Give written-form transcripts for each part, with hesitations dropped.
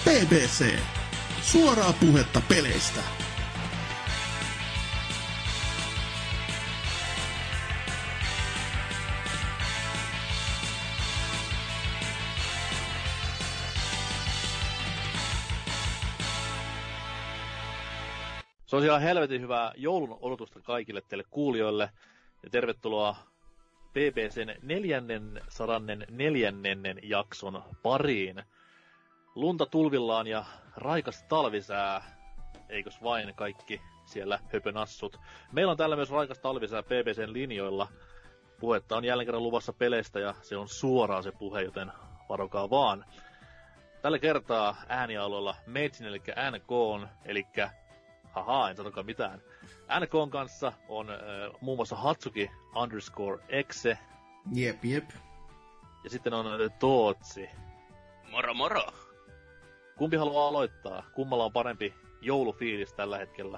BBC. Suoraa puhetta peleistä. Se on ihan helvetin hyvää joulun odotusta kaikille teille kuulijoille ja tervetuloa BBCn 404. jakson pariin. Lunta tulvillaan ja raikas talvisää, eikös vain kaikki siellä höpönassut. Meillä on täällä myös raikas talvisää BBCn linjoilla. Puhetta on jälleen kerran luvassa peleistä ja se on suoraan se puhe, joten varokaa vaan. Tällä kertaa äänialoilla Meitsin eli NK, eli en sanokaan mitään. NK:n kanssa on muun muassa Hatsuki_Exe. Jep. Ja sitten on Tootsi. Moro moro! Kumpi haluaa aloittaa? Kummalla on parempi joulufiilis tällä hetkellä?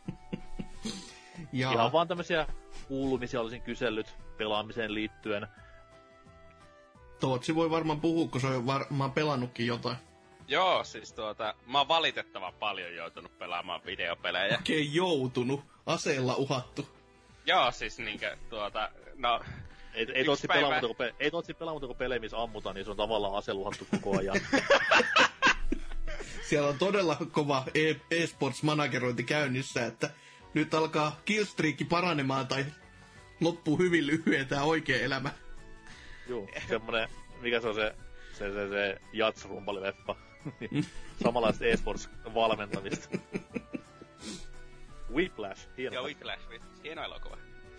Ihan vaan tämmösiä kuulumisia olisin kysellyt pelaamiseen liittyen. Tootsi voi varmaan puhua, kun se on varmaan pelannutkin jotain. Joo, siis mä oon valitettavan paljon joutunut pelaamaan videopelejä. Okei, joutunut. Aseella uhattu. Joo, siis no... Ei Tootsi pelaa muuta kuin pelejä, missä ammutaan, niin se on tavallaan aseella uhattu koko ajan. Siellä on todella kova e-sports-managerointi käynnissä, että nyt alkaa killstreakki paranemaan tai loppuu hyvin lyhyen tää oikea elämä. Juu, semmonen, mikä se on se Jats-rumpalileffa. Samanlaista e-sports-valmentamista. Whiplash, hieno. Joo, Whiplash, hieno elokuva.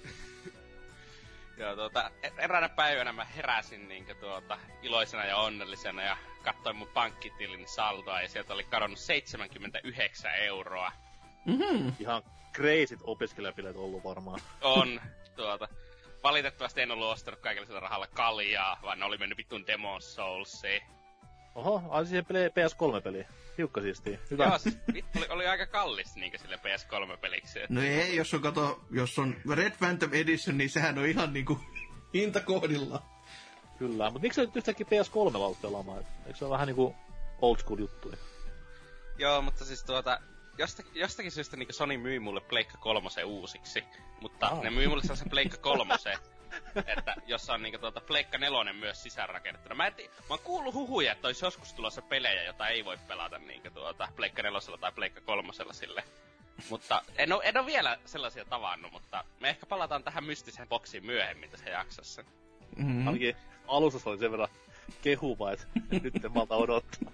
Joo, eräänä päivänä mä heräsin iloisena ja onnellisena ja katsoin mun pankkitilin saldoa ja sieltä oli kadonnut 79 €. Mm-hmm. Ihan crazyt opiskelijapileet ollut varmaan. On, valitettavasti en ollut ostanut kaikilla sillä rahalla kaljaa, vaan ne oli mennyt vittun Demon's Soulsiin. Oho, siihen PS3-peliin. Hiukka siistii. Hyvä. Joo, siis oli aika kallis sille PS3-peliksi. No ei, jos on Red Phantom Edition, niin sehän on ihan hintakohdilla. Kyllä, mutta miksi sä nyt yhtäkkiä PS3 lautti pelaamaan? Eikö se ole vähän old school juttuja? Joo, mutta siis jostakin syystä Sony myi mulle Pleikka 3 uusiksi, mutta ne myi mulle sellaisen Pleikka 3, että jossa on Pleikka 4 myös sisäänrakennettuna. Mä oon kuullut huhuja, että olisi joskus tulossa pelejä, jota ei voi pelata Pleikka 4 tai Pleikka 3 sille. Mutta en oo vielä sellaisia tavannut, mutta me ehkä palataan tähän mystiseen boksiin myöhemmin tässä jaksossa. Mm-hmm. Ainakin alussa oli sen verran kehuva, että nyt en malta odottaa.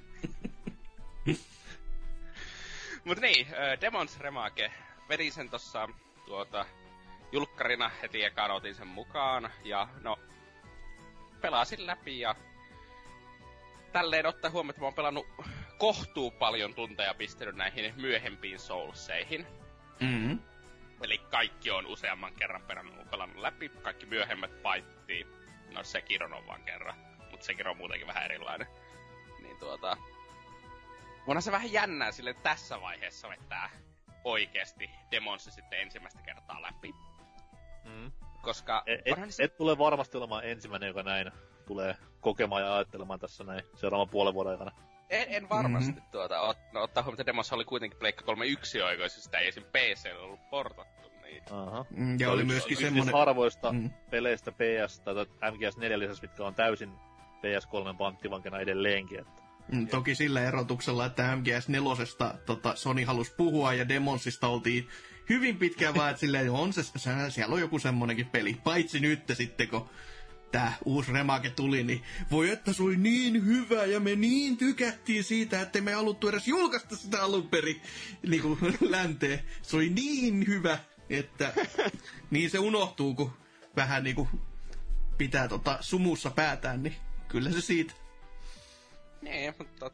Mut niin, Demon's Remake. Vedin sen tossa julkkarina heti ekaan otin sen mukaan. Ja no, pelasin läpi ja tälleen ottaa huomioon, että mä oon pelannut kohtuu paljon tunteja pistänyt näihin myöhempiin Soulseihin. Mm-hmm. Eli kaikki on useamman kerran pelannut läpi, kaikki myöhemmät paittiin. No Sekiron on vaan kerran, mut Sekiro on muutenkin vähän erilainen. Niin onhan se vähän jännää sille tässä vaiheessa vettää oikeesti Demonsi sitten ensimmäistä kertaa läpi. Mm. Koska et tule varmasti olemaan ensimmäinen, joka näin tulee kokemaan ja ajattelemaan tässä näin seuraavan puolen vuoden aikana. En varmasti ottaa huomioon, että Demonsa oli kuitenkin Pleikka 3 yksioikoisesti, sitä ei esim. PC:lle ollut portattu. Niin. Aha. Ja oli myöskin semmonen harvoista peleistä PS tai MGS4 lisäksi, mitkä on täysin PS3 panttivankena edelleenkin, että toki sillä erotuksella, että MGS4 Sony halusi puhua ja Demonsista oltiin hyvin pitkään vaan, että silleen, siellä on joku semmonenkin peli. Paitsi nyt sitten, kun tää uusi remake tuli, niin voi että se oli niin hyvä ja me niin tykättiin siitä, että me haluttu edes julkaista sitä alun perin länteen. Se oli niin hyvä, että niin se unohtuu, kun vähän pitää sumussa päätään, niin kyllä se siitä. Niin, mutta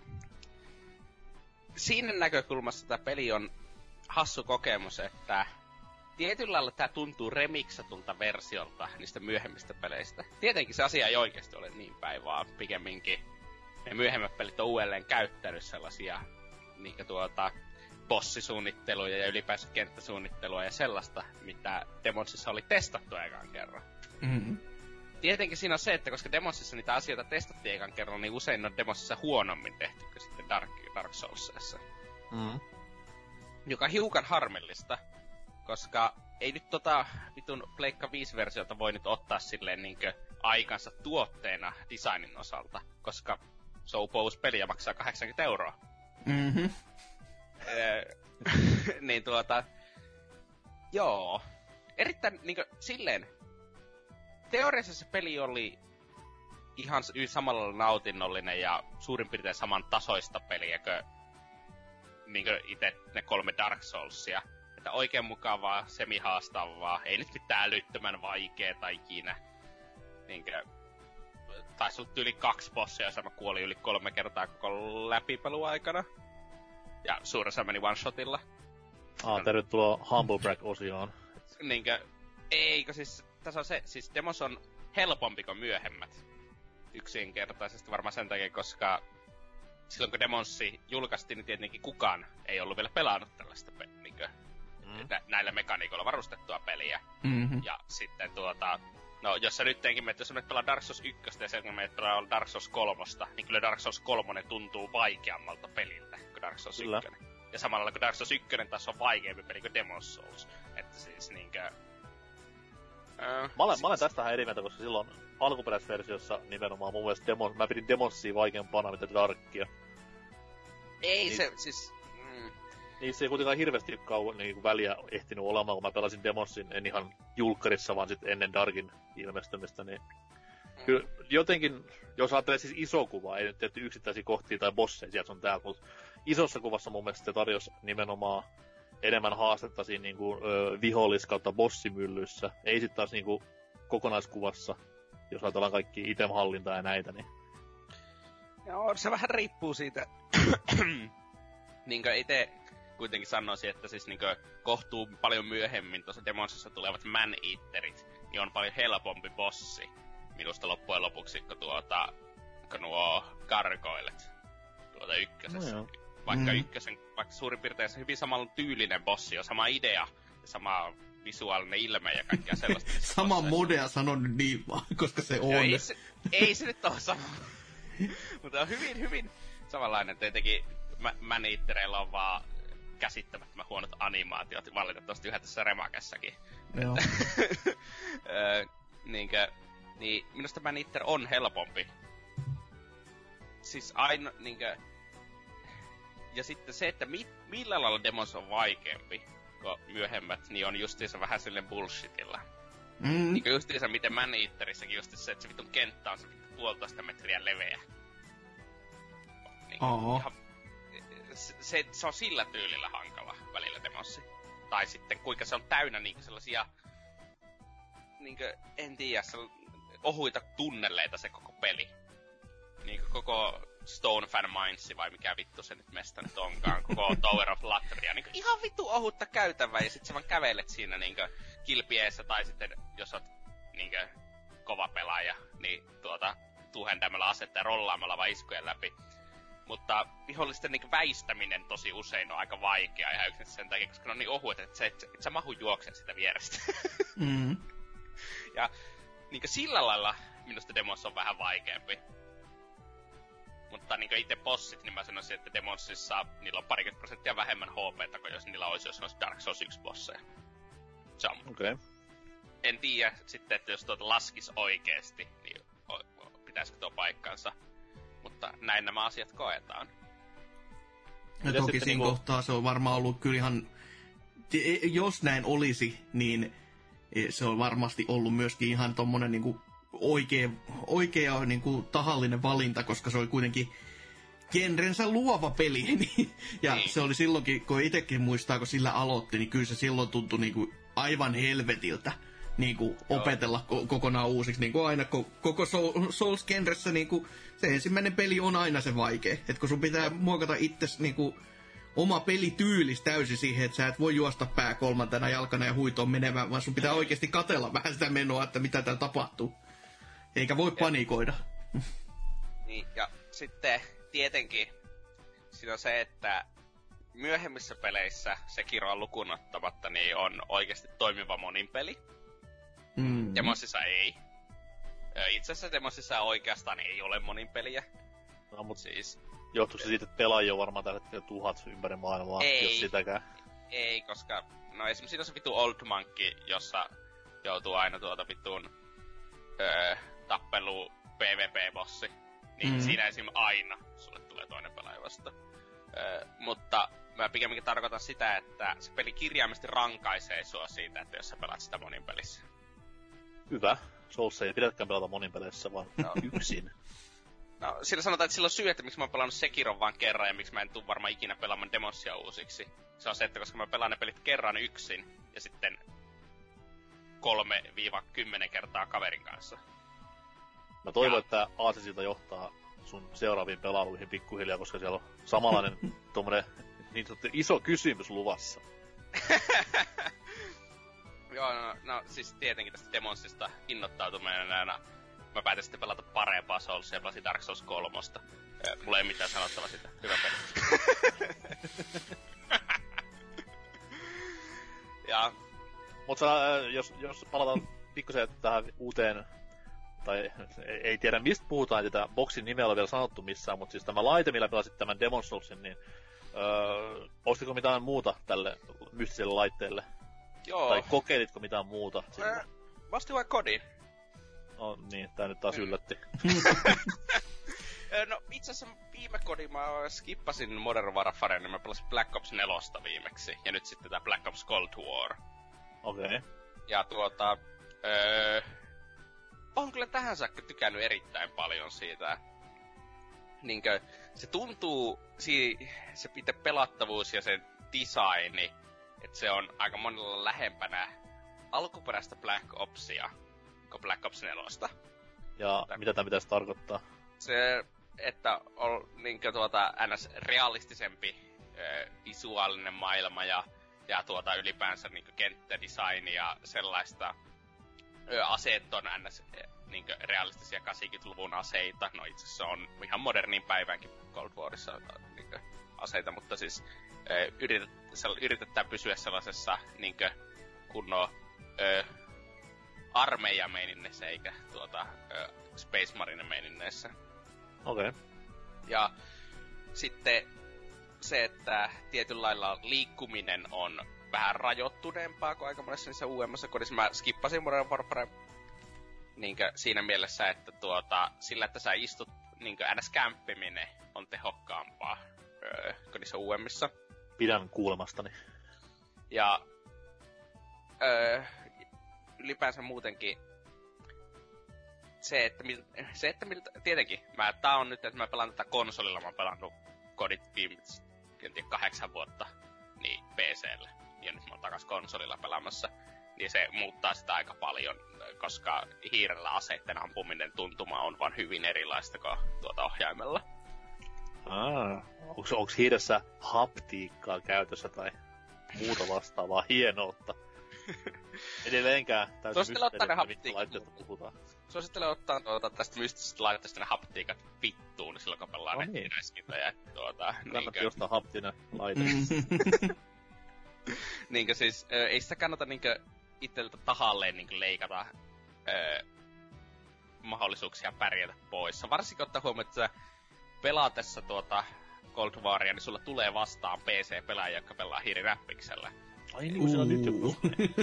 siinä näkökulmassa tämä peli on hassu kokemus, että tietyllä lailla tää tuntuu remiksatulta versiolta niistä myöhemmistä peleistä. Tietenkin se asia ei oikeasti ole niin päin, vaan pikemminkin ne myöhemmät pelit on uudelleen käyttänyt sellaisia bossisuunnitteluja ja ylipäänsä kenttäsuunnittelua ja sellaista, mitä Demonsissa oli testattu ekan kerran. Mm-hmm. tietenkin siinä on se, että koska Demonsissa niitä asioita testattiin ekan kerran, niin usein ne on Demonsissa huonommin tehty kuin sitten Dark Soulsissa. Joka on hiukan harmillista, koska ei nyt vitun Pleikka 5-versiota voi nyt ottaa silleen niinkö aikansa tuotteena designin osalta, koska se on upous peli ja maksaa 80 €. Niin joo. Erittäin niinkö silleen, teoriassa se peli oli ihan samalla nautinnollinen ja suurin piirtein saman tasoista peliä kuin niinkö ite ne 3 Dark Soulsia. Että oikein mukavaa, semihaastavaa, ei nyt mitään älyttömän vaikeeta ikinä. Niinkö, taisi olla yli 2 bossia, ja mä kuolin yli 3 kertaa koko läpipeluaikana. Ja suurin osa meni one-shotilla. Tervetuloa Humble Brag-osioon. Niinkö, eikö siis, tässä on se, siis demos on helpompi kuin myöhemmät. Yksinkertaisesti varmaan sen takia, koska silloin kun Demonssi julkaistiin, niin tietenkin kukaan ei ollut vielä pelannut tällaista niinkö, näillä mekaniikoilla varustettua peliä. Ja sitten no jos sä nyttenkin menet, jos sä menet pelaa Dark Souls 1 ja sen kun menet pelaa Dark Souls 3, niin kyllä Dark Souls 3 tuntuu vaikeammalta peliltä kuin Dark Souls 1. Ja samalla kun Dark Souls 1 taas on vaikeampi peli kuin Demon's Souls. Että siis niinkö... Mä olen tästä vähän eri mieltä, koska silloin alkuperäisversiossa nimenomaan mun mielestä mä pidin Demonssia vaikeampana mitä Darkia. Ei niin, se siis... Niin se ei kuitenkaan hirveästi kauan niin väliä ehtinyt olemaan, kun mä pelasin Demonssin, en ihan julkkarissa, vaan sitten ennen Darkin ilmestymistä, niin... Kyllä jotenkin, jos ajattelee siis iso kuva, ei nyt tehty yksittäisiä kohtia tai bosseja, sieltä on täällä, mutta isossa kuvassa mun mielestä se tarjosi nimenomaan enemmän haastetta siinä niinku, vihollis- kautta bossimyllyissä. Ei sit taas niinku kokonaiskuvassa, jos ajatellaan kaikki itemhallintaa ja näitä, niin... Joo, se vähän riippuu siitä. Niinkö ite kuitenkin sanoisin, että siis niinkö kohtuu paljon myöhemmin tuossa Demonsissa tulevat Man-Eaterit, niin on paljon helpompi bossi minusta loppujen lopuksi, kun nuo gargoilet ykkösessä. No Vaikka suurin piirtein se hyvin samalla tyylinen bossi on sama idea ja sama visuaalinen ilme ja kaikkea sellaista. Sama modea sanon nyt niin vaan, koska se on. Ei se nyt ole sama. Mutta on hyvin samanlainen. Tietenkin Man-Eatereilla on vaan käsittämättömän huonot animaatiot, valitettavasti yhä tässä Remakessakin. Joo. Niin minusta Man-Eater on helpompi. Siis niinkö... Ja sitten se, että millä lailla Demons on vaikeampi kuin myöhemmät, niin on justiinsa vähän silleen bullshitilla. Niinkö justiinsa miten Man-Eaterissäkin justiinsa se, että se vitun kenttä on se vittu 1,5 metriä leveä. Se on sillä tyylillä hankala välillä Demossi. Tai sitten kuinka se on täynnä niinkö sellaisia... Niinkö, en tiedä, ohuita tunneleita se koko peli. Niinkö koko Stone Fan Mines vai mikä vittu se nyt mesta nyt onkaan, koko Tower of Latria. Niinkö ihan vittu ohutta käytävää ja sit sä vaan kävelet siinä niinkö kilpieessä tai sitten jos oot niinkö kova pelaaja, niin tuhentämällä asetta ja rollaamalla vaan iskujen läpi. Mutta vihollisten niinkö väistäminen tosi usein on aika vaikeaa ihan yksin sen takia, koska ne on niin ohuet, että et sä mahu juoksen sitä vierestä. Ja niinkö sillä lailla minusta Demons on vähän vaikeampi. Mutta niinkö ite bossit, niin mä sanoisin, että Demonsissa niillä on 20% vähemmän HP:tä kuin jos niillä olisi, jos olisi Dark Souls 1 bosseja. Se on. Okay. En tiedä sitten, että jos laskis oikeesti, niin pitäisikö tuo paikkansa. Mutta näin nämä asiat koetaan. Ja toki siinä kohtaa se on varmaan ollut kyllä ihan... Jos näin olisi, niin se on varmasti ollut myöskin ihan tommonen niinku oikea niinku tahallinen valinta, koska se oli kuitenkin genrensä luova peli. Ja niin. Se oli silloinkin, kun itekin muistaa, kun sillä aloitti, niin kyllä se silloin tuntui niinku aivan helvetiltä niinku opetella kokonaan uusiksi. Niinku aina koko Souls-genressä niinku se ensimmäinen peli on aina se vaikea. Et kun sun pitää muokata itses niinku oma pelityylis täysin siihen, että sä et voi juosta pää kolmantena jalkana ja huitoon menevään, vaan sun pitää oikeasti katsella vähän sitä menoa, että mitä täällä tapahtuu. Eikä voi panikoida. Niin, ja sitten tietenkin siinä on se, että myöhemmissä peleissä Sekiroa lukuun ottamatta niin on oikeasti toimiva monin peli. Demonsissa ei. Itse asiassa Demonsissa oikeastaan ei ole monin peliä. No, mut siis... Johtuuko se siitä, että pelaajia on varmaan tällä hetkellä 1000 ympäri maailmaa, jos sitäkään? Ei, koska... No esimerkiksi siinä on se vitu Old Monkey, jossa joutuu aina vittuun tappelu PvP-bossi. Niin siinä esim. Aina sulle tulee toinen pelaaja vasta. Mutta mä pikemminkin tarkoitan sitä, että se peli kirjaimesti rankaisee sua siitä, että jos sä pelaat sitä monin pelissä. Hyvä. Souls ei pidäkään pelata monin peleissä, vaan yksin. No, sillä sanotaan, että sillä on syy, että miksi mä oon pelannut Sekiron vaan kerran ja miksi mä en tuu varmaan ikinä pelaamaan Demonsia uusiksi. Se on se, että koska mä pelaan ne pelit kerran yksin ja sitten 3-10 kertaa kaverin kanssa. Mä toivon, että Aasisilta johtaa sun seuraaviin pelailuihin pikkuhiljaa, koska siellä on samanlainen tommonen niin sanottu iso kysymys luvassa. Joo, no siis tietenkin tästä Demonsista innoittautuneena mä päätin sitten pelata parempaa Soulsia ja pelasin Dark Souls 3. Mulla ei mitään sanottavaa sitä. Hyvä peli. Ja... Mutta jos palataan pikkusen tähän uuteen, tai ei tiedä mistä puhutaan, tätä boksin nimeä on vielä sanottu missään, mutta siis tämä laite, millä pelasit tämän Demon Soulsin, niin ostitko mitään muuta tälle mystiselle laitteelle? Joo. Tai kokeilitko mitään muuta? Mä ostin vain kodin. No niin, tää nyt taas yllätti. No itse asiassa viime kodin mä skippasin Modern Warfare, niin mä pelasin Black Ops 4 viimeksi. Ja nyt sitten tää Black Ops Cold War. Okei. Okay. Ja on kyllä tähän saakka tykännyt erittäin paljon siitä. Niinkö, se tuntuu, se pitää pelattavuus ja se designi, että se on aika monella lähempänä alkuperäistä Black Opsia kuin Black Ops 4. Ja mitä tää pitäisi tarkoittaa? Se, että on niinkö ns. Realistisempi visuaalinen maailma ja ylipäänsä niinkö kenttädesign ja sellaista aseet on ns. Niinkö realistisia 80-luvun aseita. No itse asiassa on ihan modernin päivänkin Cold Warissa niinkö aseita, mutta siis yritetään pysyä sellaisessa niinkö kunnon armeijameinineissä eikä Space Marine meinineissä. Okei. Okay. Ja sitten se, että tietyllä lailla liikkuminen on vähän rajoittuneempaa kuin aika monessa niissä uudemmassa kodissa. Mä skippasin Modern Warfare niinkö siinä mielessä, että sillä, että sä istut niinkö ns-kämppiminen on tehokkaampaa kuin niissä uudemmissa. Pidän kuulemastani. Ja ylipäänsä muutenkin tietenkin, tää on nyt, että mä pelaan tätä konsolilla, mä oon pelannut kodit viimeiset 8 vuotta, niin PC:lle. Ja nyt mä oon takas konsolilla pelaamassa. Niin se muuttaa sitä aika paljon, koska hiirellä aseitten ampuminen tuntuma on vaan hyvin erilaista kuin ohjaimella. Onko hiiressä haptiikkaa käytössä tai muuta vastaavaa hienoutta? Edelleenkään täysin mysteeri, mistä laitteesta puhutaan. Suosittelen ottaa tästä mystisestä laitteesta ne haptiikat vittuun silloin, kun pelaa nettinäiskintä. Kannattaa ostaa haptinen laite. Niinkö siis, ei sitä kannata niinkö itseltä tahalleen niinkö leikata mahdollisuuksia pärjätä pois. Varsinkin ottaa huomioon, että pelaatessa Cold Waria, niin sulla tulee vastaan PC-pelaajia, jotka pelaa hiiriräppiksellä. Ai niin, se on nyt joku.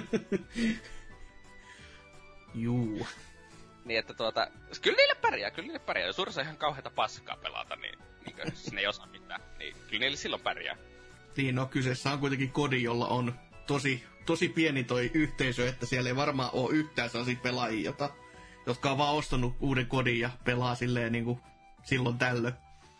Juu. Niin, että kyllä niille pärjää. Jos suurissa ihan kauheita paskaa pelata, niin siis ne ei osaa mitään. Niin kyllä niille silloin pärjää. Niin, no kyseessä on kuitenkin kodi, jolla on tosi pieni toi yhteisö, että siellä ei varmaan ole yhtään sellaisia pelaajia, jotka on vaan ostanut uuden kodin ja pelaa silleen niinku silloin tällöin.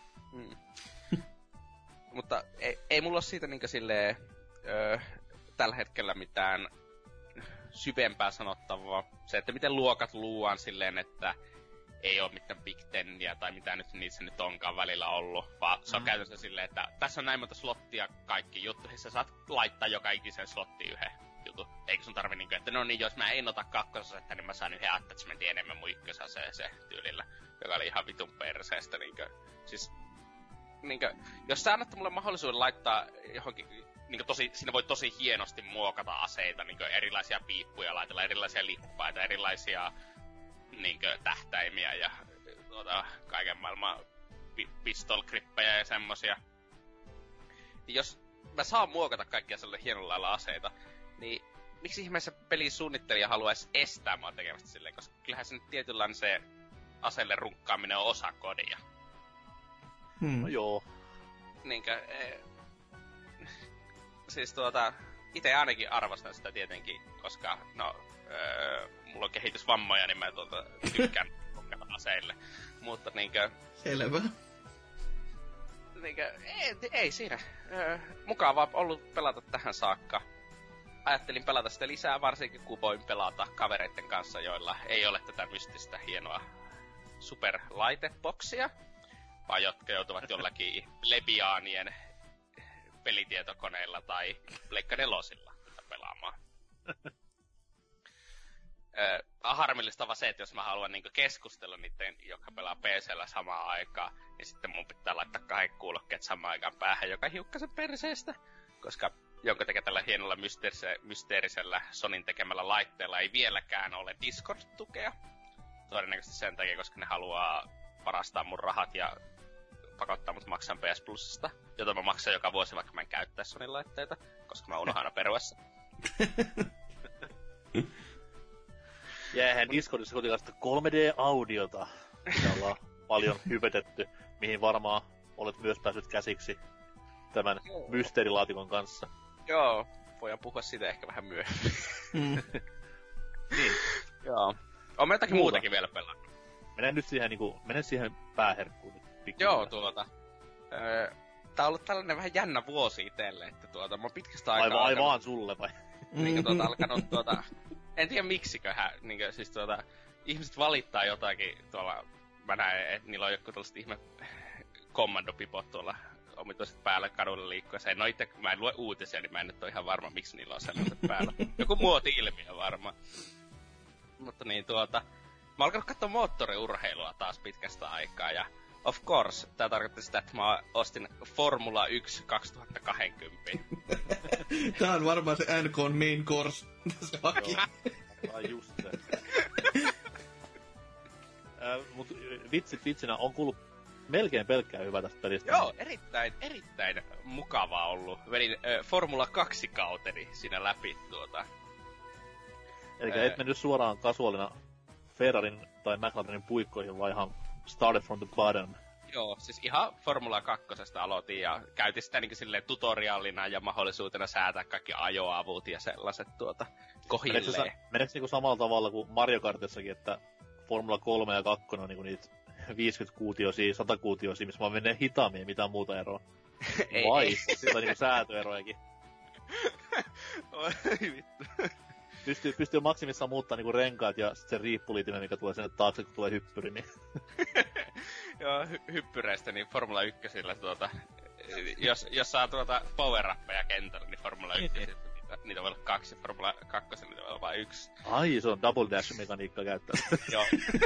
Mutta ei mulla ole siitä niinkö silleen tällä hetkellä mitään syvempää sanottavaa. Se, että miten luokat luuaan silleen, että ei ole mitään Big Tenia tai mitä nyt niissä nyt onkaan välillä ollut, vaan se on käytössä silleen, että tässä on näin monta slottia kaikki juttuihin, sä saat laittaa joka ikisen slottiin yhden jutun. Eikä sun tarvi niinkö, että no niin, jos mä en ota kakkosasetta, niin mä saan yhden attachmentin enemmän mun ykkösaseeseen tyylillä, joka oli ihan vitun perseestä niinkö. Siis niinkö, jos sä annat mulle mahdollisuuden laittaa johonkin niinkö siinä voi tosi hienosti muokata aseita, niinkö erilaisia piippuja laitella, erilaisia lippaita, erilaisia niinkö tähtäimiä ja kaiken maailman pistol-grippejä ja semmosia. Jos mä saan muokata kaikkia sellainen hienolla lailla aseita, niin miksi ihmeessä pelin suunnittelija haluaisi estää mua tekemästä silleen, koska kyllähän se nyt tietynlainen se aseelle runkkaaminen on osa kodia. No joo. Niinkö, siis ite ainakin arvostan sitä tietenkin, koska mulla on kehitysvammoja, niin mä tykkään runkata aseille. Mutta niinkö... Selvä. Niinkö, ei siinä. Mukavaa ollut pelata tähän saakka. Ajattelin pelata sitä lisää, varsinkin kun voin pelata kavereiden kanssa, joilla ei ole tätä mystistä hienoa superlaiteboksia, vaan jotka joutuvat jollakin lebiaanien pelitietokoneilla tai Pleikka 4:lla tätä pelaamaan. Harmillista vaan se, että jos mä haluan niinku keskustella niiden, jotka pelaa PC:llä samaan aikaan, niin sitten mun pitää laittaa 2 kuulokkeet samaan aikaan päähän, joka hiukkasen perseestä, koska jonka tekee tällä hienolla mysteerisellä Sonin tekemällä laitteella ei vieläkään ole Discord-tukea. Todennäköisesti sen takia, koska ne haluaa varastaa mun rahat ja pakottaa mut maksan PS Plusista, jota mä maksan joka vuosi, vaikka mä en käyttäisi Sonin laitteita, koska mä unohan aina peruessa. Jäähän Discordissa kotilaista 3D-audiota, mitä ollaan paljon hypetetty, mihin varmaan olet myös päässyt käsiksi tämän mysteerilaatikon kanssa. Joo, voidaan puhua siitä ehkä vähän myöhemmin. Niin. Joo. On me jotakin muutakin vielä pelannut. Menen siihen pääherkkuun nyt. Joo, tää on ollut tällainen vähän jännä vuosi itelle, että mä oon pitkästä aikaa... Ai vaan sulle vai? Niinkö alkanut en tiedä miksiköhän, niinkö siis ihmiset valittaa jotakin tuolla, mä näen, että niillä on joku tällaiset ihme kommandopipot tuolla omituiset päällä kadulla liikkuessa. No itse, kun mä en lue uutisia, niin mä en nyt ole ihan varma, miksi niillä on sellaiset päällä. Joku muoti-ilmiö varmaan. Mutta niin mä oon alkanut katsoa moottoriurheilua taas pitkästä aikaa, ja of course, tää tarkoitti sitä, että mä ostin Formula 1 2020. Tää on varmaan se NK:n main course, se haki. Ai just se. Mut vitsinä on kuullut melkein pelkkää hyvää tästä pelistä. Joo, erittäin mukavaa ollut. Vedin Formula 2 kauteni siinä läpi Elikkä et mennyt suoraan kasuaalina Ferrarin tai McLarenin puikkoihin, vaan ihan started from the bottom. Joo, siis ihan Formula 2 aloitin ja käytin sitä niinku silleen tutoriaalina ja mahdollisuutena säätää kaikki ajoavut ja sellaiset kohilleen. Meneekö niinku samalla tavalla kuin Mario Kartissakin, että Formula 3 ja 2 on niinku niitä 50 kuutiosia, 100 kuutiosia, missä vaan menee hitaammin ja mitään muuta eroa? Vai? Sillä on niinku säätöerojakin. Oi vittu. Pystyy maksimissaan muuttaa niinku renkaat ja sit sen riippuliitimen, mikä tulee sinne taakse, kun tulee hyppyri, niin... Joo, hyppyreistä, niin Formula 1:llä jos saa power-rappeja kentällä, niin Formula 1 niitä voi olla 2, Formula 2 niitä voi olla vain 1. Ai, se on double dash-mekaniikka käyttää. Joo.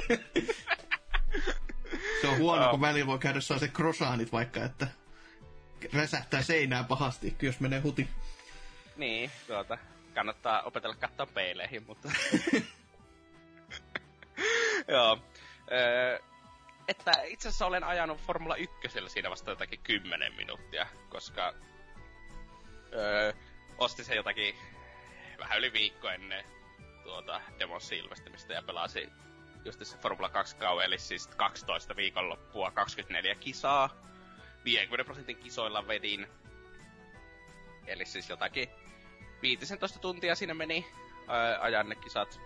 Se on huono, kun välillä voi käydä se crossaanit vaikka, että räsähtää seinään pahasti, jos menee huti. Niin, kannattaa opetella katsoa peileihin, mutta... Joo. Että itse asiassa olen ajanut Formula 1 siinä vasta jotakin 10 minuuttia, koska ostin sen jotakin vähän yli viikko ennen demossin ilmestymistä ja pelasin just se Formula 2 kauan, eli siis 12 viikonloppua, 24 kisaa. 50% kisoilla vedin. Eli siis jotakin 15 tuntia siinä meni ajan ne kisat.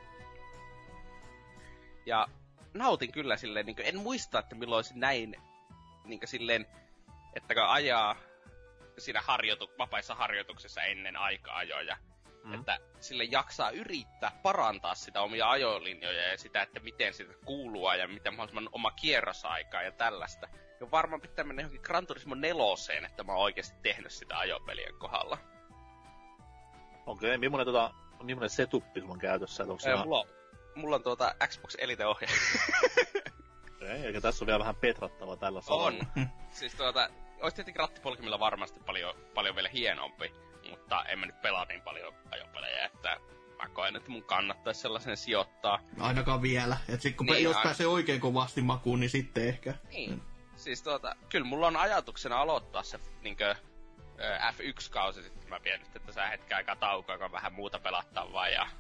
Ja nautin kyllä silleen, niin en muista, että milloin se näin niin silleen, että kun ajaa siinä vapaissa harjoituksessa ennen aika-ajoja, että sille jaksaa yrittää parantaa sitä omia ajolinjoja ja sitä, että miten sitä kuuluu ja miten mahdollisimman oma kierrosaikaa ja tällaista. Ja varmaan pitää mennä johonkin Gran Turismo 4:een, että mä oon oikeesti tehnyt sitä ajopelien kohdalla. Okei, millainen setuppi sulla on käytössä? Mulla on Xbox Elite-ohjaaja. Eikä tässä on vielä vähän petrattava tällä salalla. On. Siis ois tietenkin rattipolkimilla varmasti paljon vielä hienompi, mutta en mä nyt pelaa niin paljon ajopelejä, että mä koen, että mun kannattaisi sellaisen sijoittaa. Ainakaan vielä. Et sit kun Niin, jos pääsee oikein kovasti makuun, niin sitten ehkä. Niin. Siis kyllä mulla on ajatuksena aloittaa se niinkö F1-kausi, sitten mä pidän nyt tässä hetken aikaa taukoa, joka on vähän muuta pelattavaa, ja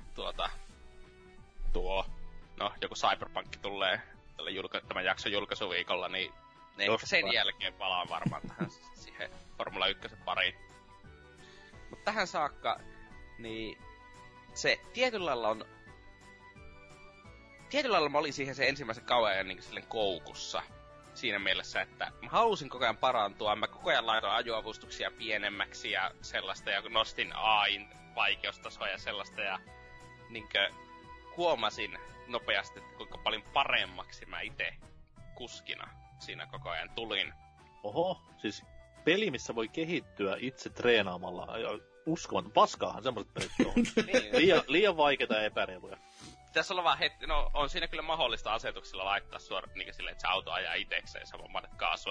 joku Cyberpunk tulee tämän jakson julkaisuviikolla, niin ehkä sen jälkeen palaan varmaan tähän siihen Formula 1 pariin. Mutta tähän saakka, niin se tietyllä lailla mä olin siihen se ensimmäisen kauan ajan niin silleen koukussa. Siinä mielessä, että mä halusin koko ajan parantua, mä koko ajan laitoin ajoavustuksia pienemmäksi ja sellaista, ja nostin AI:n vaikeustasoa ja sellaista, ja niinkö huomasin nopeasti, että kuinka paljon paremmaksi mä itse kuskina siinä koko ajan tulin. Oho, siis peli, missä voi kehittyä itse treenaamalla. Uskomaton, paskaahan semmoiset pelit on. Niin. Liian vaikeita ja epäreiluja. Pitäis olla vaan on siinä kyllä mahdollista asetuksilla laittaa suoraan niin silleen, että se auto ajaa itekseen ja sä vaan panet kaasua.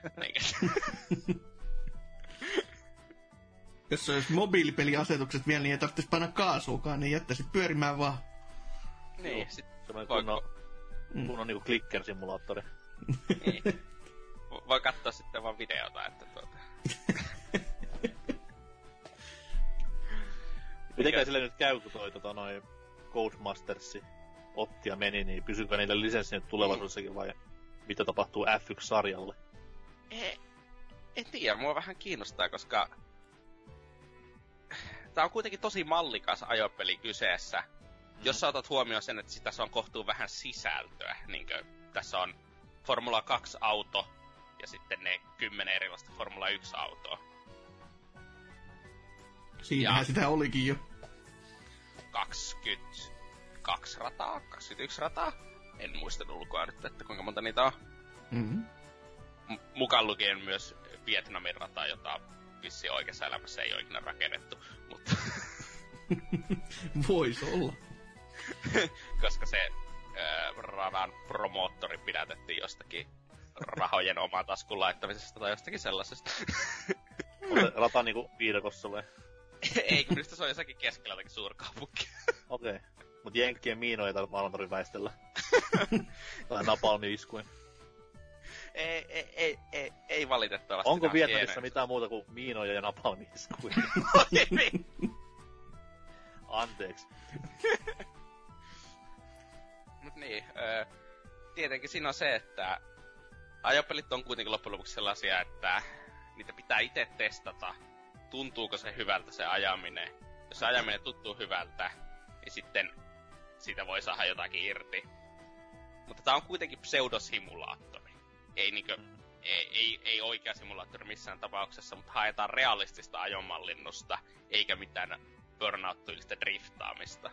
Jos se olisi mobiilipeliasetukset vielä, niin ei tarvitsisi panna kaasuukaan, niin jättäisit pyörimään vaan. Niin, kunnon niinku clicker-simulaattori. Niin. Voi katsoa sitten vaan videota, että Mitenkään sille nyt käy, kun toi Codemastersi otti ja meni, niin pysyykö niille lisenssi nyt tulevaisuudessakin vai mitä tapahtuu F1-sarjalle? En tiedä, mua vähän kiinnostaa, koska tää on kuitenkin tosi mallikas ajopeli kyseessä. Jos sä otat huomioon sen, että tässä on kohtuu vähän sisältöä, niinkö tässä on Formula 2-auto ja sitten ne 10 erilaista Formula 1-autoa. Siinähän sitä olikin jo. 22 rataa, 21 rataa. En muista ulkoa nyt, että kuinka monta niitä on. Mm-hmm. Mukaan lukien myös Vietnamin rata, jota vissiin oikeassa elämässä ei ole ikinä rakennettu. Mutta vois olla. Koska se radan promoottori pidätettiin jostakin rahojen oman taskun laittamisesta tai jostakin sellaisesta. On se rata niinku viidakossa vai? Ei, kun se on jossakin keskellä jotakin suurkaupunkia. Okei. Mut jenkkien miinoja ei tarvitse maailmantorin väistellä. Tai napalmi-iskuin. Ei valitettavasti. Onko Vietnamissa mitään muuta kuin miinoja ja napalmi-iskuja? Anteeksi. Mut niin, tietenkin siinä on se, että ajopelit on kuitenkin loppujen lopuksi sellaisia, että niitä pitää itse testata. Tuntuuko se hyvältä se ajaminen? Jos se ajaminen tuntuu hyvältä, niin sitten siitä voi saada jotakin irti. Mutta tää on kuitenkin pseudosimulaattori. Ei oikea simulaattori missään tapauksessa, mutta haetaan realistista ajonmallinnusta, eikä mitään burnout-tyylistä driftaamista.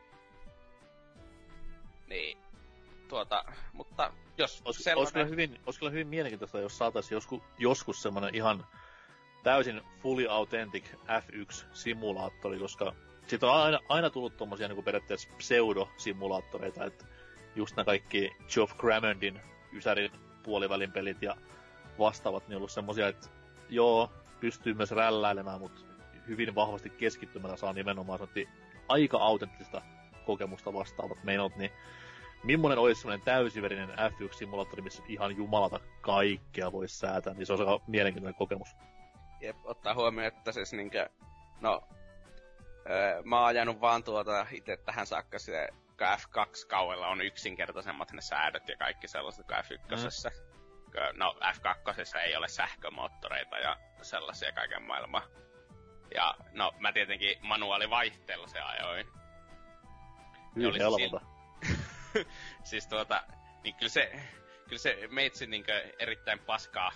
Niin, mutta jos sellainen Olisi kyllä hyvin mielenkiintoista, jos saataisiin joskus semmonen ihan täysin fully authentic F1-simulaattori, koska siitä on aina tullut tommosia niinku periaatteessa pseudo-simulaattoreita, että just nää kaikki Geoff Crammondin Ysärin puolivälin pelit ja vastaavat, niin ollut semmosia, että joo, pystyy myös rälläilemään, mutta hyvin vahvasti keskittymällä saa nimenomaan aika autenttista kokemusta vastaavat menot, niin millainen olisi semmoinen täysiverinen F1-simulaattori, missä ihan jumalata kaikkea voisi säätää, niin se on aika mielenkiintoinen kokemus. Jep, ottaa huomioon, että siis niinkö, mä oon ajanut vaan itse tähän saakka se, F2-kauella on yksinkertaisemmat ne säädöt ja kaikki sellaiset kuin F1. No, F2 ei ole sähkömoottoreita ja sellaisia kaiken maailman. Ja no, mä tietenkin manuaalivaihteella se ajoin. Hyvin helpota. Siis niin kyllä se meitsi niinkö erittäin paskaa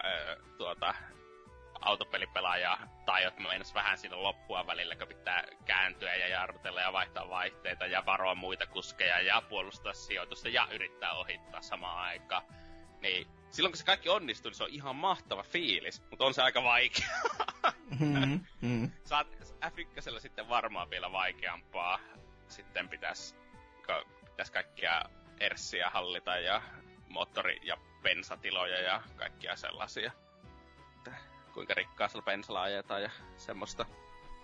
autopelipelaaja tai että meinas vähän siinä loppua välillä, kun pitää kääntyä ja jarrutella ja vaihtaa vaihteita ja varoa muita kuskeja ja puolustaa sijoitusta ja yrittää ohittaa samaan aikaan. Niin silloin kun se kaikki onnistuu, niin se on ihan mahtava fiilis, mutta on se aika vaikea. Saat F1 sitten varmaan vielä vaikeampaa. Sitten pitäis kaikkia erssiä hallita ja moottori- ja bensatiloja ja kaikkia sellaisia. Kuinka rikkaasella bensalla ajetaan ja semmoista.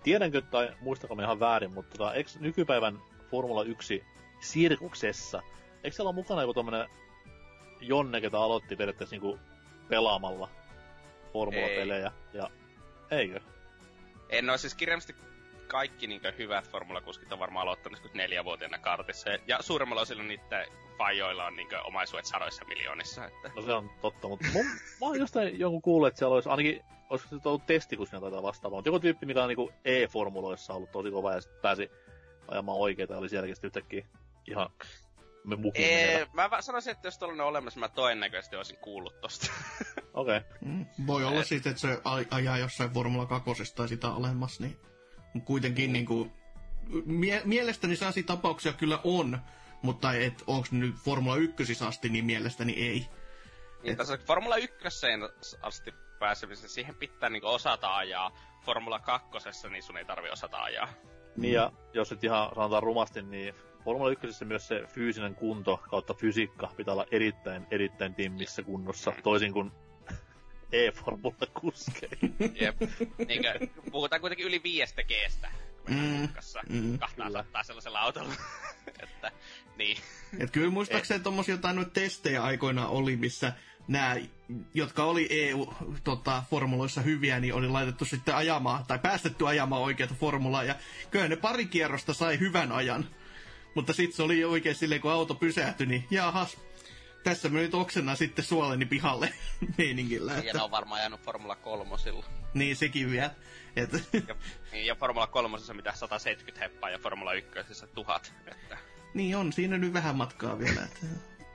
tiedänkö tai muistako mä ihan väärin, mutta eikö nykypäivän Formula 1 sirkuksessa, eikö siellä ole mukana joku tommonen Jonne, ketä aloitti periaatteessa niinku pelaamalla formulapelejä, ja eikö? En oo siis kirjallisesti kaikki niinkö hyvät formulakuskit on varmaan aloittanut 4-vuotiaana kartissa, ja suurimmalla osilla niitten fajoilla on niinkö omaisuudet 100 miljoonissa, että... No se on totta, mutta mä oon jostain jonkun kuullut, että siellä olisi ainakin, olisiko se ollut testi, kun siinä taitaa vastaavaa, mutta joku tyyppi, mikä on niinku E-formuloissa ollut tosi kova, ja sitten pääsi ajamaan oikeita, ja oli sielläkin yhtäkkiä ihan me mukin menevä. Mä sanoisin, että jos tollanen olemassa, mä todennäköisesti olisin kuullut tosta. Okei. Voi olla siitä, että se ajaa jossain Formula 2 tai sitä olemassa, niin kuitenkin niinku... Mielestäni sellaisia tapauksia kyllä on, mutta et onks nyt Formula 1 asti, niin mielestäni ei. Niin tässä Formula 1 asti pääsemisen, siihen pitää niinku osata ajaa. Formula 2 niin sun ei tarvi osata ajaa. Niin ja jos nyt ihan sanotaan rumasti, niin Formula 1 myös se fyysinen kunto kautta fysiikka pitää olla erittäin timmissä kunnossa, toisin kuin E-formula-kuskeilla. Jep. Niinkö, puhutaan kuitenkin yli 5 G:stä, kun mennään mutkassa 200 sellaisella autolla. Että, niin. Et kyllä muistaakseni tommosia jotain noita testejä aikoina oli, missä nämä, jotka oli EU-formuloissa hyviä, niin oli laitettu sitten ajamaan, tai päästetty ajamaan oikeata formulaa, ja kyllä ne pari kierrosta sai hyvän ajan. Mutta sitten se oli oikein silleen, kun auto pysähtyi, niin jahas, tässä mä nyt oksennan sitten suoleni pihalle meiningillä. Ja ne on varmaan ajanut Formula 3:lla. Niin, sekin vielä. Ja Formula 3:ssa mitä 170 heppaa ja Formula 1:ssä 1000. Että... Niin on, siinä nyt vähän matkaa vielä. Että...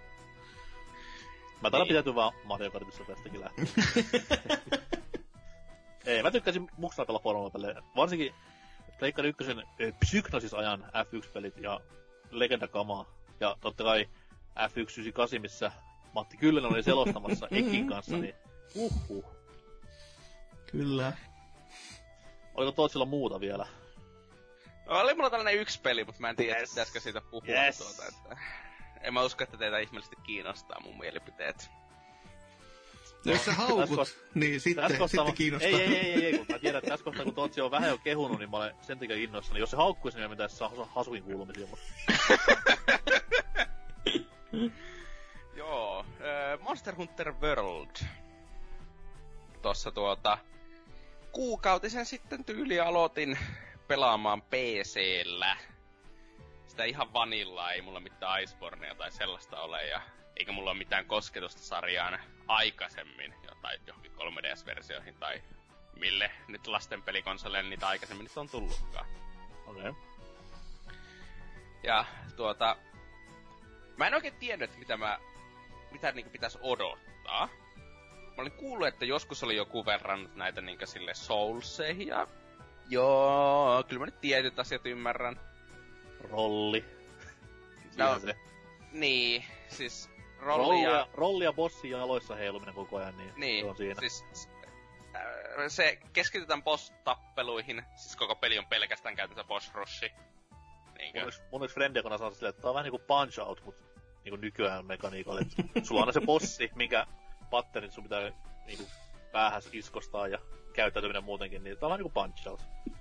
Mä taidan pitäytyä vaan Mario Kartissa tästäkin lähtien. Ei, mä tykkäsin muksana pelaa formula-pelejä. Varsinkin Pleikkari 1 Psygnosis-ajan F1-pelit ja legendakamaa. Ja totta kai F198, missä Matti Kyllönen oli selostamassa Ekin kanssa, niin Kyllä. Oliko Tootsilla muuta vielä? No, oli mulla tällainen yksi peli, mutta mä en tiedä, pitäisikö siitä puhua että... En mä usko, että teitä ihmeellisesti kiinnostaa mun mielipiteet. Jos sä haukut, niin sitten kiinnostaa. Ei, kun mä tiedän, että tässä kohtaa kun Tootsi on vähän jo kehunut, niin mä olen sen takia innoissani. Jos se haukkuisi, niin mä pitäisi hasukin kuulumisia. Joo, Monster Hunter World. Tossa kuukautisen sitten tyyli aloitin pelaamaan PC:llä. Sitä ihan vanillaa, ei mulla mitään Icebornea tai sellaista ole, ja eikä mulla ole mitään kosketusta sarjaan aikaisemmin, tai johonkin 3DS-versioihin, tai mille nyt lasten pelikonsoleille niitä aikaisemmin nyt on tullutkaan. Okei. Ja mä en oikein tiennyt, mitä niinku pitäisi odottaa. Mä olin kuullut, että joskus oli joku verran näitä niinku sille Soulseihin, ja joo, kyllä mä nyt tietyt asiat ymmärrän. Rolli. No, niin, siis rolli ja bossin jaloissa heiluminen koko ajan, niin se on siinä. Siis, se keskitytään boss-tappeluihin, siis koko peli on pelkästään käytännössä boss-rushi. Mun yksi frendi, kun sanoo silleen, että tää on vähän niinku Punch-Out, mut niinku nykyään mekaniikalle. Sulla on se bossi, minkä patterin sun pitää niinku päähäs iskostaa ja käyttäytyminen muutenkin, niin tää on vähän niinku Punch-Out.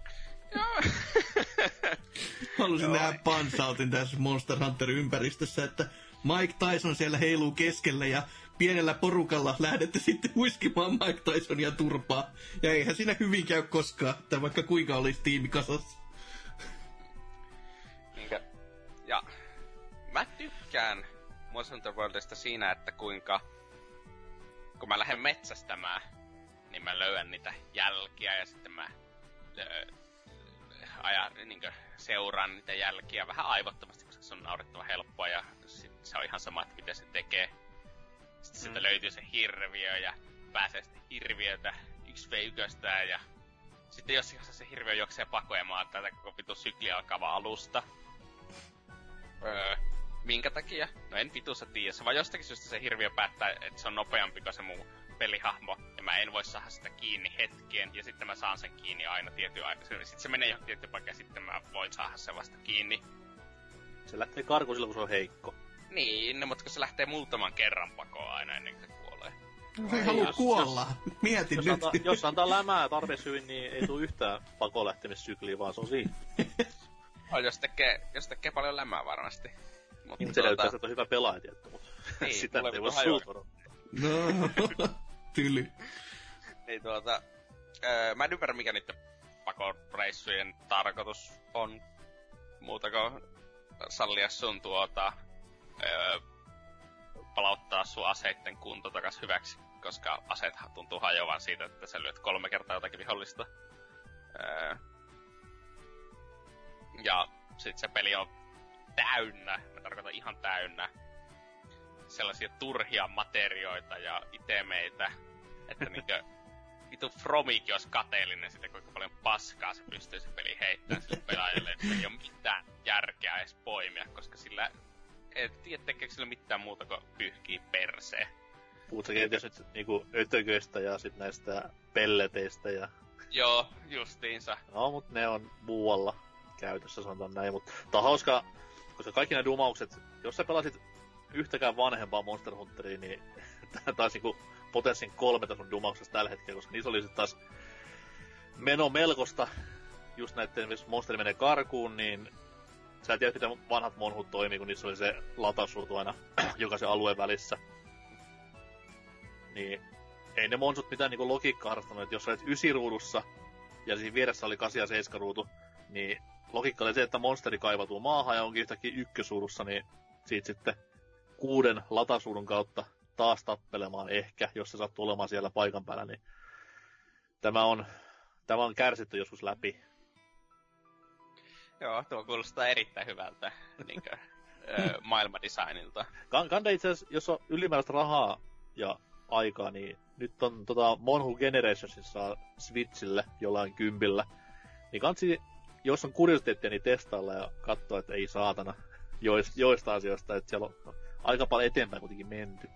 Halusin nähdä Punch-Outin tässä Monster Hunter-ympäristössä, että Mike Tyson siellä heiluu keskellä ja pienellä porukalla lähdette sitten huiskimaan Mike Tysonia turpaa. Ja eihän siinä hyvin käy koskaan, tai vaikka kuinka olisi tiimi kasassa. Ja mä tykkään Monster Hunter Worldista siinä, että kun mä lähden metsästämään, niin mä löydän niitä jälkiä ja sitten mä seuraan niitä jälkiä vähän aivottomasti, koska se on naurettavan helppoa ja se on ihan sama, että miten se tekee. Sitten sieltä löytyy se hirviö ja pääsee sitten hirviötä 1v1 ja sitten jos se hirviö juoksee pakoemaan, tätä koko vitu sykli alkaa vaan alusta. Minkä takia? No en vitussa tiedä, se vaan jostakin syystä se hirviö päättää, että se on nopeampi kuin se muu pelihahmo, ja mä en voi saada sitä kiinni hetkeen, ja sitten mä saan sen kiinni aina tietyn aikaa. Sitten se menee johonkin tietty paikka, ja sitten mä voin saada sen vasta kiinni. Se lähtee karkuun silloin, kun se on heikko. Niin, no, mutta kun se lähtee muutaman kerran pakoon aina ennen kuin se kuolee. Se ei halua kuolla. Mietin nyt. Jos antaa lämää tarpeeksi hyvin, niin ei tule yhtään pakolähtemissykliä, vaan se on siinä. Jos tekee paljon lämää varmasti. Mutta niin se näyttää, että on hyvä pelaaja, tietty, mutta niin, sitä ei voi suutora. No, tyly. Niin mä en ymmärrä mikä niiden pakoreissujen tarkoitus on. Muuta kuin sallia sun palauttaa sun aseitten kunto takas hyväksi, koska aseethan tuntuu hajoavan siitä, että sä lyöt 3 kertaa jotakin vihollista. Ja sit se peli on täynnä, mä tarkoitan ihan täynnä, sellaisia turhia materioita ja itemeitä, että niinkö vitu Fromikin olisi kateellinen siitä, kuinka paljon paskaa se pystyy se peli heittämään sille pelaajalle, että ei oo mitään järkeä edes poimia, koska sillä ei tiedä tekeekö sillä mitään muuta kuin pyyhkii perseen. Puhutko kenties nyt niinku ötököistä ja sit näistä pelleteistä ja... Joo, justiinsa. No, mut ne on muualla käytössä, sanotaan näin, mutta tää on hauskaa, koska kaikki nämä dumaukset, jos sä pelasit yhtäkään vanhempaa Monster Hunteria, niin tää taas niinku Potenssin 3 tason dumauksesta tällä hetkellä, koska niissä oli sit taas meno melkoista, just näitten, jos monsteri menee karkuun, niin sä et tiedä, miten vanhat monhut toimii, kun niissä oli se latausruutu aina jokaisen alueen välissä. Niin ei ne monsut mitään niinku logiikkaa harrastanut, että jos olet 9-ruudussa ja siinä vieressä oli 8 ja 7 ruutu, niin logiikka oli se, että monsteri kaivautuu maahan ja onkin yhtäkkiä 1-ruudussa, niin siitä sitten 6 latasuudun kautta taas tappelemaan ehkä, jos se sattuu olemaan siellä paikan päällä, niin tämä on kärsitty joskus läpi. Joo, tuo kuulostaa erittäin hyvältä niinkö, maailmadesignilta. Kanda itse asiassa, jos on ylimääräistä rahaa ja aikaa, niin nyt on Monhu Generationsissa Switchille jollain 10, niin kansi, jos on kuriositeettia, niin testailla ja katsoa, että ei saatana joista asioista, että siellä on aika paljon eteenpäin kuitenkin menty.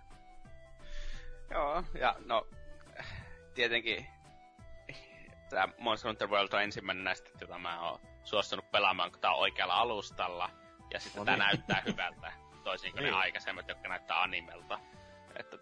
Joo, ja no, tietenkin tämä Monster Hunter World on ensimmäinen näistä, jota mä oon suostunut pelaamaan, kun tää on oikealla alustalla, ja sitten tää näyttää hyvältä, toisin kuin ne aikaisemmat, jotka näyttää animelta. Että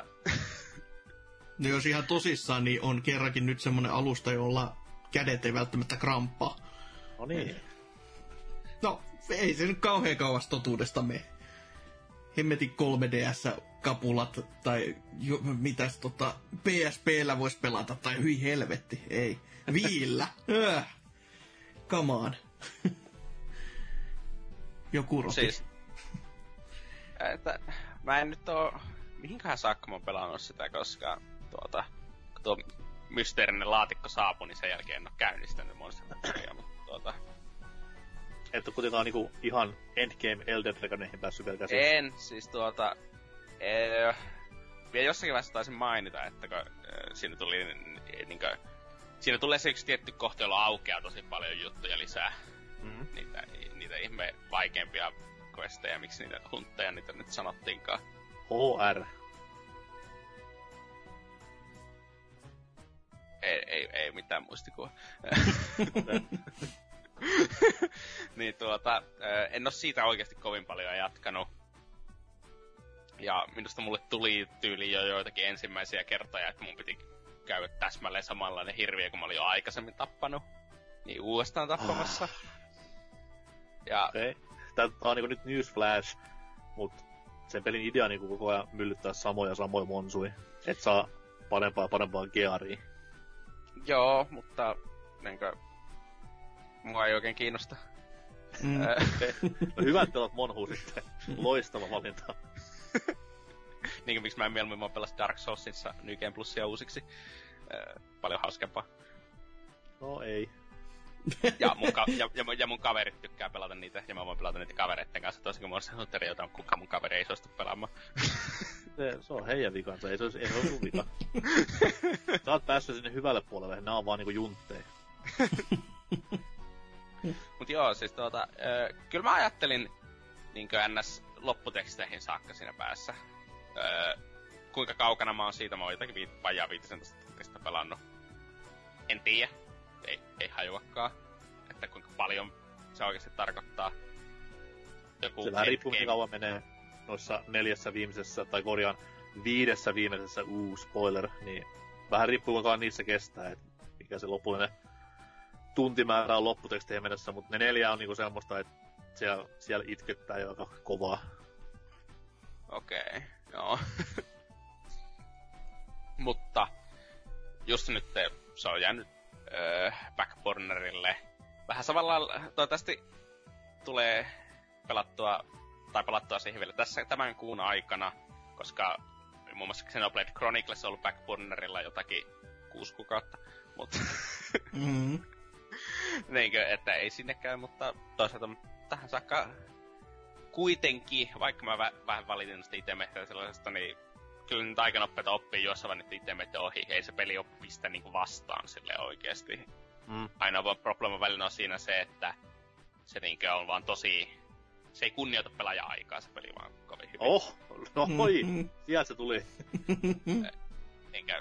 No jos ihan tosissaan, niin on kerrankin nyt semmonen alusta, jolla kädet ei välttämättä kramppaa. No niin. No, ei se nyt kauhean kauas totuudesta mene. Hemmetin 3DS-kapulat, tai mitäs PSP:llä vois pelata, tai hyi helvetti, ei. Viillä. Come on. Joku roti. Siis, että mä en nyt oo... Mihinkähän saakka mä oon pelannut sitä, koska kun tuo mysteerinen laatikko saapui, niin sen jälkeen en oo käynnistänyt Monster Hunteria, mutta Et oo kuitenkaan niinku ihan Endgame Elden Dragoneihin päässyt vielä käsissä. En, siis vielä jossakin vaiheessa taisin mainita, että kun siinä tuli niinkö... Siinä tulee se yksi tietty kohta, jolla aukeaa tosi paljon juttuja lisää. Mm-hmm. Niitä ihme vaikeampia questeja, miksi niitä huntteja niitä nyt sanottiinkaan. HR. Ei mitään muistikuvaa. Niin en oo siitä oikeasti kovin paljon jatkanut. Ja minusta mulle tuli tyyli jo joitakin ensimmäisiä kertoja, että mun piti käydä täsmälleen samanlainen hirviö, kun mä olin jo aikaisemmin tappanut. Niin uudestaan tappamassa. Ja... Okei. Tää on niinku nyt newsflash, mut sen pelin idea niinku koko ajan myllyttää samoja monsui. Et saa parempaa gearia. Joo, mutta niinkö... Mua ei oikein kiinnosta. No hyvät pelat monhuu sitten. Loistava valinta. Niinkö miksi mä en mieluummin pelasin Dark Soulsissa New Game Plusia uusiksi. Paljon hauskempaa. No ei. Ja mun kaverit tykkää pelata niitä, ja mä voin pelata niitä kavereitten kanssa, toisin kuin Monster Hunteria, jota kukaan mun kaveri ei suostu pelaamaan. Se on heidän vikansa, ei se ole sun vika. Sä oot päässyt sinne hyvälle puolelle, nää on vaan niinku juntteja. Mut joo, siis kyllä mä ajattelin niinkö ns lopputeksteihin saakka siinä päässä. Kuinka kaukana mä oon siitä, mä oon jotakin vajaa 15 tuntista pelannut. En tiedä. Ei hajuakaan, että kuinka paljon se oikeasti tarkoittaa. Joku se vähän riippuu, miten kauan menee noissa 4 viimeisessä, tai korjaan 5 viimeisessä spoiler, niin vähän riippuu kuinka niissä kestää, että mikä se lopullinen tuntimäärä on lopputeksteihin mennessä, mutta ne 4 on niinku semmoista, että siellä itkettää jo aika kovaa. Okei, joo. Mutta just nyt se on jäänyt backburnerille. Vähän samalla toivottavasti tulee palattua siihen vielä tämän kuun aikana, koska muun muassa Xenoblade Chronicles on ollut backburnerilla jotakin 6 kuukautta, mutta niinkö, että ei sinnekään, mutta toisaalta tähän saakka kuitenkin, vaikka mä vähän valitin sitä itemeitä sellaisesta, niin kyllä nyt aika nopeeta oppii juossavan niitä itemeitä ohi. Ei se peli ole pistä niinku vastaan silleen oikeesti. Ainoa vaan problema välillä on siinä se, että se niinkö on vaan tosi... Se ei kunnioita pelaajan aikaa se peli vaan kovin hyvin. No moi! Sieltä se tuli. Enkä...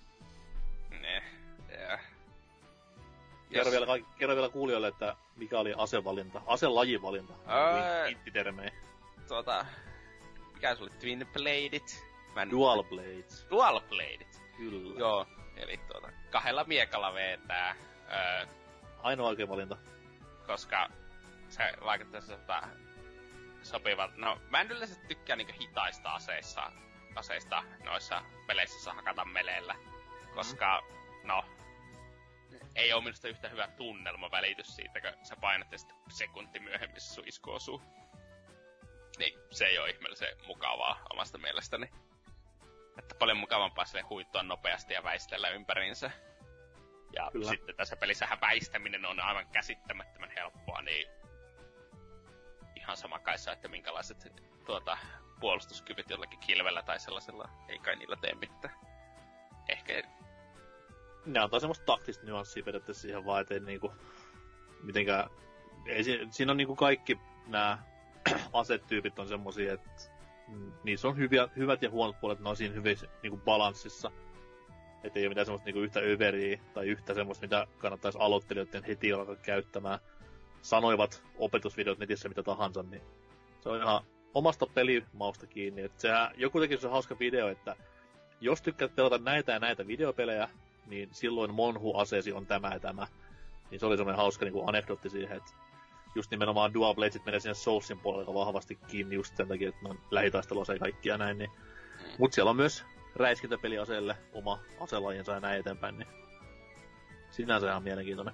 Kerro vielä kuulijoille, että mikä oli asevalinta. Aselajivalinta. Hittitermejä. Mikä se oli? Twin Bladeit? Dual Blades. Dual Bladeit. Kyllä. Joo, eli 2 miekalla vetää. Ainoa oikein valinta. Koska se vaikuttaa sopiva. No, mä en yleensä tykkää niinku hitaista aseista noissa peleissä saa hakata meleellä. Koska, ei oo minusta yhtä hyvä tunnelma välitys siitä, kun sä painat ja sitten sekunti myöhemmin se sun isku osuu. Niin, se ei oo ihmeellisen mukavaa omasta mielestäni. Että paljon mukavampaa sille huittua nopeasti ja väistellä ympäriinsä. Ja kyllä. Sitten tässä pelissähän väistäminen on aivan käsittämättömän helppoa, niin ihan sama kaissa, että minkälaiset puolustuskyvyt jollakin kilvellä tai sellaisella, ei kai niillä tee mitään. Ehkä... Ne antaa semmoista taktista nyanssia periaatteessa siihen vaan, ettei niinku mitenkään... Siinä on niinku kaikki nämä asetyypit on semmosia, että niissä on hyvät ja huonot puolet, ne on siinä hyvissä niinku balanssissa. Että ei ole mitään semmoista niinku yhtä överiä tai yhtä semmoista, mitä kannattaisi aloittelijoiden heti alkaa käyttämään. Sanoivat opetusvideot netissä mitä tahansa, niin se on ihan omasta pelimausta kiinni. Että sehän, joku teki se hauska video, että jos tykkäät pelata näitä ja näitä videopelejä, niin silloin Monhu-aseesi on tämä ja tämä. Niin se oli semmoinen hauska niinku anekdootti siihen, että just nimenomaan Dual Bladesit menee sinne Soulsin puolelle aika vahvasti kiinni just sen takia, että ne on lähitaisteluaseja ja kaikkia ja näin. Niin. Mut siellä on myös räiskintäpeliaseelle oma aselajinsa ja näin eteenpäin, niin sinänsä ihan mielenkiintoinen.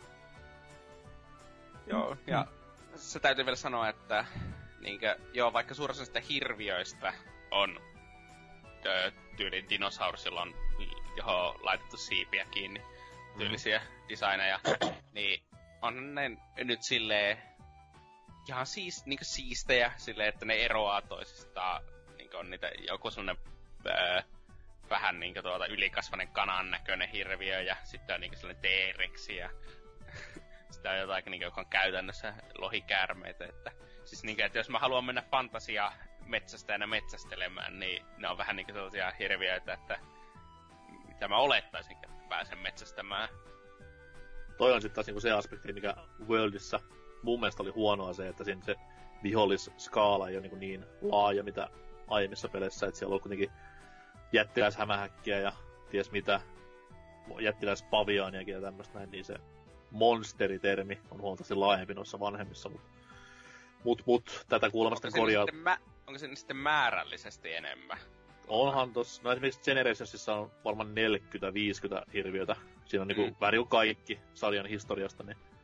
Joo, ja se täytyy vielä sanoa, että niinkö, vaikka suurin osa sitä hirviöistä on tyylin dinosaurus, jolla on johon laitettu siipiä kiinni, tyylisiä designeja, niin on ne nyt silleen ihan siistejä silleen, että ne eroaa toisistaan, niinkö on niitä joku semmonen vähän niinkö ylikasvainen kanan näköinen hirviö ja sitten on niinkö sellainen T-rexi ja sitten on jotain niinkö, joka on käytännössä lohikäärmeitä, että siis niinkö, että jos mä haluan mennä fantasia metsästäjänä metsästelemään, niin ne on vähän niinkö sellaisia hirviöitä, että mitä mä olettaisin, että pääsen metsästämään. Toi on sitten taas niinku se aspekti, mikä Worldissa mun mielestä oli huonoa se, että siinä se vihollisskaala ei ole niin laaja, mitä aiemmissa peleissä, että siellä on kuitenkin jättiläishämähäkkiä ja ties mitä, jättiläispaviaaniakin ja tämmöstä näin, niin se monsteritermi on huomattavasti laajempi noissa vanhemmissa, mut tätä kuulemasta korjaa... Onko se sitten määrällisesti enemmän? Onhan tossa, no esimerkiksi Generationsissa on varmaan 40-50 hirviötä. Siinä on niinku vähän niinku kaikki sarjan historiasta,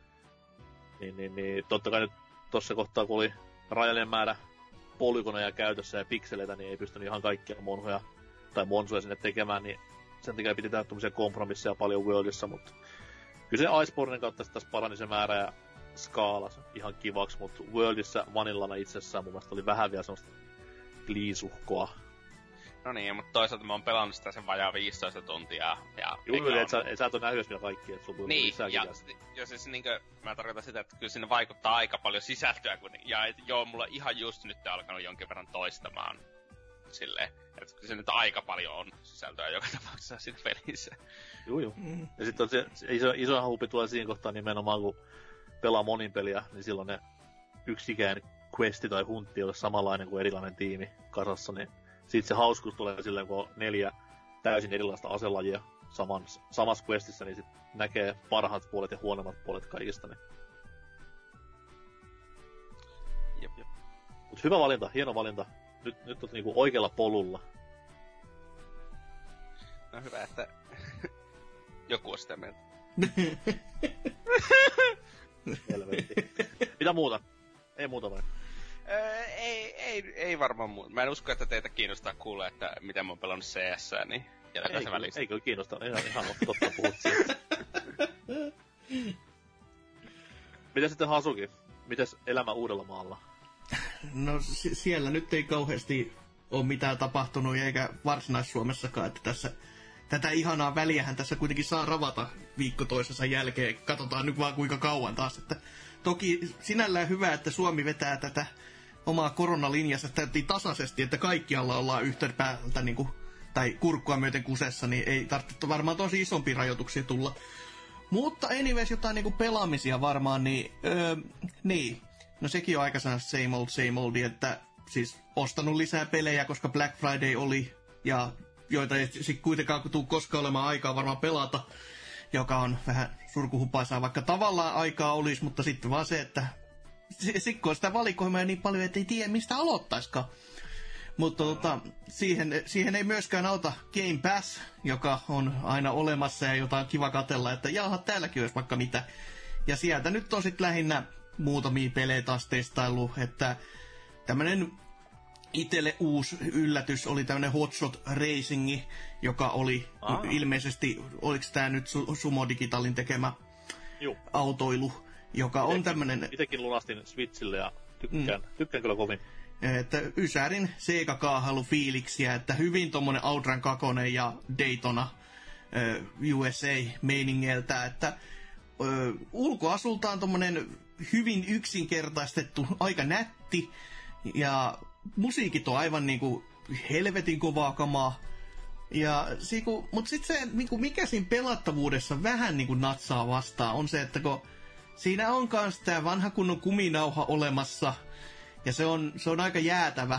niin totta kai nyt tossa kohtaa, kun oli rajallinen määrä polygoneja käytössä ja pikseleitä, niin ei pystynyt ihan kaikkia monhuja tai monsuja sinne tekemään, niin sen takia piti tehdä tuommoisia kompromisseja paljon Worldissa, mutta kyllä se Icebornen kautta tässä parani se määrä ja skaala ihan kivaksi, mutta Worldissa vanillana itsessään mun mielestä oli vähän vielä semmoista liisuhkoa. No niin, mutta toisaalta mä oon pelannut sitä sen vajaa 15 tuntia. Joo, et sä et oo nähnyt vielä kaikkia, et sulla tuli niin, lisääkin. Ja siis niinkö, mä tarkoitan sitä, että kyllä siinä vaikuttaa aika paljon sisältöä, ja mulla ihan just nyt alkanut jonkin verran toistamaan silleen, että kyllä se nyt aika paljon on sisältöä joka tapauksessa siinä pelissä. Joo. Ja sit on se iso huupi tulee siinä kohtaa nimenomaan, kun pelaa monin peliä, niin silloin ne yksikään questi tai huntti ole samanlainen kuin erilainen tiimi kasassa, niin Siitä se hauskuus tulee silleen, kun on 4 täysin erilaista aselajia samassa questissä, niin sit näkee parhaat puolet ja huonommat puolet kaikista. Niin. Jep. Mut hyvä valinta, hieno valinta. Nyt oot niinku oikealla polulla. No hyvä, että joku on sitä mieltä. Helvetti. Mitä muuta? Ei muuta vai? Ei varmaan muuta. Mä en usko, että teitä kiinnostaa kuulla, että miten mä oon pelannut CS, niin jätetään se väliin. Ei kyllä kiinnosta. Ihan totta puhut siitä. Mitä sitten Hasuki? Mites elämä Uudellamaalla? No siellä nyt ei kauheasti ole mitään tapahtunut, eikä Varsinais-Suomessakaan, että tässä tätä ihanaa väliähän tässä kuitenkin saa ravata viikko toisensa jälkeen. Katsotaan nyt vaan kuinka kauan taas. Että toki sinällään hyvä, että Suomi vetää tätä omaa koronalinjassa tasaisesti, että kaikkialla ollaan yhtä päältä niin kuin, tai kurkkua myöten kusessa, niin ei tarvitse varmaan tosi isompia rajoituksia tulla. Mutta anyways, jotain niin kuin pelaamisia varmaan, niin niin. No sekin on aika same old, että siis ostanut lisää pelejä, koska Black Friday oli, ja joita ei sitten kuitenkaan tule koskaan olemaan aikaa varmaan pelata, joka on vähän surkuhupaisaa, vaikka tavallaan aikaa olisi, mutta sitten vaan se, että sitten on sitä valikoimaa niin paljon, että ei tiedä mistä aloittaisikaan. Mutta siihen ei myöskään auta Game Pass, joka on aina olemassa ja jota on kiva katsella, että jaha, täälläkin olisi vaikka mitä. Ja sieltä nyt on sitten lähinnä muutamia pelejä taas testailu, että tämmönen itelle uusi yllätys oli tämmönen Hotshot Racing, joka oli ilmeisesti, oliko tää nyt Sumo Digitalin tekemä autoilu, joka on tämmönen... Itekin lunastin Switchille ja tykkään kyllä kovin. Että Ysärin Sega-kaahailu fiiliksiä, että hyvin tommonen Outrun 2 ja Daytona USA-meiningeltä, että ulkoasultaan tommonen hyvin yksinkertaistettu, aika nätti, ja musiikit on aivan niinku helvetin kovaa kamaa. Mutta sitten se, niinku, mikä siinä pelattavuudessa vähän niinku natsaa vastaan, on se, että kun siinä on kans tää vanha kunnon kuminauha olemassa, ja se on aika jäätävä.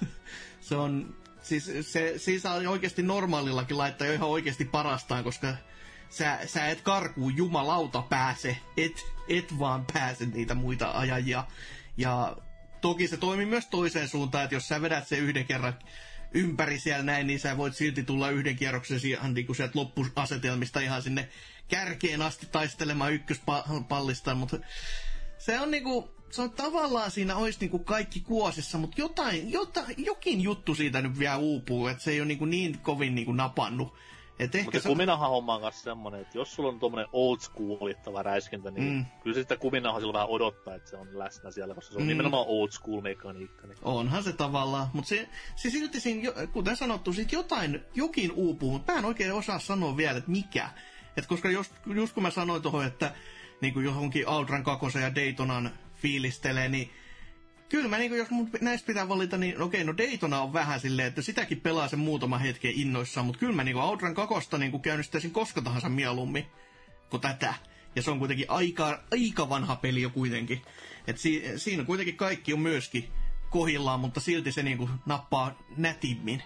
Siis saa oikeasti normaalillakin laittaa jo ihan oikeasti parastaan, koska sä et karkuun jumalauta pääse, et vaan pääse niitä muita ajajia. Ja toki se toimii myös toiseen suuntaan, että jos sä vedät sen yhden kerran ympäri siellä näin, niin sä voit silti tulla yhden kierroksen niin sieltä loppuasetelmista ihan sinne kärkeen asti taistelemaan ykköspallista, mutta se on niinku, se on tavallaan siinä olisi niinku kaikki kuosissa, mutta jokin juttu siitä nyt vielä uupuu, että se ei ole niinku niin kovin niinku napannut. Mutta kuminahan homma on kanssa semmonen, että jos sulla on tommonen old schoolittava räiskintä, niin kyllä se sitä kuminahan silloin vähän odottaa, että se on läsnä siellä, koska se on nimenomaan old school mekaniikka. Niin. Onhan se tavallaan, mutta se silti siinä, kuten sanottu, sit jokin uupuu, mutta mä en oikein osaa sanoa vielä, että mikä. Et koska just kun mä sanoin tuohon, että niin johonkin Outrun 2 ja Daytonan fiilistelee, niin kyllä mä, jos mun näistä pitää valita, niin okei, no Daytona on vähän silleen, että sitäkin pelaa sen muutama hetken innoissaan, mutta kyllä mä Outrun 2 käynnistäisin koska tahansa mieluummin kuin tätä. Ja se on kuitenkin aika vanha peli jo kuitenkin. Et siinä kuitenkin kaikki on myöskin kohillaan, mutta silti se nappaa nätimmin.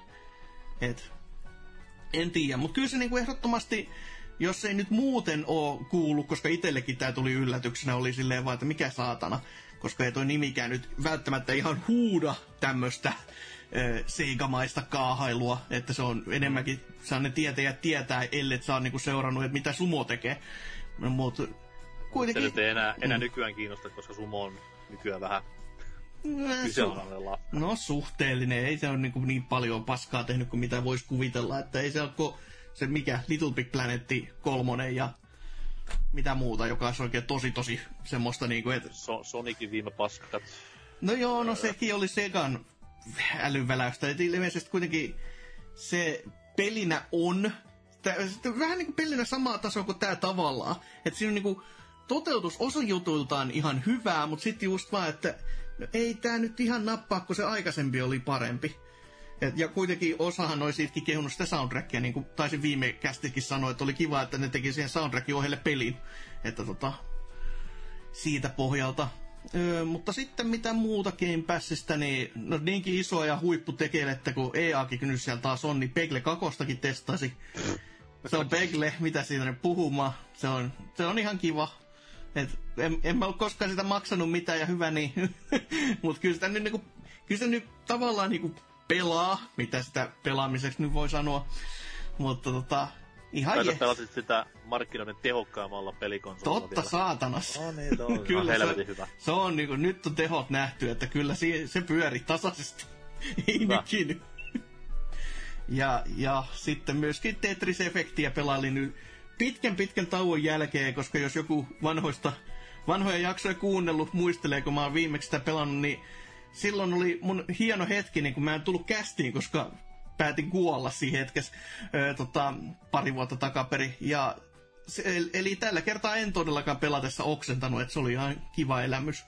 En tiedä, mutta kyllä se ehdottomasti, jos ei nyt muuten oo kuullut, koska itsellekin tää tuli yllätyksenä, oli silleen vaan, että mikä saatana. Koska ei toi nimikään nyt välttämättä ihan huuda tämmöstä seikamaista kaahailua, että se on enemmänkin, saa ne tietäjät tietää, ellet saa seurannut, että mitä Sumo tekee. Mutta kuitenkin... Se nyt ei enää nykyään kiinnosta, koska Sumo on nykyään vähän kyseenalaisella. No suhteellinen, ei se ole niin paljon paskaa tehnyt kuin mitä voisi kuvitella, että ei se ole se mikä Little Big Planet 3 ja mitä muuta, joka olisi oikein tosi semmoista että... Sonicin viime paskat. No joo, no sekin oli Segan älynväläystä. Et ilmeisesti kuitenkin se pelinä on vähän niin kuin pelinä samaa tasoa kuin tää tavallaan. Että siinä on toteutus osa jutuiltaan ihan hyvää, mutta sitten just vaan, että no ei tää nyt ihan nappaa, kun se aikaisempi oli parempi. Ja kuitenkin osahan oli siitäkin kehunut sitä soundtrackia, niin kuin taisin viime kästikin sanoa, että oli kiva, että ne teki siihen soundtrackin ohelle pelin. Että siitä pohjalta. Mutta sitten mitä muuta Game Passista, niin no niinkin isoja huipputekelettä kuin EAkin nyt siellä taas on, niin Pegle 2:stakin testasi. Se on Pegle, mitä siitä nyt puhumaan. Se on ihan kiva. En mä ole koskaan sitä maksanut mitään ja hyvä niin. Mutta kyllä se nyt tavallaan niinku pelaa, mitä sitä pelaamiseksi nyt voi sanoa. Mutta ihan sä pelasit sitä markkinoiden tehokkaammalla pelikonsolilla totta vielä. saatanas. No niin, kyllä helvetin hyvä. Se on niinku, nyt on tehot nähty, että kyllä se pyöri tasaisesti. Ei nykinyt. Ja sitten myöskin Tetris-efektiä pelailin nyt pitkän tauon jälkeen, koska jos joku vanhoja jaksoja kuunnellut muistelee, kun mä oon viimeksi sitä pelannut, niin silloin oli mun hieno hetki, niin kun mä en tullut kästiin, koska päätin kuolla siinä hetkessä pari vuotta takaperin. Eli tällä kertaa en todellakaan pelatessa oksentanut, että se oli ihan kiva elämys.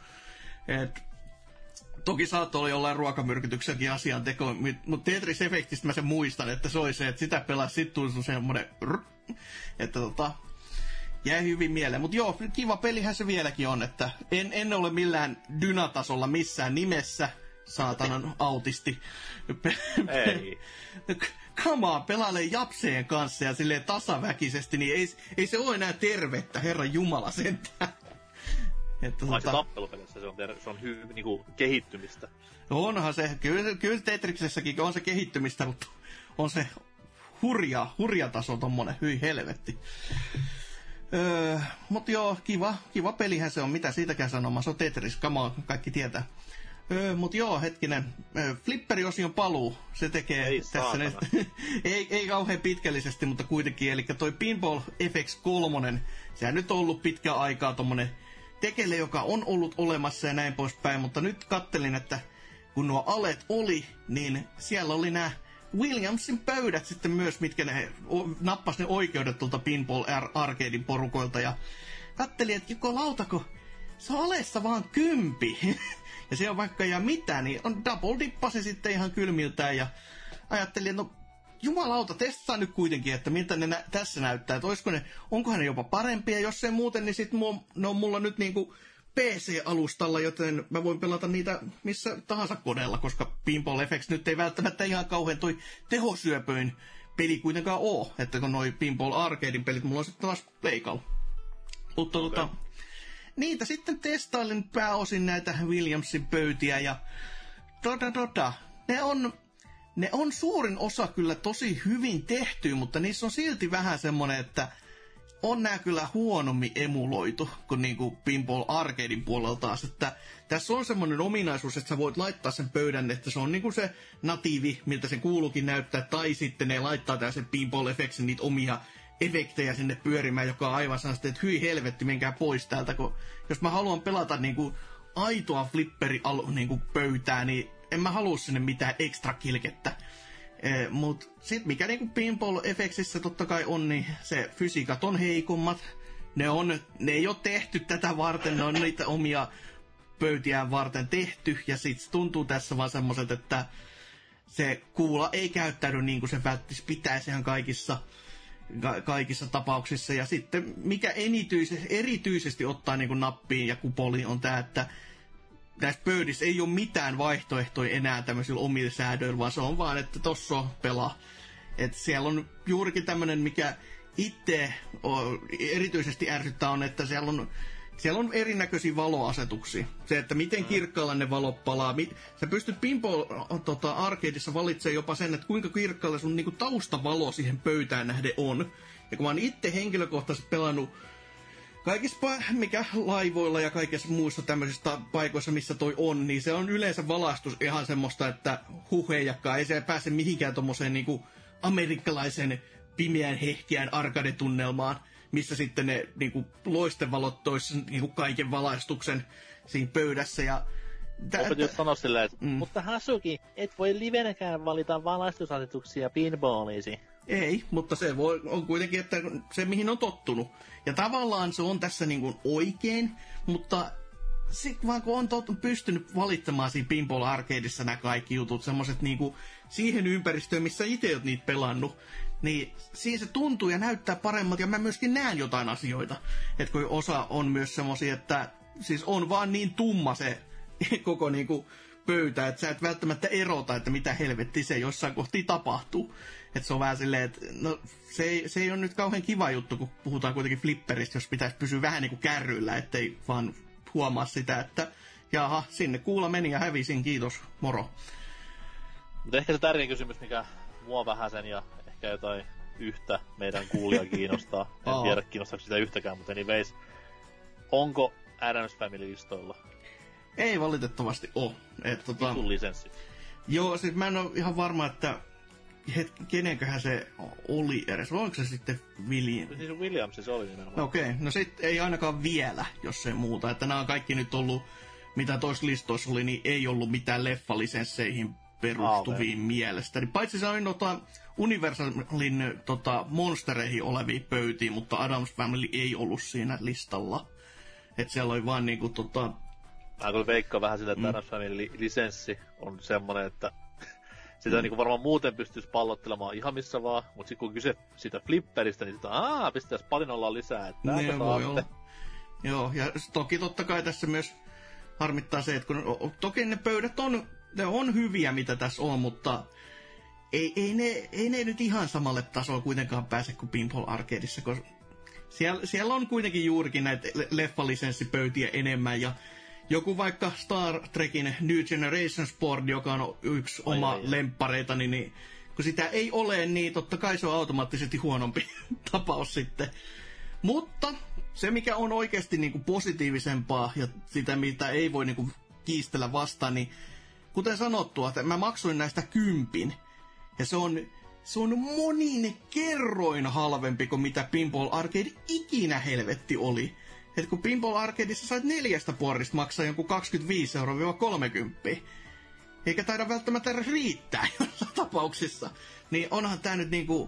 Toki saattoi olla jollain ruokamyrkytyksenkin asian teko, mutta Tetris-efektistä mä sen muistan, että se oli se, että sitä pelasi, sit tuli semmoinen että jäi hyvin mieleen. Mutta joo, kiva pelihän se vieläkin on, että en ole millään dynatasolla missään nimessä, saatanan autisti. Ei. Come on, pelailee japseen kanssa ja silleen tasaväkisesti, niin ei se ole enää tervettä, Herran Jumala sentään. Se tappelupelissä se on niinku kehittymistä. Onhan se, kyllä Tetriksessäkin on se kehittymistä, mutta on se hurja taso tommonen, hyi helvetti. Mut joo, kiva pelihän se on, mitä siitäkään sanomaan, se on Tetris, come on, kaikki tietää. Mut joo, hetkinen, Flipperi-osion paluu, se tekee ei tässä nyt, ei kauhean pitkällisesti, mutta kuitenkin, eli toi Pinball FX3, sehän nyt on ollut pitkä aikaa tommonen tekele, joka on ollut olemassa ja näin poispäin, mutta nyt kattelin, että kun nuo alet oli, niin siellä oli nämä Williamsin pöydät sitten myös, mitkä ne nappas ne oikeudet tuolta Pinball Arcadein porukoilta, ja kattelin, että joko lautako, se on alessa vaan 10. Ja se on vaikka ja mitä, niin on double dippasi sitten ihan kylmiltään, ja ajattelin, että no jumalauta, testaa nyt kuitenkin, että miltä ne tässä näyttää, että onkohan ne jopa parempia, jos ei muuten, niin sitten ne on mulla nyt niinku PC-alustalla, joten mä voin pelata niitä missä tahansa koneella, koska Pinball FX nyt ei välttämättä ihan kauhean toi tehosyöpöin peli kuitenkaan oo, että kun noi Pinball Arcadein pelit mulla on sitten taas Pleikalla. Mutta okay. Niitä sitten testailin pääosin näitä Williamsin pöytiä ja ne on suurin osa kyllä tosi hyvin tehty, mutta niissä on silti vähän semmonen, että on nää kyllä huonommin emuloitu kuin niinku Pinball Arcadein puolella taas, että tässä on semmonen ominaisuus, että sä voit laittaa sen pöydän, että se on niinku se natiivi, miltä sen kuuluukin näyttää, tai sitten ne laittaa tällaisen Pinball FXin niitä omia efektejä sinne pyörimään, joka on aivan sellaista, että hyi helvetti, menkää pois täältä, kun jos mä haluan pelata niinku aitoa flipperi niinku pöytää, niin en mä halua sinne mitään ekstra kilkettä. Mut sit mikä niinku Pinball FXissä totta kai on, niin se fysiikat on heikommat. Ne ei oo tehty tätä varten, ne on niitä omia pöytiään varten tehty. Ja sit tuntuu tässä vaan semmoset, että se kuula ei käyttäydy niin kuin se välttis pitäisi ihan kaikissa tapauksissa. Ja sitten mikä erityisesti ottaa niinku nappiin ja kupoliin on tää, että näissä pöydissä ei ole mitään vaihtoehtoja enää tämmöisillä omilla säädöillä, vaan se on vaan, että tossa on pelaa. Että siellä on juurikin tämmönen, mikä itse erityisesti ärsyttää on, että siellä on erinäköisiä valoasetuksia. Se, että miten kirkkaalla ne valot palaa. Sä pystyt Pinball Arcadeissa valitsemaan jopa sen, että kuinka kirkkaalla sun niinku taustavalo siihen pöytään nähden on. Ja kun mä oon itse henkilökohtaisesti pelannut kaikissa mikä laivoilla ja kaikissa muissa tämmöisissä paikoissa, missä toi on, niin se on yleensä valaistus ihan semmoista, että huheijakkaa, ei se pääse mihinkään tommoseen niinku amerikkalaisen pimeän hehkeän arcade-tunnelmaan, missä sitten ne niinku loistevalot tois niinku kaiken valaistuksen siinä pöydässä ja Opet just sanoa silleen, että mutta Hasuki, et voi livenäkään valita valaistusasetuksia pinballiisi. Ei, mutta se on kuitenkin, että se mihin on tottunut. Ja tavallaan se on tässä niin kuin oikein, mutta sitten vaan kun on pystynyt valittamaan siinä Pinball Arcadeissa nämä kaikki jutut, semmoset niinku siihen ympäristöön, missä itse oot niitä pelannut, niin siinä se tuntuu ja näyttää paremmat, ja mä myöskin näen jotain asioita. Että kun osa on myös semmosia, että siis on vaan niin tumma se koko niinku pöytä, että sä et välttämättä erota, että mitä helvetti se jossain kohti tapahtuu. Että se on vähän silleen, että no se ei ole nyt kauhean kiva juttu, kun puhutaan kuitenkin flipperistä, jos pitäisi pysyä vähän niinku kärryillä, ettei vaan huomaa sitä, että jaha, sinne kuula meni ja hävisin, kiitos, moro. Mutta ehkä se tärkein kysymys, mikä mua vähäsen ja ehkä jotain yhtä meidän kuulijaa kiinnostaa. En tiedä kiinnostaako sitä yhtäkään, mutta anyways. Onko Addams Family listoilla? Ei valitettavasti ole. Vitun lisenssi. Joo, siis mä en ole ihan varma, että kenenköhän se oli edes. Onko se sitten William? Siis Williams se oli nimenomaan. Okei, no sit ei ainakaan vielä, jos se muuta. Että nämä on kaikki nyt ollut, mitä toissa listoissa oli, niin ei ollut mitään leffalisensseihin perustuviin mielestäni. Paitsi se oli Universalin monstereihin olevia pöytiä, mutta Addams Family ei ollut siinä listalla. Että siellä oli vaan niinku Mä kyllä veikkaan vähän sitä, että Addams Family lisenssi on semmonen, että sitä niinku varmaan muuten pystyisi pallottelemaan ihan missä vaan, mutta sit kun kyse siitä flipperistä, niin pistäis palinolla lisää, että ne voi olla. Joo, ja toki totta kai tässä myös harmittaa se, että kun toki ne pöydät ne on hyviä, mitä tässä on, mutta ei ne nyt ihan samalle tasolle kuitenkaan pääse kuin Pinball Arcadeissa, koska siellä on kuitenkin juurikin näitä leffalisenssipöytiä enemmän, ja joku vaikka Star Trekin New Generation Sport, joka on yksi oma lemppareitani, niin kun sitä ei ole, niin totta kai se on automaattisesti huonompi tapaus sitten. Mutta se, mikä on oikeasti niinku positiivisempaa ja sitä, mitä ei voi niinku kiistellä vastaan, niin kuten sanottua, että mä maksoin näistä 10. Ja se on monin kerroin halvempi kuin mitä Pinball Arcade ikinä helvetti oli. Että kun Pinball Arcadeissa sait 4 porrista maksaa jonkun 25-30. Eikä taida välttämättä riittää jossain tapauksissa. Niin onhan tää nyt niinku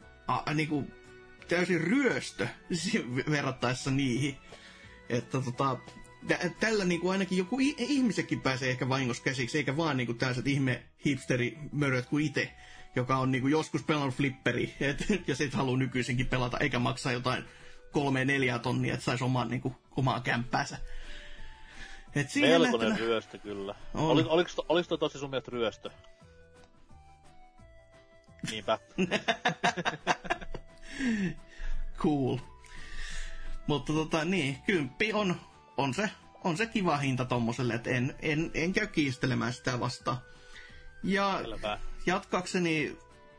täysin ryöstö verrattaessa niihin. Että tällä niinku ainakin joku ihmisekin pääsee ehkä vahingossa käsiksi, eikä vaan niinku tällaiset ihme hipsterimöröt kuin itse, joka on niinku joskus pelannut flipperi, ja sit haluu nykyisinkin pelata, eikä maksaa jotain 3-4 tonnia, että sais omaa kämppäänsä. Melkoinen ryöstö kyllä. Oliko toi tosi sun mielestä ryöstö? Niinpä. Cool. Mutta niin, 10 on se kiva hinta tommoselle, että en käy kiistelemään sitä vastaan. Ja jatkaakseni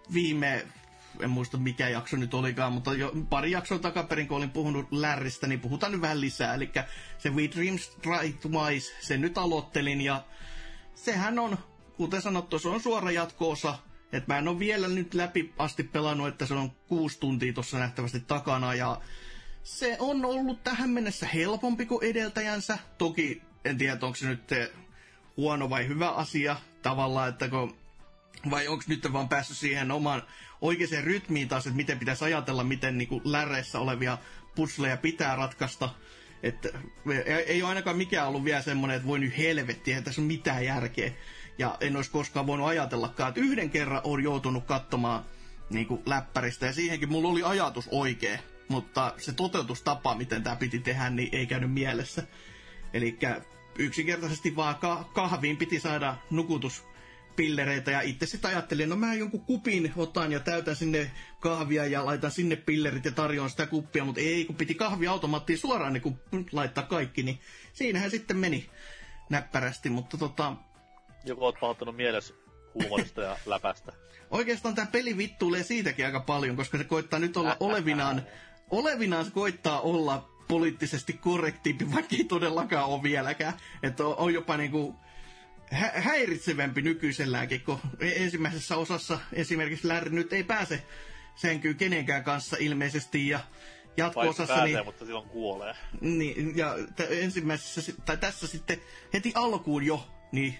en muista mikä jakso nyt olikaan, mutta jo pari jaksoa takaperin, kun olin puhunut Lärristä, niin puhutaan nyt vähän lisää. Eli se We Dreams Twice, sen nyt aloittelin, ja sehän on, kuten sanottu, se on suora jatko-osa. Että mä en ole vielä nyt läpi asti pelannut, että se on 6 tuntia tuossa nähtävästi takana, ja se on ollut tähän mennessä helpompi kuin edeltäjänsä. Toki en tiedä, onko se nyt huono vai hyvä asia tavallaan, että vai onko nyt vaan päässyt siihen omaan oikeaan rytmiin taas, että miten pitäisi ajatella, miten niinku läreissä olevia puzzleja pitää ratkaista. Että ei ole ainakaan mikään ollut vielä semmoinen, että voi nyt helvettiä, että tässä on mitään järkeä. Ja en olisi koskaan voinut ajatellakaan, että yhden kerran on joutunut katsomaan niinku läppäristä, ja siihenkin mulla oli ajatus oikea. Mutta se toteutustapa, miten tämä piti tehdä, niin ei käynyt mielessä. Elikkä yksinkertaisesti vaan kahviin piti saada nukutuspillereitä, ja itse sitten ajattelin, no mä jonkun kupin otan ja täytän sinne kahvia ja laitan sinne pillerit ja tarjoan sitä kuppia, mutta ei, kun piti kahviautomaattiin suoraan niin kun laittaa kaikki, niin siinähän sitten meni näppärästi, mutta Joku oot pahoittanut mielessä huumorista ja läpästä. Oikeastaan tämä peli vittuilee siitäkin aika paljon, koska se koittaa nyt olla olevinaan se koittaa olla poliittisesti korrektiimpi, vaikka ei todellakaan ole vieläkään. Että on jopa niinku häiritsevämpi nykyiselläänkin, kun ensimmäisessä osassa esimerkiksi Larry nyt ei pääse sänkyyn kenenkään kanssa ilmeisesti, ja jatko-osassa pääsee, mutta silloin kuolee. Niin, ja ensimmäisessä, tai tässä sitten heti alkuun jo, niin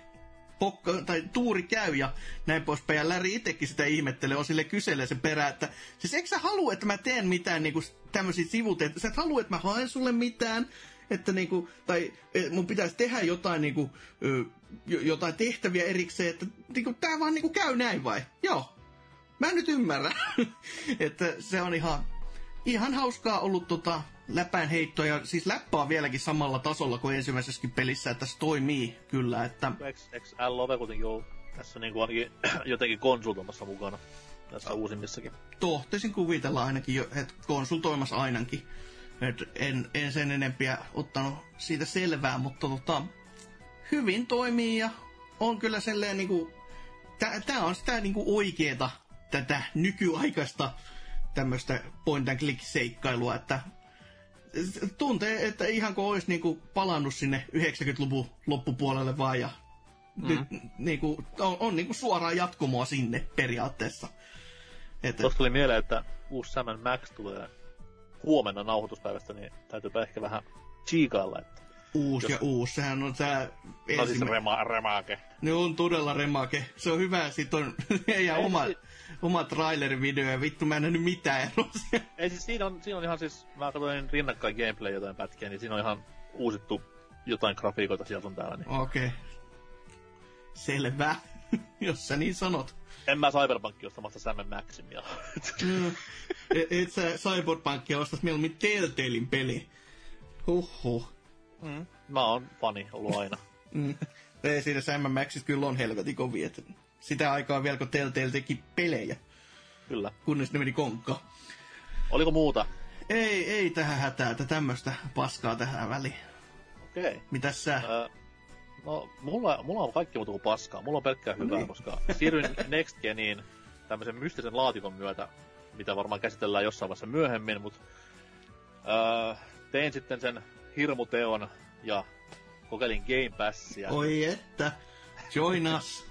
tuuri käy ja näin poispäin. Ja Larry itsekin sitä ihmettelee, on sille kyselee sen perään, että siis eikö sä halua, että mä teen mitään niinku tämmöisiä sivuteita? Sä et halua, että mä haen sulle mitään, että niinku, tai mun pitäisi tehdä jotain niinku, jotain tehtäviä erikseen, että niinku, tää vaan niinku käy näin vai? Joo. Mä en nyt ymmärrä. Että se on ihan hauskaa ollut läpänheittoa, ja siis läppä on vieläkin samalla tasolla kuin ensimmäisessäkin pelissä, että se toimii kyllä, että... Eikö L-Ove kuitenkin ollut tässä niinku ainakin jotenkin konsultoimassa mukana tässä uusimmissakin? Tohtisin kuvitella ainakin, että konsultoimassa ainakin. Et en sen enempiä ottanut siitä selvää, mutta hyvin toimii ja on kyllä selleen niinku... Tää on sitä niinku oikeeta, tätä nykyaikaista tämmöstä point and click seikkailua, että tuntee, että ihan kuin olisi niinku palannut sinne 90-luvun loppupuolelle vaan ja nyt niinku, on niinku suoraan jatkumoa sinne periaatteessa. Tuosta tuli mieleen, että uusi Sam Max tulee huomenna nauhoituspäivästä, niin täytyypä ehkä vähän chiikailla, että... Uusi, sehän on tää... No siis remake. Ne on todella remake. Se on hyvä, sit on heidän oma trailer-video, ja vittu mä en nähnyt mitään eroa. Ei siis siinä on ihan siis, mä katsoin rinnakkain gameplay jotain pätkiä, niin siinä on ihan uusittu jotain grafiikoita sieltä on täällä. Niin. Okei. Selvä, jos sä niin sanot. En mä Cyberpunkia ostamassa Sam Maximia. Et sä Cyberpunkia ostais mieluummin Telltalein peli. Huhhuh. Mä oon fani ollut aina. Ei siinä Sam Maxista kyllä on helvetin kovia, että sitä aikaa vielä kun Telltale teki pelejä. Kyllä. Kunnes ne meni konkkaan. Oliko muuta? Ei tähän hätää, että tämmöstä paskaa tähän väliin. Okei. Mitäs sä? No, mulla on kaikki muuta kuin paskaa. Mulla on pelkkää hyvää, niin. Koska siirryin Next Geniin tämmöisen mystisen laatikon myötä, mitä varmaan käsitellään jossain vaiheessa myöhemmin, mutta tein sitten sen hirmuteon ja kokeilin Game Passia. Oi että, join us.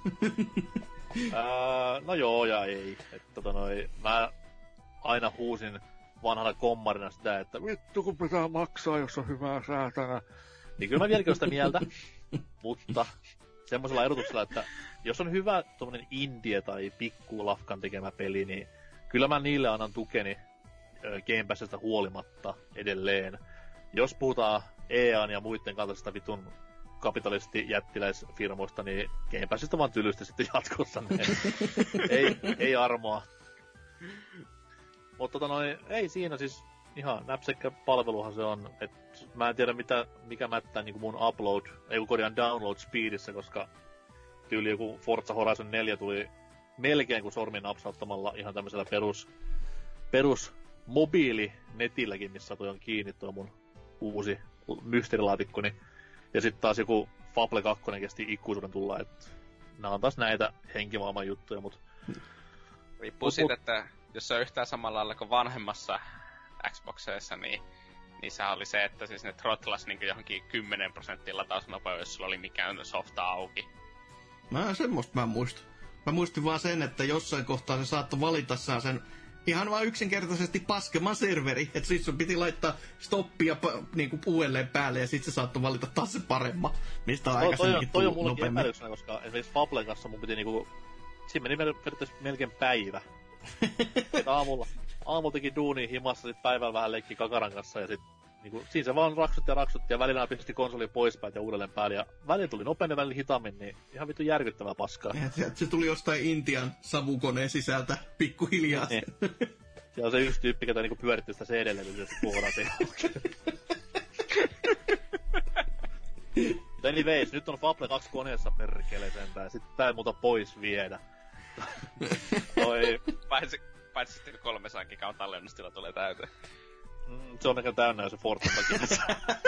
No joo ja ei. Mä aina huusin vanhana kommarina sitä, että vittu kun pitää maksaa, jos on hyvää säätänä. Niin kyllä mä vieläkin olen sitä mieltä, mutta semmoisella erotuksella, että jos on hyvä tommonen indie tai pikkulafkan tekemä peli, niin kyllä mä niille annan tukeni Game Passista huolimatta edelleen. Jos puhutaan EA:n ja muiden kaltaisista vitun kapitalisti-jättiläisfirmoista, niin Game Passista vaan tylysti sitten jatkossa. ei armoa. Mutta ei siinä siis ihan näpsekkä palveluhan se on. Et mä en tiedä mikä mättää niin mun upload, ei kun download speedissä, koska tyyli joku Forza Horizon 4 tuli melkein kuin sormin napsauttamalla ihan tämmöisellä perus mobiilinetilläkin, missä toi on kiinni tuo mun uusi mysteerilaatikkoni. Ja sitten taas joku Fable 2 kesti ikuisuuden tulla, että nää on taas näitä henkimaailman juttuja, mut... Riippuu siitä, että jos se on yhtään samalla lailla kuin vanhemmassa Xboxeissa, niin sehän oli se, että siis ne throttlas niin johonkin 10% latausnopeus, jos sulla oli mikään softa auki. Semmoista mä en muista. Mä muistin vaan sen, että jossain kohtaa se saattoi valita sen ihan vaan yksinkertaisesti paskeman serveri, että sit sun piti laittaa stoppia niinku uudelleen päälle, ja sit se saattoi valita taas se paremma, mistä on aikaisemminkin tullut nopeammin. Toi on mullakin epäilyksenä, koska esimerkiksi Fablen kanssa mun piti niinku... Siinä meni periaatteessa melkein päivä. Aamulla teki duunia himassa, sit päivällä vähän leikki kakaran kanssa, ja sit niinku... Siinä se vaan raksutti, ja välillä pisti konsoli poispäin ja uudelleen päälle, ja välillä tuli nopeammin, välillä hitaammin, niin ihan vittu järkyttävää paskaa. Se tuli jostain Intian savukoneen sisältä, pikkuhiljaa. Niin. Se on se yksi tyyppi, ketä niinku pyöritti sitä CD-levyä, että puhutaan siihen. Mutta anyways, nyt on Fable 2 koneessa perkele sentään, ja sit tää ei muuta pois viedä. Paitsi sitten 300 gigan tallennustila tulee täyteen. Se on näkään täynnä jo se Forza takia.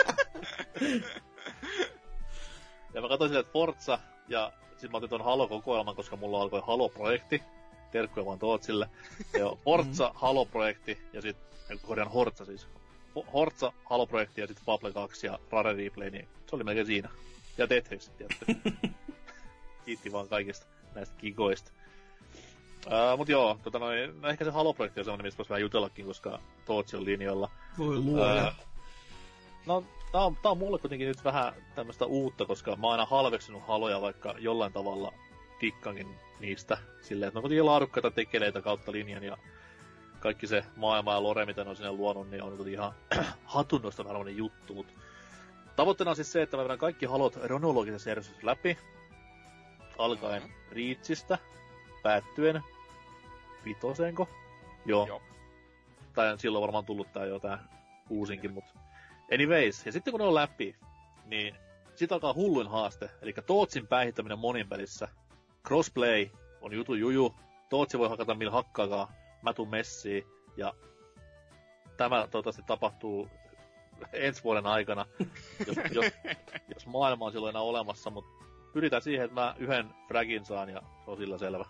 Ja mä katsoin silleen, että Forza, ja sit mä otin ton Halo-kokoelman, koska mulla alkoi Halo-projekti. Terkkuja vaan Tootsille. Ja Forza, Halo-projekti, ja sit, Horza siis. Horza, Halo-projekti, ja sit Fable 2 ja Rare Replay, niin se oli melkein siinä. Ja Tetris, tietysti. Kiitti vaan kaikista näistä gigoista. Mut joo, no ehkä se Halo-projekti on semmonen, mistä vois vähän jutellakin, koska Tootsi on linjoilla. Voi luoja. No, tää on mulle kuitenkin nyt vähän tämmöstä uutta, koska mä oon aina halveksinut Haloja, vaikka jollain tavalla tikkaankin niistä. Silleen, että ne on kuitenkin laadukkaita tekeleitä kautta linjan, ja kaikki se maailma ja lore, mitä ne on sinne luonut, niin on ihan hatunnosta arvoinen juttu. Mut tavoitteena on siis se, että mä vedän kaikki Halot kronologisessa järjestyksessä läpi, alkaen Reachistä, päättyen 5:ko? Joo. Tai silloin varmaan tullut tää uusinkin, mut anyways. Ja sitten kun ne on läpi, niin sit alkaa hulluin haaste, eli Tootsin päihittäminen monin pelissä. Crossplay on juju. Tootsi voi hakata millä hakkaakaan, mä tuun messiin, ja tämä toivottavasti tapahtuu ensi vuoden aikana, jos maailma on silloin enää olemassa, mutta pyritään siihen, että mä yhden fragin saan, ja se on sillä selvä.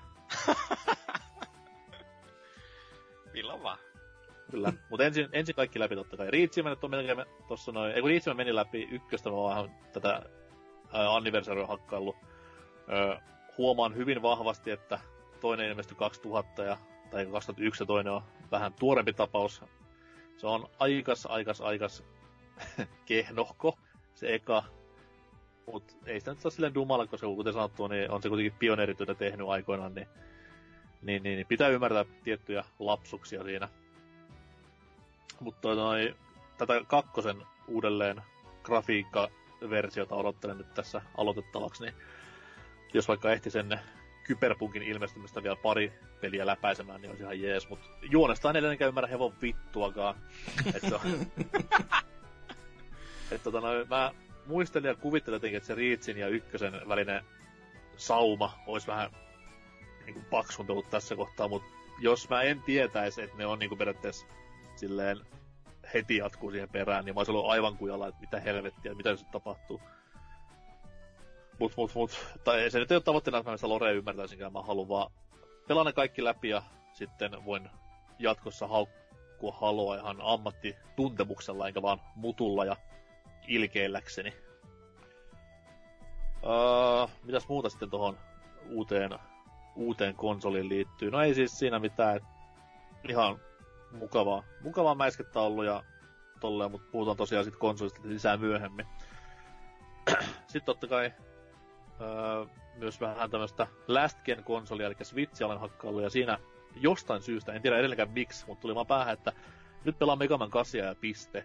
Milloin vaan. Kyllä, mutta ensin kaikki läpi totta kai. Reachimenet on melkein tossa noin, kun Reachiment meni läpi ykköstä, mä vähän tätä anniversaryä hakkaillut. Huomaan hyvin vahvasti, että toinen ilmestyi 2000 tai 2001 ja toinen on vähän tuorempi tapaus. Se on aikas kehnohko, se eka. Mut ei sitä nyt saa silleen dumalla, koska kuten sanottua, niin on se kuitenkin pioneerityötä tehnyt aikoinaan, niin pitää ymmärtää tiettyjä lapsuksia siinä. Mutta tätä kakkosen uudelleen grafiikkaversiota odottelen nyt tässä aloitettavaksi, niin jos vaikka ehti sen Kyberpunkin ilmestymistä vielä pari peliä läpäisemään, niin olisi ihan jees, mut juonesta en edelleenkään ymmärrä hevon vittuakaan. Mä muistelin ja kuvittelin jotenkin, että se Reachin ja ykkösen välinen sauma olisi vähän niinku paksuntunut tässä kohtaa, mut jos mä en tietäisi, että ne on niinku periaatteessa silleen heti jatkuu siihen perään, niin mä olisin ollut aivan kujalla, että mitä helvettiä, mitä se tapahtuu. Tai se nyt ei ole tavoitteena, että mä sitä Lorea ymmärtäisinkään, mä haluan vaan pelaa ne kaikki läpi ja sitten voin jatkossa haukkua Haloa ihan ammattituntemuksella, enkä vaan mutulla ja ilkeilläkseni. Mitäs muuta sitten tohon uuteen konsoliin liittyy? No ei siis siinä mitään, ihan mukavaa mäiskettä ollut ja tolleen, mutta puhutaan tosiaan sit konsolista lisää myöhemmin. Sitten totta kai myös vähän tämmöstä Last Gen konsolia, eli Switchia olen hakkaillut, ja siinä jostain syystä, en tiedä edelleenkään miksi, mutta tuli vaan päähän, että nyt pelaa Mega Man 8 ja piste.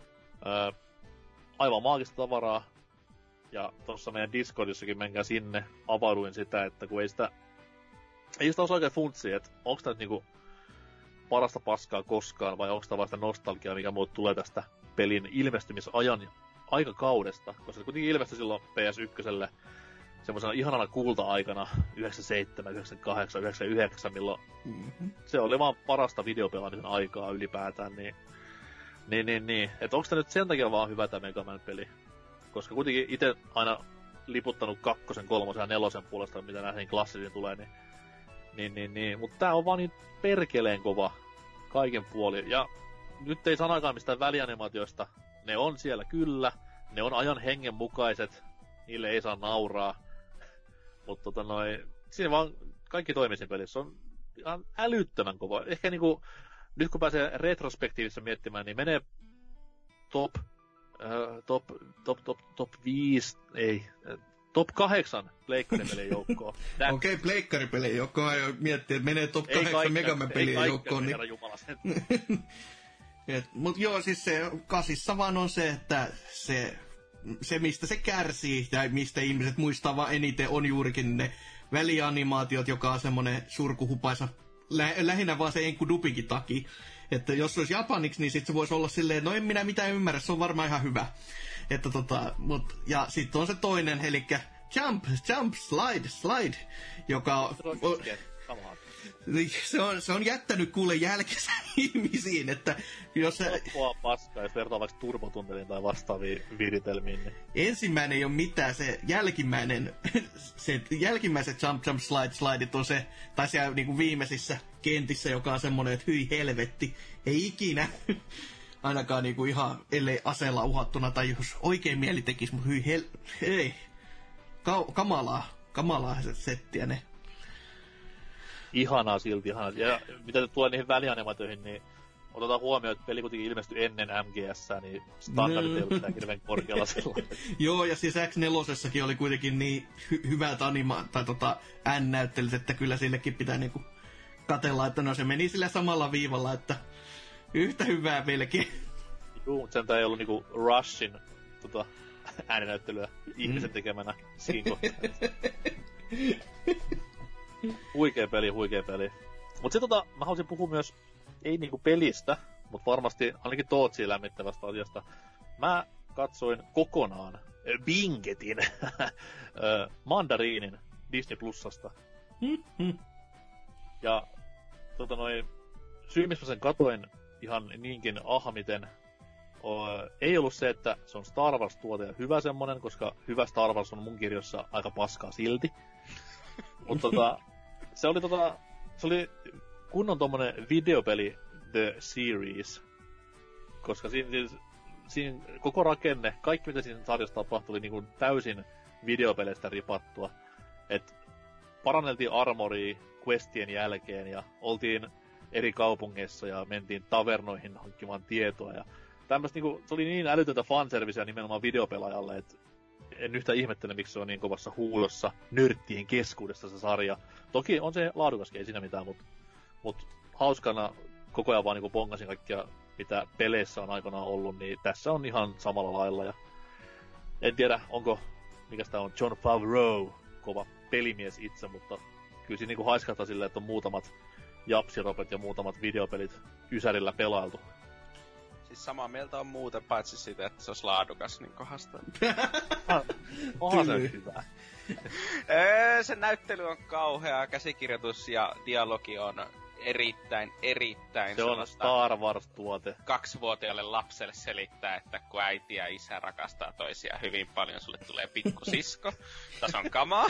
Aivan maagista tavaraa, ja tossa meidän Discordissakin menkää sinne, avauduin sitä, että kun ei sitä osaa oikein funtsia, että onks tää nyt niinku parasta paskaa koskaan, vai onko tämä vasta nostalgiaa, mikä mulle tulee tästä pelin ilmestymisajan aikakaudesta, koska se kuitenkin ilmestyi silloin PS1 semmoisena ihanana kulta-aikana 97, 98, 99, milloin se oli vaan parasta videopelaamisen aikaa ylipäätään, niin. Että onko tämä nyt sen takia vaan hyvä tämä Mega Man-peli? Koska kuitenkin itse aina liputtanut 2, 3 ja 4 puolesta, mitä näihin klassisiin tulee, niin. Mutta tää on vaan niin perkeleen kova kaiken puolin. Ja nyt ei sanakaan mistään välianimaatioista. Ne on siellä kyllä. Ne on ajan hengen mukaiset. Niille ei saa nauraa. Mutta siinä vaan kaikki toimii siinä pelissä. Se on ihan älyttömän kova. Ehkä niinku, nyt kun pääsee retrospektiivissa miettimään, niin menee top 5, ei, top 8 pleikkaripelien joukkoon. Okei, pleikkaripelien joukkoon. Miettii, että menee top 8 Mega Man pelien joukkoon. Herra Jumala sen. Mut joo, siis se kasissa vaan on se, että se mistä se kärsii ja mistä ihmiset muistaa vaan eniten on juurikin ne välianimaatiot, joka on semmonen surkuhupaisa lähinnä vaan se Enku Dupikin takia. Että jos se olisi japaniksi, niin sit se voisi olla silleen, että no en minä mitään ymmärrä, se on varmaan ihan hyvä. Että ja sitten on se toinen, elikkä jump, slide, joka se on jättänyt kuule jälkensä ihmisiin, että jos se paskaa, jos vertaa vaikka turbotunneliin tai vastaaviin viritelmiin, niin ensimmäinen ei ole mitään, se jälkimmäiset jump, slideit on se, tai siellä niinku viimeisissä kentissä, joka on semmonen, että hyi helvetti, ei ikinä ainakaan niinku ihan, ellei aseella uhattuna, tai jos oikein mieli tekis, mutta hyi kamalaa settiä ne. Ihanaa silti, ihanaa. Ja mitä tulee niihin välianimaatioihin, niin otetaan huomioon, että peli kuitenkin ilmestyi ennen MGS:ää, niin standardit ei ollut mitään hirveän korkealla silloin. Joo, ja siis X4:ssäkin oli kuitenkin niin hyvät N-näyttelyt, että kyllä sillekin pitää niinku katella, että no se meni sillä samalla viivalla, että yhtä hyvää melkein. Juu, mutta sentään ei ollut niinku Rushin ääninäyttelyä ihmisen tekemänä siinä kohtaa. Huikea peli. Mut sit mä haluaisin puhua myös ei niinku pelistä, mutta varmasti ainakin Tootsia lämmittävästä asiasta. Mä katsoin kokonaan Bingetin Mandariinin Disney Plusasta. Ja syy, missä mä sen katoin ihan niinkin ahmiten, ei ollut se, että se on Star Wars-tuote ja hyvä semmonen, koska hyvä Star Wars on mun kirjoissa aika paskaa silti. Mutta se oli kunnon tommonen videopeli The Series. Koska siinä koko rakenne, kaikki mitä siinä sarjassa tapahtui, oli niinku täysin videopeleistä ripattua. Et paranneltiin armoria questien jälkeen ja oltiin eri kaupungeissa ja mentiin tavernoihin hankkimaan tietoa. Ja tämmöstä niinku, se oli niin älytöntä fanserviceä nimenomaan videopelaajalle, että en yhtään ihmettele, miksi se on niin kovassa huudossa nörttien keskuudessa se sarja. Toki on se laadukaskin, ei siinä mitään, mut hauskana koko ajan vaan niinku bongasin kaikkia, mitä peleissä on aikanaan ollut, niin tässä on ihan samalla lailla. Ja en tiedä, mikä tää on, Jon Favreau, kova pelimies itse, mutta kyllä siinä niinku haiskahtaa silleen, että on muutamat japsiropet ja muutamat videopelit ysärillä pelailtu. Siis samaa mieltä on muuten, paitsi siitä, että se olisi laadukas, niin kohdasta. Onhan se hyvä. Se näyttely on kauhea, käsikirjoitus ja dialogi on erittäin se on Star Wars-tuote. 2-vuotiaalle lapselle selittää, että kun äiti ja isä rakastaa toisiaan hyvin paljon, sulle tulee pikkusisko. Tässä on kamaa.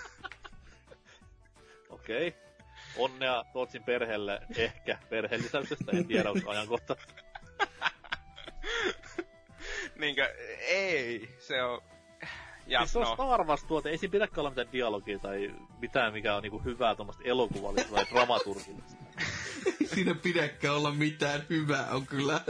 Okei. Onnea Tootsin perheelle ehkä perheellisäyksestä, en tiedä, onko ajankohta. Niinkö, ei, se on... Ja siis se on Star Wars-tuote, ei siinä pidäkään olla mitään dialogia tai mitään, mikä on niinku hyvää tuommoista elokuvallista tai dramaturgillista. Siinä pidäkään olla mitään hyvää, on kyllä.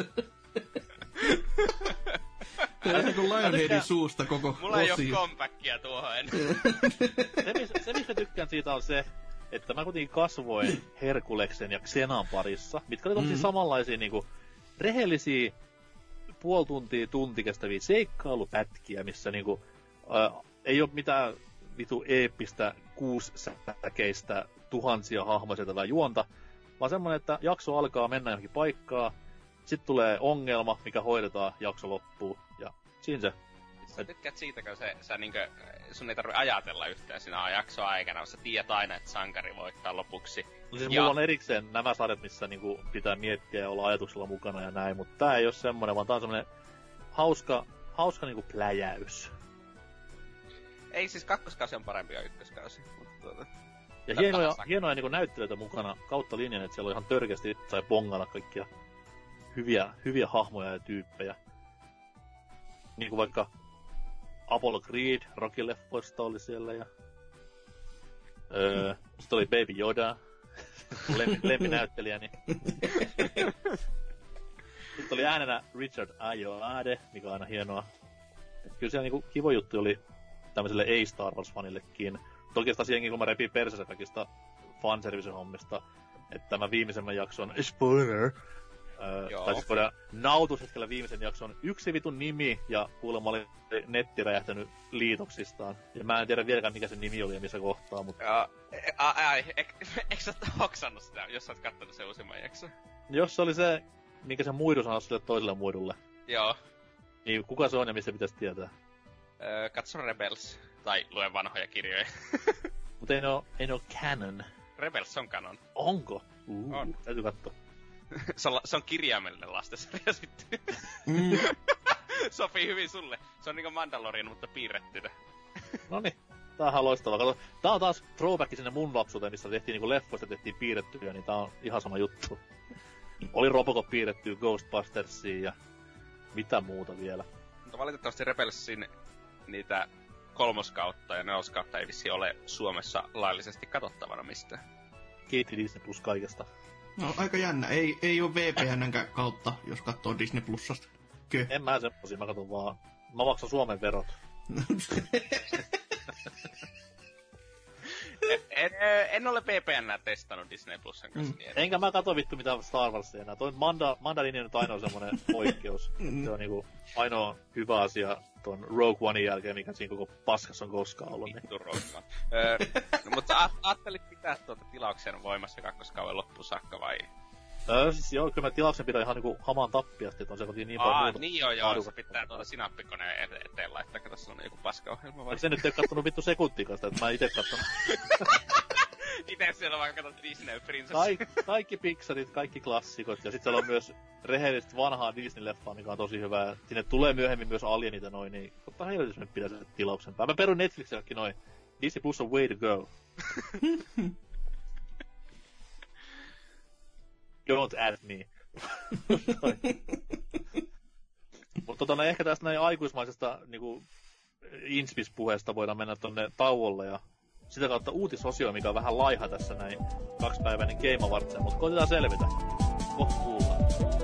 Tämä on Lionheadin suusta koko osio. Mulla ei oo comebackia tuohon enää. Se, mistä tykkään siitä on se, että mä kuitenkin kasvoin Herkuleksen ja Xenan parissa, mitkä oli tommosia samanlaisia niinku rehellisiä tunti kestäviä seikkailupätkiä, missä niinku ei oo mitään vitu eeppistä kuussäkeistä tuhansia hahmoja juonta, vaan semmonen, että jakso alkaa mennä johonkin paikkaan, sit tulee ongelma, mikä hoidetaan, jakso loppuu, ja siinä se. Sä tykkäät siitä, kun sä niinkö, sun ei tarvi ajatella yhtään siinä jakson aikana, sä tiedät aina, että sankari voittaa lopuksi. No siis mulla on erikseen nämä sarjat, missä niinku pitää miettiä ja olla ajatuksella mukana ja näin, mutta tää ei oo semmonen, vaan tää on semmonen hauska niinku pläjäys. Ei siis kakkoskausi on parempi kuin ykköskausi, mutta ja hienoja niinku näyttelijöitä mukana kautta linjan, että siellä on ihan törkeästi sai bongata kaikkia hyviä hahmoja ja tyyppejä. Niinku vaikka Apollo Creed Rocky-leffoista oli siellä ja sitten oli Baby Yoda, lempinäyttelijäni. Sitten oli äänenä Richard Ayoade, mikä on aina hienoa. Et kyllä siellä niinku kivo juttu oli tämmöiselle ei-Star Wars-fanillekin. Toki sitä jengi, kun mä repin persensä kaikista fanservice-hommista, että tämä viimeisemmän jakson spoiler, tai siis voidaan nautushetkellä viimeisen jakson yksi vitun nimi, ja kuulemma oli netti räjähtänyt liitoksistaan. Ja mä en tiedä vieläkään mikä se nimi oli ja missä kohtaa, mutta... Joo, eikö sä hoksannut sitä, jos sä oot kattonut sen uusimman jakson? Jos se oli se, minkä se muidu sanoi sille toiselle muidulle. Joo. Niin kuka se on ja mistä pitäisi tietää? Katso Rebels, tai lue vanhoja kirjoja. Mut ei ne oo canon. Rebels on canon. Onko? On. Täytyy katsoa. Se on kirjaimellinen lastensarja sitten. Sopii hyvin sulle. Se on niinku Mandalorian, mutta piirrettynä. Noniin. Tää on loistavaa. Kato, tää on taas throwback sinne mun lapsuuteen, missä tehtiin niinku leffoista tehtiin piirrettyjä, niin tää on ihan sama juttu. Oli Robocop piirrettyä, Ghostbustersia ja mitä muuta vielä. Mutta valitettavasti Rebelsin niitä 3. kautta ja 4. kautta ei vissi ole Suomessa laillisesti katsottavana mistään. Kiitti Disney Plus kaikesta. No aika jännä. Ei oo VPN:nkään kautta, jos katsoo Disney Plusasta. En mä semmosia, mä katon vaan. Mä maksan Suomen verot. En ole VPN:ää testannut Disney Plusan kanssa. Enkä mä katso vittu mitään Star Warsia enää. Toi Mandarini on nyt ainoa semmonen poikkeus. Se on niinku ainoa hyvä asia ton Rogue Onein jälkeen, mikä siinä koko paskas on koskaan ollut. Vittu Rogue One. Mutta ajattelit pitää tilauksen voimassa kakkoskauden loppuun saakka vai Siis joo, kyllä mä tilauksen pidän ihan niinku hamaan tappiasti, että on se kotiin niin paljon muuta. Niin joo, se pitää sinappikoneen eteen laittaa, kato se on joku paskaohjelma vai? Se nyt ei kattonut vittu sekuntiikaan sitä, että mä ite kattonut. Ite siellä vaan katsot Disney Princess. Kaikki Pixarit, kaikki klassikot, ja sit siellä on myös rehellistä vanhaa Disney-leffaa, mikä on tosi hyvää. Sinne tulee myöhemmin myös Alienit ja noin, niin totta helvetis nyt pitää sen tilauksen päällä. Mä perun Netflixillekin noin. Disney Plus on way to go. Don't add me. Mutta ehkä tästä näin aikuismaisesta niinku Inspis-puheesta voidaan mennä tonne tauolle ja sitä kautta uutisosio, mikä on vähän laiha tässä näin 2-päiväinen Game Awards, mutta koitetaan selvitä. Kohta kuullaan.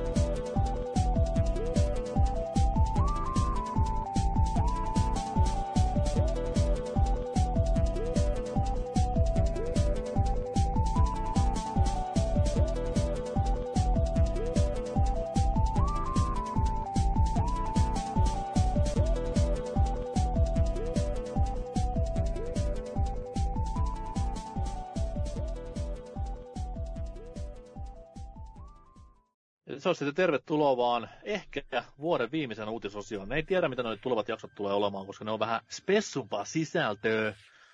Se on sitten tervetuloa vaan ehkä vuoden viimeisen uutisosioon. Me ei tiedä, mitä noin tulevat jaksot tulee olemaan, koska ne on vähän spessumpaa sisältöä.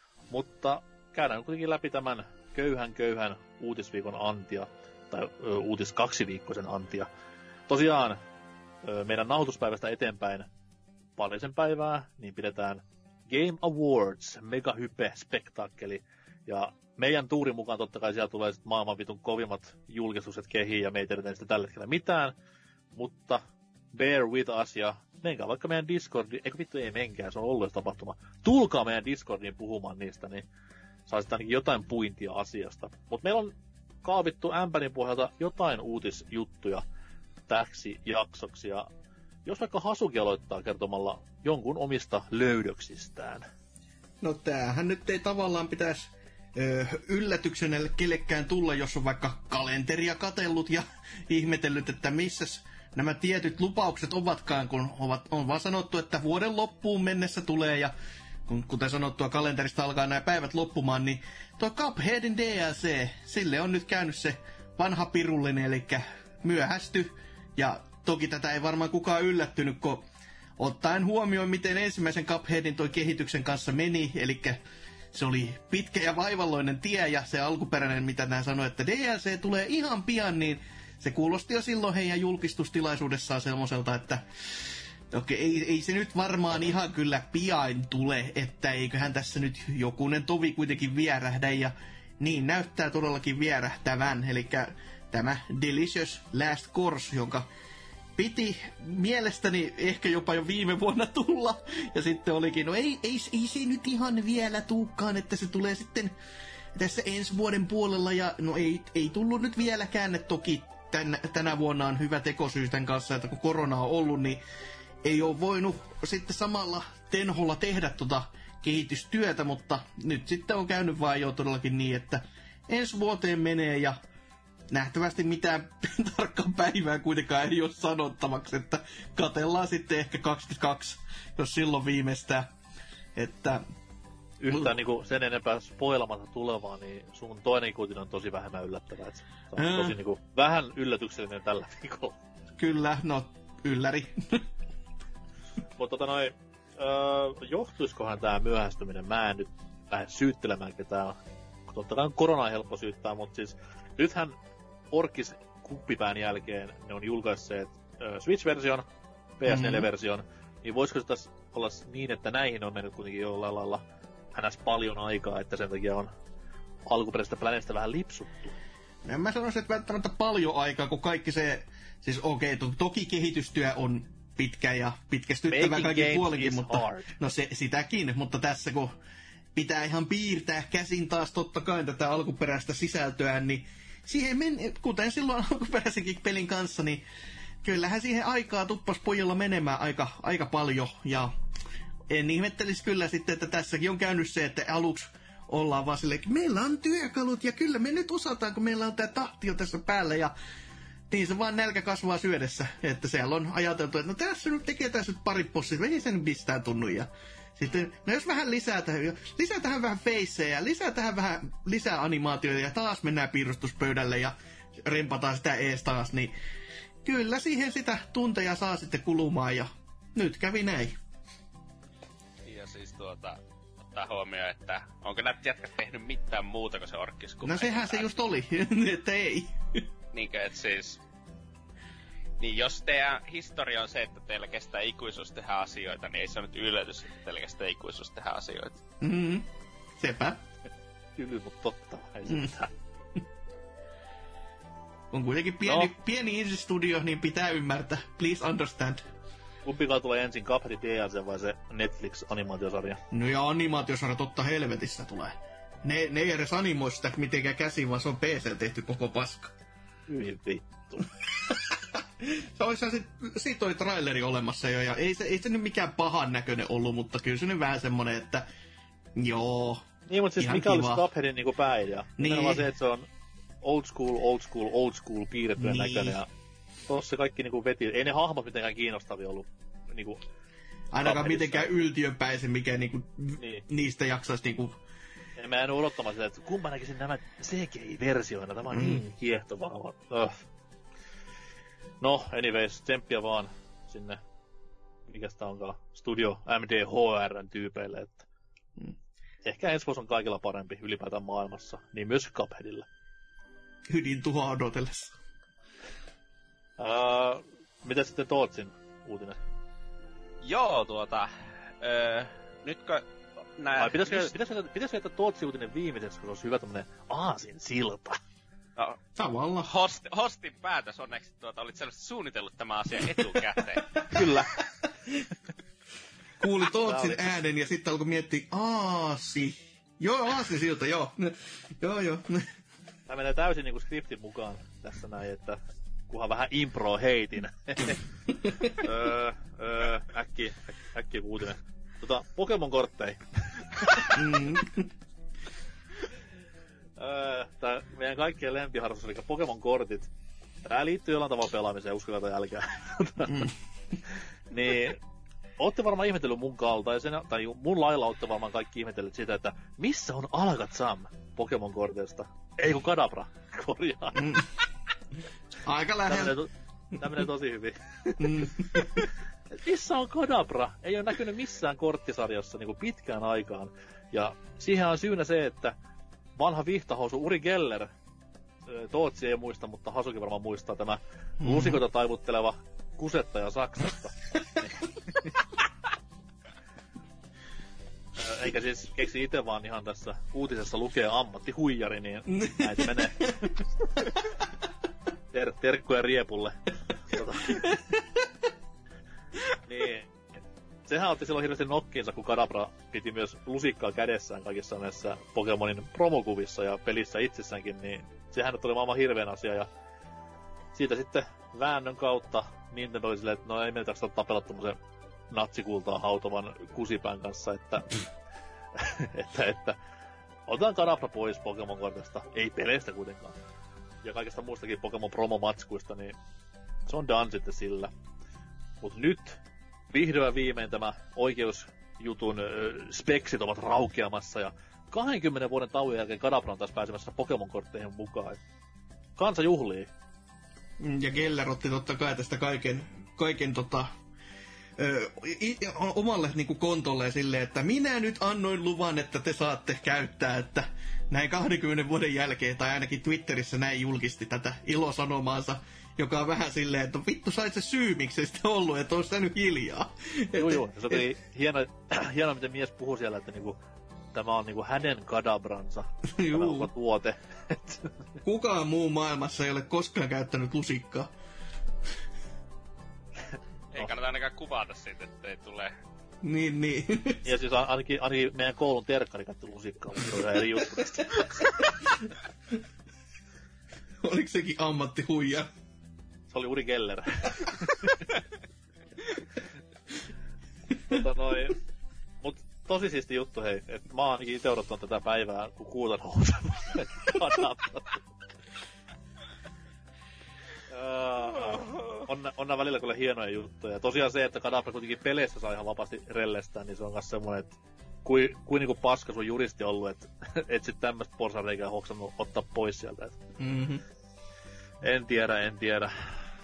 Mutta käydään kuitenkin läpi tämän köyhän uutisviikon antia, tai uutis 2-viikkoisen antia. Tosiaan meidän nauhoituspäivästä eteenpäin parisen päivää, niin pidetään Game Awards, mega hype spektaakkeli. Ja meidän tuurin mukaan totta kai siellä tulee sit maailman vitun kovimmat julkistukset kehiin ja me ei tiedetä sitä tällä hetkellä mitään. Mutta bear with us ja menkää vaikka meidän Discordiin, eikö vittu ei menkää, se on ollut tapahtuma. Tulkaa meidän Discordiin puhumaan niistä, niin saisit ainakin jotain puintia asiasta. Mutta meillä on kaavittu ämpärin pohjalta jotain uutisjuttuja täksi jaksoksi ja jos vaikka Hasuki aloittaa kertomalla jonkun omista löydöksistään. No tämähän nyt ei tavallaan pitäisi yllätyksenä kellekään tulla, jos on vaikka kalenteria katsellut ja ihmetellyt, että missäs nämä tietyt lupaukset ovatkaan, kun on vaan sanottu, että vuoden loppuun mennessä tulee ja kuten sanottua, kalenterista alkaa nämä päivät loppumaan, niin tuo Cupheadin DLC, sille on nyt käynyt se vanha pirullinen, eli myöhästy, ja toki tätä ei varmaan kukaan yllättynyt, kun ottaen huomioon, miten ensimmäisen Cupheadin toi kehityksen kanssa meni, eli se oli pitkä ja vaivalloinen tie, ja se alkuperäinen, mitä nämä sanoi, että DLC tulee ihan pian, niin se kuulosti jo silloin heidän julkistustilaisuudessaan semmoiselta, että okei, ei se nyt varmaan ihan kyllä pian tule, että eiköhän tässä nyt jokunen tovi kuitenkin vierähdä, ja niin näyttää todellakin vierähtävän, eli tämä Delicious Last Course, jonka piti mielestäni ehkä jopa jo viime vuonna tulla, ja sitten olikin, no ei se nyt ihan vielä tuukaan, että se tulee sitten tässä ensi vuoden puolella, ja no ei tullut nyt vieläkään, että toki tänä vuonna on hyvä tekosyys tämän kanssa, että kun korona on ollut, niin ei ole voinut sitten samalla tenholla tehdä kehitystyötä, mutta nyt sitten on käynyt vaan jo todellakin niin, että ensi vuoteen menee ja nähtävästi mitään tarkkaa päivää kuitenkaan ei ole sanottavaksi, että katellaan sitten ehkä 22, jos silloin viimeistään, että yhtään niinku sen enempää spoilamatta tulevaa, niin sun toinen kuitenkin on tosi vähemmän yllättävää, että se on tosi niinku vähän yllätyksellinen tällä viikolla. Kyllä, no ylläri. Mutta johtuiskohan tää myöhästyminen? Mä en nyt lähde syyttelemään ketään. Totta kai koronaa helppo syyttää, mutta siis nythän Orkis kuppipään jälkeen ne on julkaisseet Switch-version, PS4-version, niin voisiko se taas olla niin, että näihin on mennyt kuitenkin jollain lailla hänen paljon aikaa, että sen takia on alkuperäisestä planeesta vähän lipsuttu? En mä sanoisin, että välttämättä paljon aikaa, kun kaikki se, siis okei, toki kehitystyö on pitkä ja pitkästyttävä kaikki puolinkin, mutta hard. No sitäkin, mutta tässä kun pitää ihan piirtää käsin taas totta kai tätä alkuperäistä sisältöä, niin siihen kuten silloin alkuperäisenkin pelin kanssa, niin kyllähän siihen aikaa tuppas pojilla menemään aika paljon, ja en ihmettelisi kyllä sitten, että tässäkin on käynyt se, että aluksi ollaan vaan silleen, että meillä on työkalut ja kyllä me nyt osataan, kun meillä on tää tahti jo tässä päällä, ja niin se vaan nälkä kasvaa syödessä, että siellä on ajateltu, että no tässä nyt tekee tässä nyt pari possia, ei sen mistään tunnu, ja sitten, no jos vähän lisää tähän vähän faceja, lisää tähän vähän lisää animaatioita, ja taas mennään piirustuspöydälle, ja rempataan sitä ees taas, niin kyllä siihen sitä tunteja saa sitten kulumaan, ja nyt kävi näin. Ja siis ottaa huomioon, että onko näitä jätkät tehnyt mitään muuta kuin se orkkiskuva? No sehän se just oli, että ei. Niinkö, et siis... Niin jos teidän historia on se, että teillä kestää ikuisuus tehdä asioita, niin ei se ole nyt yllätys, että teillä kestää ikuisuus tehdä asioita. Sepä. Tyly, mutta totta. Ei se mitään. On kuitenkin pieni Indie-studio, niin pitää ymmärtää. Please understand. Kumpikaan tulee ensin, Cuphead DLC vai se Netflix-animaatiosarja? No ja animaatiosarja totta helvetissä tulee. Ne ei edes animoi sitä mitenkään käsin, vaan se on PC tehty koko paska. Hyvin vittu. Siitä oli traileri olemassa jo, ja ei se nyt mikään pahan näköinen ollut, mutta kyllä se nyt vähän semmonen, että joo. Niin, mutta siis mikä kiva. Olisi Cupheadin niinku pääidea? Niin. Nimenomaan se, että se on old school piirrettyjen näköinen, ja tossa kaikki niinku veti. Ei ne hahmot mitenkään kiinnostavia ollut niinku ainakaan mitenkään yltiönpäisen, mikä niinku niin. Niistä jaksaisi niinku... Ja mä en odottamaan sitä, että kumpa näkisin nämä CGI-versioina, tämä on niin kiehtovaa. No, anyways, tsemppiä vaan sinne, mikäs tää onkaan, Studio MDHR:n tyypeille, että ehkä ensi vuosi on kaikilla parempi ylipäätään maailmassa, niin myös Cupheadillä. Ydintuhoa odotellessa. Mitä sitten Tootsin uutinen? Joo, nytkö Pitäisikö jättää Tootsin uutinen viimeiseksi, kun se olisi hyvä tämmönen aasinsilta? No, tavallaan. Hostin päätös onneksi olit selvästi suunnitellut tämä asia etukäteen. Kyllä. Kuuli Tootsin äänen ja sitten alkoi miettiä aasi. Joo, aasinsilta, joo. Joo. Tämä menee täysin niinku skriptin mukaan tässä näin, että kunhan vähän impro heitin. Äkkiä uutinen. Pokemon-korttei. Tää meidän kaikkien lempiharrastus, eli Pokemon-kortit. Tää liittyy jollain tavalla pelaamiseen, uskokaa tai älkää. Niin, ootte varmaan ihmetellyt mun kaltaisen, tai mun lailla ootte varmaan kaikki ihmetellyt sitä, että missä on Alakazam Pokemon-korteista? Ei kun Kadabra, korjaa. Aika lähellä. Tää menee tosi hyvin. Missä on Kadabra? Ei ole näkynyt missään korttisarjassa niin kuin pitkään aikaan. Ja siihen on syynä se, että vanha vihtahousu Uri Geller, Tootsi ei muista, mutta Hasuki varmaan muistaa, tämä lusikoita taivutteleva kusettaja Saksasta. Eikä siis keksi itse vaan ihan tässä uutisessa lukee ammattihuijari, niin näin se menee. Terkkuja Riepulle. Niin. Sehän otti silloin hirveästi nokkiinsa, kun Kadabra piti myös lusikkaa kädessään kaikissa näissä Pokemonin promokuvissa ja pelissä itsessäänkin, niin sehän oli maailman hirveän asia, ja siitä sitten väännön kautta Nintendo oli silleen, että no ei meitä tapella tommosen natsikultaa hautovan kusipään kanssa, että että otetaan Kadabra pois Pokemon-kortista, ei peleistä kuitenkaan. Ja kaikesta muustakin Pokemon promomatskuista, niin se on done sitten sillä. Mut nyt vihdoin viimein tämä oikeusjutun speksit ovat raukeamassa, ja 20 vuoden tauon jälkeen Kadabra on taas pääsemässä Pokemon-kortteihin mukaan. Kansa juhlii. Ja Geller otti totta kai tästä kaiken omalle niinku kontolleen silleen, että minä nyt annoin luvan, että te saatte käyttää, että näin 20 vuoden jälkeen, tai ainakin Twitterissä näin julkisti tätä ilosanomaansa, joka on vähän silleen, että vittu sait se syy, miksi sitä ollut, että ois nyt hiljaa. Joo, se oli hieno, miten mies puhui siellä, että niinku, tämä on niinku hänen Kadabransa, tämä on tuote. Kukaan muu maailmassa ei ole koskaan käyttänyt lusikkaa. Ei kannata ainakaan kuvata siitä, ettei tule. Niin. Ja siis ainakin meidän koulun terkkari käytti lusikkaa, mutta se on ihan eri juttu. Oliko sekin ammattihuija? Se oli Uri Geller. Mut tosi siisti juttu, hei. Et mä oon ainakin ite odottanut tätä päivää, kun kuutan on nää välillä kyllä hienoja juttuja. Tosiaan se, että Kadabra kuitenkin peleissä saa ihan vapaasti rellestää, niin se on myös semmonen, että kuin niinku paska sun juristi ollut, että et sit tämmöstä porsareikää hoksannut ottaa pois sieltä. En tiedä.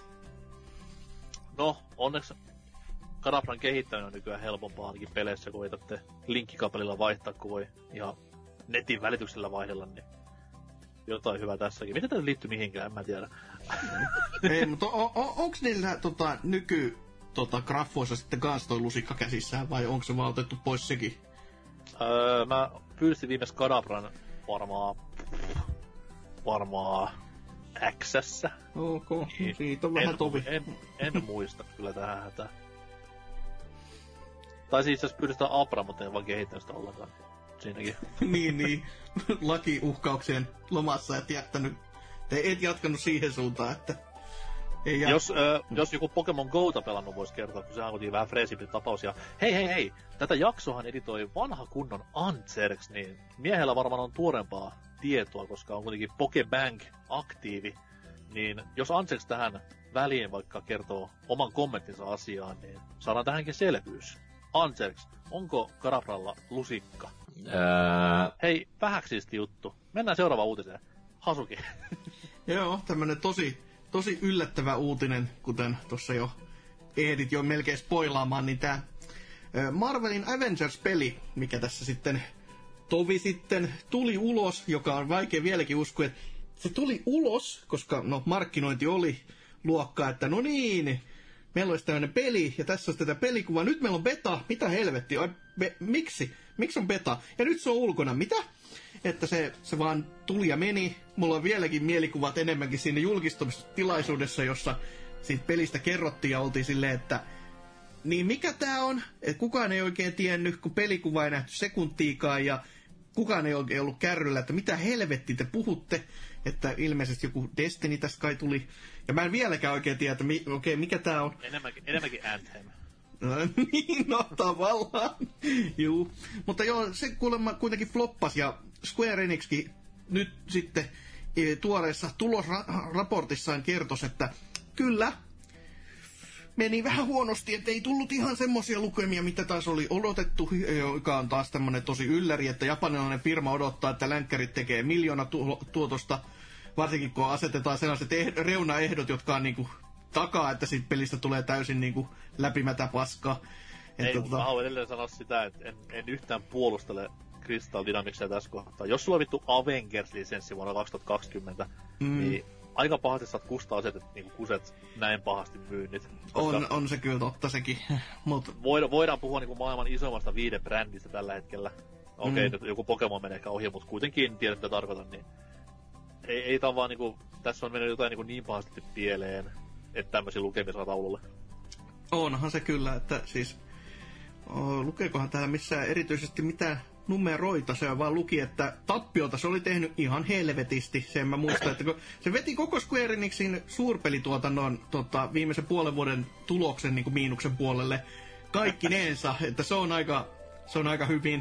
No, onneksi Kadabran kehittäminen on nykyään helpompaa ainakin peleissä, kun ei tarvitse linkkikapelilla vaihtaa, kun voi ihan netin välityksellä vaihdella, niin jotain hyvää tässäkin. Mitä tämä liittyy mihinkään, en mä tiedä. Ei, mutta onks niillä graffoissa sitten kans toi lusikka käsissään, vai onko se vaan otettu pois sekin? Mä pyydystin viimeis Kadabran varmaan X:ssä. Ok, siitä on vähän tovi. En muista kyllä tähän hätään. Tai siis jos pyydystään Abra, mutta en vaan kehittänyt sitä ollenkaan. Siinäkin. niin. Lakiuhkauksien lomassa et jatkanut siihen suuntaan, että... Jos joku Pokemon Gota pelannut vois kertoa, kun sehän on vähän freesimpi tapaus. Ja hei, tätä jaksohan editoi vanha kunnon Antserx, niin miehellä varmaan on tuorempaa tietoa, koska on kuitenkin Pokebank aktiivi. Niin jos Antserx tähän väliin vaikka kertoo oman kommenttinsa asiaan, niin saadaan tähänkin selvyys. Antserx, onko Kadabralla lusikka? Hei, vähäksisti juttu. Mennään seuraavaan uutiseen. Hasuki. Joo, tämmönen tosi yllättävä uutinen, kuten tuossa jo ehdit jo melkein spoilaamaan, niin tää Marvelin Avengers-peli, mikä tässä sitten tuli ulos, joka on vaikea vieläkin uskoa, että se tuli ulos, koska markkinointi oli luokkaa, että no niin, meillä olisi tämmöinen peli, ja tässä olisi tätä pelikuvaa, nyt meillä on beta, mitä helvettiä, miksi on beta, ja nyt se on ulkona, mitä? Että se vaan tuli ja meni. Mulla on vieläkin mielikuvat enemmänkin siinä julkistumistilaisuudessa, jossa siitä pelistä kerrottiin ja oltiin silleen, että niin mikä tää on? Et kukaan ei oikein tiennyt, kun pelikuva ei nähty sekuntiikaan ja kukaan ei oikein ollut kärryllä, että mitä helvetti te puhutte. Että ilmeisesti joku Destiny tässä kai tuli. Ja mä en vieläkään oikein tiedä, että mikä tää on. Enemmänkin Anthem. Niin, tavallaan. Juu. Mutta joo, se kuulemma kuitenkin floppasi ja Square Enixkin nyt sitten tuoreessa tulosraportissaan kertoisi, että kyllä, meni vähän huonosti, että ei tullut ihan semmosia lukemia, mitä taas oli odotettu, joka on taas tämmönen tosi ylläri, että japanilainen firma odottaa, että länkkärit tekee tuotosta, varsinkin kun asetetaan sellaiset reunaehdot, jotka on niinku takaa, että siitä pelistä tulee täysin niinku läpimätä paskaa. Mä haluan edelleen sanoa sitä, että en yhtään puolustele Crystal Dynamicsia tässä kohtaa. Jos sulla on vittu Avengers-lisenssi vuonna 2020, niin aika pahasti saat kustaa asetet niinku kuset näin pahasti myynnit. On se kyllä totta sekin. Voidaan puhua niinku maailman isommasta viidebrändistä tällä hetkellä. Okei, joku Pokemon menee ehkä ohi, mutta kuitenkin tiedät mitä tarkoitan, niin ei tää vaan niinku, tässä on mennyt jotain niin pahasti pieleen, että tämmösiä lukemia saa taululle. Onhan se kyllä, että siis lukeekohan täällä missään erityisesti mitään numeroita, se vaan luki, että tappiota se oli tehnyt ihan helvetisti. Sen mä muistan, että kun se veti koko Square Enixin suurpelituotannon viimeisen puolen vuoden tuloksen niin kuin miinuksen puolelle kaikkineensa, että se on aika hyvin.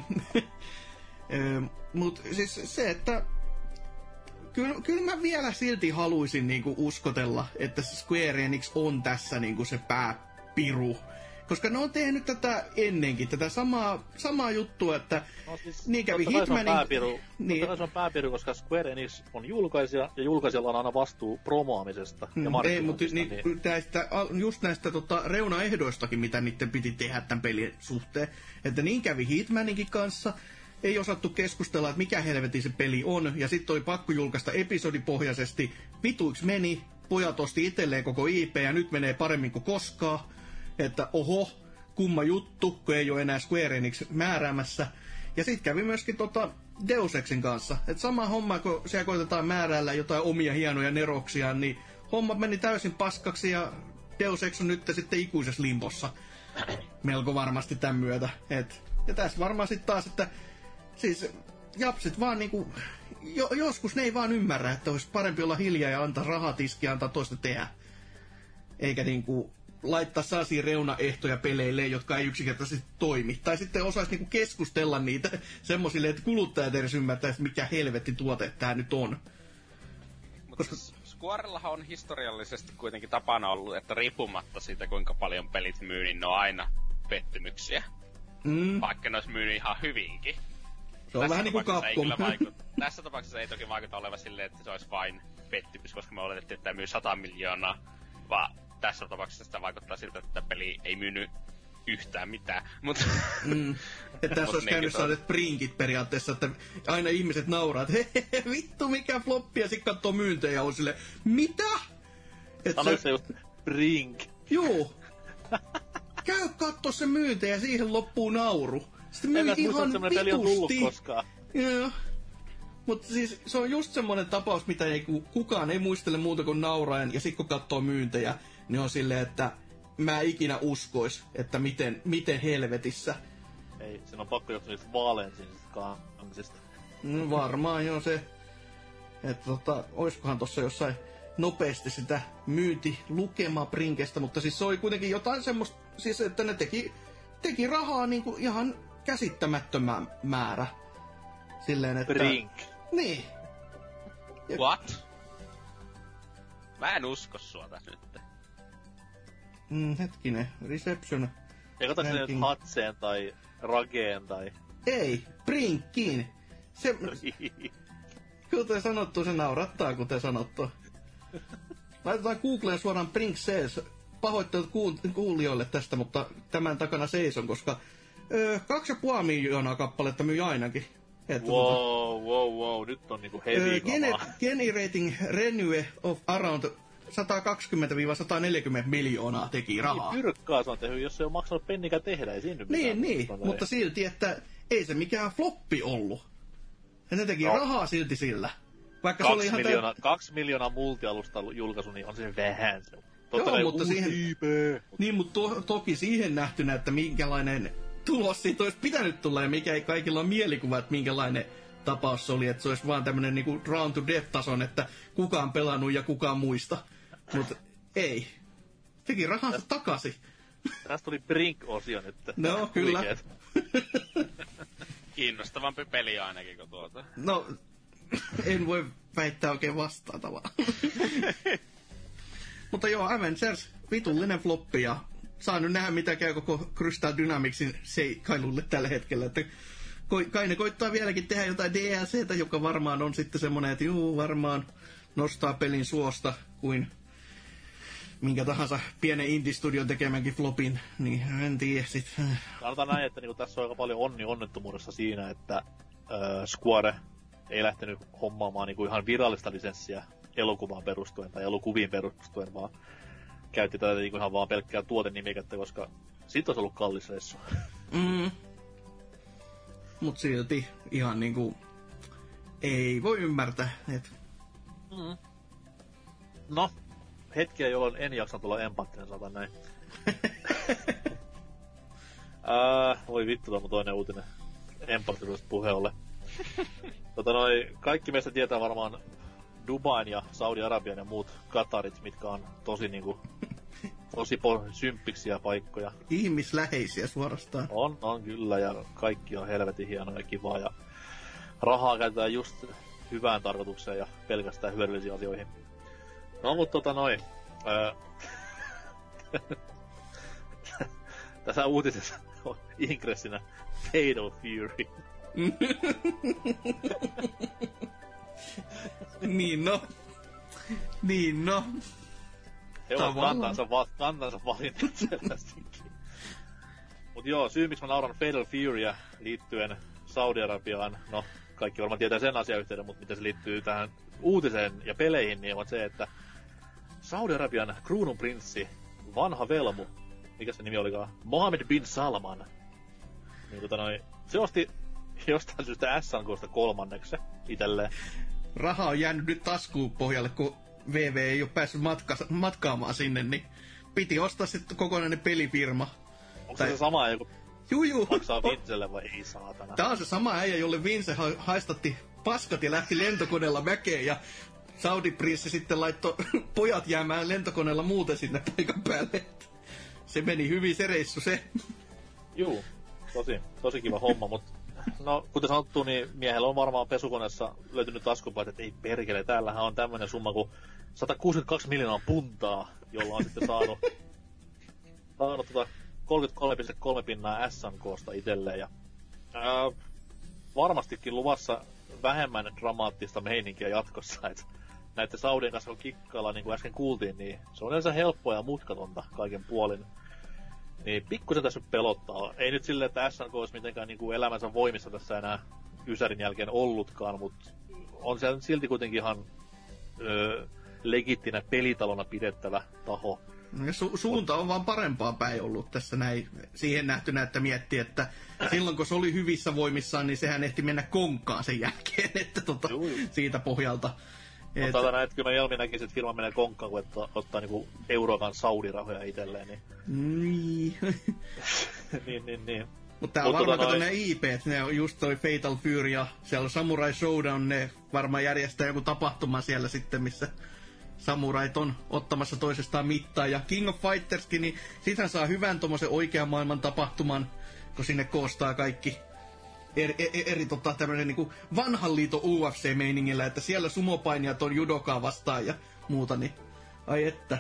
Mut siis se, että kyllä mä vielä silti haluaisin niinku uskotella, että Square Enix on tässä niinku se pääpiru. Koska ne on tehnyt tätä ennenkin, tätä samaa juttua, että siis, niin kävi Hitmanin... Niin. Se on pääpiru, koska Square Enix on julkaisija, ja julkaisijalla on aina vastuu promoamisesta ja markkinoinnista. Just näistä reunaehdoistakin, mitä niiden piti tehdä tämän pelin suhteen. Että niin kävi Hitmaninkin kanssa, ei osattu keskustella, että mikä helvetin se peli on, ja sitten oli pakko julkaista episodipohjaisesti. Vituiksi meni, pojat osti itselleen koko IP, ja nyt menee paremmin kuin koskaan. Että oho, kumma juttu, kun ei ole enää Square Enix määräämässä. Ja sitten kävi myöskin Deus Exin kanssa. Että sama homma, kun siellä koitetaan määräillä jotain omia hienoja neroksia, niin homma meni täysin paskaksi ja Deus Ex on nyt sitten ikuisessa limbossa. Melko varmasti tämän myötä. Ja tässä varmaan sitten taas, että siis japsit vaan niinku... joskus ne ei vaan ymmärrä, että olisi parempi olla hiljaa ja antaa rahatiski ja antaa toista tehdä. Eikä niinku... laittaa sellaisia reunaehtoja peleille, jotka ei yksinkertaisesti toimi. Tai sitten osaisi niinku keskustella niitä semmosille, että kuluttajat edes ymmärtäisi, mikä helvetti tuote tää nyt on. Koska Squarellahan on historiallisesti kuitenkin tapana ollut, että riippumatta siitä, kuinka paljon pelit myy, niin ne on aina pettymyksiä. Vaikka ne olisi myynyt ihan hyvinkin. Se on vähän niinku Capcom. Tässä tapauksessa ei toki vaikuta oleva silleen, että se olisi vain pettymys, koska me oletettiin, että tämä myy 100 miljoonaa, vaan tässä tapauksessa sitä vaikuttaa siltä, että peli ei myynyt yhtään mitään. Että tässä olisi käynyt sellaiset prinkit periaatteessa, että aina ihmiset nauraa, että vittu mikä floppi, ja sitten katsoo myyntejä ja on silleen, mitä? Sanoiko se just brink? Juu. Käy kattoo se myyntejä ja siihen loppuu nauru. Sitten myy ihan peli on tullut vitusti. koskaan. Joo. Mutta siis se on just semmonen tapaus, mitä kukaan ei muistele muuta kuin nauraen, ja sit kun katsoo myyntejä, niin on silleen, että mä ikinä uskois, että miten helvetissä. Ei, siinä on pakko johtua niistä vaaleansinisistä kansista. Varmaan joo se. Että oiskohan tossa jossain nopeasti sitä myyntilukemaa Prinkestä, mutta siis se oli kuitenkin jotain semmoista, siis että ne teki rahaa niinku ihan käsittämättömän määrä. Silleen, että... Brink. Niin. What? Mä en usko sua tässä nyt. Hetkinen. Reception. Ei katsotaan se nyt Hatseen tai Rageen tai... Ei, Brinkkiin. Se... Kuten sanottu, se naurattaa, kuten sanottu. Laitetaan Googleen suoraan Brink Sales. Pahoittelut kuulijoille tästä, mutta tämän takana seison, koska 2,5 miljoonaa kappaletta myy ainakin. Wow, nyt on niinku heavy kamaa. Generating revenue of around 120-140 miljoonaa teki rahaa. Niin, pyrkkaas on tehnyt, jos se on maksanut pennikä tehdä, ei siinä Niin, mutta silti, että ei se mikään floppi ollut. Ja ne teki rahaa silti sillä. Vaikka 2 se oli ihan 2 miljoonaa multialusta julkaisu, niin on se vähän se. Joo, mutta siihen... Niin, mutta toki siihen nähtynä, että minkälainen tulos siitä olisi pitänyt tulla ja mikä ei kaikilla on mielikuva, että minkälainen tapaus se oli, että se olisi vaan tämmönen niinku round to death-tason, että kukaan pelannut ja kukaan muista. Mutta ei. Teki rahansa takaisin. Tästä tuli Brink-osio nyt. No, kyllä. Kiinnostavampi peli ainakin kuin tuota. No, en voi väittää oikein vastaan tavallaan. Mutta joo, Avengers, vitullinen floppi ja saa nyt nähdä mitä käy koko Crystal Dynamicsin seikkailulle tällä hetkellä. Että kai ne koittaa vieläkin tehdä jotain DLCtä, joka varmaan on sitten semmonen, että varmaan nostaa pelin suosta kuin minkä tahansa pienen indie-studion tekemänkin flopin, niin en tiedä sit. Sanotaan näin, että niinku tässä on aika paljon onnettomuudessa siinä, että Square ei lähtenyt hommaamaan niinku ihan virallista lisenssiä elokuvaan perustuen tai elokuviin perustuen, vaan käytti tätä niinku ihan vaan pelkkää tuotenimikettä, koska siitä olisi ollut kallis reissu. Mut silti ihan niinku ei voi ymmärtää, et... No, hetkiä, jolloin en jaksa tulla empaattinen, sanotaan näin. Voi vittu, tämä on mun toinen uutinen empaattisuudesta puheolle. Kaikki meistä tietää varmaan Dubain ja Saudi-Arabian ja muut Katarit, mitkä on tosi niinku tosi symppiksi paikkoja. Ihmisläheisiä suorastaan. On kyllä, ja kaikki on helvetin hienoa ja kivaa, ja rahaa käytetään just hyvään tarkoitukseen ja pelkästään hyödyllisiin asioihin. No, mutta tässä uutisessa on ingressinä Fatal Fury. Niin no. He ovat kantansa valinnut selvästikin. Mut joo, syy miksi mä nauran Fatal Furyä liittyen Saudi-Arabiaan, no kaikki varmaan tietää sen asiayhteyden, mutta miten se liittyy tähän uutiseen ja peleihin, niin on se, että Saudi-Arabian kruununprinssi, vanha velmu, mikä se nimi olikaan, Mohammed bin Salman, niin se osti jostain syystä SNK:sta 3. itselleen. Raha on jäänyt nyt taskuun pohjalle, kun VV ei ole päässyt matkaamaan sinne, niin piti ostaa sitten kokonainen pelifirma. Onko se sama joku Juu. maksaa Vincelle vai ei saatana? Tää on se sama äijä, jolle Vince haistatti paskat ja lähti lentokoneella mäkeen ja Saudi-prinssi sitten laittoi pojat jäämään lentokoneella muuten sinne paikan päälle. Se meni hyvin se reissu se. Juu, tosi kiva homma, mutta no, kuten sanottu, niin miehellä on varmaan pesukoneessa löytynyt taskupait, että ei perkele, täällähän on tämmönen summa kuin 162 miljoonaa puntaa, jolla on sitten saanut 33,3 pinnaa SNK:sta itselleen, ja varmastikin luvassa vähemmän dramaattista meininkiä jatkossa, että näiden Saudien kanssa kun kikkaillaan, niin kuin äsken kuultiin, niin se on yleensä helppoa ja mutkatonta kaiken puolin. Niin pikkusen tässä nyt pelottaa. Ei nyt silleen, että SNK olisi mitenkään niin kuin elämänsä voimissa tässä enää Ysärin jälkeen ollutkaan, mutta on se silti kuitenkin ihan legittinä pelitalona pidettävä taho. No suunta on vaan parempaan päin ollut tässä näin siihen nähtynä, että miettii, että silloin kun se oli hyvissä voimissaan, niin sehän ehti mennä konkkaan sen jälkeen, että siitä pohjalta. Mutta näet, kyllä mä mieluummin näkisin, että firma menee konkkaan, kun ottaa niinku euroakaan Saudi-rahoja itselleen. Niin. niin. Mutta tää on varmaan, kato ne IP:t, ne on just toi Fatal Fury ja siellä on Samurai Showdown, ne varmaan järjestää joku tapahtuma siellä sitten, missä samurait on ottamassa toisestaan mittaa. Ja King of Fighterskin, niin siitähän saa hyvän tommosen oikean maailman tapahtuman, kun sinne koostaa kaikki eri tämmönen niinku vanhan liiton UFC-meiningillä, että siellä sumopainijat on judokaa vastaan ja muuta, niin ai että.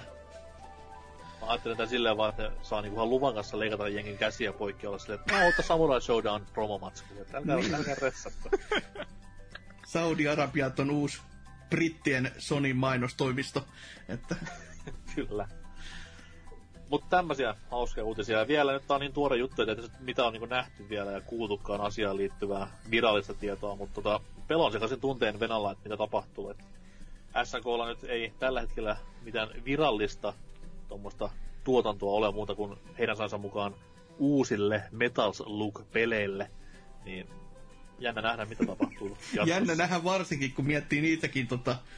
Mä ajattelin tämän silleen vaan, että saa niinku ihan luvan kanssa leikata jengin käsiä poikki olla silleen, että ota Samurai Showdown promomatsku, että älkää ressattu. Saudi-Arabiat on uusi brittien Sonyn mainostoimisto, että kyllä. Mutta tämmösiä hauskoja uutisia. Ja vielä nyt tää on niin tuore juttu, että mitä on niinku nähty vielä ja kuultukaan asiaan liittyvää virallista tietoa, mutta pelon sekaisin tunteen Venäjällä, että mitä tapahtuu. Et SNK:lla nyt ei tällä hetkellä mitään virallista tuommoista tuotantoa ole muuta kuin heidän sanansa mukaan uusille Metal Slug-peleille. Niin jännä nähdä, mitä tapahtuu jatkossa. Jännä nähdä varsinkin, kun miettii niitäkin,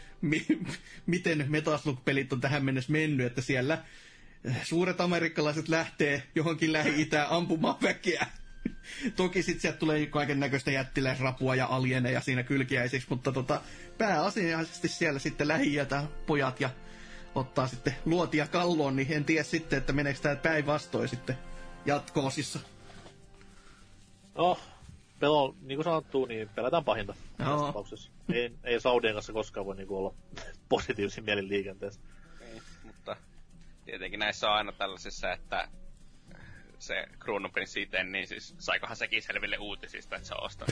miten Metal Slug-pelit on tähän mennessä mennyt, että siellä suuret amerikkalaiset lähtee johonkin Lähi-Itään ampumaan väkeä. Toki sit sieltä tulee kaiken näköistä jättiläisrapua ja alieneja siinä kylkiäisiksi, mutta pääasiallisesti siellä sitten Lähi-Itä pojat ja ottaa sitten luotia kalloon, niin en tiedä sitten, että meneekö tää päinvastoin sitten jatko-osissa. No, niin kuin sanottu, niin pelätään pahinta tässä tapauksessa. Ei Saudien kanssa koskaan voi niinku olla positiivisin mielin liikenteessä. Ei, mutta tietenkin näissä on aina tällaisissa, että se kruununprinssi itse, niin siis saikohan sekin selville uutisista, että se on ostanut.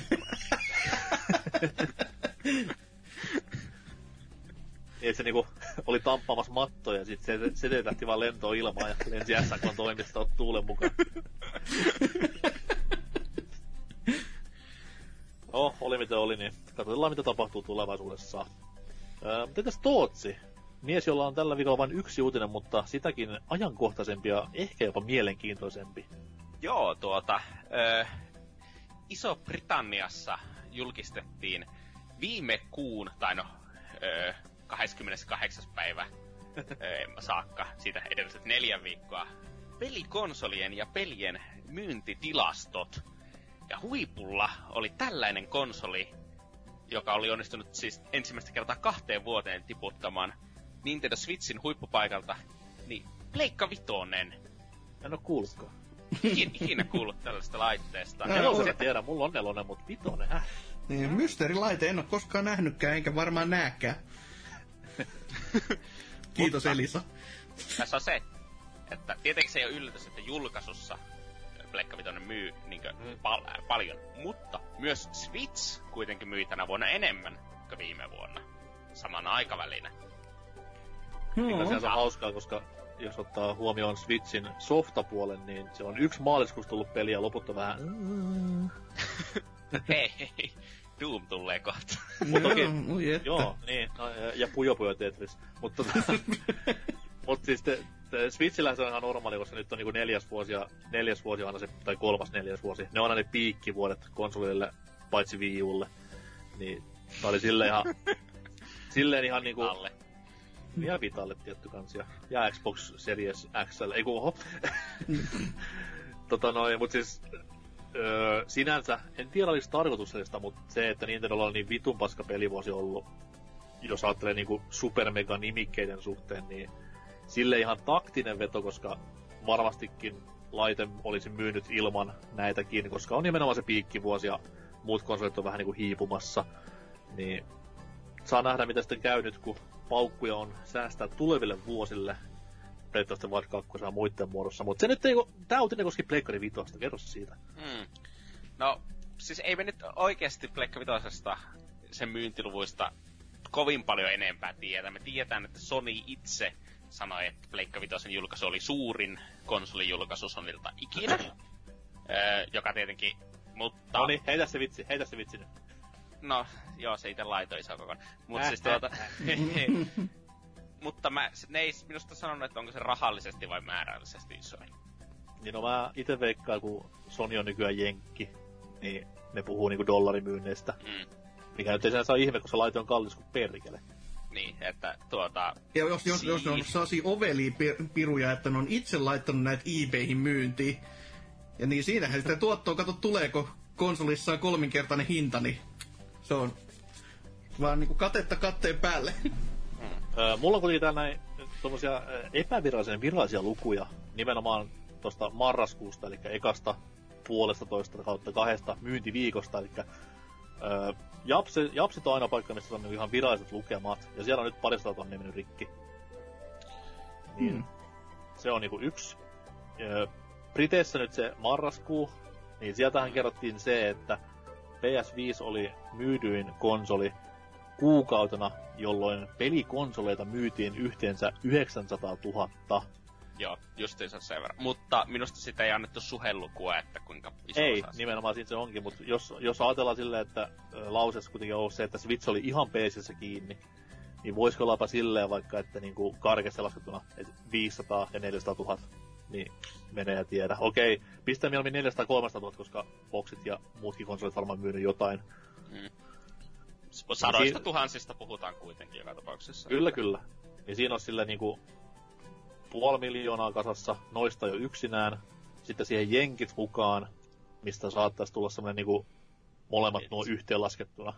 Niin, se niinku oli tamppaamassa mattoja ja sit se lähti vaan lentoon ilmaan ja lensi SNK:n toimistoon tuulen mukaan. No, oli mitä oli, niin katsotaan mitä tapahtuu tulevaisuudessa. Mitäs Tootsi? Mies, jolla on tällä viikolla vain yksi uutinen, mutta sitäkin ajankohtaisempi ja ehkä jopa mielenkiintoisempi. Joo, Iso-Britanniassa julkistettiin viime kuun, 28. päivä saakka, siitä edelliset 4 viikkoa, pelikonsolien ja pelien myyntitilastot. Ja huipulla oli tällainen konsoli, joka oli onnistunut siis ensimmäistä kertaa 2 vuoteen tiputtamaan Nintendo Switchin huippupaikalta, niin Pleikka Vitoinen. En oo kuullutkaan. Ikinä kuullut tällaista laitteesta. Nelosen tiedä, mulla on 4, mutta Vitoinen, Niin, mysteerilaite en oo koskaan nähnytkään, enkä varmaan näkään. Kiitos Elisa. Tässä on se, että tietenkin se ei ole yllätys, että julkaisussa Pleikka Vitoinen myy paljon, mutta myös Switch kuitenkin myi tänä vuonna enemmän kuin viime vuonna, samana aikavälinä. Mikä se on hauskaa, koska jos ottaa huomioon Switchin softapuolen, niin se on 1 maaliskuussa tullut peli ja loput on vähän hei, Doom tulee kohta. Mutta toki, joo, niin, ja Puyo Tetris. Mutta siis Switchillä se on ihan normaali, koska nyt on niinku 4. vuosi aina se, tai 3. vuosi. Ne on aina ne piikkivuodet konsolille, paitsi Wii Ulle. Niin, tää oli silleen ihan niinku Alle. Ja Vitalle tietty kansia. Ja Xbox Series XL, ei kun mut siis sinänsä, en tiedä olisi tarkoituksellista, mutta se, että Nintendolla on niin vitun paska pelivuosi ollut, jos ajattelee niinku super mega nimikkeiden suhteen, niin sille ihan taktinen veto, koska varmastikin laite olisi myynyt ilman näitäkin, koska on nimenomaan se piikkivuosi ja muut konsolit on vähän niinku hiipumassa, niin saa nähdä mitä sitten käy nyt, kun paukkuja on säästää tuleville vuosille Breath of the Wild 2 ja muiden muodossa, mutta se nyt ei, tää uutinen koski Pleikkari 5, kerro siitä. No, siis ei me nyt oikeesti Pleikka 5 sen myyntiluvuista kovin paljon enempää tiedä. Me tiedetään, että Sony itse sanoi, että Pleikka Vitosen julkaisu oli suurin konsolijulkaisu Sonylta ikinä. Joka tietenkin, mutta... Noniin, heitä se vitsi nyt. No, joo, se ite laitoi iso kokon. Mut siis mutta ne ei minusta sanonut, että onko se rahallisesti vai määrällisesti isoin. Niin no mä ite veikkaan, kun Sony on nykyään jenkki, niin ne puhuu niinku dollarimyynneistä. Mikä nyt ei sinänsä ole ihme, kun se laite on kallis kuin perkele. Niin, että Ja jos ne on sellaisia ovelia piruja, että ne on itse laittanut näitä eBayhin myyntiin, ja niin siinähän sitä tuottoa, kato tuleeko konsolissaan kolminkertainen hinta, niin se on vaan niinku katetta katteen päälle. Mulla on kuitenkin täällä näin tommosia virallisia lukuja, nimenomaan tosta marraskuusta, eli ekasta 1,5/2 myyntiviikosta, eli Japsit on aina paikka, missä on ihan viralliset lukemat, ja siellä on nyt 200 000 mennyt rikki. Niin, se on niinku yksi. Briteissä nyt se marraskuu, niin sieltähän kerrottiin se, että PS5 oli myydyin konsoli kuukautena, jolloin pelikonsoleita myytiin yhteensä 900 000. Joo, justiinsa sen verran. Mutta minusta sitä ei annettu suhelukua, että kuinka iso ei, osa. nimenomaan siitä se onkin, mutta jos ajatellaan silleen, että lauseessa kuitenkin on ollut se, että Switch oli ihan PC:ssä kiinni, niin voisiko ollapa silleen vaikka, että niinku karkeasti laskettuna 500 ja 400 000, niin menee ja tiedä. Okei, pistää mieluummin 400 300 000, koska boxit ja muutkin konsolit varmaan myynyt jotain. Sadoista tuhansista puhutaan kuitenkin joka tapauksessa. Kyllä. Niin siinä on silleen niinku 500 000 kasassa, noista jo yksinään. Sitten siihen jenkit mukaan, mistä saattaisi tulla semmonen niinku molemmat nuo yhteenlaskettuna.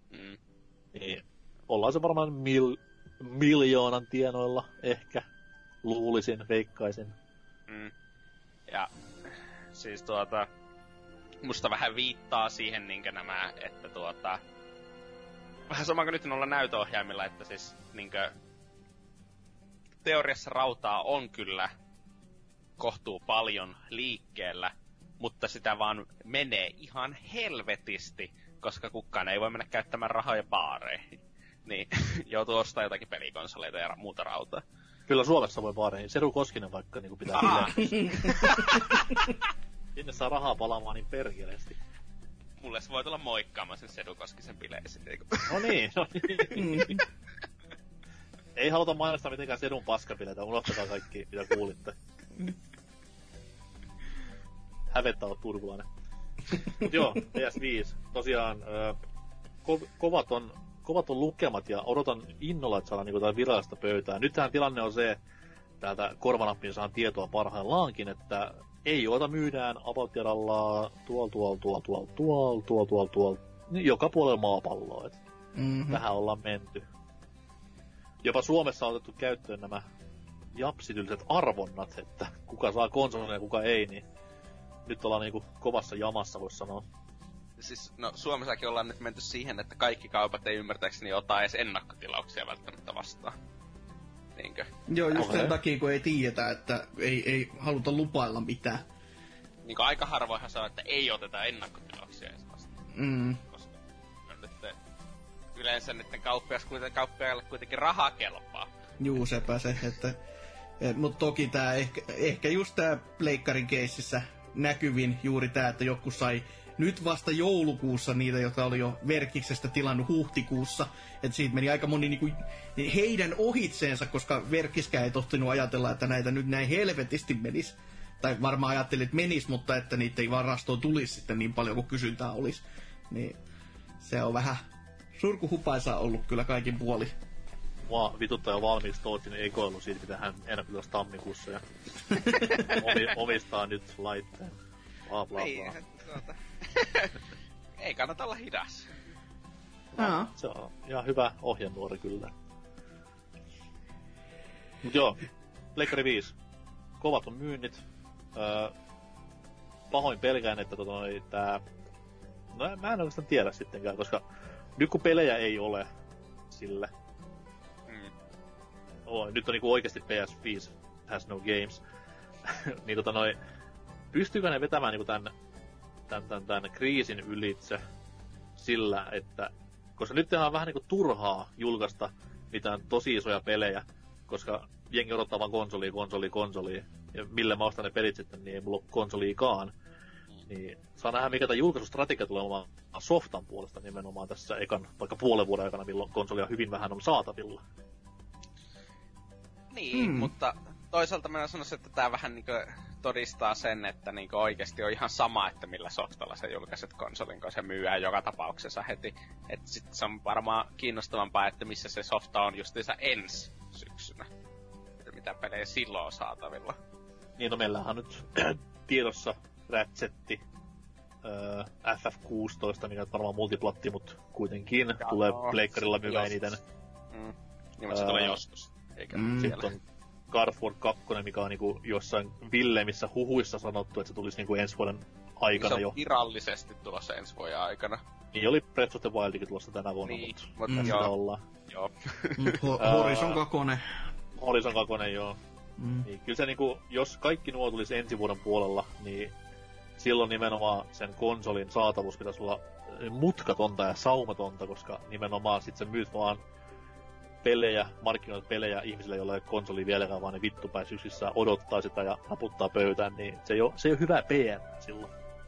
Niin ollaan se varmaan miljoonan tienoilla ehkä. Luulisin, veikkaisin. Ja siis musta vähän viittaa siihen niinkö nämä, että vähän sama kuin nyt noilla näytöohjaimilla, että siis niinkö teoriassa rautaa on kyllä kohtuu paljon liikkeellä, mutta sitä vaan menee ihan helvetisti, koska kukaan ei voi mennä käyttämään rahoja baareihin. Niin joutuu ostamaan jotakin pelikonsoleita ja muuta rautaa. Kyllä Suomessa voi baareihin. Seru Koskinen vaikka niin pitää sinne saa rahaa palaamaan niin perkeleesti. Mulle se voi tulla moikkaamaan sen Sedu Koskisen bileisiin. No niin. Ei haluta mainostaa mitenkään Sedun paskabileitä, unohtakaa kaikki, mitä kuulitte. Hävettä on turkulainen. Mut joo, PS5. Tosiaan kovat on lukemat ja odotan innolla, että saadaan niinku virallista pöytää. Nythän tilanne on se, täältä korvanappiin saan tietoa parhaillaankin, että ei joita myydään about-jaralla tuolla, niin joka puolella maapalloa. Tähän ollaan menty. Jopa Suomessa on otettu käyttöön nämä japsitylliset arvonnat, että kuka saa konsolin ja kuka ei, niin nyt ollaan niinku kovassa jamassa, vois sanoa. Siis, no Suomessakin ollaan nyt menty siihen, että kaikki kaupat ei ymmärtääkseni ota edes ennakkotilauksia välttämättä vastaan. Niinkö? Joo, just sen takia, kun ei tiedetä, että ei haluta lupailla mitään. Niinkö aika harvoinhan sanoo, että ei oteta ennakkotilauksia edes vastaan. Koska nyt yleensä niiden kauppiaille kuitenkin rahaa kelpaa. Juu, sepä se, että... Mut toki tää ehkä just tää pleikkarin keississä näkyvin juuri tää, että joku sai nyt vasta joulukuussa niitä, jotka oli jo Verkiksestä tilannut huhtikuussa. Että siitä meni aika moni niinku heidän ohitseensa, koska Verkiskään ei tohtinut ajatella, että näitä nyt näin helvetisti menis. Tai varmaan ajattelin, että menis, mutta että niitä ei varastoon tulisi sitten niin paljon kuin kysyntää olisi. Niin se on vähän surkuhupaisaa ollut kyllä kaikin puolin. Mua vituttaa jo valmiiksi Tootsin ekoilu siitä, mitä hän ennakkotilasi tammikuussa ja omistaa nyt laitteen. Bla bla bla. Ei kannata olla hidas. Se on ihan hyvä ohjenuori kyllä. Mut joo, Pleikkari 5. Kovat on myynnit. Pahoin pelkään, että tää... No mä en oikeastaan tiedä sittenkään, koska nyt kun pelejä ei ole sille... nyt on niinku oikeesti PS5 has no games. niin pystyykö ne vetämään niinku tän kriisin ylitse sillä, että Koska nyt on vähän niinku turhaa julkaista mitään tosi isoja pelejä, koska jengi odottaa vaan konsolia. Ja millä mä ostan ne pelit sitten, niin ei mulla ole konsoliikaan. Niin saa nähdä, mikä tämä julkaisustrategia tulee olemaan softan puolesta nimenomaan tässä ekan, vaikka puolen vuoden aikana, milloin konsolia hyvin vähän on saatavilla. Niin, mutta toisaalta mä sanoisin, että tää vähän niinku todistaa sen, että niinku oikeesti on ihan sama, että millä softalla sä julkaiset konsolin, kun se myyään joka tapauksessa heti. Et sit se on varmaan kiinnostavampaa, että missä se softa on justiinsa ensi syksynä. Että mitä pelejä silloin on saatavilla. Niin, no meillähän on nyt tiedossa Ratchetti, FF16, mikä on varmaan multiplatti, mutta kuitenkin tulee pleikkarilla myymään eniten. Niin, mutta se tulee joskus, eikä siellä. Sitten on Garford 2, mikä on niinku jossain villeimmissä huhuissa sanottu, että se tulisi niinku ensi vuoden aikana jo. Se on virallisesti tulossa ensi vuoden aikana. Niin oli Breath of the Wildikin tulossa tänä vuonna, niin, mutta sitä ollaan. Joo. Horizon 2. Horizon 2, joo. Niin, kyllä se niinku, jos kaikki nuo tulisi ensi vuoden puolella, niin silloin nimenomaan sen konsolin saatavuus pitäisi olla mutkatonta ja saumatonta, koska nimenomaan sit sä myyt vaan pelejä, markkinoit pelejä ihmisille, joilla ei ole konsoli vieläkään, vaan ne vittupäisyksissä odottaa sitä ja naputtaa pöytään, niin se ei ole hyvää PR silloin.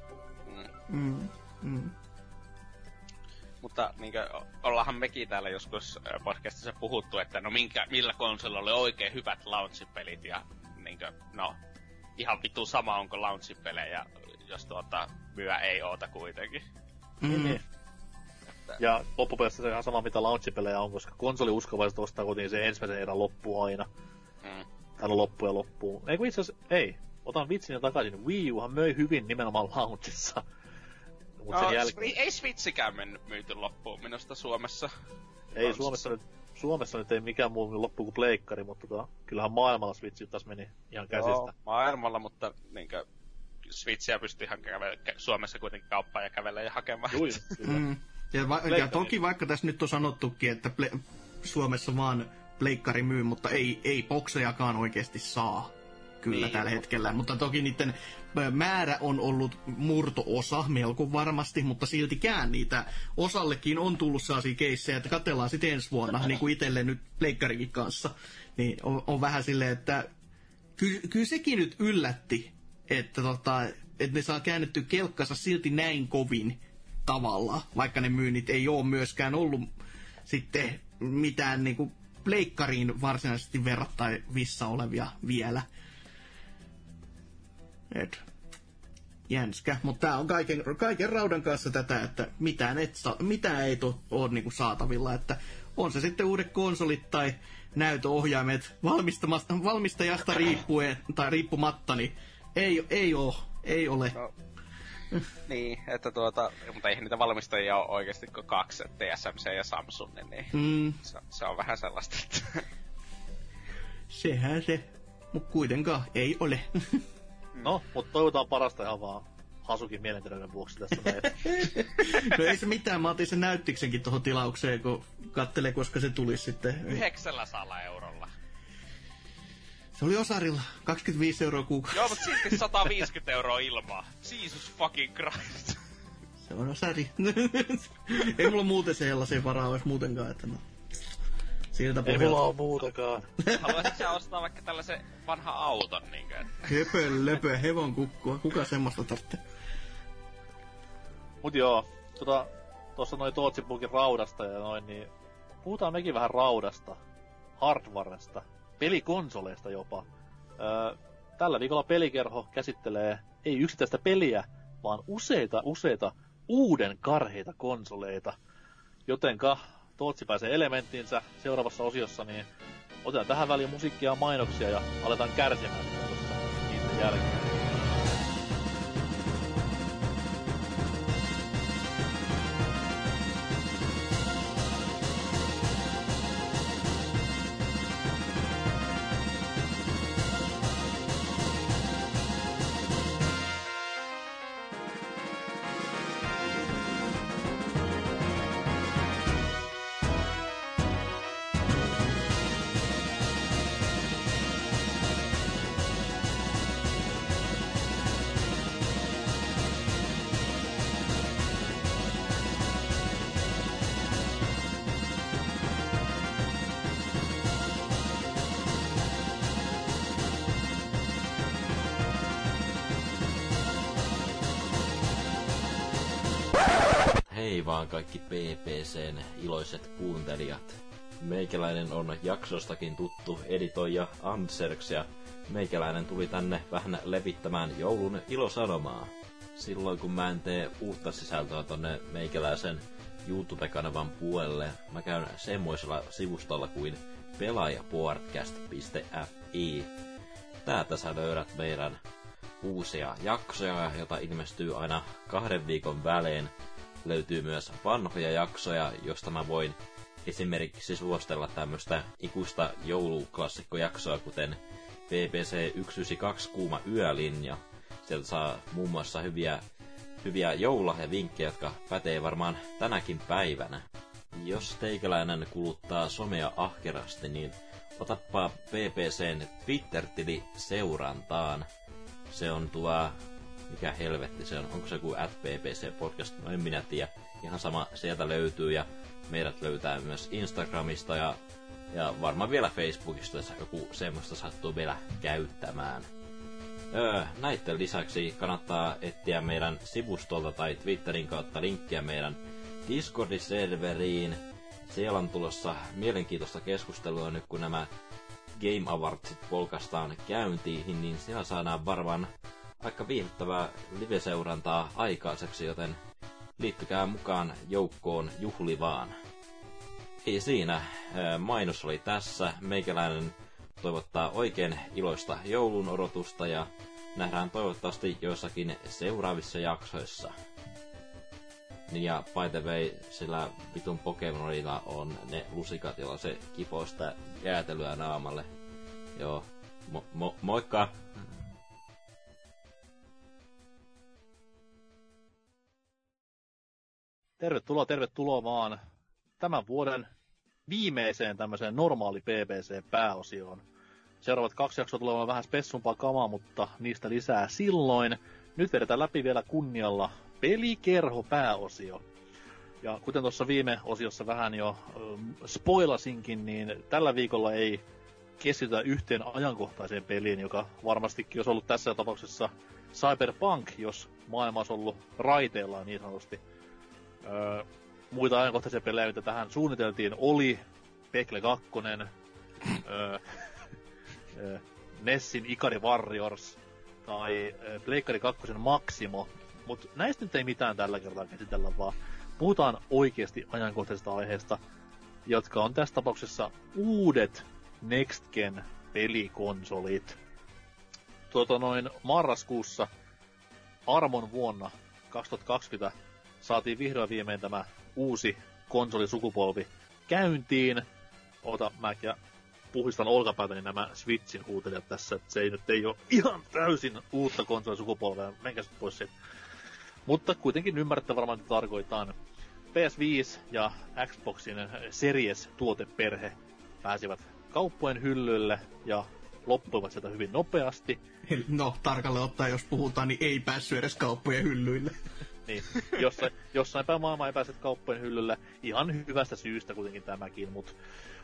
Mutta niinkö, ollaanhan mekin täällä joskus podcastissa puhuttu, että no millä konsolilla oli oikein hyvät launchipelit ja niinkö, no ihan vittu sama onko launchipelejä, jos myö ei oota kuitenkin. Niin. Ja loppupeleissä se on ihan sama mitä launchipelejä on, koska konsoliuskovaiset ostaa kotiin se ensimmäisen erän loppu aina. Tai no loppu ja loppu. Ei kun itse asiassa, ei. Otan vitsin jo takaisin. Wii Uhan möi hyvin nimenomaan launchissa. Mut sen jälkeen... Ei Switchikään myyty loppuun minusta Suomessa. Ei Suomessa nyt ei mikään muu loppu kuin pleikkari, mutta kyllähän maailmalla Switch taas meni ihan käsistä. Joo, maailmalla, mutta niinkö Switchiä pystyy ihan Suomessa kuitenkin kauppaan ja kävelee ja hakemaan. Ja toki vaikka tässä nyt on sanottukin, että Suomessa vaan pleikkari myy, mutta ei boksejakaan oikeasti saa kyllä tällä hetkellä. Mutta toki niiden määrä on ollut murto-osa melko varmasti, mutta siltikään niitä osallekin on tullut sellaisia keissejä, että katsellaan sitten ensi vuonna, niin kuin itselle nyt pleikkarikin kanssa. Niin on vähän silleen, että kyllä sekin nyt yllätti, että ne saa käännetty kelkkansa silti näin kovin tavalla, vaikka ne myynnit ei ole myöskään ollut sitten mitään niinku pleikkariin varsinaisesti verrattavissa olevia vielä. Jänskä, mutta tää on kaiken raudan kanssa tätä, että mitään ei ole niinku saatavilla, että on se sitten uudet konsolit tai näytöohjaimet valmistajasta riippuen tai riippumatta, niin ei ole. No. Niin, että mutta eihän niitä valmistajia ole oikeesti kuin kaksi, TSMC ja Samsung, niin se on vähän sellaista, että... Sehän se, mut kuitenkaan ei ole. No, mutta toivotaan parasta ihan vaan Hasukin mielenterveyden vuoksi tästä näin. No ei se mitään, mä otin sen näyttiksenkin tohon tilaukseen, kun kattelee, koska se tulisi sitten. 900 eurolla. Se oli Osarilla, 25 € kuukausi. Joo, mutta silti 150 € ilmaa. Jesus fucking Christ. Se on Osari. Ei mulla muuten sellaisia varaa olisi muutenkaan, että no. Siltä pohjalta. Ei mulla ole muutakaan. Haluaisitko sä ostaa vaikka tällaisen vanha auton, niinkö? Höpö, hevon kukkua. Kuka semmoista tarvitsee? Mut joo, tossa noin Tootsi puhukin raudasta ja noin, niin puhutaan mekin vähän raudasta, hardwaresta, pelikonsoleista jopa. Tällä viikolla Pelikerho käsittelee ei yksittäistä peliä, vaan useita uuden karheita konsoleita. Jotenka Tootsi pääsee elementtiinsä seuraavassa osiossa, niin otetaan tähän väliin musiikkia ja mainoksia ja aletaan kärsimään tuossa niiden jälkeen. hei vaan kaikki PPCn iloiset kuuntelijat. Meikäläinen on jaksostakin tuttu editoija Anserks ja meikäläinen tuli tänne vähän levittämään joulun ilosanomaa. Silloin kun mä en tee uutta sisältöä tonne meikäläisen YouTube-kanavan puolelle, mä käyn semmoisella sivustolla kuin pelaajapodcast.fi. Täältä sä löydät meidän uusia jaksoja, joita ilmestyy aina 2 viikon välein. Löytyy myös vanhoja jaksoja, josta mä voin esimerkiksi suostella tämmöstä ikuista jouluklassikkojaksoa, kuten BBC 192 Kuuma yölinja. Sieltä saa muun muassa hyviä joululahjavinkkejä, jotka pätee varmaan tänäkin päivänä. Jos teikäläinen kuluttaa somea ahkerasti, niin otappa BBCn Twitter-tili seurantaan. Se on mikä helvetti se on? Onko se joku @bbc-podcast? No en minä tiedä. Ihan sama, sieltä löytyy ja meidät löytää myös Instagramista ja varmaan vielä Facebookista, jos joku semmoista sattuu vielä käyttämään. Näiden lisäksi kannattaa etsiä meidän sivustolta tai Twitterin kautta linkkiä meidän Discord-serveriin. Siellä on tulossa mielenkiintoista keskustelua nyt, kun nämä Game Awardsit polkastaan käyntiin, niin siellä saadaan varmaan aika viihdyttävää live-seurantaa aikaiseksi, joten liittykää mukaan joukkoon juhlivaan. Ei siinä, mainos oli tässä. Meikäläinen toivottaa oikein iloista joulun odotusta ja nähdään toivottavasti joissakin seuraavissa jaksoissa. Ja by the way, sillä vitun Pokemonilla on ne lusikat, joilla se kipoo sitä jäätelyä naamalle. Joo, moikka! Tervetuloa vaan tämän vuoden viimeiseen tämmöiseen normaali BBC-pääosioon. Seuraavat 2 jaksoa tulevat vähän spessumpaa kamaa, mutta niistä lisää silloin. Nyt vedetään läpi vielä kunnialla pelikerho-pääosio. Ja kuten tuossa viime osiossa vähän jo spoilasinkin, niin tällä viikolla ei keskitytä yhteen ajankohtaiseen peliin, joka varmastikin olisi ollut tässä tapauksessa Cyberpunk, jos maailma olisi ollut raiteillaan niin sanotusti. Muita ajankohtaisia pelejä, mitä tähän suunniteltiin, oli Pekle 2, Nessin Ikari Warriors tai Pleikkari 2 Maximo. Mutta näistä nyt ei mitään tällä kertaa käsitellä, vaan puhutaan oikeasti ajankohtaisesta aiheesta, jotka on tässä tapauksessa uudet Next Gen pelikonsolit. Marraskuussa armon vuonna 2020 saatiin vihdoin viimein tämä uusi konsolisukupolvi käyntiin. Mä puhistan olkapäätäni nämä Switchin huutelijat tässä, että se ei ole ihan täysin uutta konsolisukupolvea, menkääs pois siitä. Mutta kuitenkin ymmärrätte varmaan, että tarkoitaan. PS5 ja Xboxin Series-tuoteperhe pääsivät kauppojen hyllylle ja loppuivat sieltä hyvin nopeasti. No, tarkalleen ottaen, jos puhutaan, niin ei päässyt edes kauppojen hyllyille. Niin, jossain päin maailmaa ei päässyt kauppojen hyllylle. Ihan hyvästä syystä kuitenkin tämäkin, mut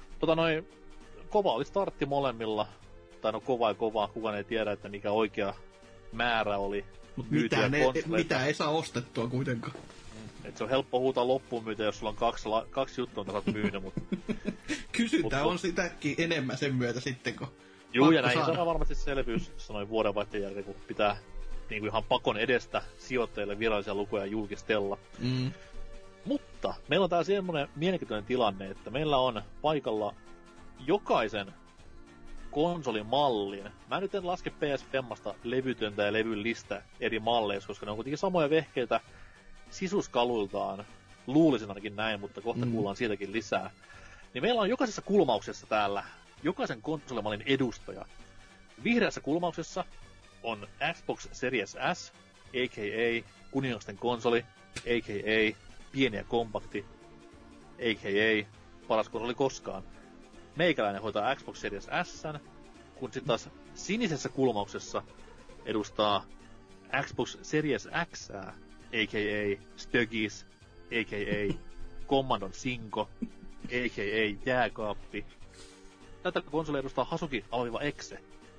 kova oli startti molemmilla. Tai no kova, kukaan ei tiedä, että mikä oikea määrä oli. Mitä ei saa ostettua kuitenkaan. Et se on helppo huutaa loppuun myytä, jos sulla on kaksi juttua, mitä sä oot myynyt, mut... Kysyntä on sitäkin enemmän sen myötä sitten, kun... Juu, ja näihin saadaan varmasti selvyys, sanoin vuodenvaihteen jälkeen, kun pitää niinku ihan pakon edestä sijoittajille virallisia lukuja julkistella. Mm. Mutta meillä on tää semmonen mielenkiintoinen tilanne, että meillä on paikalla jokaisen konsolimallin. Mä nyt en laske PS5 levytöntä ja levyllistä eri malleissa, koska ne on kuitenkin samoja vehkeitä sisuskaluiltaan. Luulisin ainakin näin, mutta kohta kuullaan siitäkin lisää. Niin meillä on jokaisessa kulmauksessa täällä jokaisen konsolimallin edustaja. Vihreässä kulmauksessa on Xbox Series S, a.k.a. kuningasten konsoli, a.k.a. pieni ja kompakti, a.k.a. paras konsoli koskaan. Meikäläinen hoitaa Xbox Series S:n, kun sitten taas sinisessä kulmauksessa edustaa Xbox Series X, a.k.a. Stögis, a.k.a. Commandon Sinko, a.k.a. Jääkaappi. Tätä konsolia edustaa Hasuki-Exe.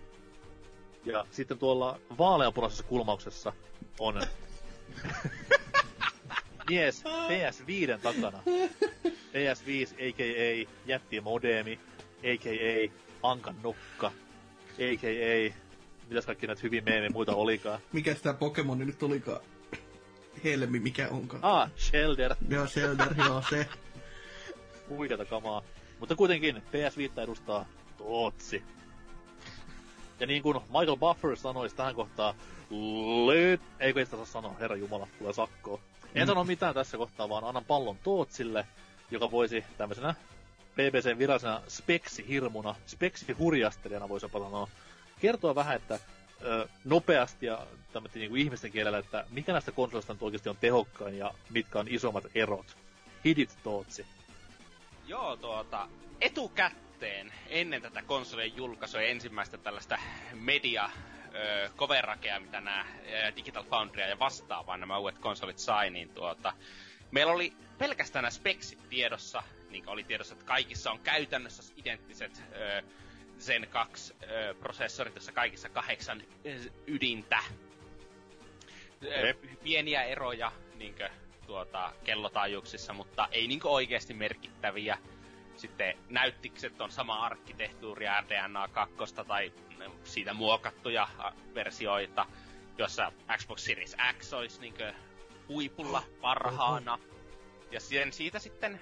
Ja sitten tuolla vaaleanpunaisessa kulmauksessa on... mies PS5 takana. PS5 a.k.a. jättimodeemi, a.k.a. Ankan nukka, a.k.a. mitäs kaikki näitä hyvin meemi muita olikaan. Mikäs tää Pokemoni nyt olikaan? Helmi, mikä onkaan? Shelder. Joo, Shelder, joo se. Huikeata kamaa. Mutta kuitenkin PS5 edustaa Tootsi. Ja niin kuin Michael Buffer sanoisi tähän kohtaan, eikö ei sitä saa sanoa, herra jumala, tulee sakkoa. En sano mitään tässä kohtaa, vaan annan pallon Tootsille, joka voisi tämmöisenä BBCn virallisena speksihirmuna, speksihurjastelijana voisi jopa sanoa, kertoa vähän, että nopeasti ja niin ihmisten kielellä, että mikä näistä konsolista nyt oikeasti on tehokkain ja mitkä on isommat erot. Hidit Tootsi. Joo, etukäteen ennen tätä konsolien julkaisua ensimmäistä tällaista media coverakea, mitä nämä Digital Foundry ja vastaavaan nämä uudet konsolit sai, niin meillä oli pelkästään nämä speksit tiedossa, niin oli tiedossa, että kaikissa on käytännössä identtiset Zen 2 prosessorit, jossa kaikissa 8 ydintä. Pieniä eroja niinkö kellotaajuuksissa, mutta ei niinkö oikeasti merkittäviä. Sitten näyttikset on sama arkkitehtuuri RDNA 2 tai siitä muokattuja versioita, jossa Xbox Series X olisi niinkö huipulla parhaana. Ja siitä sitten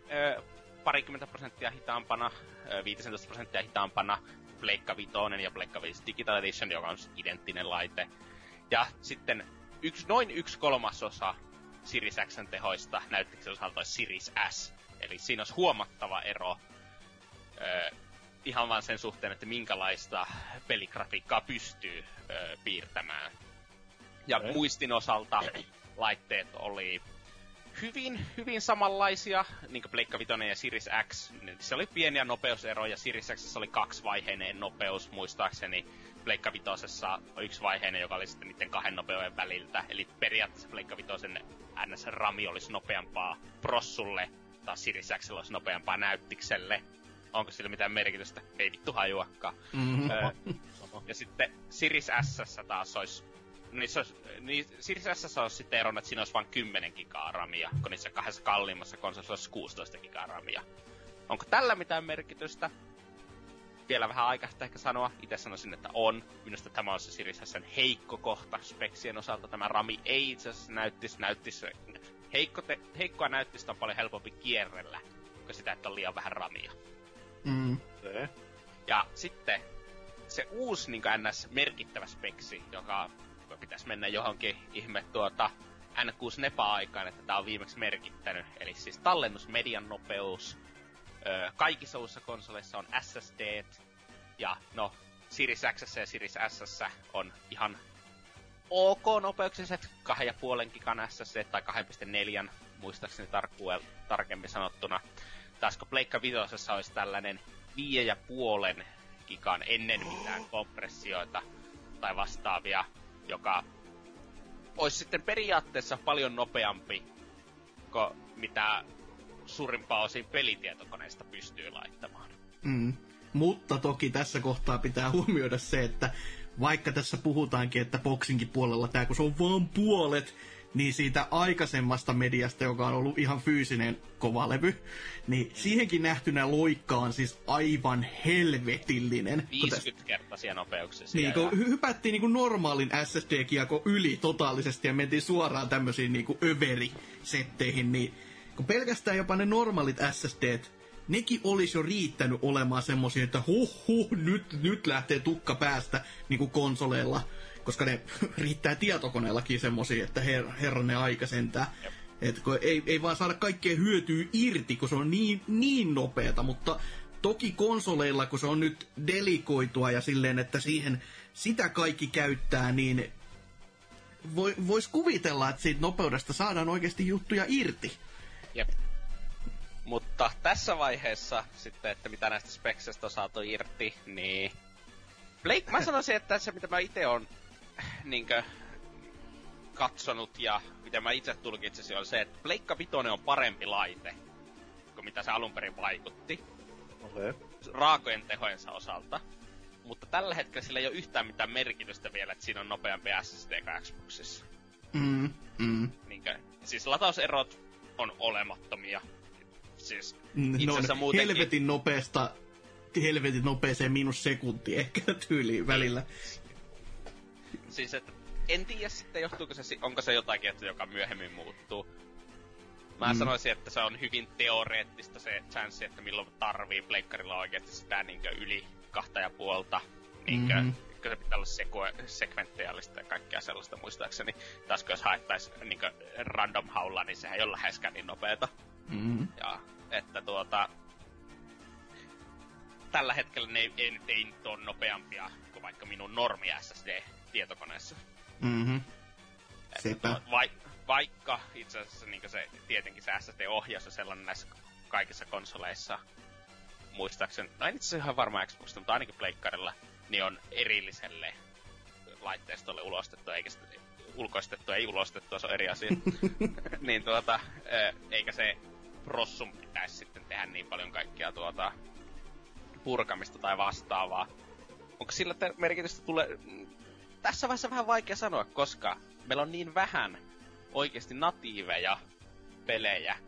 20% hitaampana, 15% hitaampana Pleikka 5 ja Pleikka 5 Digital Edition, joka on identtinen laite. Ja sitten noin 1/3 Series X:n tehoista näyttiksen osalta olisi Series S. Eli siinä olisi huomattava ero ihan vaan sen suhteen, että minkälaista peligrafiikkaa pystyy piirtämään. Ja muistin osalta laitteet oli hyvin samanlaisia, niin kuin Pleikka 5 ja Series X. Se oli pieniä nopeuseroja, Series X oli 2-vaiheinen nopeus muistaakseni. Pleikka 5 on 1-vaiheinen, joka oli sitten niiden 2 nopeuden väliltä. Eli periaatteessa Pleikka 5 NS-rami olisi nopeampaa prossulle, taas Series X olisi nopeampaa näyttikselle. Onko sillä mitään merkitystä? Ei vittu hajuakaan. Ja sitten Series S taas olisi Series S olisi sitten erona, että siinä olisi vain 10 gigaa ramia, kun niissä 2 kalliimmassa konsolissa olisi 16 gigaa ramia. Onko tällä mitään merkitystä? Vielä vähän aikaista ehkä sanoa. Itse sanoisin, että on. Minusta tämä on se Series S:n heikko kohta speksien osalta. Tämä rami ei itse asiassa näyttisi heikkoa näyttistä on paljon helpompi kierrellä, kuin sitä, että on liian vähän ramia. Ja sitten se uusi niin NS merkittävä speksi, joka pitäisi mennä johonkin ihme N6 Nepa-aikaan, että tää on viimeksi merkittänyt. Eli siis tallennusmedian nopeus. Kaikissa uusissa konsoleissa on SSDt. Ja no, Series X ja Series S on ihan ok nopeuksiset 2,5 gigan SSD tai 2,4 muistaakseni tarkemmin sanottuna. Taas kun Pleikka 5 olisi tällainen 5,5 gigan ennen mitään kompressioita tai vastaavia, joka olisi sitten periaatteessa paljon nopeampi kuin mitä suurimpaa osin pelitietokoneista pystyy laittamaan. Mutta toki tässä kohtaa pitää huomioida se, että vaikka tässä puhutaankin, että boksinkin puolella tää, kun se on vaan puolet, niin siitä aikaisemmasta mediasta, joka on ollut ihan fyysinen kovalevy, niin siihenkin nähtynä loikka on siis aivan helvetillinen. 50-kertaisia nopeuksia. Niin, kun hypättiin niin kuin normaalin SSD-kiekon yli totaalisesti ja mentiin suoraan tämmöisiin niin kuin överi-setteihin, niin kun pelkästään jopa ne normaalit SSDt, nekin olisi jo riittänyt olemaan semmosia, että nyt lähtee tukka päästä niin kuin konsoleilla, koska ne riittää tietokoneellakin semmosia, että herranen aika sentään. Että ei vaan saada kaikkea hyötyä irti, kun se on niin nopeeta, mutta toki konsoleilla, kun se on nyt delikoitua ja silleen, että sitä kaikki käyttää, niin vois kuvitella, että siitä nopeudesta saadaan oikeasti juttuja irti. Jep. Mutta tässä vaiheessa sitten, että mitä näistä spekseistä on saatu irti, niin mä sanoisin, että se mitä mä itse on niinkö katsonut ja mitä mä itse tulkitsin on se, että Pleikka 5 on parempi laite kuin mitä se alun perin vaikutti. Raakojen tehojensa osalta. Mutta tällä hetkellä sillä ei ole yhtään mitään merkitystä vielä, että siinä on nopeampi SSD kuin Xboxissa. Niinkö, siis latauserot on olemattomia. Siis ne on muutenkin... helvetin nopeeseen -sekunti ehkä tyyliin välillä. Siis että en tiedä sitten johtuuko se, onko se jotakin, että joka myöhemmin muuttuu. Mä sanoisin, että se on hyvin teoreettista se chanssi, että milloin tarvii pleikkarilla oikeesti sitä niinkö yli 2,5. Niinkö, se pitää olla sekventiaalista ja kaikkea sellaista muistaakseni. Taas kun jos haettais niinkö random haulla, niin sehän ei ole läheskään niin nopeeta. Ja että tällä hetkellä ne ei nyt ole nopeampia kuin vaikka minun normi SSD-tietokoneessa. Sepä. Vaikka itse asiassa niin se, tietenkin se SSD-ohjaus on sellainen näissä kaikissa konsoleissa, muistaakseni, no en itse asiassa ihan varmaan Xboxista, mutta ainakin pleikkarilla, niin on erilliselle laitteistolle ulostettu, eikä ulkoistettu, ei ulostettua, se on eri asia. Niin eikä se prossum pitäisi sitten tehdä niin paljon kaikkia purkamista tai vastaavaa. Onko sillä merkitystä tulee... Tässä vaiheessa vähän vaikea sanoa, koska meillä on niin vähän oikeasti natiiveja pelejä.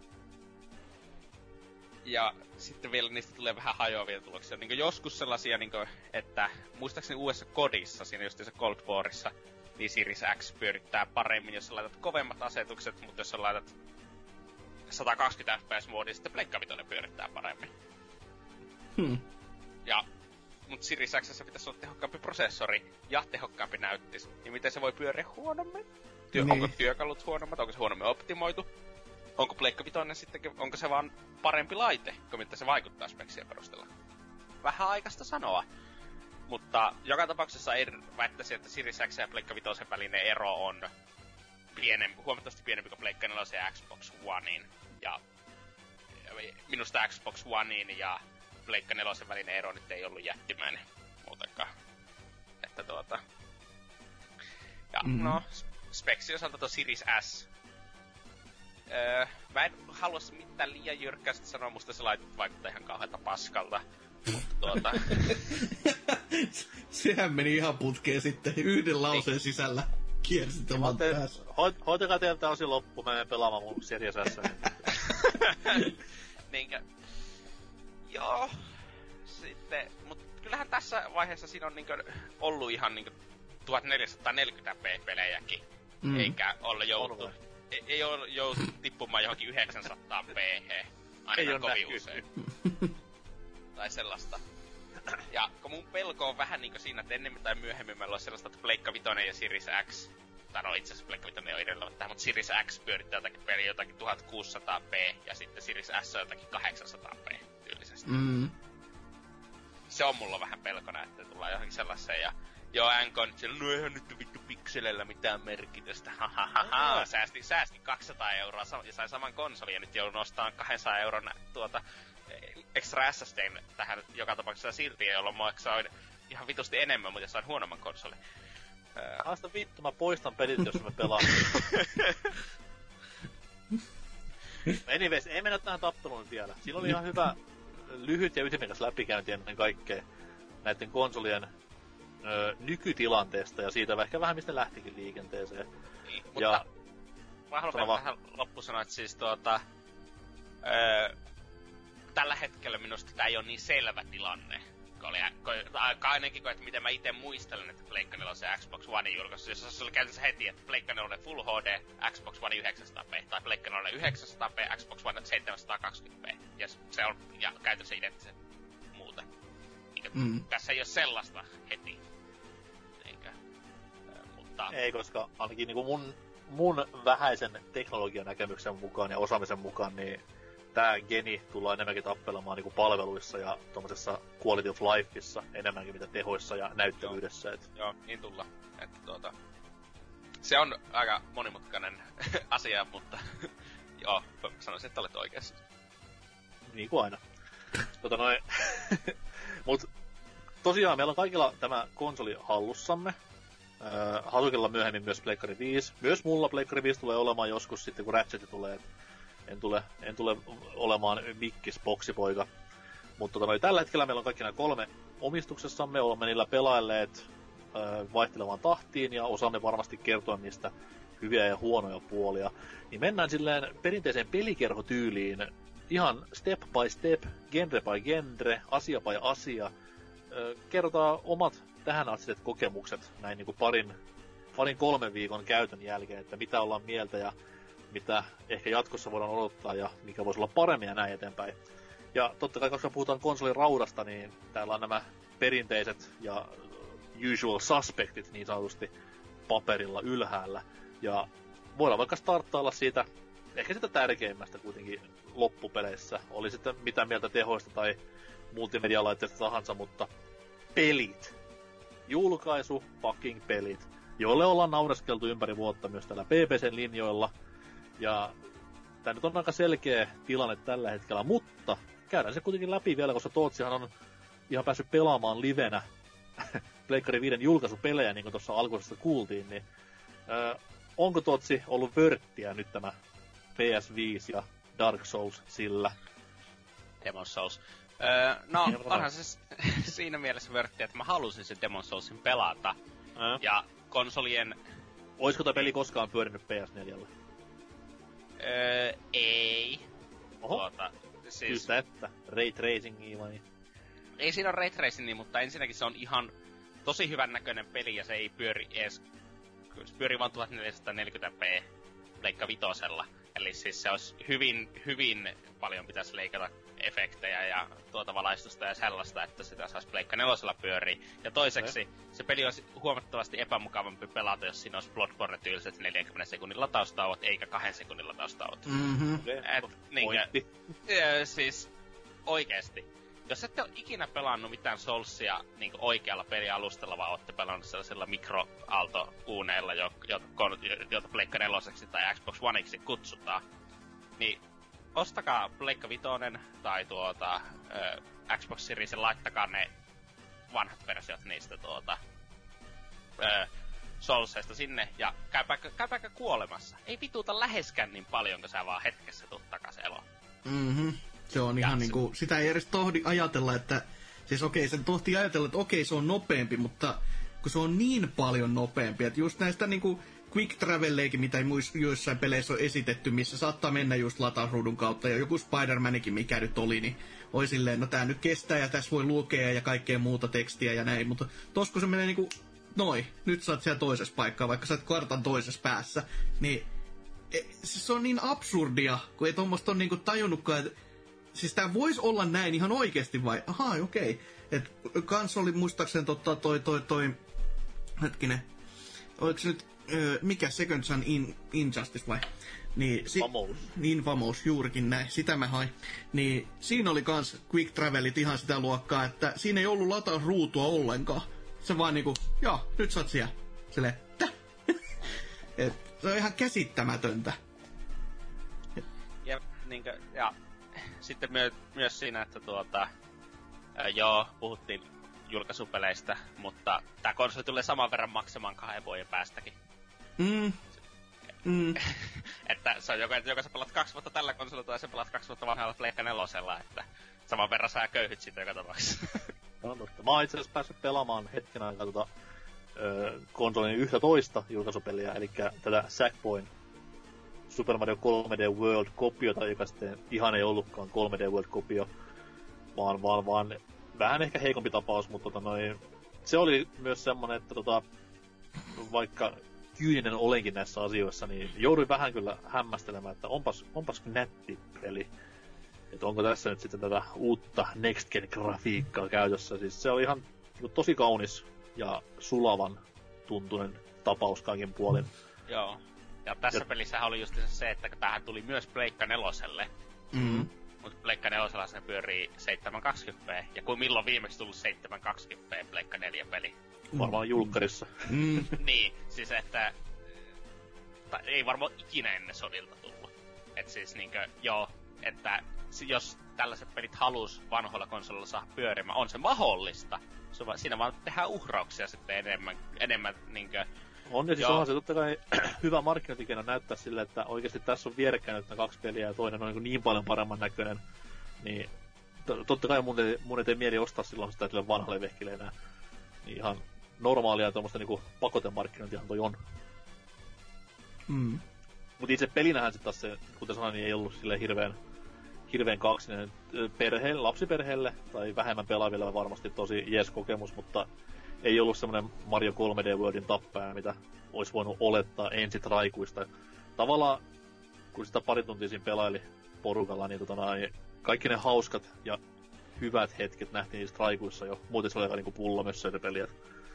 Ja sitten vielä niistä tulee vähän hajoavia tuloksia. Niin joskus sellaisia, niin kuin, että muistaakseni uudessa kodissa, siinä justiinsa Cold Warissa, niin Series X pyörittää paremmin, jos sä laitat kovemmat asetukset, mutta jos sä laitat 120 fps-moodi, niin sitten Pleikka Vitoinen pyörittää paremmin. Mutta Series X:ssä pitäisi olla tehokkaampi prosessori ja tehokkaampi näyttis. Niin miten se voi pyöriä huonommin? Onko työkalut huonommat? Onko se huonommin optimoitu? Onko Pleikka Vitoinen sittenkin, onko se vaan parempi laite, kuin mitä se vaikuttaa speksien perusteella? Vähän aikaista sanoa. Mutta joka tapauksessa ei väittäisi, että Series X ja Pleikka Vitoisen välinen ero on huomattavasti pienempi kuin Pleikka 4 ja Xbox Onein. Ja minusta Xbox Onein ja Pleikka 4 välinen ero nyt ei ollut jättimäinen muutenkaan. Että ja no, speksi osalta tuo Series S. Mä en halua mitään liian jyrkkäästi sanoa, musta se vaikuttaa ihan kauhealta paskalta. Mutta Sehän meni ihan putkeen sitten yhden lauseen sisällä. Kiersit oman päässä. Hoitakaa teiltä osin loppu, mä menen pelaamaan mun Series S. Niinkö? Joo. Sitten, mut kyllähän tässä vaiheessa siinä on niinkö ollut ihan niinkö 1440p pelejäkin. Eikä olla joutu. Ei ole joutu tippumaan johonkin 900p. Ainakaan kovin usein. Tai sellaista. Ja kun mun pelko on vähän niinkö siinä, että ennemmin tai myöhemmin meillä on sellaista, että Pleikka Vitoinen ja Series X, tai no itse asiassa Pleikka Vitoinen on edelleen tähän, mutta Series X pyörittää jotakin peliä jotakin 1600p, ja sitten Series S on jotakin 800p tyylisesti. Se on mulla vähän pelkona, että tullaan johonkin sellaiseen, ja joo, NK on nyt siellä, no eihän nyt vittu pikselellä mitään merkitystä, hahaha, säästi 200 euroa ja sai saman konsolin, ja nyt joudun nostamaan 200 euron extra SSDn tähän joka tapauksessa silti, jolloin mä maksoin ihan vitusti enemmän, mutta jos sain huonomman konsolin. Haasta vittu, mä poistan pelit, jos mä pelaan. Anyways, ei mennä tähän tappeluun vielä. Siinä oli ihan hyvä, lyhyt ja ytimekäs läpikäynti ennen kaikkea näiden konsolien nykytilanteesta ja siitä ehkä vähän mistä lähtikin liikenteeseen. Niin, mutta mä haluan tähän loppuun sanoa, että siis tällä hetkellä minusta tää ei ole niin selvä tilanne. Ainakin että miten mä ite muistelen, että Pleikka 4 ja Xbox One julkaisu. Jos se oli käytännössä heti, että Pleikka 4 Full HD, Xbox One 900p, tai Pleikka 4 900p, Xbox One 720p. Ja se on käytännössä identtisen muuten. Tässä ei ole sellaista heti. Mutta ei, koska ainakin niinku mun vähäisen teknologian näkemyksen mukaan ja osaamisen mukaan, niin tää geni tullaan enemmänkin tappelemaan niinku palveluissa ja tommosessa quality of lifeissa enemmänkin mitä tehoissa ja näyttävyydessä. Joo, niin tulla. Että se on aika monimutkainen asia, mutta joo, sanoisin, että olet oikeassa. Niin kuin aina. Mut tosiaan meillä on kaikilla tämä konsoli hallussamme. Hasukilla myöhemmin myös Pleikkari 5. Myös mulla Pleikkari 5 tulee olemaan joskus sitten, kun Ratchet tulee. En tule olemaan mikkis boksipoika. Mutta tällä hetkellä meillä on kaikki nämä 3 omistuksessamme. Olemme niillä pelailleet vaihtelevaan tahtiin ja osaamme varmasti kertoa niistä hyviä ja huonoja puolia, niin mennään silleen perinteiseen pelikerhotyyliin ihan step by step, genre by genre, asia by asia. Kerrotaan omat tähänastiset kokemukset näin niin kuin parin 3 viikon käytön jälkeen, että mitä ollaan mieltä ja mitä ehkä jatkossa voidaan odottaa ja mikä voisi olla paremmin ja näin eteenpäin. Ja totta kai, koska puhutaan konsolin raudasta, niin täällä on nämä perinteiset ja usual suspectit niin sanotusti paperilla ylhäällä. Ja voidaan vaikka starttailla siitä, ehkä sitä tärkeimmästä kuitenkin loppupeleissä. Oli sitten mitä mieltä tehoista tai multimedialaitteista tahansa, mutta pelit. Julkaisu, fucking pelit, joille ollaan naureskeltu ympäri vuotta myös täällä BBCn linjoilla. Ja tää nyt on aika selkeä tilanne tällä hetkellä, mutta käydään se kuitenkin läpi vielä, koska Tootsihan on ihan päässyt pelaamaan livenä Pleikkari 5 julkaisupelejä, niin kuin tuossa alkuisessa kuultiin, niin onko Tootsi ollut vörttiä nyt tämä PS5 ja Dark Souls sillä? Demon Souls. No, onhan se siinä mielessä vörttiä, että mä halusin sen Demon Soulsin pelata. Ja konsolien... Oisko tämä peli koskaan pyörinyt PS4:llä? Ei. Oho, siis... Kyllä että. Ray Tracingia vai? Ei siinä ole Ray Tracingia, mutta ensinnäkin se on ihan tosi hyvän näköinen peli ja se ei pyöri edes... Se pyörii vaan 1440p Pleikka vitosella. Eli siis se olisi hyvin paljon pitäisi leikata efektejä ja valaistusta ja sellaista, että sitä saisi Pleikka 4:lla pyöriä. Ja toiseksi se peli olisi huomattavasti epämukavampi pelata, jos siinä olisi Bloodborne-tyyliset 40 sekunnin lataustauot, eikä 2 sekunnin lataustauot. Siis oikeesti. Jos ette ole ikinä pelannut mitään Soulsia niin oikealla pelialustalla, vaan olette pelannut sellaisilla mikroaalto-uuneilla, jota Pleikka 4 tai Xbox Oneiksi kutsutaan, niin ostakaa Pleikka 5 tai Xbox Series ja laittakaa ne vanhat versiot niistä Soulseista sinne ja käypääkö kuolemassa. Ei vituuta läheskään niin paljon, kun sä vaan hetkessä tuut takas eloon. Se on ihan niinku, sitä ei edes tohdi ajatella, että, siis okei, sen tohti ajatella, että okei, se on nopeampi, mutta kun se on niin paljon nopeampi, että just näistä niinku quick travelleikin, mitä joissain peleissä on esitetty, missä saattaa mennä just latausruudun kautta, ja joku Spider-Manikin, mikä nyt oli, niin oli silleen, no tää nyt kestää, ja tässä voi lukea, ja kaikkea muuta tekstiä ja näin, mutta tos kun se menee niinku, nyt sä oot siellä toisessa paikkaa, vaikka sä oot kartan toisessa päässä, niin se on niin absurdia, kun ei tommoista on niinku tajunnutkaan, että siis tää vois olla näin ihan oikeesti vai? Ahaa, okei. Et kans oli muistaakseni toi hetkinen. Oliko se nyt, mikä Second Son Injustice vai? Niin, Infamous, juurikin näin. Sitä mä hain. Niin siinä oli kans quick travelit ihan sitä luokkaa, että siinä ei ollut latausruutua ollenkaan. Se vaan niinku, joo, nyt sä oot siellä. Silleen, et se on ihan käsittämätöntä. Ja sitten myös siinä, että puhuttiin julkaisupeleistä, mutta tää konsoli tulee saman verran maksamaan 2 vuoden päästäkin. Että se on joko sä pelat 2 vuotta tällä konsolilla tai sä pelat 2 vuotta vanhalla Pleikka 4:lla, että saman verran sä köyhyt siitä joka tapauksessa. No totta. Mä oon itse asiassa päässyt pelaamaan hetken aikaa konsolin 11 julkaisupeliä, eli tätä Sackboyn Super Mario 3D World-kopiota, joka sitten ihan ei ollutkaan 3D World-kopio, vaan vähän ehkä heikompi tapaus, mutta se oli myös semmonen, että vaikka kyyninen olenkin näissä asioissa, niin jouduin vähän kyllä hämmästelemään, että onpas nätti peli. Että onko tässä nyt sitten tätä uutta Next Gen-grafiikkaa käytössä. Siis se oli ihan tosi kaunis ja sulavan tuntunen tapaus kaikin puolin. Joo. Ja tässä pelissähän oli just se, että tähän tuli myös Pleikka 4:lle. Mutta Pleikka 4:lla se pyörii 720p. Ja kuin milloin viimeksi tullut 720p Pleikka 4-peli? Varmaan julkkarissa. Niin, siis että... ei varmaan ikinä ennen sodilta tullut. Et siis että jos tällaiset pelit halus vanhoilla konsolilla saada pyörimään, on se mahdollista. Siinä vaan tehdään uhrauksia sitten enemmän on, ja siis onhan se totta kai hyvä markkinointikena näyttää sille, että oikeesti tässä on vierekkäin nyt 2 peliä ja toinen on niin paljon paremman näköinen. Niin totta kai mun ei tee mieli ostaa silloin sitä sille vanhalle vehkille enää. Niin ihan normaalia tuommoista niinku pakotemarkkinointihan toi on. Mutta itse pelinähän se taas se, kuten sanoin, niin ei ollut silleen hirveän kaksinen lapsiperheelle tai vähemmän pelaaville varmasti tosi jees kokemus, mutta ei ollut semmoinen Mario 3D Worldin tappaja, mitä olisi voinut olettaa ensi traikuista. Tavallaan, kun sitä pari tuntia siinä pelaili porukalla, niin kaikki ne hauskat ja hyvät hetket nähtiin niissä traikuissa jo. Muuten se oli aika niinku pullomössöitä se peli.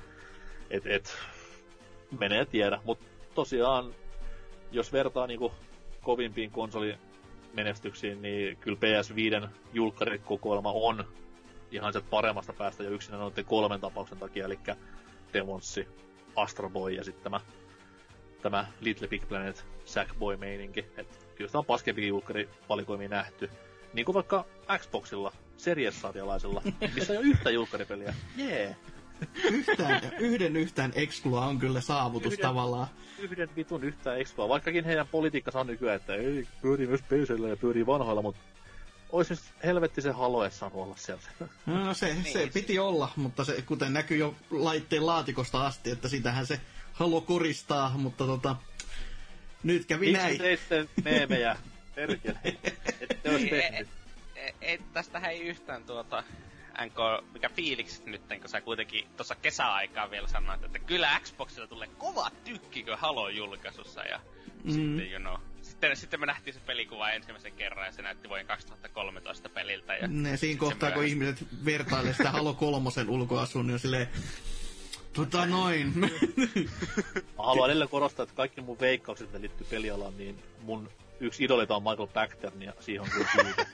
Menee tiedä. Mutta tosiaan, jos vertaa niinku kovimpiin konsolimenestyksiin, niin kyllä PS5 julkkarikokoelma on ihan se paremmasta päästä jo yksinä noiden 3 tapauksen takia, eli Demonsi, Astro Boy ja sitten tämä Little Big Planet Sackboy-meininki. Et kyllä sitä on paskempikin julkkarivalikoimia nähty. Niin kuin vaikka Xboxilla, Series-sarjalaisella, missä ei ole yhtä julkkaripeliä. Jee! Yhtään exclua on kyllä saavutus tavallaan. Yhden vitun yhtään exclua. Vaikkakin heidän politiikkansa on nykyään, että ei pyörii myös PC:llä ja pyörii vanhoilla, mutta olisi nyt helvetti se Halo saanut olla sieltä. No se piti olla, mutta se kuten näkyy jo laitteen laatikosta asti, että sitähän se Halo koristaa, mutta nyt kävi näin. Miksi teitte meemejä? Perkele. Ette ois tehnyt. Tästähän ei yhtään mikä fiilikset nyt, kun sä kuitenkin tuossa kesäaikaan vielä sanoit, että kyllä Xboxilla tulee kova tykkikö Halo-julkaisussa ja sitten me nähtiin se pelikuva ensimmäisen kerran ja se näytti vuoden 2013 peliltä. Ja siinä kohtaa, kun ihmiset vertailee sitä Halo 3 ulkoasuun, niin on silleen, noin. Mä haluan edelleen korostaa, että kaikki mun veikkaukset, mitä liittyy pelialaan, niin mun yksi idolita on Michael Packton ja siihen on kyllä syytä.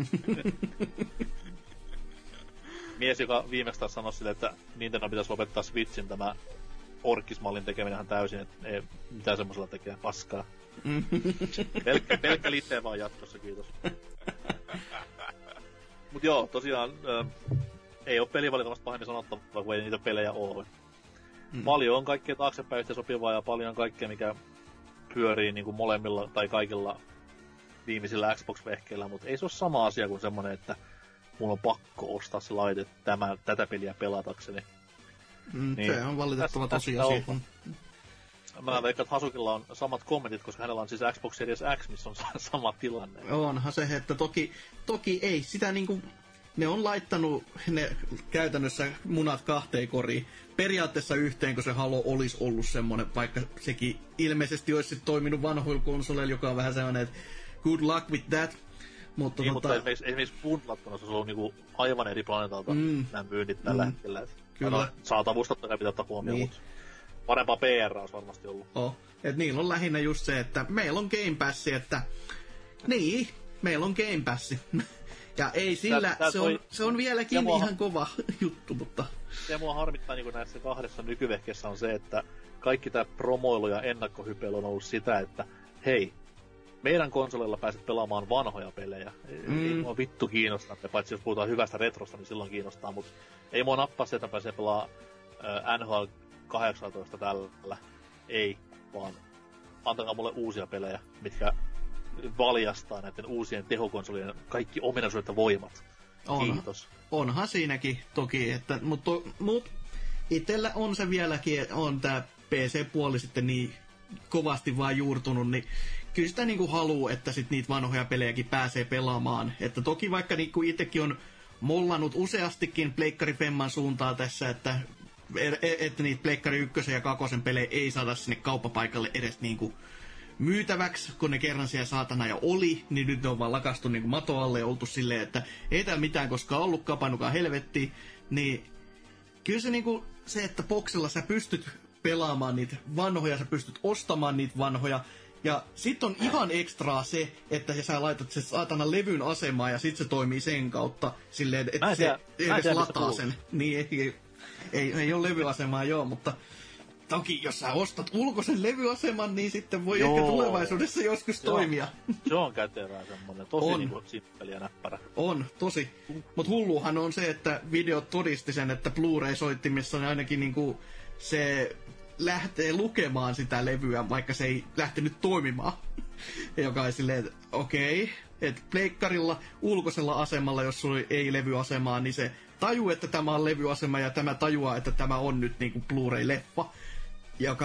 Mies, joka viimeksi taas sanoi sille, että Nintendo pitäisi lopettaa Switchin tämä orkkismallin tekeminen ihan täysin, että ei mitään semmosella tekee paskaa. Pelkkä liitteen vaan jatkossa, kiitos. Mut joo, tosiaan ei oo pelivalikoimasta pahemmin sanottavaa, kun ei niitä pelejä oo. Paljon on kaikkea taaksepäin sopivaa ja paljon kaikkea, mikä pyörii niinku molemmilla tai kaikilla viimeisillä Xbox-vehkeillä, mutta ei se oo sama asia kuin semmonen, että mulla on pakko ostaa se laite tätä peliä pelatakseni. Niin, se on valitettava tosiasia. Mä veikkaan, että Hasukilla on samat kommentit, koska hänellä on siis Xbox Series X, missä on sama tilanne. Onhan se, että toki ei sitä niinku. Ne on laittanut ne käytännössä munat 2 koriin. Periaatteessa yhteen, kun se Halo olisi ollut semmonen, vaikka sekin ilmeisesti olisi toiminut vanhoilla konsoleilla, joka on vähän sellainen, että good luck with that. Mutta esimerkiksi bundlattuna se on ollut niinku aivan eri planeetalta nämä myynnit tällä hetkellä. Kyllä. Saatavuus totta kai pitää ottaa huomioon, mutta parempaa PR olisi varmasti ollut. Et niillä on lähinnä just se, että meillä on Game Passi, että meillä on Game Passi. Ja ei sillä, se on vieläkin ihan kova juttu, mutta... Se mua harmittaa niin näissä 2 nykyvehkeessä on se, että kaikki tää promoilu ja ennakkohypeily on ollut sitä, että hei, meidän konsolilla pääset pelaamaan vanhoja pelejä. Ei mua vittu kiinnostaa, paitsi jos puhutaan hyvästä retrosta, niin silloin kiinnostaa, mutta ei mua nappaa se, että pääsee pelaa NHL 18 tällä. Ei, vaan antakaa mulle uusia pelejä, mitkä valjastaa näiden uusien tehokonsolien kaikki ominaisuudet ja voimat. Kiitos. Onhan siinäkin toki, että mut itellä on se vieläkin, että on tää PC-puoli sitten niin kovasti vaan juurtunut, niin kyllä sitä niinku haluu, että sit niitä vanhoja pelejäkin pääsee pelaamaan. Että toki vaikka niinku itsekin on mollannut useastikin Pleikkari Femman suuntaan tässä, että niitä Pleikkari 1 ja 2 pelejä ei saada sinne kauppapaikalle edes niinku myytäväksi, kun ne kerran siellä saatana jo oli, niin nyt ne on vaan lakastu niinku mato alle ja oltu silleen, että ei täällä mitään koskaan ollut, kapanukaan helvettiin, niin kyllä se niinku se, että boksilla sä pystyt pelaamaan niitä vanhoja, sä pystyt ostamaan niitä vanhoja, ja sit on ihan ekstraa se, että sä laitat se saatana levyn asemaan ja sit se toimii sen kautta silleen, että se edes lataa sen. Niin ei ole levyasemaa, joo, mutta toki jos sä ostat ulkoisen levyaseman, niin sitten voi ehkä tulevaisuudessa joskus toimia. Se on kätevää semmonen, tosi niinku simppeli ja näppärä. On, tosi. Mut hulluhan on se, että videot todisti sen, että Blu-ray-soittimissa ainakin niinku se lähtee lukemaan sitä levyä, vaikka se ei lähtenyt toimimaan. Joka on silleen, että okei, että pleikkarilla ulkoisella asemalla, jos sulla ei levyasemaa, niin se tajuu, että tämä on levyasema ja tämä tajuaa, että tämä on nyt niinku Blu-ray-leffa. Joka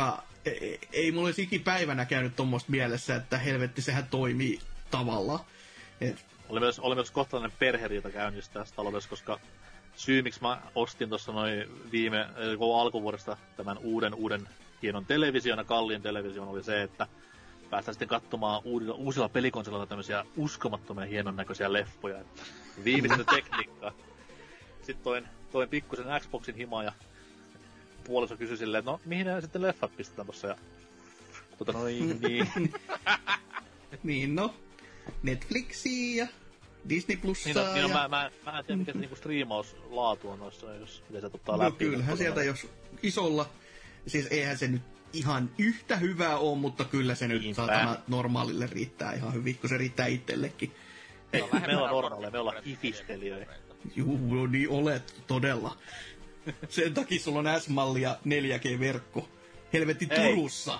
ei mulla olisi ikipäivänä käynyt tommoista mielessä, että helvetti, sehän toimii tavalla. Oli myös kohtalainen perheriita käynnissä tässä taloudessa, koska syy, miksi mä ostin tuossa noin alkuvuodesta tämän uuden hienon television ja kalliin television, oli se, että päästään sitten katsomaan uusilla pelikonsolilla tämmöisiä uskomattomia hienon näköisiä leffoja. Että viimeistä tekniikkaa. Sitten toin pikkusen Xboxin himaa ja puoliso kysyi silleen, että no mihin ne sitten leffat pistetään tossa ja niin. Niin no, Netflixiä ja Disney Plussaa niin, mä en tiedä mikä se niinku striimauslaatu on noissa, jos miten se ottaa läpi. No kyllähän sieltä jos isolla, siis eihän se nyt ihan yhtä hyvää ole, mutta kyllä se nyt saatana normaalille riittää ihan hyvin, kun se riittää itsellekin. Ei, me ollaan normaaleja, me ollaan hifistelijöitä. Juu, niin olet todella. Sen takia sulla on S-malli ja 4G-verkko. Helvetti Turussa.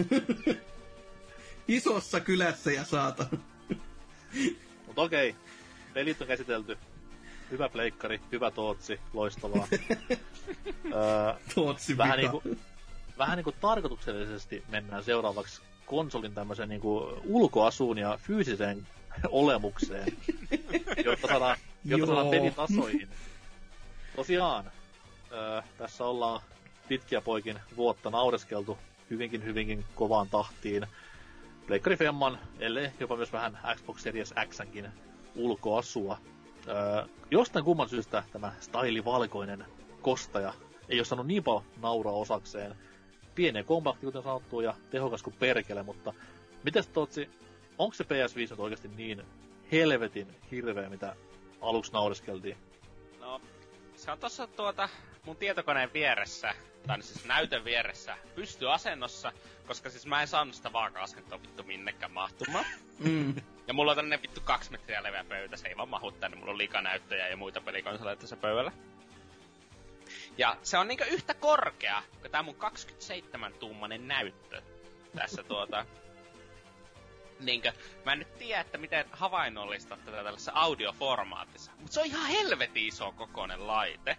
Isossa kylässä ja saatana. Mut okei, pelit on käsitelty. Hyvä pleikkari, hyvä Tootsi, loistavaa. Tootsi vähän niinku tarkoituksellisesti mennään seuraavaksi konsolin tämmöiseen niinku ulkoasuun ja fyysiseen olemukseen, jotta saadaan pelitasoihin. Tosiaan, tässä ollaan pitkiä poikin vuotta naureskeltu hyvinkin kovaan tahtiin Pleikkari Femman, ellei jopa myös vähän Xbox Series X:nkin ulkoasua. Jostain kumman syystä tämä stylivalkoinen kostaja ei ole saanut niin paljon nauraa osakseen. Pieni ja kompakti, kuten sanottu, ja tehokas kuin perkele, mutta mites Tootsi, onko se PS5 nyt oikeasti niin helvetin hirveä, mitä aluksi naureskeltiin? No, se on tossa mun tietokoneen vieressä, tai siis näytön vieressä, pystyasennossa, koska siis mä en saanut sitä vaaka-asennetta vittu minnekään mahtumaan. Ja mulla on tänne vittu 2 metriä leveä pöytä, se ei vaan mahu tänne, mulla on liikanäyttöjä ja muita pelikonsoleita tässä pöydällä. Ja se on niinkö yhtä korkea, kuin tää mun 27-tuumainen näyttö tässä niinkö, mä en nyt tiedä, että miten havainnollistaa tätä tällaisessa audioformaatissa, mut se on ihan helvetin iso kokoinen laite.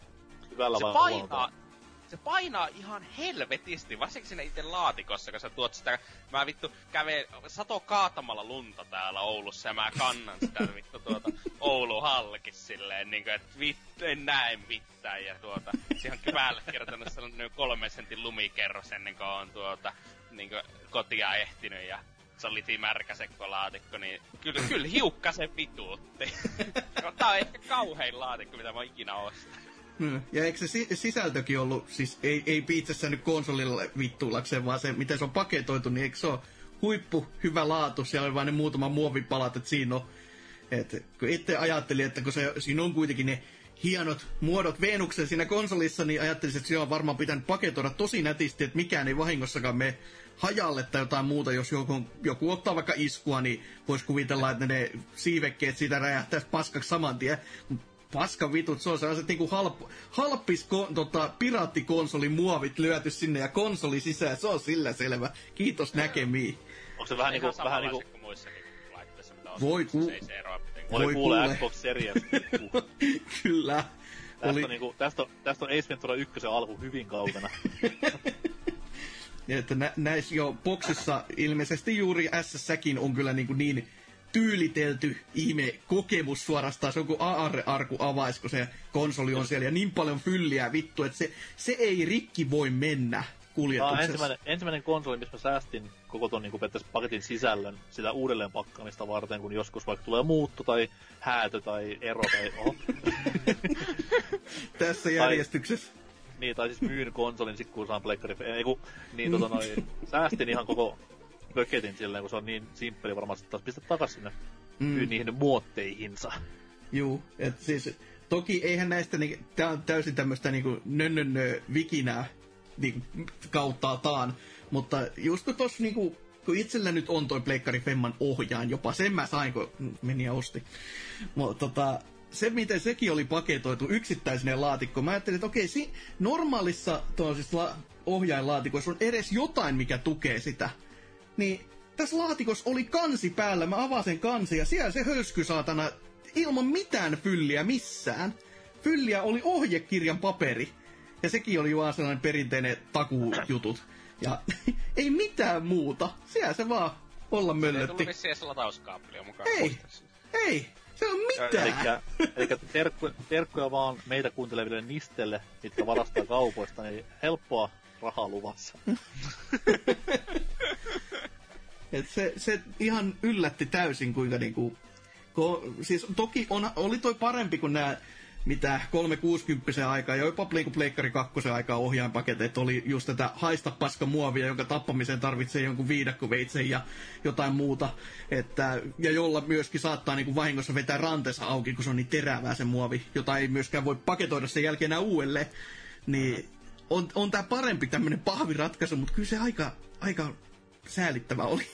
Se painaa ihan helvetisti, varsinkin siinä itse laatikossa, kun sä tuot sitä, mä vittu sato kaatamalla lunta täällä Oulussa ja mä kannan sitä vittu Oulun halkis silleen, niinkö, et vittu, en näe mitään ja siihen kybälle kertonut sellainen 3 sentin lumikerros ennen kuin on niinkö kotia ehtinyt ja se on litimärkäsekko laatikko, niin kyllä hiukkasen vituutti. Tää on ehkä kauhein laatikko, mitä mä oon ikinä ostanut. Ja eikö se sisältökin ollut, siis ei piitsessä nyt konsolille vittuillakseen, vaan se, miten se on paketoitu, niin eikö se ole huippu hyvä laatu, siellä on vain ne muutama muovipalat, että siinä on, että kun itse ajattelin, että kun siinä on kuitenkin ne hienot muodot Venuksen siinä konsolissa, niin ajattelisin, että se on varmaan pitänyt paketoida tosi nätisti, että mikään ei vahingossakaan mene hajalle tai jotain muuta, jos joku ottaa vaikka iskua, niin voisi kuvitella, että ne siivekkeet siitä räjähtäisi paskaksi saman tien. Paska vitut, se on sellaiset niinku halppis piraattikonsolin muovit lyöty sinne ja konsoli sisään, se on sillä selvä. Kiitos näkemiin. Onko se vähän niinku kuin muissakin laitteissa, mitä on. Voi kuule Xbox Series. Kyllä. Tästä on Ace Ventura 1 alku hyvin kaukana. Ja että näissä jo boksissa ilmeisesti juuri S-säkin on kyllä niin tyylitelty ihme kokemus suorastaan. Se on kuin AR-arku avais, kun se konsoli on siellä ja niin paljon fylliä vittu, että se ei rikki voi mennä kuljetuksessa. Tämä on ensimmäinen konsoli, missä mä säästin koko ton niin paketin sisällön sitä uudelleen pakkaamista varten, kun joskus vaikka tulee muutto tai häätö tai ero tai Tässä järjestyksessä. Niin, tai siis myyn konsolin sit kun saan pleikkari. Säästin ihan koko pöketin silleen, kun se on niin simppeli varmasti taas pistä takas sinne niihin muotteihinsa. Juu, et siis toki eihän näistä, tää on täysin tämmöstä niinku vikinää niinku kauttaaltaan, mutta just kun tossa niinku, kun itsellä nyt on toi Pleikkari Femman ohjaan, jopa sen mä sain, kun meni ja osti. Mutta se, miten sekin oli paketoitu yksittäisenä laatikkoon, mä ajattelin, että okei, normaalissa ohjainlaatikoissa on edes jotain, mikä tukee sitä. Niin tässä laatikossa oli kansi päällä, mä avasin kansi ja siellä se hölsky saatana ilman mitään fylliä missään. Fylliä oli ohjekirjan paperi ja sekin oli vaan sellainen perinteinen takujutut. Ja ei mitään muuta. Siellä se vaan olla möllötti. Ei tullut vissiin edes latauskaapelia mukaan. Ei. Se on mitään. Elikkä terkkuja vaan meitä kuunteleville nistelle, mitkä varastaa kaupoista, niin helppoa rahaa luvassa. Et se ihan yllätti täysin, kuinka niinku... Siis toki oli toi parempi kuin nää, mitä 360 aikaa, ja jopa Pleikkari 2 aikaa ohjainpaketit oli just tätä haista paska muovia, jonka tappamiseen tarvitsee jonkun viidakkoveitsen ja jotain muuta. Ja jolla myöskin saattaa niinku vahingossa vetää rantensa auki, kun se on niin terävää se muovi, jota ei myöskään voi paketoida sen jälkeen enää uudelleen. Niin on tää parempi tämmönen pahviratkaisu, mutta kyllä se aika säälittävä oli.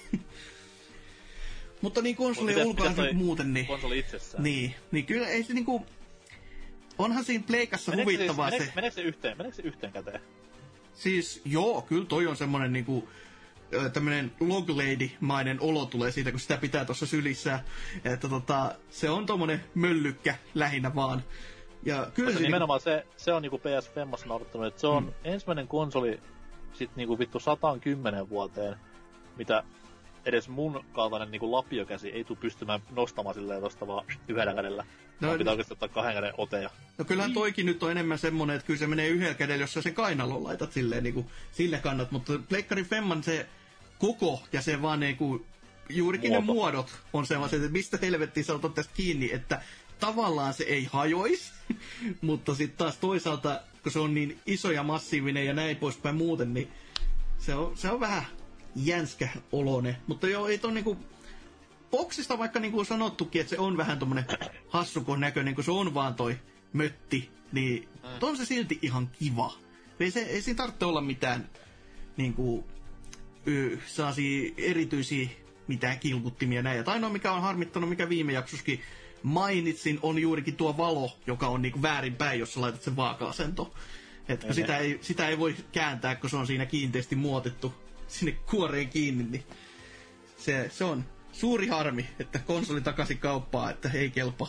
Mutta niin konsolien ulkoa muuten, niin... Konsoli itsessään. Niin kyllä ei se niinku... Onhan siinä pleikassa huvittavaa se... Meneekö se yhteen käteen? Siis joo, kyllä toi on semmonen niinku... tämmönen Loglady-mainen olo tulee siitä, kun sitä pitää tuossa sylissä. Että se on tommonen möllykkä lähinnä vaan. Ja kyllä mutta se nimenomaan se on niinku PS5 naurattanut, että se on ensimmäinen konsoli sit niinku vittu 110 vuoteen, mitä edes mun kaltainen niinku lapiokäsi ei tule pystymään nostamaan silleen tosta vaan yhdellä kädellä. Pitää oikeesti ottaa 2 käden oteja. No kyllähän toikin nyt on enemmän semmonen, että kyllä se menee yhdellä kädellä, jos sä sen kainalon laitat silleen niinku sille kannat, mutta Pleikkari Femman se koko ja se vaan niinku juurikin ne muodot on sellaiset, että mistä helvettiin sä otat tästä kiinni, että tavallaan se ei hajoisi, mutta sitten taas toisaalta, kun se on niin iso ja massiivinen ja näin poispäin muuten, niin se on vähän jänskä olone. Mutta joo, ei ton niinku... Boksista vaikka niinku on sanottukin, että se on vähän tommonen hassukon näköinen, kun se on vaan toi mötti, niin on se silti ihan kiva. Ei siinä tarvitse olla mitään niinku sellaisia erityisiä mitään kilkuttimia näin. Ja ainoa mikä on harmittanut, mikä viime jaksossakin mainitsin, on juurikin tuo valo, joka on niinku väärinpäin, jos sä laitat sen vaaka-asentoon. Että sitä ei voi kääntää, kun se on siinä kiinteästi muotettu sinne kuoreen kiinni, niin se on suuri harmi, että konsoli takaisin kauppaa, että ei kelpaa.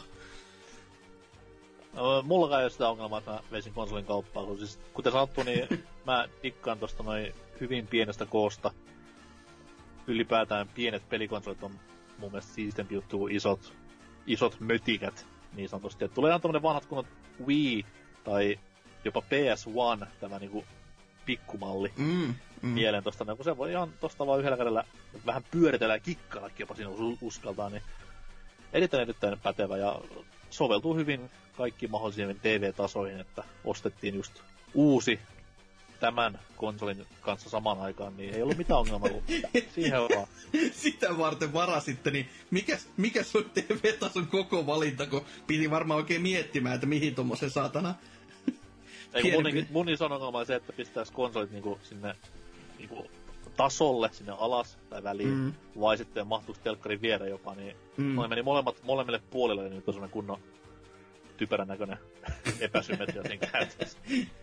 No, mulla ei ole sitä ongelmaa, että mä veisin konsolin kauppaa, kun siis, kuten sanottu, niin mä dikkaan tosta noin hyvin pienestä koosta. Ylipäätään pienet pelikonsolit on mun mielestä siistempi juttu kuin isot mötikät, niin sanotusti. Et tulee ihan tommonen vanhat kunnot Wii tai jopa PS1, tämä niinku pikkumalli mieleen tosta, kun se voi ihan tosta vaan yhdellä kädellä vähän pyöritellä ja kikkaillakin jopa siinä uskaltaa, niin erittäin pätevä ja soveltuu hyvin kaikkiin mahdollisiin TV-tasoihin, että ostettiin just uusi tämän konsolin kanssa samaan aikaan, niin ei ollut mitään ongelmaa, kun siihen on vaan. Sitä varten varasitte, niin mikä se on TV-tason koko valinta, kun piti varmaan oikein miettimään, että mihin tommosen saatana... Mun iso ongelma on se, että pistäis konsolit niinku sinne niinku tasolle, sinne alas tai väliin, vai sitten mahtuuko telkkarin viereen jopa, niin noin meni molemmille puolille, niin nyt on semmonen kunnon typerän näköinen epäsymmetria siinä käytössä.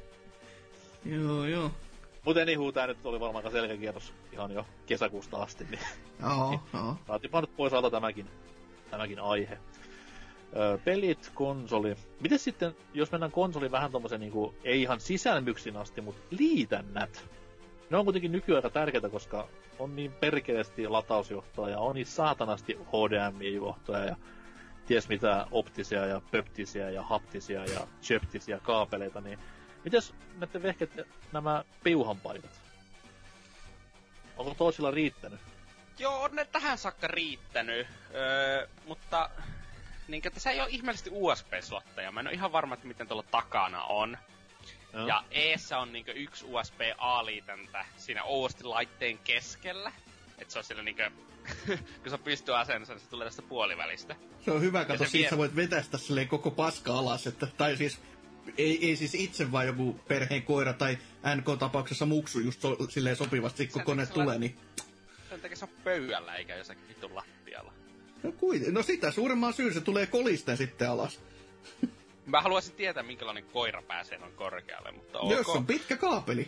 Joo. Mut anywho, tää nyt oli varmaan aika selkeä kierros ihan jo kesäkuusta asti, niin saatiinpa nyt pois alta tämäkin aihe. Pelit, konsoli. Miten sitten, jos mennään konsoliin vähän tommosen niinku, ei ihan sisälmyksin asti, mutta liitännät. Ne on kuitenkin nykyään tärkeitä, koska on niin perkeleesti latausjohtoa ja on niin saatanasti HDMI-johtoja ja ties mitä optisia ja pöptisiä ja haptisia ja chöptisiä kaapeleita, niin mites näette vehket nämä piuhanpaikat? Onko toisilla riittänyt? Joo, on ne tähän saakka riittänyt, mutta niin, tässä ei ole ihmeellisesti USB-slotteja. Mä en ole ihan varma, että miten tuolla takana on. No. Ja eessä on niin yksi USB-A-liitäntä siinä ouosti laitteen keskellä. Että se on siellä niinkö, kun se pystyy asennossa, niin se tulee tästä puolivälistä. Se on hyvä, kato, siitä sä voit vetästä silleen koko paska alas, että, tai siis, ei siis itse vaan joku perheen koira tai NK-tapauksessa muksu just silleen sopivasti, kun kone tulee, niin... Sen takia se on pöydällä, eikä jossakin vitun lattialla. No sitä suuremman syyn se tulee kolisten sitten alas. Mä haluaisin tietää, minkälainen koira pääsee noin korkealle, mutta ok. Jos on pitkä kaapeli.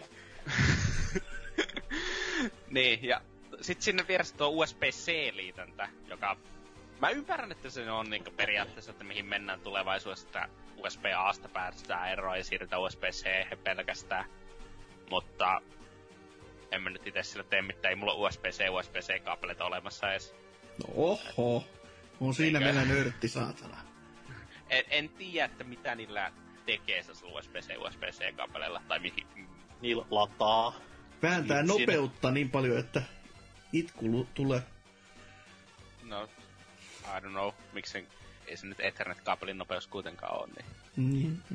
Niin, ja sit sinne vieressä tuo USB-C-liitäntä, joka... Mä ymmärrän, että se on niinku periaatteessa, että mihin mennään tulevaisuudessa, että USB-Asta päästään eroon ja siirrytään USB-C pelkästään. Mutta... en mä nyt itse sillä tee mitään, ei mulla USB-C-kaapeleita olemassa edes. No oho, on siinä meillä nörtti, saatana. En tiedä, että mitä niillä tekee se USB-C-kaapeleilla, tai mihin. Niillä lataa. Vääntää nopeutta niin paljon, että itku tulee. No, I don't know, miksen ei se nyt Ethernet-kaapelin nopeus kuitenkaan ole, niin.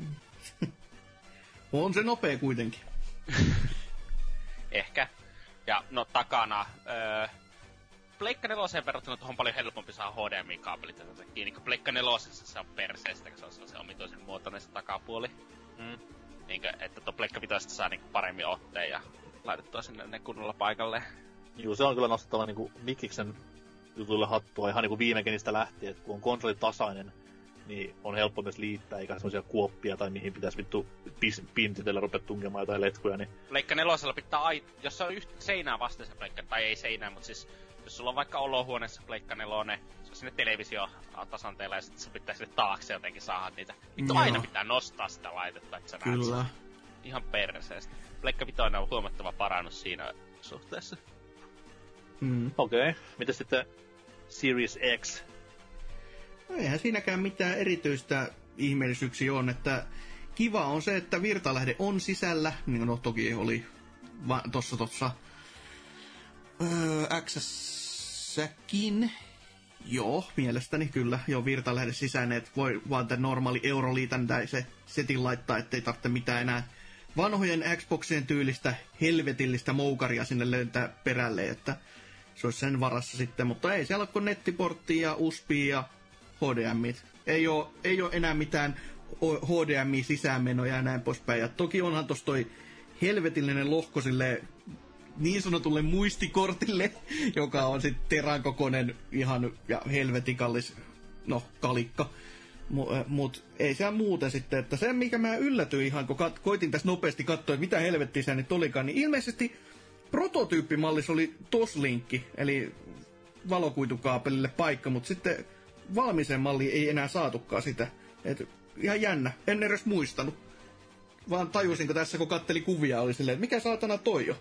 On se nopea kuitenkin. Ehkä. Ja no takana, Pleikka 4 verrattuna tuohon paljon helpompi saa HDMI-kaapelit tätä kiinni, kun Pleikka 4 se on perseestä, kun se on se omituisen muotoinen se takapuoli. Niinkö, että tuo Pleikka 5 saa niinku paremmin otteen ja laitettua sinne ne kunnolla paikalle. Juu, se on kyllä nostettava niinku Mikiksen jutuille hattua ihan niinku viime genistä lähtien, että kun on konsoli tasainen, niin on helppo myös liittää, eikä semmosia kuoppia tai mihin pitäisi vittu pintitellä rupea tunkemaan jotain letkuja, niin... Pleikka 4 pitää jos se on seinää vasten se Pleikka, tai ei seinää, mutta siis jos sulla on vaikka olohuoneessa Pleikka 4, se on sinne televisio tasanteella ja sitten se pitää sinne taakse jotenkin saada niitä. Vittu aina pitää nostaa sitä laitetta, että sä näet sen. Ihan perseestä. Pleikka 5 on huomattava parannus siinä suhteessa. Okei. Mitäs sitten Series X? No eihän siinäkään mitään erityistä ihmeellisyyksiä on, että kiva on se, että virtalähde on sisällä, niin no toki oli tossa X-säkin. Joo, mielestäni kyllä, jo virtalähde sisäinen, että voi vaan tämän normaali Euroliitan tai se setin laittaa, ettei tarvitse mitään enää vanhojen Xboxien tyylistä helvetillistä moukaria sinne löytää perälle, että se olisi sen varassa sitten, mutta ei siellä ole kuin nettiporttia ja USB ja HDMI. Ei oo enää mitään HDMI-sisäänmenoja ja näin poispäin. Ja toki onhan tossa toi helvetillinen lohko sille niin sanotulle muistikortille, joka on sitten teräkokoinen ihan ja helvetin kallis, no kalikka. Mut ei siellä muuten sitten, että se mikä mä yllätyin ihan, kun koitin tässä nopeasti katsoa, että mitä helvettiä se nyt olikaan, niin ilmeisesti prototyyppimallissa oli TOS-linkki, eli valokuitukaapelille paikka, mutta sitten valmiiseen malliin ei enää saatukaan sitä. Et ihan jännä, en edes muistanut. Vaan tajusinko tässä, kun katteli kuvia, oli silleen, että mikä saatana toi on.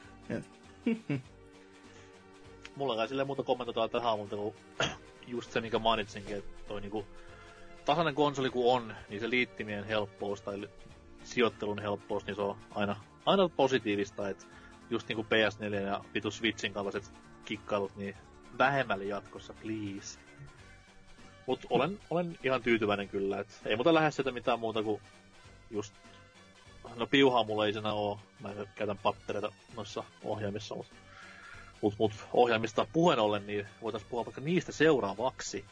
Mulla kai silleen muuta kommentoitaan tähän, mutta just se, minkä mainitsinkin, että toi niinku tasainen konsoli kun on, niin se liittimien helppous tai sijoittelun helppous, niin se on aina positiivista, että just niinku PS4 ja vitu Switchin kaltaiset kikkailut, niin vähemmälle jatkossa, please. Mut olen ihan tyytyväinen kyllä, et ei muuta lähde sieltä mitään muuta kuin just... No piuhaa mulla ei senä oo, mä käytän pattereita noissa ohjaimissa, mut ohjaimista puheen ollen, niin voitais puhua vaikka niistä seuraavaksi.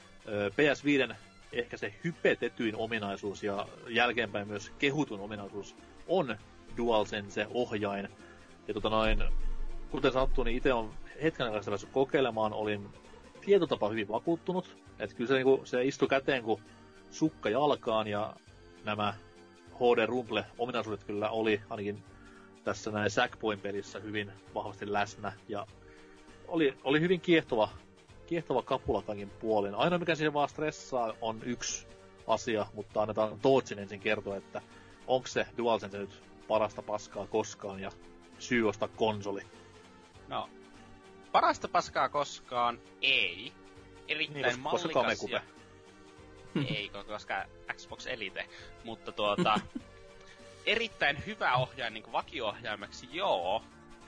PS5 ehkä se hypetetyin ominaisuus ja jälkeenpäin myös kehutun ominaisuus on DualSense-ohjain. Ja kuten sanottu, niin itse on hetken aikaa sitä päässyt kokeilemaan, olin tietotapa hyvin vakuuttunut. Että kyllä se istui käteen kuin sukka jalkaan ja nämä HD Rumble-ominaisuudet kyllä oli ainakin tässä näin Sackboyn pelissä hyvin vahvasti läsnä. Ja oli hyvin kiehtova kapula kaikin puolin. Ainoa mikä siihen vaan stressaa on yksi asia, mutta annetaan Tootsin ensin kertoa, että onko se DualSense nyt parasta paskaa koskaan ja syy ostaa konsoli? No, parasta paskaa koskaan ei. Erittäin niin, mallikas ja... ei, koska Xbox Elite. Mutta erittäin hyvä ohjaaja niin vakio-ohjaimeksi, joo.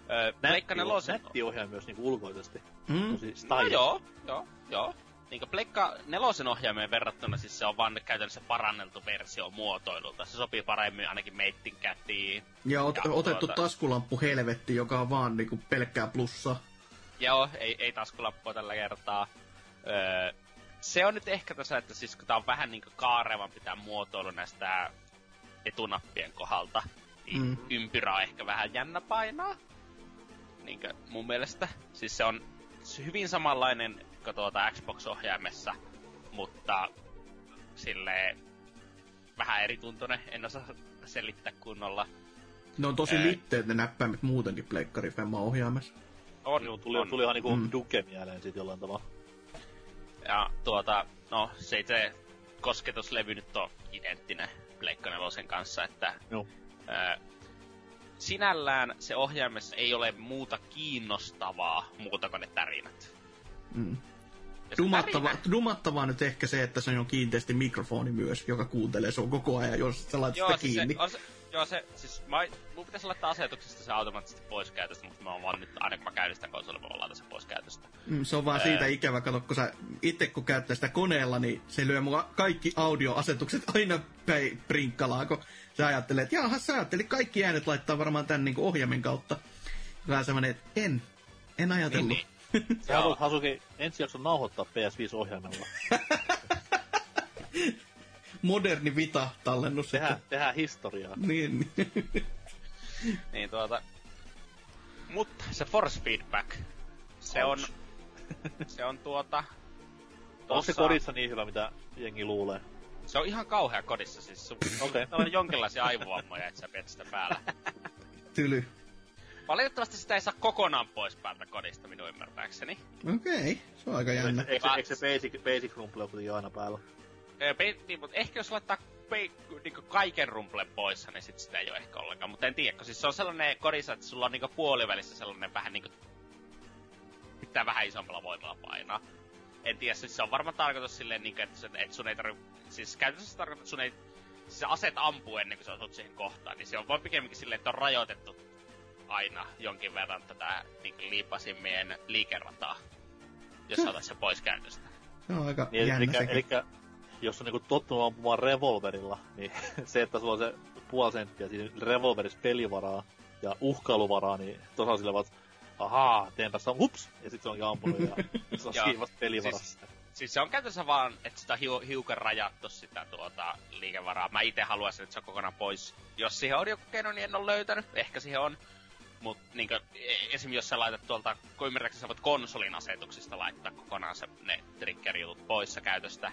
Nätti ohjaaja myös niin ulkoisesti. No, joo. Niin Pleikka 4 ohjaimeen verrattuna siis se on vaan käytännössä paranneltu versio muotoilulta. Se sopii paremmin ainakin meittin kätiin. Ja otettu taskulamppu helvetti, joka on vaan niinku pelkkää plussaa. Joo, ei taskulappua tällä kertaa. Se on nyt ehkä tässä, että siis kun tää on vähän niinku kaarevampi tää muotoilu näistä etunappien kohdalta, niin ympyrä on ehkä vähän jännä painaa. Niinkö mun mielestä. Siis se on hyvin samanlainen kuin Xbox-ohjaimessa, mutta silleen vähän erituntunen, en osaa selittää kunnolla. Ne on tosi litteet ne näppäimet muutenkin Pleikkari Femma-ohjaimessa. Tuli ihan niinku Duke mieleen sit jollain tavalla. Ja no se itse kosketuslevy nyt on identtinen Pleikka 4 kanssa, että sinällään se ohjaimessa ei ole muuta kiinnostavaa muuta kuin ne tärinät. Dumattavaa nyt ehkä se, että se on kiinteästi mikrofoni myös, joka kuuntelee sun koko ajan, jos sä laitat sitä kiinni. Mun pitäisi laittaa asetuksesta se automaattisesti pois käytöstä, mutta mä oon vaan nyt, aina kun mä käyn sitä konsolilla, mä laitan sen pois käytöstä. Se on vaan siitä ikävä, kato, kun sä itse kun käyttää sitä koneella, niin se lyö mua kaikki audioasetukset aina prinkkalaan, kun sä ajattelet, että jaha, sä ajattelit kaikki äänet laittaa varmaan tän niin ohjaimen kautta. Vähän semmonen, että en ajatellut. Niin. Sä haluat, Hasuki, ensi jakson nauhoittaa PS5-ohjaimella. Moderni Vita-tallennus. Tehdään historiaa. Niin. Niin mutta se force feedback, se on on se kodissa niin hyvä, mitä jengi luulee? Se on ihan kauhea kodissa, siis Okei. on jonkinlaisia aivovammoja, että sä pidät sitä päällä. Tyly. Valitettavasti sitä ei saa kokonaan pois päältä kodista, minun ymmärtääkseni. Okei, se on aika jännä. Eikö se basic rumple kuitenkin aina päällä? Mutta ehkä jos laittaa niinku kaiken rumplen poissa, niin sit sitä ei oo ehkä ollenkaan. Mutta en tiedä, kun siis se on sellainen kodissa, että sulla on niinku puolivälissä sellainen vähän niinku... pitää vähän isommalla voimalla painaa. En tiedä, siis se on varmaan tarkoitus silleen niinku, että sun ei tarvi... Siis käytännössä se tarkoittaa, että sun ei... Siis sä aset ampuu ennen kuin sä osut siihen kohtaan, niin se on vaan pikemminkin silleen, että on rajoitettu aina jonkin verran tätä niinku liipasimien liikerataa, jos sä otat sen pois käytöstä. Se on aika niin, jännä sekin. Elikkä, jos on niinku tottunut ampumaan revolverilla, niin se, että sulla on se puoli senttiä siinä revolverissa pelivaraa ja uhkailuvaraa, niin tosiaan sillä vaan, ahaa, teenpä sitä, hups, ja sit se onkin ampunut ja se on siinä vasta pelivarassa. Siis se on käytössä vaan, että sitä on hiukan rajattu sitä liikevaraa. Mä ite haluaisin, että se on kokonaan pois. Jos siihen on joku keino, niin en ole löytänyt. Ehkä siihen on. Mut niinkö, esim. Jos sä laitat tuolta, kun ymmärräkseni sä voit konsolin asetuksista laittaa kokonaan ne trigger-jutut poissa käytöstä.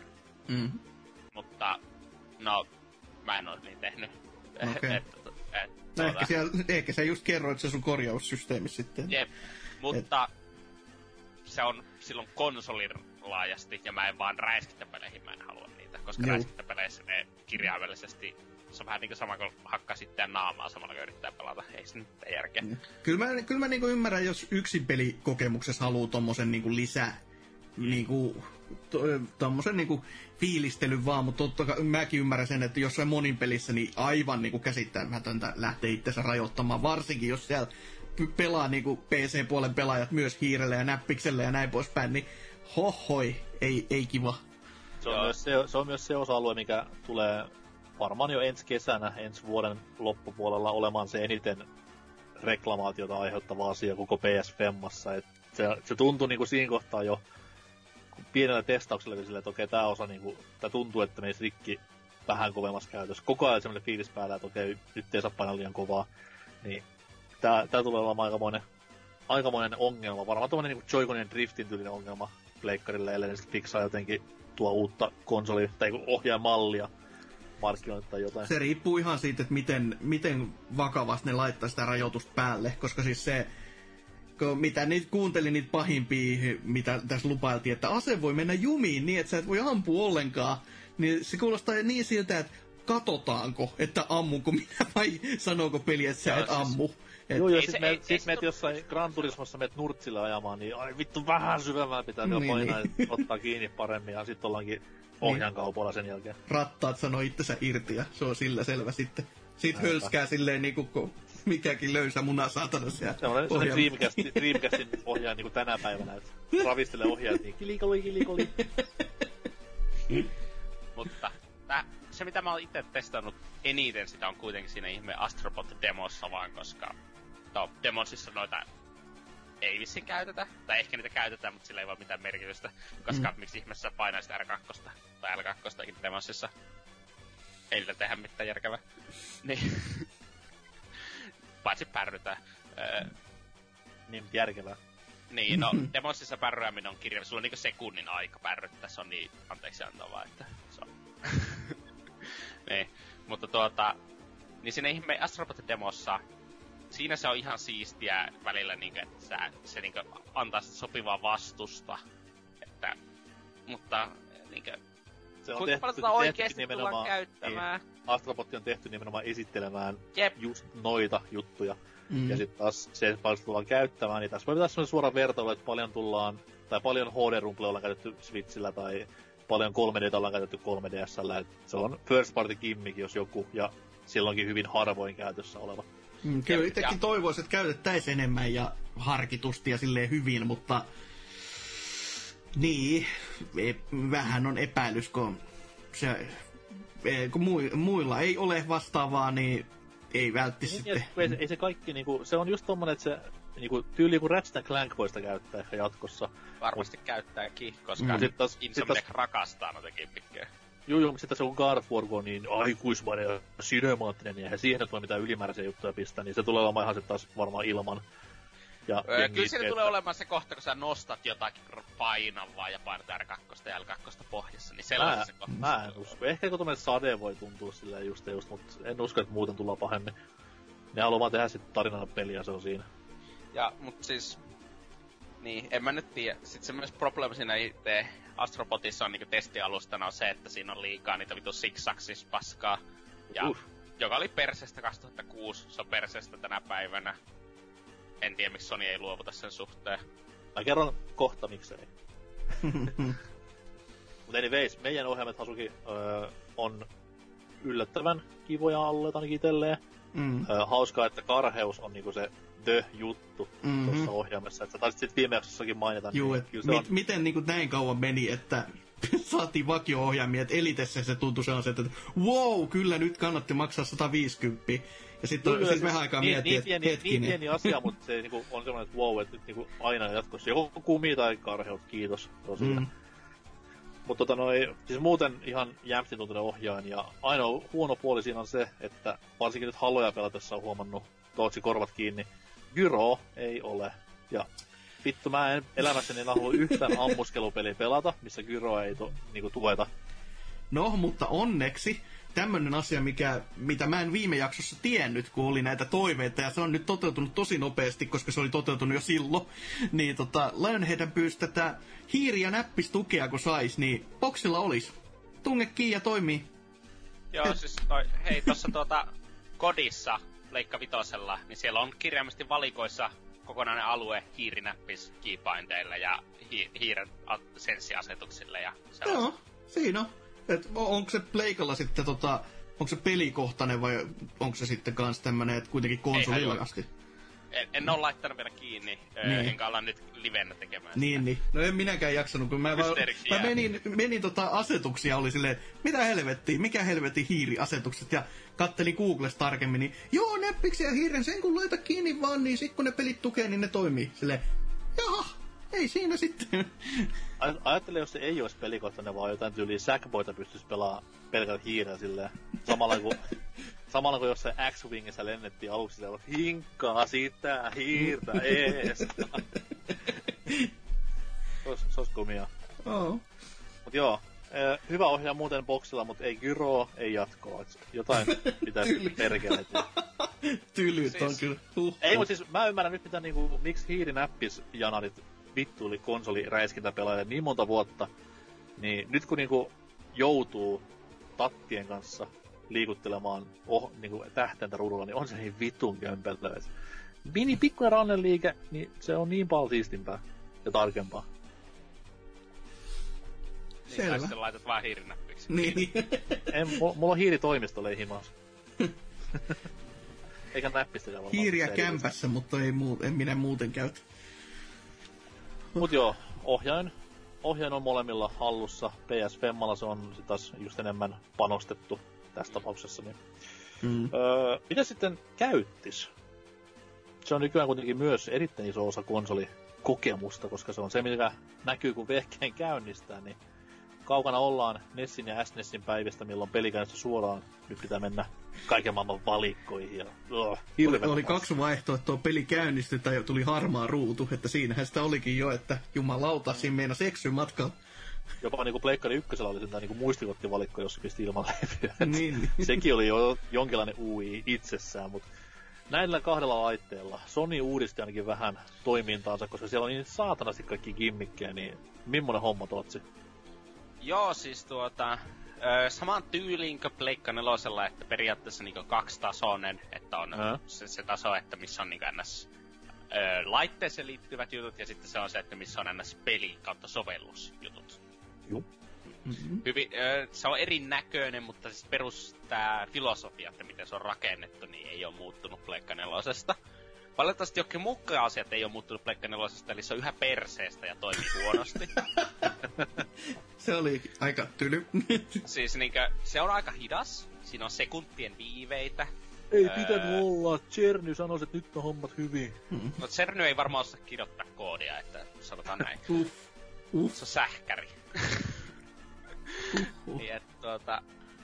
Mutta, no, mä en oo niin tehnyt. Okei. Ehkä sä just kerroit se sun korjaussysteemissä sitten. Jep, mutta se on silloin konsolin laajasti, ja mä en vaan räiskintäpeleihin, mä en halua niitä, koska räiskintäpeleissä ne kirjaimellisesti, se on vähän niinku sama kuin hakkaa sitten naamaa samalla kun yrittää pelata, ei se nyt järkeä. Kyllä mä niinku ymmärrän, jos yksin pelikokemuksessa haluu tommosen niinku lisää, niinku, tommosen niinku fiilistelyn vaan, mutta totta kai mäkin ymmärrän sen, että jos on monin pelissä, niin aivan niinku käsittämätöntä lähtee itsensä rajoittamaan, varsinkin jos siellä pelaa niinku PC-puolen pelaajat myös hiirellä ja näppiksellä ja näin poispäin, niin hohoi, ei kiva. Se on myös se osa-alue, mikä tulee varmaan jo ensi kesänä, ensi vuoden loppupuolella olemaan se eniten reklamaatiota aiheuttava asia koko PS5. Se tuntuu niinku siinä kohtaa jo pienellä testauksella, kun silleen, että okei, tää osa niinku, tää tuntuu, että meis rikki vähän kovemmassa käytössä. Koko ajan semmoinen fiilis päällä, että okei, nyt ei saa painaa liian kovaa. Niin tää tulee olemaan aikamoinen ongelma. Varmaan tommonen niinku Joy-Conin driftin tyylinen ongelma pleikkarille, ellei ne sit fiksaa jotenkin tuo uutta konsoli- tai ohjaamallia markkinoille tai jotain. Se riippuu ihan siitä, että miten vakavasti ne laittaa sitä rajoitusta päälle, koska siis se, mitä kuuntelin niitä pahimpia, mitä tässä lupailtiin, että ase voi mennä jumiin niin, että sä et voi ampua ollenkaan, niin se kuulostaa niin siltä, että katotaanko, että ammunko minä vai sanooko peli, että sä et ammu. Joo, sit meet jossain Gran Turismossa meet nurtsille ajamaan, niin ai vittu vähän syvemmään pitää painaa, että ottaa kiinni paremmin ja sit ollaankin ohjaankaupalla sen jälkeen. Rattaat sanoo itsensä irti ja se on sillä selvä sitten. Sit hölskää silleen niinku kun mikäkin löysä muna saatana siellä. Sellainen Dreamcastin ohjaa niinku tänä päivänä, että ravistelee ohjaajat niin kilikoli. Mutta se mitä mä oon itse testannut eniten sitä on kuitenkin siinä ihme Astrobot-demossa vaan, koska demosissa noita ei vissiin käytetä, tai ehkä niitä käytetään, mutta sillä ei vaan mitään merkitystä, koska miksi ihmeessä painaisit R2 tai L2 demosissa. Ei niitä tehdä mitään järkevää. Niin. Paitsi pärrytään. Niin järkevää. Niin, no demosissa pärryäminen on kirjallinen. Sulla on niinku sekunnin aika pärryttää, se on niin anteeksi antavaa, että se on. Niin, mutta niin siinä ihme Astrobot-demossa, siinä se on ihan siistiä välillä niinku, että se niinku antaa sitä sopivaa vastusta, että, mutta niinku... Se on kuinka paljon tätä oikeesti tullaan käyttämään? Niin, Astrobotti on tehty nimenomaan esittelemään Jep. just noita juttuja. Ja sit taas se paljon tullaan käyttämään, niin tässä voi pitää semmoinen suora vertailu, että paljon HD-rumpleja ollaan käytetty Switchillä tai paljon 3D:tä ollaan käytetty 3DS:llä. Se on first party gimmick, jos joku, ja silloinkin hyvin harvoin käytössä oleva. Kyllä itsekin toivoisin, että käytettäisiin enemmän ja harkitusti ja silleen hyvin, mutta niin, vähän on epäilys, kun muilla ei ole vastaavaa, niin ei vältti niin, sitten. Ei se kaikki, niinku, se on just tommonen, että se niinku, tyyli joku Ratchet & Clank voisi sitä käyttää ehkä jatkossa. Varmasti käyttääkin, koska Insomniac rakastaa noita gimmikkejä. Joo, mutta sitten se on God of War, kun on niin aikuismainen ja sinemaattinen, niin eihän siihen voi mitään ylimääräisiä juttuja pistää, niin se tulee olemaan ihan se taas varmaan ilman. Ja kyllä siinä tulee olemaan se kohta, kun sä nostat jotakin painavaa ja painat R2 ja L2 pohjassa, niin sellainen se kohta. Mä en usko. Ehkä kun tommoinen sade voi tuntua silleen just, mutta en usko, että muuten tullaan pahemmin. Ne haluaa vaan tehdä sitten tarinana peliä, se on siinä. Ja, mut siis niin, en mä nyt tiedä. Sitten se myös probleema siinä itse Astrobotissa on niinku testialustana on se, että siinä on liikaa niitä vitu Six-Axis paskaa. Ja joka oli perseestä 2006, se on perseestä tänä päivänä. En tiedä, miksi Sony ei luovuta sen suhteen. Mä kerron kohta, miksei. Mut anyways, meidän ohjaimet Hasuki on yllättävän kivoja alueita ainakin itelleen. Hauskaa, että karheus on niinku se juttu tuossa ohjaamessa. Että sä taisit sit viime jaksossakin mainita. Juu, niin, miten niinku näin kauan meni, että saatiin vakio-ohjaimia, että Elitessä se tuntui sellaiset, että wow, kyllä nyt kannatti maksaa 150. Ja sitten sit vähän aikaa miettii, että hetkinen. Niin pieni asia, mutta se niinku on semmoinen, että wow, että nyt niinku aina jatkossa joko kumi tai karheus, kiitos tosiaan. Mutta siis muuten ihan jämptin tuntunen ohjaajan, ja ainoa huono puoli siinä on se, että varsinkin nyt Haloja pelatessa on huomannut, tootsi korvat kiinni, gyro ei ole. Ja vittu, mä en elämässäni halua yhtään ammuskelupeliä pelata, missä gyroa ei niinku tueta. No, mutta onneksi tämmönen asia, mitä mä en viime jaksossa tiennyt, kun oli näitä toiveita, ja se on nyt toteutunut tosi nopeasti, koska se oli toteutunut jo silloin, niin Lionhead pyysi tätä hiiri- ja näppistukea, kun sais, niin boksilla olis. Tunge kiinni ja toimii. Joo, siis hei, tossa kodissa Pleikka Vitosella, niin siellä on kirjaimellisesti valikoissa kokonainen alue hiirinäppis keybindeille ja hiiren senssiasetuksille ja sellaista. Joo, siinä on. Et onko se Pleikalla sitten onko se pelikohtainen vai onko se sitten kans tämmönen, että kuitenkin konsolilla asti? En oo laittanut vielä kiinni, enkä olla nyt livenä tekemään sitä. Niin. No en minäkään jaksanut, kun mä menin asetuksia, oli silleen, mitä helvettiä, mikä helvetin hiiriasetukset, ja kattelin Googlesta tarkemmin, niin joo, näppiksi ja hiiren, sen kun laita kiinni vaan, niin sit kun ne pelit tukee, niin ne toimii. Silleen, jaha, ei siinä sitten. Ajattele, jos se ei olisi pelikohtainen, vaan jotain tyyliä Sackboyta pystyisi pelaamaan pelkällä hiirellä silleen. Samalla kuin jossain X-Wingissä lennettiin aluksi, se on hinkkaa sitä hiirtä ees. Se olisi kumia. Mut joo, hyvä ohjaa muuten boksilla, mutta ei gyroa, ei jatkoa. Jotain pitäisi perkeleitä. Tylyt on kyllä. Ei, mutta siis mä ymmärrän nyt miksi hiirinäppis-janarit vittuili konsoliräiskintäpelaajille niin monta vuotta. Niin nyt kun joutuu tattien kanssa liikuttelemaan tähtentä ruudulla, niin on se niin vitun kömpelöä. Pikkuinen ranneliike, niin se on niin paljon siistimpää ja tarkempaa. Selvä. Niin, sitten laitat vaan hiirinäppiksi. Niin. Mulla on hiiritoimistolle himas. Eikä näppistäkään varmaan. Hiiriä kämpässä, mutta en minä muuten käytä. Mut joo, ohjain on molemmilla hallussa. PS Femmalla se on sit taas just enemmän panostettu tässä tapauksessa. Niin. Mitä sitten käyttis? Se on nykyään kuitenkin myös erittäin iso osa konsolikokemusta, koska se on se, mikä näkyy kun vehkeen käynnistää, niin kaukana ollaan Nessin ja SNESin päivistä, milloin pelikäynnistä suoraan nyt pitää mennä kaiken maailman valikkoihin. Ja, oli kaksi vaihtoehtoa, peli käynnistyi tai tuli harmaa ruutu, että siinähän sitä olikin jo, että jumalauta, siinä meinasi eksy matkalla. Jopa Pleikkari ykkösellä oli sen muistikorttivalikko, jossa pisti ilman levyä. Niin. Sekin oli jo jonkinlainen UI itsessään, mutta näillä kahdella laitteella Sony uudisti ainakin vähän toimintaansa, koska siellä on niin saatanasti kaikki gimmikkejä, niin millainen homma Tootsi? Joo, siis samaan tyyliin kuin Pleikka 4, että periaatteessa niinku 2-tasoinen, että on se taso, että missä on niinku ns. Laitteeseen liittyvät jutut, ja sitten se on se, että missä on ns. Peli kautta sovellusjutut. Joo. Mm-hmm. Se on erinäköinen, mutta siis perus tää filosofia, että miten se on rakennettu, niin ei ole muuttunut Pleikka 4. Valitettavasti jokin mukaan asiat ei ole muuttunut Pleikka 4, eli se on yhä perseestä ja toimii huonosti. Se oli aika tyly. Siis niinkö, se on aika hidas, siinä on sekuntien viiveitä. Ei pitänyt olla, Cherny sanoisi, että nyt on hommat hyvin. No Cherny ei varmaan osaa kirjoittaa koodia, että sanotaan näin. Se on sähkäri. Niin, että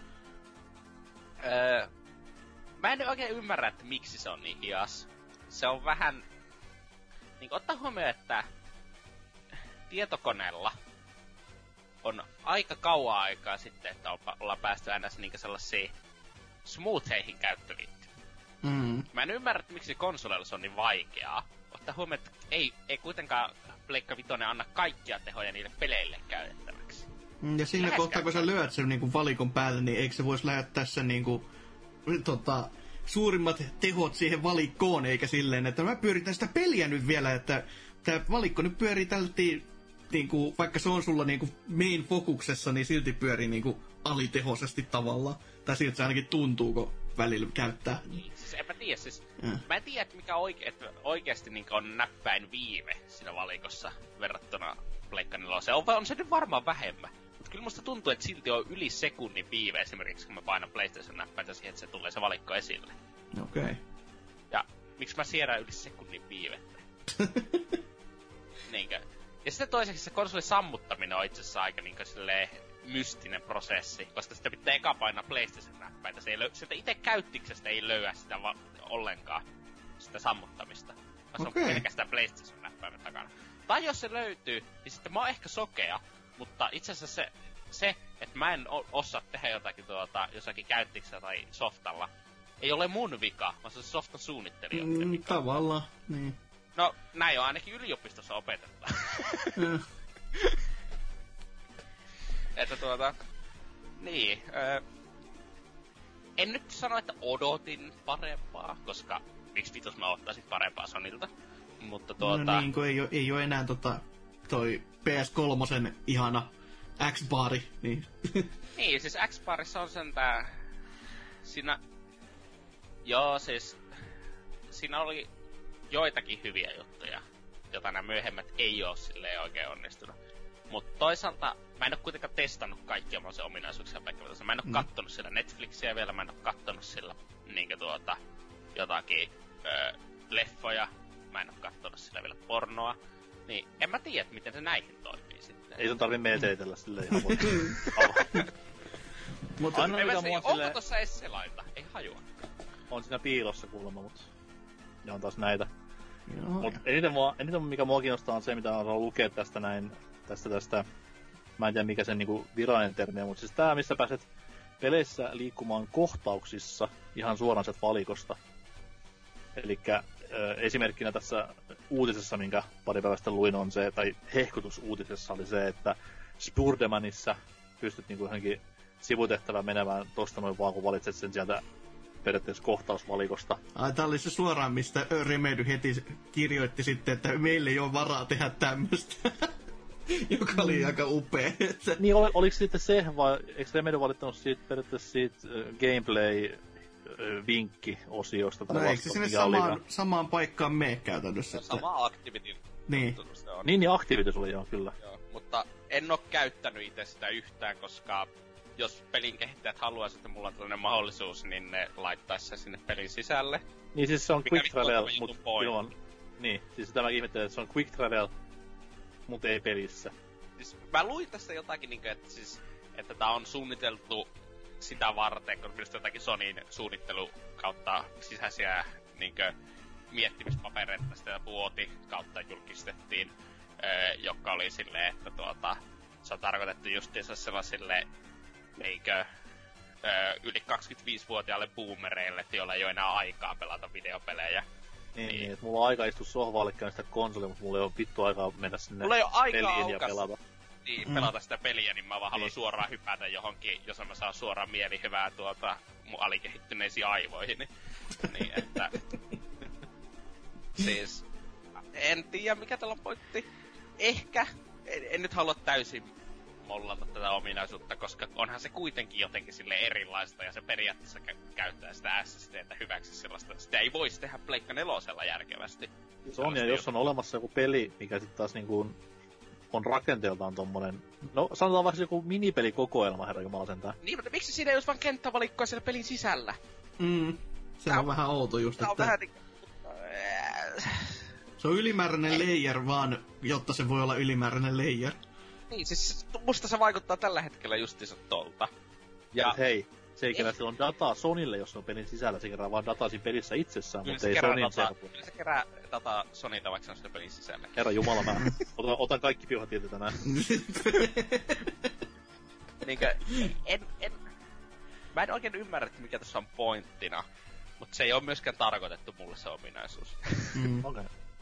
mä en oikein ymmärrä, että miksi se on niin hias. Se on vähän... Niin ottaa huomioon, että tietokoneella on aika kauan aikaa sitten, että ollaan päästy ns. Niin sellaisiin smootheihin käyttöliittymään. Mä en ymmärrä, että miksi konsoleilla se on niin vaikeaa. Ottaa huomioon, että ei kuitenkaan Pleikka 5 anna kaikkia tehoja niille peleille käytettäväksi. Ja siinä kohtaa, kun sä lyöt sen niinku valikon päälle, niin eikö se voisi lähettää sen niinku, suurimmat tehot siihen valikkoon, eikä silleen, että mä pyöritän sitä peliä nyt vielä, että tää valikko nyt pyörii tälti, niinku, vaikka se on sulla niinku main fokuksessa, niin silti pyörii niinku alitehoisesti tavallaan. Tai siltä se ainakin tuntuu, kun välillä käyttää. Niin, siis en mä tiedä, mä en tiedä, että mikä oikeesti niinku on näppäin viive siinä valikossa verrattuna Pleikka 4. On se nyt varmaan vähemmän. Mutta kyllä musta tuntuu, että silti on yli sekunnin viive esimerkiksi, kun mä painan PlayStation-näppäintä siihen, että se tulee se valikko esille. Okei. Okay. Ja miksi mä siedän yli sekunnin viivettä? Niinkö? Ja sitten toiseksi se konsolin sammuttaminen on itse asiassa aika niinkö silleen mystinen prosessi, koska sitä pitää eka painaa PlayStation-näppäintä. Sieltä itse käyttiksestä ei löyä sitä ollenkaan, sitä sammuttamista. Vaan se on pelkästään PlayStation-näppäimen takana. Tai jos se löytyy, niin sitten mä oon ehkä sokea, mutta itse asiassa se että mä en osaa tehdä jotakin jossakin käyttiksellä tai softalla, ei ole mun vika, vaan se softan suunnittelijoiden vika. Tavallaan, niin. No, näin on ainakin yliopistossa opetettu. Että niin, en nyt sano, että odotin parempaa, koska miksi vitos mä ottaisin parempaa Sonilta, mutta No niin, kun ei oo enää toi PS3 ihana X-bari, niin. Niin, siis X-barissa on sentään... Siinä oli joitakin hyviä juttuja, jota nämä myöhemmät ei oo silleen oikein onnistunut. Mut toisaalta mä en oo kuitenkaan testannut kaikkia mun ominaisuuksia Pleikka. Mä en oo kattonut sillä Netflixiä vielä, mä en oo kattonut sillä jotakin leffoja, mä en oo kattonut sillä vielä pornoa. Niin en mä tiedä, miten se näihin toimii sitten. Ei sun tarvii meeteitellä silleen ihan Mutta onko tossa edes selainta? Ei hajua. On siinä piilossa kuulemma, mut... Ja on taas näitä. Joo. Mut eniten mikä mua kiinnostaa on se, mitä on saanut lukea tästä näin... Tästä... Mä en tiedä mikä sen niinku virallinen termi on, mut siis tää, missä pääset peleissä liikkumaan kohtauksissa ihan suoraan sieltä valikosta. Elikkä esimerkkinä tässä uutisessa, minkä pari päivästä luin, on se, tai hehkutusuutisessa oli se, että Spurdemanissa pystyt niinku johonkin sivutehtävään menemään tosta noin vaan, kun valitset sen sieltä periaatteessa kohtausvalikosta. Ai, tää oli se suoraan, mistä Remedy heti kirjoitti sitten, että meillä ei ole varaa tehdä tämmöstä. Joka oli aika upea. Niin, oliko sitten se, vai eikö Remedy valittanut siitä periaatteessa siitä gameplay-vinkki-osiosta? No eikö se sinne samaan paikkaan mene käytännössä? Sama Activity. Niin. Niin, Activity oli joo, kyllä. Joo, mutta en oo käyttänyt itse sitä yhtään, koska jos pelin kehittäjät haluaisi, että mulla on tällainen mahdollisuus, niin ne laittaisi se sinne pelin sisälle. Niin siis se on Quick Travel, mut ilman... Niin, siis tämä ihmettelee, että se on Quick Travel, mut ei pelissä. Siis mä luin tästä jotakin, niin että tää on suunniteltu sitä varten, kun minusta jotakin Sonyn suunnittelu kautta sisäisiä miettimispapereita tästä vuoti kautta julkistettiin, joka oli silleen, että se on tarkoitettu justiinsa sellaisille yli 25-vuotiaille boomereille, joilla ei ole enää aikaa pelata videopelejä. Niin, että mulla on aika istua sohvalle käynnistää konsoli, mutta mulla ei ole vittu aikaa mennä sinne mulla ei ole peliin ja pelata. pelata sitä peliä, niin mä vaan haluan suoraan hypätä johonkin, jos mä saan suoraan mielihyvää mun alikehittyneisiin aivoihin. Niin että... Siis... En tiedä, mikä tällä on pointti. Ehkä. En nyt halua täysin mollata tätä ominaisuutta, koska onhan se kuitenkin jotenkin sille erilaista, ja se periaatteessa käyttää sitä SSDtä hyväksi sellaista. Sitä ei voisi tehdä Pleikka 4:lla järkevästi. Se on, ja jos on olemassa joku peli, mikä sitten taas niinku on rakenteeltaan tommonen... No, sanotaan vaikka joku minipelikokoelma, herra jumala sentään. Niin, mutta miksi siinä ei olisi vaan kenttävalikkoa siellä pelin sisällä? Se on vähän outo just, että... Vähän... Se on ylimääräinen layer vaan, jotta se voi olla ylimääräinen layer. Niin, siis musta se vaikuttaa tällä hetkellä justiinsa tolta. Ja hei, se ei kerää silloin dataa Sonylle, jos on pelin sisällä, se kerää vaan dataa siinä pelissä itsessään, kyllä mutta ei Sonyn servu. Kyllä se kerää dataa Sonylta, vaikka se on sitä pelin sisällä. Herra jumala, mä otan kaikki piuhat tänään. Niinkö, mä en oikein ymmärrä, mikä tässä on pointtina, mutta se ei oo myöskään tarkoitettu mulle se ominaisuus. Okei.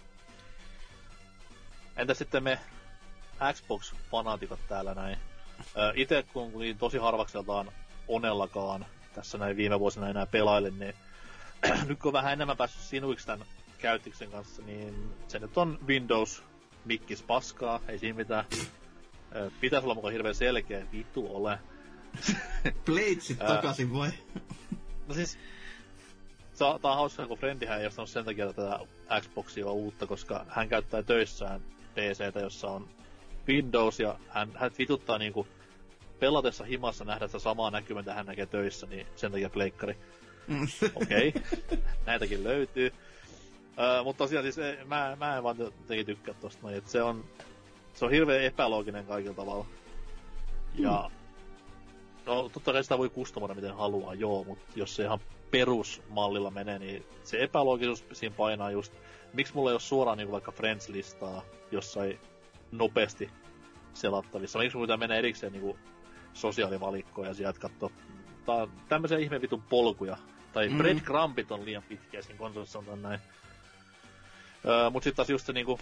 Entä sitten me Xbox-fanaatikot täällä näin? Ite kun niin tosi harvakseltaan Onellakaan tässä näin viime vuosina enää pelailin, niin nyt kun on vähän enemmän päässyt sinuiksi tämän käyttiksen kanssa, niin se nyt on Windows mikkis paskaa, ei siinä mitään. Pitäis olla mukaan hirveen selkeä, vittu ole. Bladesit takaisin vai? No siis, tää on hauska, kun Frendihän ei ostanut sen takia tätä Xboxia uutta, koska hän käyttää töissään PC:tä, jossa on Windows, ja hän vituttaa niinku pelatessa himassa nähdä sitä samaa näkymää, hän näkee töissä, niin sen takia pleikkari. Okei, näitäkin löytyy. Mutta tosiaan siis mä en vaan jotenkin tykkää tosta noin, että se on hirveen epälooginen kaikilla tavalla. Ja no totta kai sitä voi kustomoida miten haluaa, joo, mutta jos se ihan perusmallilla menee, niin se epäloogisuus siinä painaa just, miksi mulla ei ole suoraan niin vaikka Friends-listaa jossain nopeasti selattavissa, miksi mulla menee erikseen niin sosiaalivalikkoja ja sieltä katsoo tämmöisiä ihme vitun polkuja, tai breadcrumbit on liian pitkiä siinä konsolissa, on näin. Mut sit taas just se niinku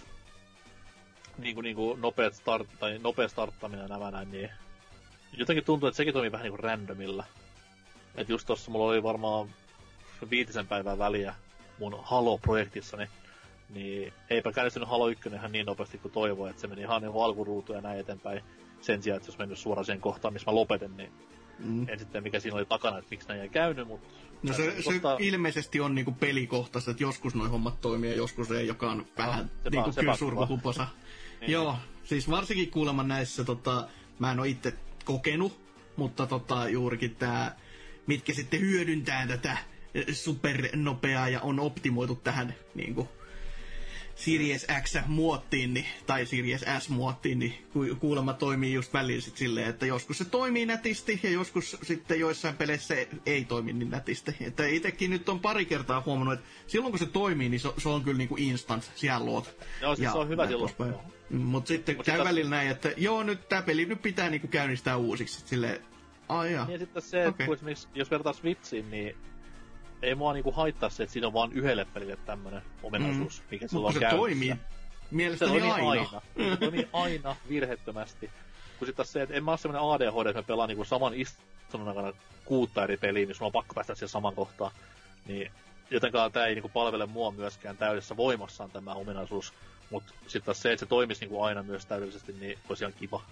nopea starttaminen ja nämä näin, niin jotenkin tuntuu, että sekin toimii vähän niinku randomilla. Et just tossa mulla oli varmaan 5 päivää väliä mun Halo-projektissani, niin eipä käynnistynyt Halo 1 ihan niin nopeasti kuin toivoin, että se meni ihan niinku alkuruutuun ja näin eteenpäin. Sen sijaan, että jos mennyt suoraan siihen kohtaan, missä mä lopetin, niin en sitten mikä siinä oli takana, että miksi näin ei käynyt, mutta... No se ilmeisesti on niinku pelikohtaista, että joskus noi hommat toimii ja joskus ei, joka on vähän niinku kylsurkutuposa. Niin. Joo, siis varsinkin kuulemma näissä, mä en oo itse kokenut, mutta juurikin tää, mitkä sitten hyödyntää tätä supernopeaa ja on optimoitu tähän niinku Series X-muottiin, niin, tai Series S-muottiin, niin kuulemma toimii just välillä sit silleen, että joskus se toimii nätisti ja joskus sitten joissain peleissä se ei toimi niin nätisti. Että itekin nyt on pari kertaa huomannut, että silloin kun se toimii, niin se on kyllä niinku instant, siellä luot. Joo, siis se on hyvä silloin. Mut sitten käy välillä näin, että joo, nyt tää peli nyt pitää niinku käynnistää uusiksi. Silleen, jaa. Ja sitten se, että esimerkiksi jos vertaa Switchiin, niin ei mua niinku haittaa se, että siinä on vaan yhdelle pelille tämmönen ominaisuus, mikä sulla on käynnissä. Toimii mielestäni aina. Se toimii aina virheettömästi. Kun sit taas se, että en mä oo semmonen ADHD, että mä pelaan niinku saman istunnon aikana 6 eri peliä, niin sulla on pakko päästä siihen saman kohtaan. Niin jotenkaan tää ei niinku palvele mua myöskään täydessä voimassaan tämä ominaisuus. Mut sit taas se, että se toimisi niinku aina myös täydellisesti, niin olisi ihan kiva.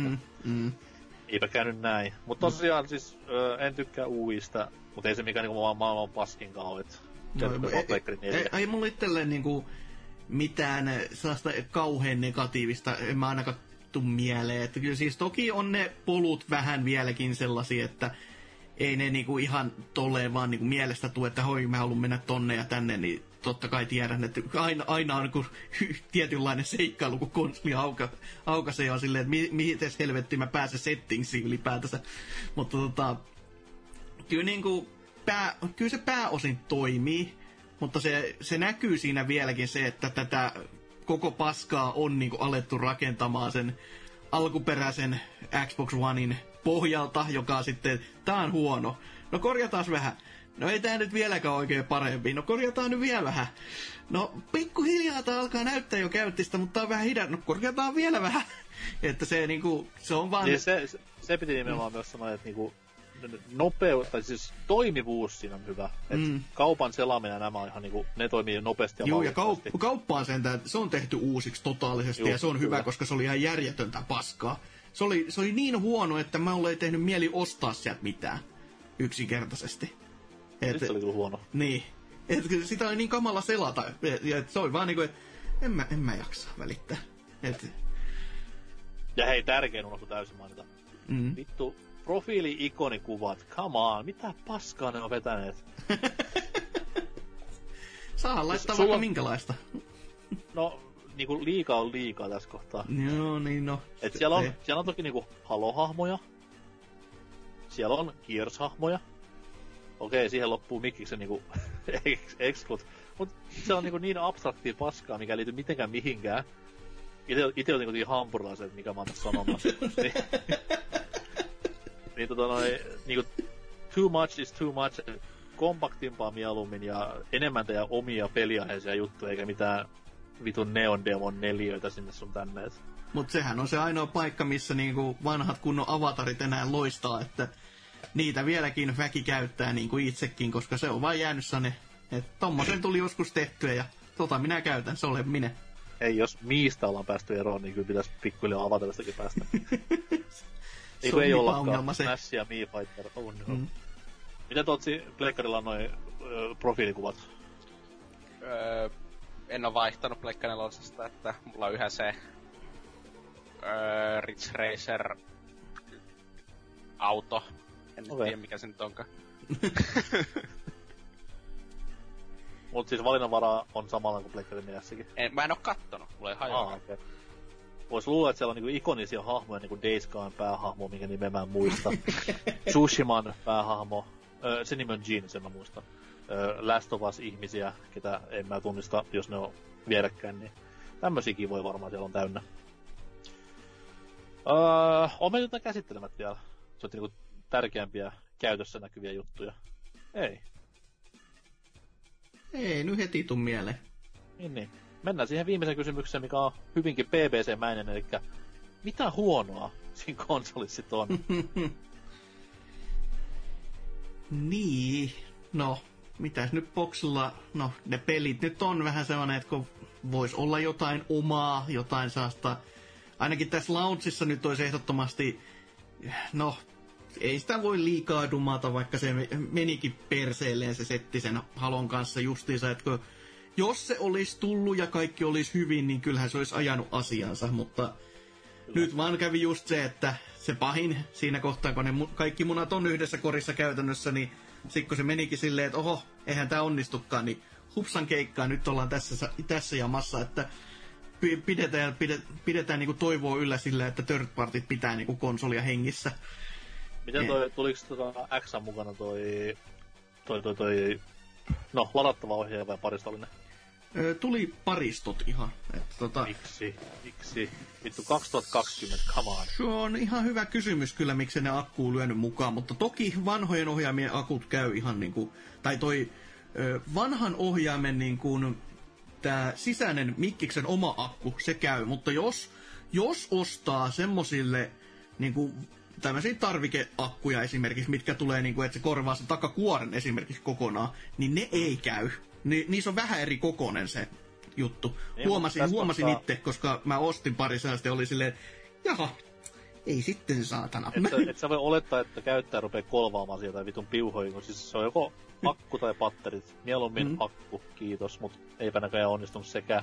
Eipä käynyt näin. Mut tosiaan siis en tykkää UIsta. Mutta ei se mikään niinku maailman paskinkaan ole, että ei mulla itselleen niinku mitään sellaista kauhean negatiivista, en mä ainakaan tuu mieleen. Että kyllä siis toki on ne polut vähän vieläkin sellaisia, että ei ne niinku ihan tolleen vaan niinku mielestä tule, että hoi mä haluan mennä tonne ja tänne, niin totta kai tiedän, että aina on niinku tietynlainen seikkailu, kun konsoli aukaisee ja silleen, että miten helvetti mä pääsen settingsiin ylipäätänsä. Mutta kyllä se pääosin toimii, mutta se näkyy siinä vieläkin se, että tätä koko paskaa on niinku alettu rakentamaan sen alkuperäisen Xbox Onein pohjalta, joka sitten, tää on huono. No korjataan vähän. No ei tää nyt vieläkään oikein parempi. No korjataan nyt vielä vähän. No pikkuhiljaa tää alkaa näyttää jo käyttistä, mutta tää on vähän hidas. No korjataan vielä vähän. Että se niinku, se on vaan... Niin se piti nimenomaan myös sanoa, että niinku nopeus, tai siis toimivuus siinä on hyvä. Et kaupan selaaminen ja nämä on ihan niinku, ne toimii nopeasti ja ja kauppaan sentään, se on tehty uusiksi totaalisesti ja se on hyvä, koska se oli ihan järjetöntä paskaa. Se oli niin huono, että mä olin tehnyt mieli ostaa sieltä mitään. Yksinkertaisesti. Se oli kyllä huono. Niin. Että sitä oli niin kamala selata. Ja se oli vaan niinku, että en mä jaksa välittää. Ja hei, tärkein unohtu täysin mainita. Vittu, profiili-ikonikuvat, come on, mitä paskaa ne on vetäneet? Saa laittaa vaikka minkälaista. No, niinku liikaa on liikaa tässä kohtaa. Joo, niin no. Et siellä on toki niinku Halo-hahmoja. Siellä on Gears-hahmoja. Okei, siihen loppuu Mikkiksen niinku exclut. Mut se on niinku niin abstraktia paskaa, mikä ei liity mitenkään mihinkään. Ite on niinku hampurilaiset, mikä mä oon tässä sanomassa. Niinku too much is too much. Kompaktimpaa mieluummin ja enemmän teidän omia peliaiheisia juttuja, eikä mitään vitun Neon Demon 4 sinne sun tänne. Mut sehän on se ainoa paikka, missä niinku vanhat kunnon avatarit enää loistaa, että niitä vieläkin väki käyttää niinku itsekin, koska se on vaan jäänyt sanne, että tommosen tuli joskus tehtyä ja minä käytän, se olen minä. Ei, jos Miistä ollaan päästy eroon, niin kyllä pitäisi pikkuhiljaa avataristakin päästä. Ei ollakaan. Smash ja Mii Fighter. Mitä Totsi Pleikkarilla on noin profiilikuvat? En oo vaihtanut Pleikka 4:sta, että mulla on yhä se Ridge Racer auto. En tiedä mikä se nyt onkaan. Mut siis valinnanvara on samalla kuin Pleikkarin mielessäkin. Mä en oo kattonut, mulla ei hajaa. Okay. Vois luulla, että siellä on niinku ikonisia hahmoja, niinku Days Gone päähahmo, minkä nimeä mä en muista. Tsushiman päähahmo. Se nimi on Jin, sen mä muistan. Last of Us-ihmisiä, ketä en mä tunnista, jos ne on vierekkäin, niin tämmösiä kivoja varmaan siellä on täynnä. On meillä jotain käsittelemättä vielä. Se on niinku tärkeämpiä käytössä näkyviä juttuja. Ei. Ei, nyt heti tuu mieleen. Niin. Mennään siihen viimeiseen kysymykseen, mikä on hyvinkin BBC-mäinen, eli mitä huonoa siinä konsolissa on? Niin, no, mitäs nyt boxilla, no ne pelit nyt on vähän sellainen, että kun vois olla jotain omaa, jotain saasta, ainakin tässä launchissa nyt olisi ehdottomasti, no, ei sitä voi liikaa dumata, vaikka se menikin perseelleen se setti sen Halon kanssa justiinsa, että kun jos se olisi tullut ja kaikki olisi hyvin, niin kyllähän se olisi ajanut asiansa, mutta nyt vaan kävi just se, että se pahin siinä kohtaa, kun ne kaikki munat on yhdessä korissa käytännössä, niin sit kun se menikin silleen, että oho, eihän tää onnistukaan, niin hupsan keikkaa, nyt ollaan tässä jamassa, että pidetään niinku toivoa yllä sillä, että third partit pitää niinku konsolia hengissä. Miten tuliko X:n mukana toi ladattava ohjaaja vai paristollinen? Tuli paristot ihan. Että Miksi? Vittu 2020, come on. Se on ihan hyvä kysymys kyllä, miksi ne akku on lyönyt mukaan, mutta toki vanhojen ohjaimien akut käy ihan niinku, tai toi vanhan ohjaimen niinku, tää sisäinen Mikkiksen oma akku, se käy, mutta jos ostaa semmosille niinku tämmöisiä tarvikeakkuja esimerkiksi, mitkä tulee niinku, että se korvaa sen takakuoren esimerkiksi kokonaan, niin ne ei käy. Niissä on vähän eri kokoinen se juttu. Huomasin itse, koska mä ostin pari sellaista ja oli silleen, jaha, ei sitten saatana. Et sä voi olettaa, että käyttäjä rupeaa kolvaamaan sieltä vitun piuhoihin, kun siis se on joko akku tai patterit. Mieluummin akku, kiitos, mut eipä näköjään onnistunut sekään.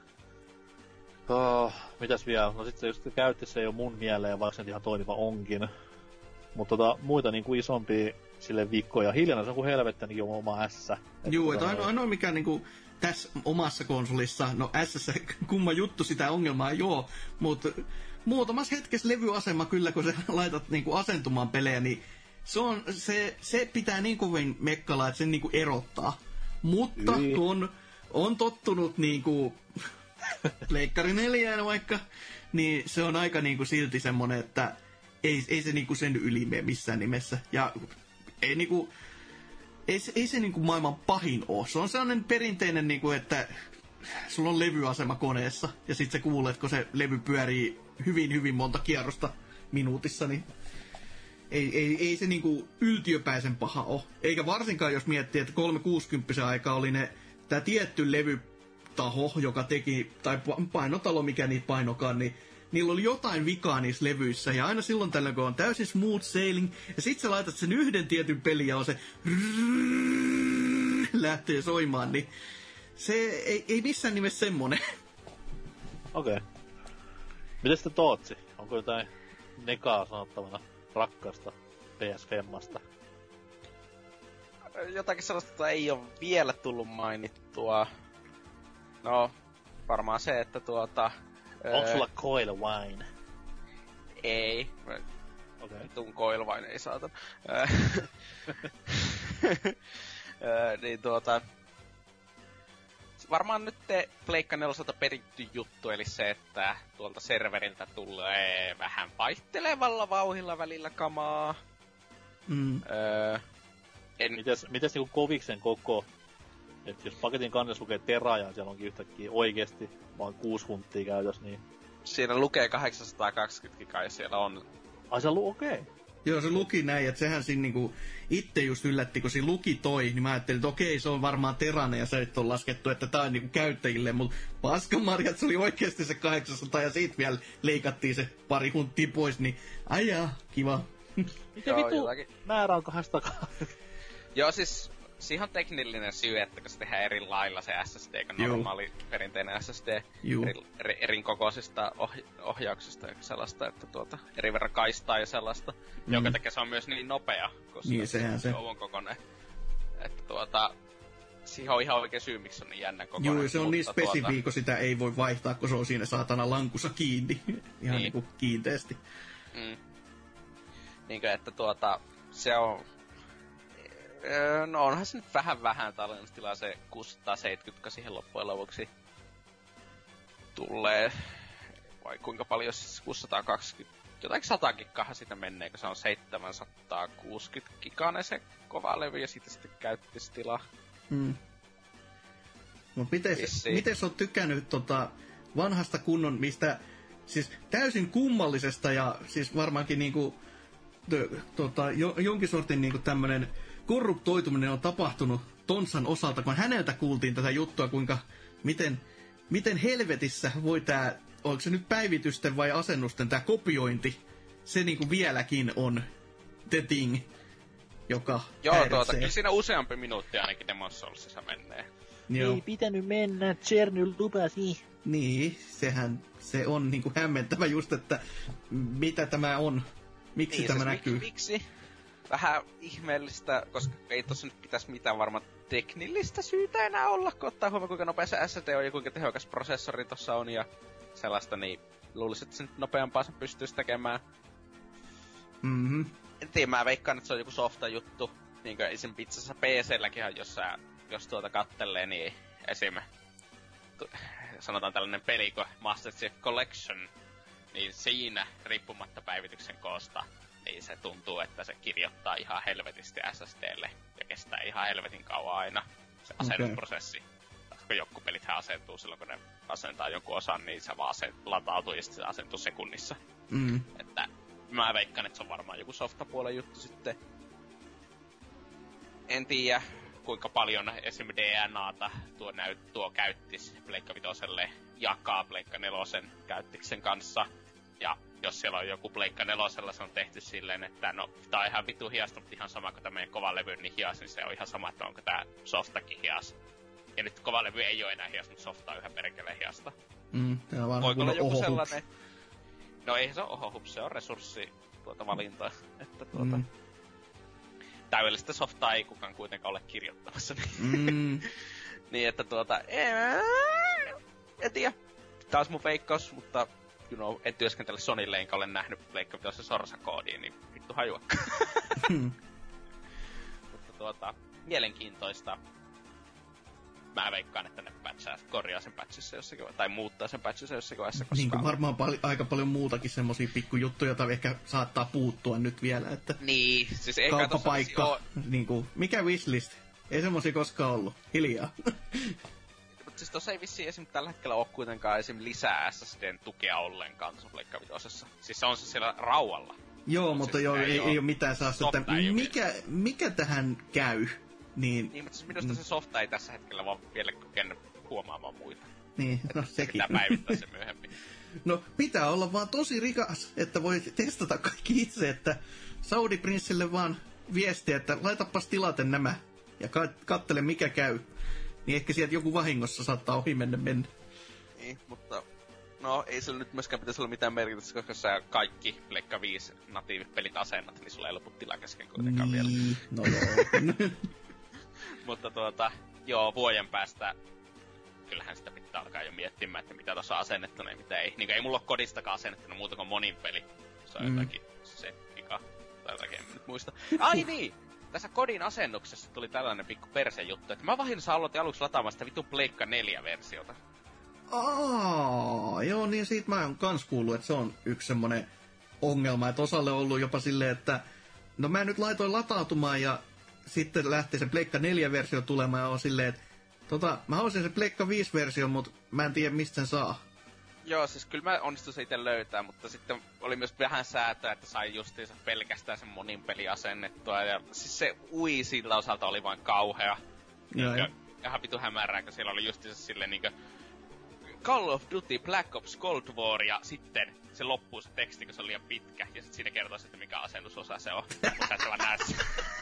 Mitäs vielä? No sit se just käytti, se ei oo mun mieleen, vaikka se ihan toimiva onkin. Mutta muita niinku isompia sille viikkoja. Hiljainen se on kuin helvettä, niin on oma S. Juu, että ainoa mikä niinku tässä omassa konsolissa, no S kumma juttu, sitä ongelmaa ei oo, mutta muutamassa hetkessä levyasema kyllä, kun sä laitat niinku asentumaan pelejä, niin se pitää niin kovin mekkala, että sen niinku erottaa. Mutta kun on tottunut niinku Pleikkari 4 vaikka, niin se on aika niinku silti semmonen, että ei se niinku sen yli mene missään nimessä. Ja ei niinku ei se niinku maailman pahin oo. Se on sellainen perinteinen, niinku, että sulla on levyasema koneessa, ja sit sä kuulet, kun se levy pyörii hyvin monta kierrosta minuutissa, niin ei se niinku yltiöpäisen paha oo. Eikä varsinkaan, jos miettii, että 360 aikaa oli tää tietty levytaho, joka teki, tai painotalo, mikä niitä painokaan, niin niillä oli jotain vikaa niissä levyissä, ja aina silloin tällöin, kun on täysin smooth sailing, ja sit sä laitat sen yhden tietyn pelin, ja on se lähtee soimaan, niin se ei missään nimessä semmonen. Okei. Miten sitten Tootsi? Onko jotain nekaa sanottavana rakkaasta PS5:stä? Jotakin sellaista ei ole vielä tullut mainittua. No, varmaan se, että Onko sulla Coil Wine? Ei. Okei. Tuun Coil Wine, ei saatan. Niin varmaan nyt Pleikka 4:lta peritty juttu, eli se, että tuolta serveriltä tulee vähän vaihtelevalla vauhilla välillä kamaa. Mites niinku koviksen koko? Et jos paketin kannessa lukee tera ja siellä onkin yhtäkkiä oikeesti vaan 6 hunttia käytös, niin... Siinä lukee 820 gigaa ja siellä on... Ai se okei. Joo, se luki näin, että sehän siinä niinku itse just yllätti, kun siinä luki toi, niin mä ajattelin, että okei, se on varmaan teranen ja se nyt on laskettu, että tää on niinku käyttäjille, mutta paskamarjat, se oli oikeesti se 800 ja siitä vielä leikattiin se pari hunttia pois, niin aijaa, kiva. Mikä vitu määrä on 200? Joo, siis siihen on teknillinen syy, että kun se tehdään eri lailla se SSD, kun normaali perinteinen SSD erin kokoisista ohjauksista ja sellaista, että eri verran kaistaa ja sellaista, jonka takia se on myös niin nopea, koska niin, se on kokoinen. Että siihen on ihan oikein syy, miksi se on niin jännä kokoinen. Joo, se on niin spesifi, kun sitä ei voi vaihtaa, kun se on siinä saatana lankussa kiinni. Ihan niinku kiinteästi. Niinkö, että se on... No onhan se nyt vähän tallennustilaa se 670, siihen loppujen lopuksi tulee. Vai kuinka paljon siis 620? Jotakin 100 gigaahan siitä menee, kun se on 760 gigainen se kova levy ja sitten käyttötilaa. No miten sä oot tykännyt vanhasta kunnon, mistä siis täysin kummallisesta ja siis varmaankin niinku jonkin sortin niinku tämmönen korruptoituminen on tapahtunut Tontsan osalta, kun häneltä kuultiin tätä juttua, kuinka miten helvetissä voi tää, onko se nyt päivitysten vai asennusten tää kopiointi, se niinku vieläkin on the thing, joka häiritsee. Kyllä siinä useampi minuutti ainakin Demon's Soulsissa menee. Ei pitänyt mennä, Chernyl lupasi. Niin, se on niinku hämmentävä just, että mitä tämä on, miksi niin, tämä näkyy. Miksi? Vähän ihmeellistä, koska ei tossa nyt pitäisi mitään varmaan teknillistä syytä enää olla, kun ottaa huomioon kuinka nopea se SSD on ja kuinka tehokas prosessori tossa on ja sellaista, niin luulisin, että se nyt nopeampaa sen pystyisi tekemään. En tiedä, mä veikkaan, että se on joku softa-juttu. Niinkö esim. Pizzassa PC-lläkin, jos kattelee, niin esim. Sanotaan tällainen peli kuin Master Chief Collection, niin siinä riippumatta päivityksen koosta, niin se tuntuu, että se kirjoittaa ihan helvetisti SSDlle ja kestää ihan helvetin kauan aina se asennusprosessi. Koska joku pelithän asentuu silloin, kun ne asentaa jonkun osan, niin se vaan latautuu ja sitten se asentuu sekunnissa. Että mä veikkaan, että se on varmaan joku softapuolen juttu sitten. En tiedä, kuinka paljon esim. DNAta tuo käyttis Pleikka 5:lle jakaa Pleikka 4:n käyttiksen kanssa. Ja jos siellä on joku Pleikka 4:lla, se on tehty silleen, että no, tää on ihan vitu hiasta, mutta ihan sama kuin tämä meidän kova levy, niin hias, niin se on ihan sama, että onko tää softakin hias. Ja nyt kova levy ei oo enää hias, mutta softa on yhä perkeleen hiasta. Voiko olla joku sellainen... No ei se ole ohohups, se on resurssi valinta, että täydellistä softaa ei kukaan kuitenkaan ole kirjoittamassa. Niin että en tiedä. Taas mun veikkaus, mutta en työskentele Sonylle, enkä ole nähnyt Pleikka 5:n sorsakoodiin, niin vittu hajuakka. Mutta mielenkiintoista. mä veikkaan, että ne korjaa sen patchissa jossakin, tai muuttaa sen patchissa jossakin vaiheessa, koska... Niin kuin varmaan aika paljon muutakin semmosia pikkujuttuja, joita ehkä saattaa puuttua nyt vielä, että... Niin, siis ei kauppapaikka, niin kuin, mikä wishlist? Ei semmosia koskaan ollut, hiljaa. Mutta siis tossa ei vissiin esim. Tällä hetkellä ole kuitenkaan esim. Lisää SSDn tukea ollenkaan tuossa Pleikka Vitosessa. Siis se on se siellä raualla. Joo, mutta siis joo, ei ole mitään saastetta. Mikä tähän käy? Niin, mutta siis minusta se softa ei tässä hetkellä vaan vielä kykene huomaamaan muita. Niin, no sekin. Pitää päivittää se myöhemmin. No, pitää olla vaan tosi rikas, että voi testata kaikki itse, että Saudi-prinssille vaan viestiä, että laitapas tilaten nämä ja kattele mikä käy. Niin ehkä sieltä joku vahingossa saattaa ohi mennä. Niin, mutta... No, ei sillä nyt myöskään pitäisi olla mitään merkitystä, koska sä kaikki Pleikka 5 natiivipelit asennat, niin sulla ei lopu tila kesken kuitenkaan vielä. No joo. Mutta joo, vuoden päästä kyllähän sitä pitää alkaa jo miettimään, että mitä tuossa on asennettuna ja mitä ei. Niin ei mulla ole kodistakaan asennettuna muuta kuin monin peli. Se on jotakin settika tai jotakin, en nyt muista. Ai niin! Tässä kodin asennuksessa tuli tällainen pikku persejuttu, että mä vahingossa aloitin aluksi lataamaan sitä vitun Pleikka 4-versiota. Joo, niin siitä mä oon kans kuullut, että se on yksi semmonen ongelma, että osalle on ollut jopa silleen, että no mä nyt laitoin latautumaan ja sitten lähtee se Pleikka 4-versio tulemaan ja on silleen, että mä haluaisin se Pleikka 5-versio, mutta mä en tiedä mistä sen saa. Joo, siis kyllä mä onnistuin se itse löytää, mutta sitten oli myös vähän säätöä, että sai justiinsa pelkästään sen monin peli asennettua. Ja siis se siltä osalta oli vain kauhea. Ihan vitu hämärää, kun siellä oli justiinsa silleen niinkö Call of Duty Black Ops Cold War ja sitten se loppuu se teksti, kun se on liian pitkä. Ja sitten siinä kertoo sitten mikä asennusosa se on. Mutta et sä vaan näet sen.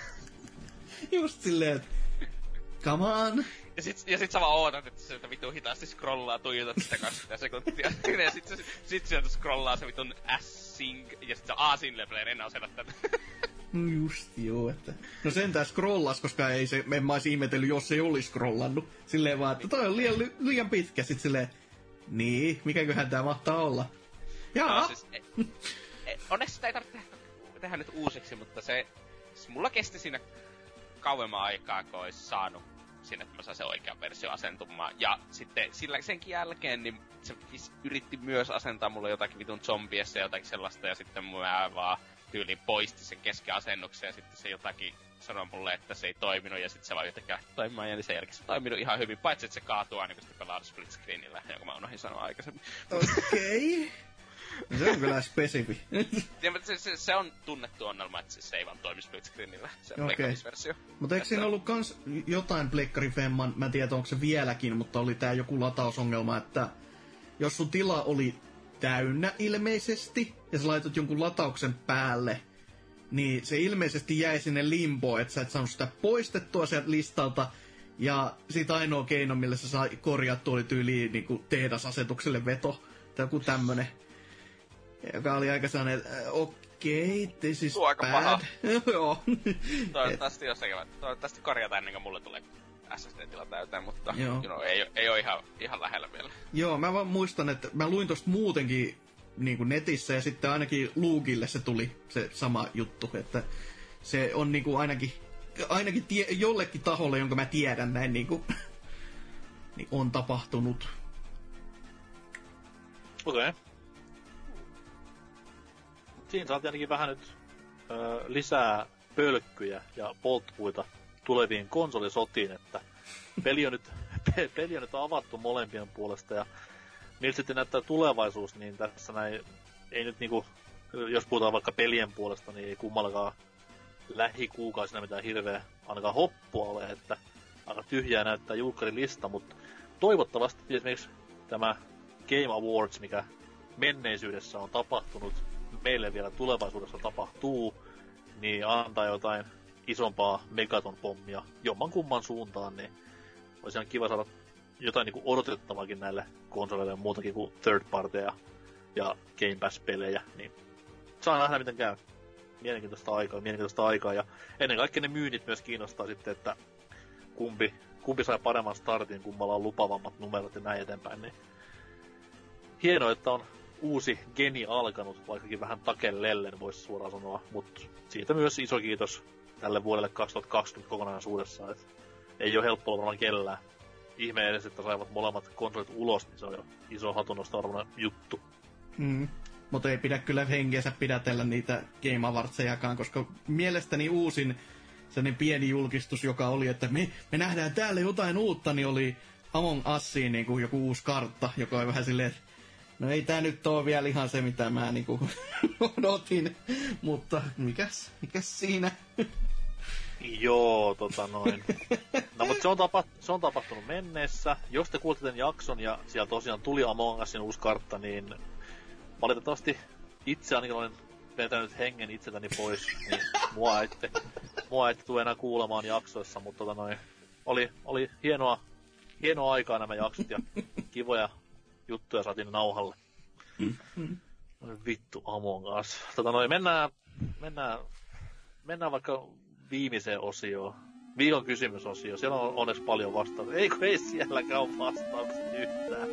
Just silleen, että come on. Ja sit sä vaan ootat, että se vitun hitaasti scrollaa, tuijotat sitä 20 sekuntia. Ja sit sieltä scrollaa se vitun S-Sync, ja sit se on single player, en osannut tätä. No just joo, että... No sentään scrollas, koska en mä ois ihmetellyt, jos ei olisi scrollannut. Silleen vaan, että toi on liian pitkä. Sit silleen, niin, mikäköhän tää mahtaa olla? Jaa! No, siis, onneksi sitä ei tarvitse tehdä nyt uusiksi, mutta se... Siis mulla kesti siinä kauemman aikaa, kun ois saanut sinne, että mä sain sen oikean versio asentumaan. Ja sitten senkin jälkeen, niin se yritti myös asentaa mulle jotakin vitun zombiessa ja jotakin sellaista, ja sitten mä vaan tyyliin poisti sen keskiasennuksen, ja sitten se jotakin sanoi mulle, että se ei toiminut, ja sitten se vaan jotenkin lähti toimimaan, ja niin sen jälkeen se toiminut ihan hyvin, paitsi että se kaatuu aina, kun sitten pelaa split screenillä, jonka mä unohdin sanoa aikaisemmin. Okei. Se on kyllä spesifi. Ja, mutta se on tunnettu ongelma, että se ei vaan toimi split screenillä, se versio. Mutta eikö siinä ollut kans jotain Pleikkari-femman, mä en tiedä onko se vieläkin, mutta oli tää joku latausongelma, että jos sun tila oli täynnä ilmeisesti, ja sä laitot jonkun latauksen päälle, niin se ilmeisesti jäi sinne limboon, että sä et saanut sitä poistettua sieltä listalta, ja sit ainoa keino, millä sä sai korjattua, oli tyyliin niin tehdasasetukselle veto, tai joku tämmönen, joka oli aika sellainen, okei, this is aika bad. Paha. Joo. Toivottavasti jossakin toivottavasti korjataan ennen kuin mulle tulee SSD-tila täyteen, mutta ei ole ihan lähellä vielä. Joo, mä vaan muistan, että mä luin tosta muutenkin niin kuin netissä, ja sitten ainakin Luukille se tuli se sama juttu, että se on niin kuin ainakin jollekin taholle, jonka mä tiedän näin niin kuin, niin on tapahtunut. Okei. Siinä saatiin ainakin vähän nyt lisää pölkkyjä ja poltpuita tuleviin konsolisotiin, että peli on nyt avattu molempien puolesta, ja miltä sitten näyttää tulevaisuus, niin tässä näin ei nyt niinku, jos puhutaan vaikka pelien puolesta, niin ei kummallakaan lähikuukausina mitään hirveä ainakaan hoppua ole, että aika tyhjää näyttää julkkarin lista, mutta toivottavasti esimerkiksi tämä Game Awards, mikä menneisyydessä on tapahtunut, meille vielä tulevaisuudessa tapahtuu, niin antaa jotain isompaa megaton-pommia jomman kumman suuntaan, niin olisi ihan kiva saada jotain niinku odotettavaakin näille konsoleille muutakin kuin third partyja ja Game Pass-pelejä, niin saa nähdä miten käy. Mielenkiintoista aikaa, ja ennen kaikkea ne myynnit myös kiinnostaa sitten, että kumpi sai paremman startin, kummalla on lupavammat numerot ja näin eteenpäin, niin hienoa, että on uusi geni alkanut, vaikkakin vähän takellellen voisi suoraan sanoa, mutta siitä myös iso kiitos tälle vuodelle 2020 kokonaisuudessaan, että ei ole helppoa varmaan kellään ihme edes, että saivat molemmat konsolit ulos, niin se on jo iso hatunnosto-arvoinen juttu. Mutta ei pidä kyllä henkeensä pidätellä niitä Game Awardsejakaan, koska mielestäni uusin sellainen pieni julkistus, joka oli, että me nähdään täällä jotain uutta, niin oli Among Usiin niin kuin joku uusi kartta, joka oli vähän silleen, että no ei tää nyt oo vielä ihan se, mitä mä niin kuin odotin, mutta mikäs siinä? Joo, No mutta se on tapahtunut menneessä. Jos te kuulitte tämän jakson ja siellä tosiaan tuli Among Usin uusi kartta, niin valitettavasti itse ainakin olen vetänyt hengen itseltäni pois, niin mua ette tule enää kuulemaan jaksoissa, mutta oli hienoa aikaa nämä jaksot ja kivoja juttuja saatiin nauhalle. Vittu Among Us. Mennään vaikka viimeiseen osioon. Viikon kysymysosio. Siellä on onneksi paljon vastauksia. Ei sielläkään ole vastauksia yhtään.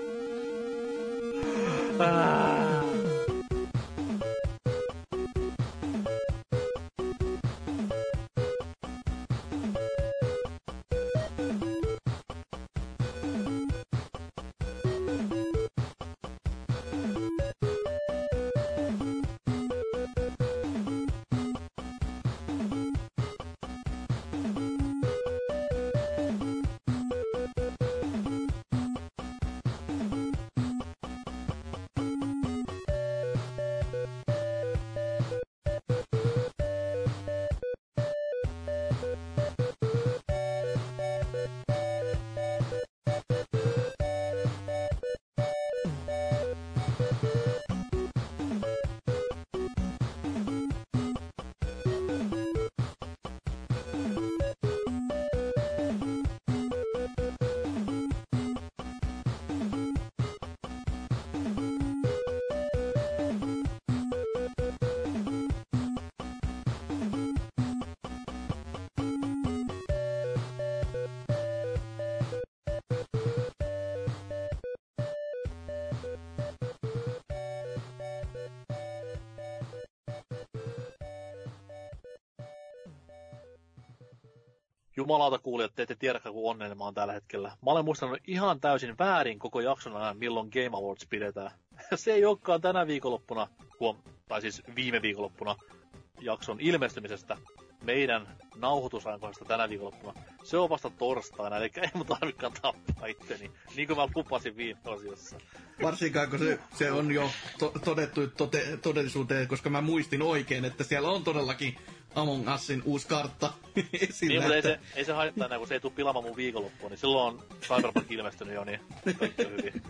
Jumalauta kuulijat, te ette tiedäkään, kun onnellinen mä oon tällä hetkellä. Mä olen muistanut ihan täysin väärin koko jakson ajan, milloin Game Awards pidetään. Se ei olekaan tänä viikonloppuna, tai siis viime viikonloppuna jakson ilmestymisestä meidän nauhoitusajankohdasta tänä viikonloppuna. Se on vasta torstaina, eli ei mun tarvikaan tappaa itteni, niin kuin mä lupasin viime osiossa. Varsinkaan, kun se on jo todettu todellisuuteen, koska mä muistin oikein, että siellä on todellakin Among Usin uusi kartta esillä. Niin, mutta ei se haittaa enää, kun se ei tule pilaamaan mun viikonloppua, niin silloin on Cyberpunk ilmestynyt jo, niin kaikki on hyvin.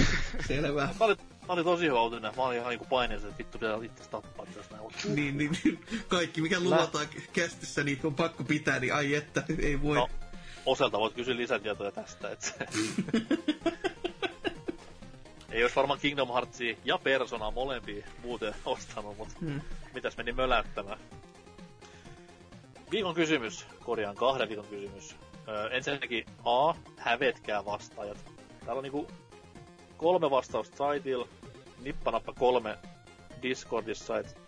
Selvä. Mä olin tosi hyvä uutinen. Mä olin ihan niinku paineessa, että vittu pitää itse tappaa tässä näin. Niin, kaikki mikä luvataan kästissä, niin on pakko pitää, niin ai että, ei voi. No, Oselta voit kysyä lisätietoja tästä, et ei ois varmaan Kingdom Heartsia ja Personaa molempia muuten ostanut, mutta mitäs meni mölättämään. Viikon kysymys, korjaan 2 viikon kysymys. Ensinnäkin hävetkää vastaajat. Täällä on niinku 3 vastausta saitilla, nippanappa 3 Discordissa, et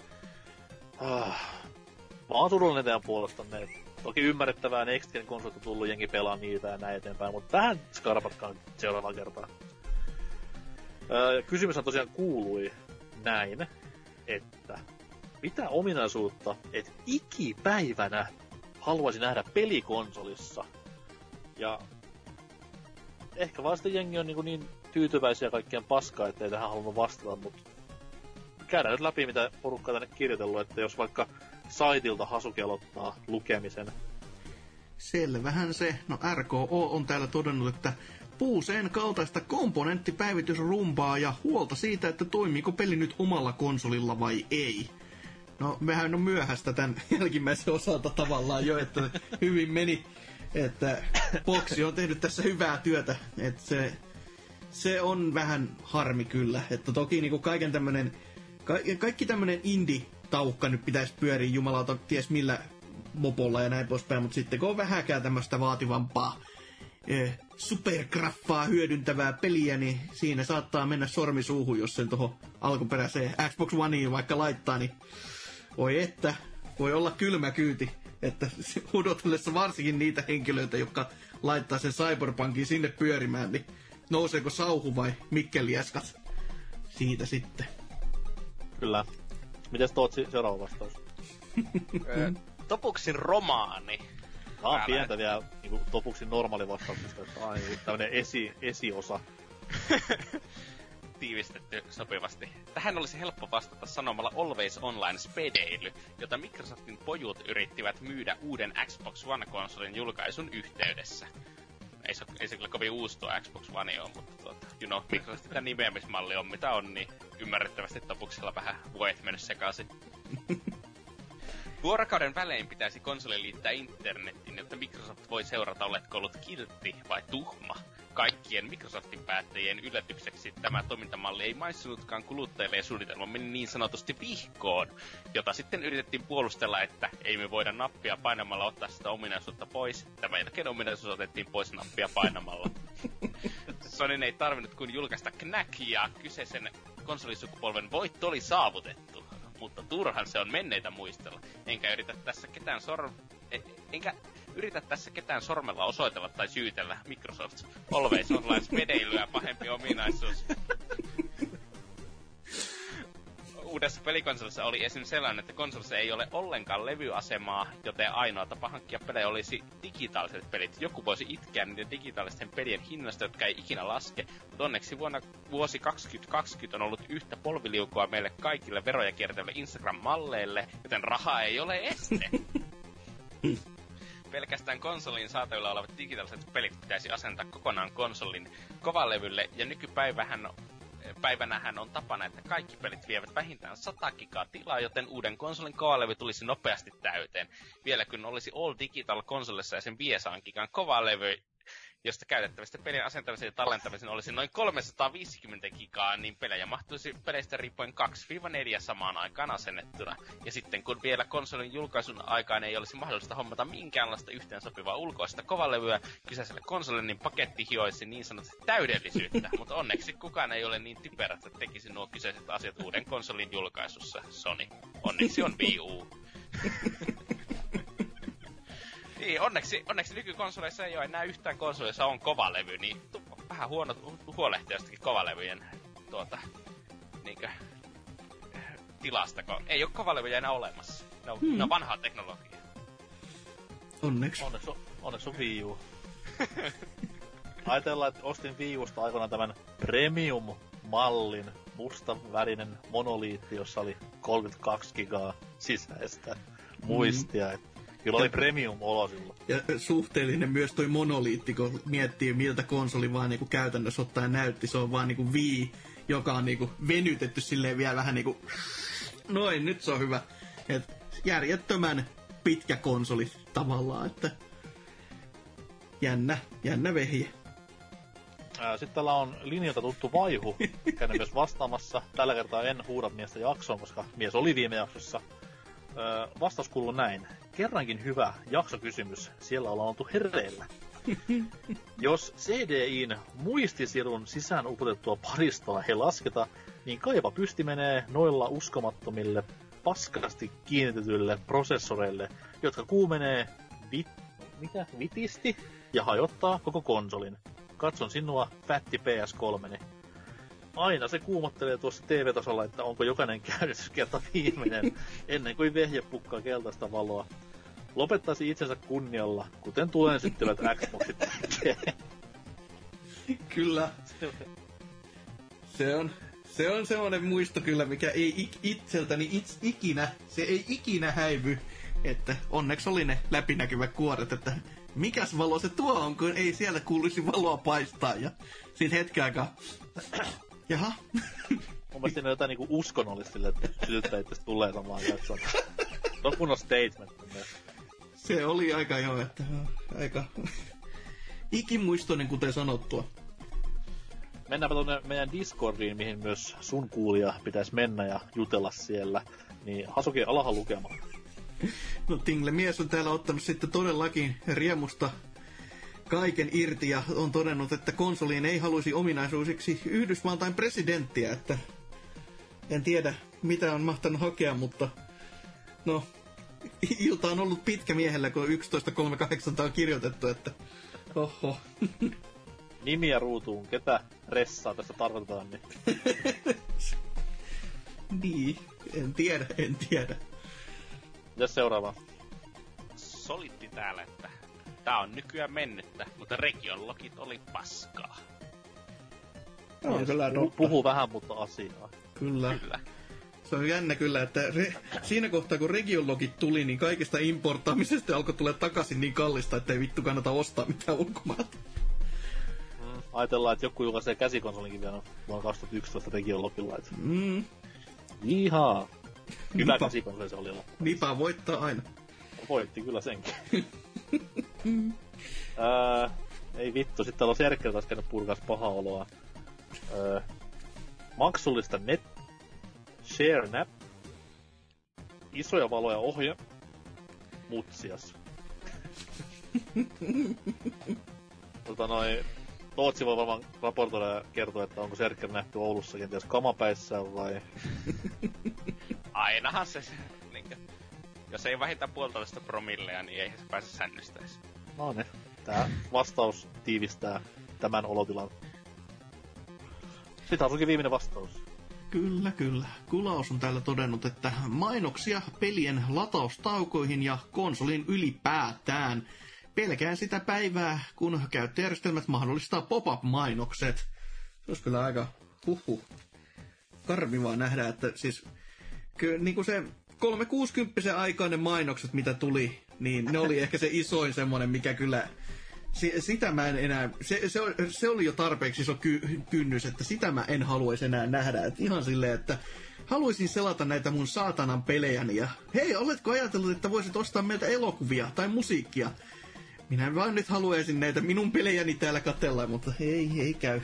mä oon surullinen teidän puolestanne, et toki ymmärrettävää, Next Gen konsolit on tullut, jengi pelaa niitä ja näin eteenpäin, mutta vähän skarpatkaan seuraavaan kertaan. Kysymyshän tosiaan kuului näin, että mitä ominaisuutta et ikipäivänä haluaisi nähdä pelikonsolissa? Ja ehkä vaan sitten jengi on niin tyytyväisiä kaikkien paskaa, ettei tähän halunnut vastata, mutta käydään nyt läpi, mitä porukka tänne kirjoitellut, että jos vaikka saitilta Hasuki aloittaa lukemisen. Selvähän se. No RKO on täällä todennut, että puuseen kaltaista komponenttipäivitysrumbaa ja huolta siitä, että toimiiko peli nyt omalla konsolilla vai ei. No, mehän on myöhäistä tämän jälkimmäisen osalta tavallaan jo, että hyvin meni, että Boxi on tehnyt tässä hyvää työtä, että se on vähän harmi kyllä, että toki niinku kaikki tämmönen indie-taukka nyt pitäisi pyöriä jumalauta ties millä mopolla ja näin poispäin, mutta sitten kun on vähäkään tämmöistä vaativampaa supergraffaa hyödyntävää peliä, niin siinä saattaa mennä sormi suuhun, jos sen tuohon alkuperäiseen Xbox Oneiin vaikka laittaa, niin voi että, voi olla kylmä kyyti Että odotellessa varsinkin niitä henkilöitä, jotka laittaa sen Cyberpunkin sinne pyörimään, niin nouseeko sauhu vai mikkeliäskat siitä sitten? Kyllä. Mites Tootsi, seuraava vastaus? Topuksin romaani. Tämä on pientä vielä niin Topuksin normaali vastauksesta, että on tämmönen esiosa. Tiivistetty sopivasti. Tähän olisi helppo vastata sanomalla Always Online spedeily, jota Microsoftin pojut yrittivät myydä uuden Xbox One-konsolin julkaisun yhteydessä. Ei se kyllä kovin uusi tuo Xbox One on, mutta Microsoftin tämä nimeämismalli on mitä on, niin ymmärrettävästi Topuksella vähän vuodet mennyt sekaisin. Vuorokauden välein pitäisi konsoli liittää internettiin, jotta Microsoft voi seurata, oletko ollut kiltti vai tuhma. Kaikkien Microsoftin päättäjien yllätykseksi tämä toimintamalli ei maistunutkaan kuluttajille ja suunnitelma meni niin sanotusti vihkoon, jota sitten yritettiin puolustella, että ei me voida nappia painamalla ottaa sitä ominaisuutta pois. Tämän jälkeen ominaisuus otettiin pois nappia painamalla. Sonin ei tarvinnut kuin julkaista Knack ja kyseisen konsolisukupolven voitto oli saavutettu. Mutta turhan se on menneitä muistella. Enkä yritä tässä ketään sormella osoitella tai syytellä. Microsoft Always Online spedeilyä pahempi ominaisuus. Uudessa pelikonsolissa oli esim. Sellainen, että konsolissa ei ole ollenkaan levyasemaa, joten ainoa tapa hankkia pelejä olisi digitaaliset pelit. Joku voisi itkeä niiden digitaalisten pelien hinnasta, jotka ei ikinä laske, mutta onneksi vuosi 2020 on ollut yhtä polviliukua meille kaikille veroja kiertäville Instagram-malleille, joten raha ei ole este. Pelkästään konsolin saatavilla olevat digitaaliset pelit pitäisi asentaa kokonaan konsolin kovalevylle, ja nykypäivänähän on tapana, että kaikki pelit vievät vähintään 100 gigaa tilaa, joten uuden konsolin kovalevy tulisi nopeasti täyteen. Vielä kun olisi All Digital konsolissa ja sen 500 gigan kovalevy, josta käytettävistä pelien asentamisen ja tallentamisen olisi noin 350 gigaa, niin pelejä mahtuisi peleistä riippuen 2-4 samaan aikaan asennettuna. Ja sitten kun vielä konsolin julkaisun aikaan ei olisi mahdollista hommata minkäänlaista yhteensopivaa ulkoista kovalevyä kyseiselle konsolille, niin paketti hioisi niin sanotusti täydellisyyttä. Mutta onneksi kukaan ei ole niin typerä, että tekisi nuo kyseiset asiat uuden konsolin julkaisussa. Sony. Onneksi on Wii U. Niin, onneksi nykykonsoleissa ei ole enää yhtään konsoleissa on kovalevy, niin vähän huolehtia jostakin kovalevyjen tilasta, kun ei ole kovalevyjä enää olemassa. Ne on vanhaa teknologiaa. Onneksi on Wii U. Ajatellaan, että ostin Wii Usta aikoinaan tämän Premium-mallin, mustavärinen monoliitti, jossa oli 32 gigaa sisäistä muistia. Kyllä oli premium-olo silloin. Ja suhteellinen myös toi monoliitti, kun miettii miltä konsoli vaan niinku käytännössä ottaen näytti. Se on vaan niinku Wii, joka on niinku venytetty silleen vielä vähän niinku... Noin, nyt se on hyvä. Et järjettömän pitkä konsoli tavallaan, että... Jännä vehje. Sitten täällä on linjalta tuttu Vaihu, käynyt myös vastaamassa. Tällä kertaa en huuda miestä jaksoon, koska mies oli viime jaksossa. Vastaus kuuluu näin. Kerrankin hyvä jaksokysymys. Siellä ollaan oltu hereillä. Jos CDI:n muistisirun sisään upotettua paristoa ei lasketa, niin kaipa pysti menee noilla uskomattomille paskasti kiinnitetyille prosessoreille, jotka kuumenee vitisti ja hajottaa koko konsolin. Katson sinua, fätti PS3. Aina se kuumottelee tuossa TV-tasolla, että onko jokainen käynnistyskerta viimeinen, ennen kuin vehje pukkaa keltaista valoa. Lopettaisi itsensä kunnialla, kuten tulensyttivät Xboxit tekee. Kyllä. Se on semmoinen muisto kyllä, mikä ei itseltäni se ei ikinä häivy. Että onneksi oli ne läpinäkyvät kuoret, että mikäs valo se tuo on, kun ei siellä kuuluisi valoa paistaa. Ja sit hetken aikaa... Jaha. Mun mielestä ne jotain niinku uskonnollista sille, että sytyttää itse tulee samaan jaksoon. Se on kunnon statement. Se oli aika aika ikimuistoinen, kuten sanottua. Mennäänpä tuonne meidän Discordiin, mihin myös sun kuulija pitäisi mennä ja jutella siellä. Niin Hasuki, alahan lukemaan. No Tingle mies on täällä ottanut sitten todellakin riemusta kaiken irti ja on todennut, että konsoliin ei haluisi ominaisuusiksi Yhdysvaltain presidenttiä, että en tiedä mitä on mahtanut hakea, mutta no ilta on ollut pitkä miehellä, kun 11.38 on kirjoitettu, että oho. Nimiä ruutuun, ketä ressaa tästä tarkoitetaan, niin... Niin, en tiedä. Mitäs seuraava? Solitti täällä, että tää on nykyään mennyttä, mutta Regionlogit oli paskaa. No, kyllä Puhuu vähän, mutta asiaa. Kyllä. Kyllä. Se on jännä kyllä, että siinä kohtaa kun Regionlogit tuli, niin kaikesta importtaamisesta alkoi tulla takaisin niin kallista, että ei vittu kannata ostaa mitään ulkomailta. Ajatellaan, että joku julkaisee käsikonsolinkin vielä vuonna 2011 Regionlogilla. Ihaa. Hyvä käsikonsoli se oli. Nipa voittaa aina. Voitti kyllä senkin. Ei vittu, sitten täällä on Serkkel taas käynyt purkaas pahaa oloa. Maksullista net share nap. Isoja valoja ohje. Mutsias. Tootsi voi varmaan raportoida ja kertoa, että onko Serkkel nähty Oulussa kenties kamapäissään vai... Ainahan se niinkö... Jos ei vähintään 1,5 promillea, niin eihän se pääse sännystä edes. No niin. Tää vastaus tiivistää tämän olotilan. Sitten asukin viimeinen vastaus. Kyllä. Kulaus on täällä todennut, että mainoksia pelien lataustaukoihin ja konsolin ylipäätään. Pelkään sitä päivää, kun käyttöjärjestelmät mahdollistaa pop-up-mainokset. Se olisi kyllä aika karmivaa nähdä, että siis niin kuin se 360 aikainen mainokset, mitä tuli, niin ne oli ehkä se isoin semmoinen, mikä kyllä... Sitä mä en enää... Se oli jo tarpeeksi iso kynnys, että sitä mä en haluaisi enää nähdä. Et ihan silleen, että haluaisin selata näitä mun saatanan pelejäni ja... Hei, oletko ajatellut, että voisit ostaa meiltä elokuvia tai musiikkia? Minä vaan nyt haluaisin näitä minun pelejäni täällä katella, mutta ei käy.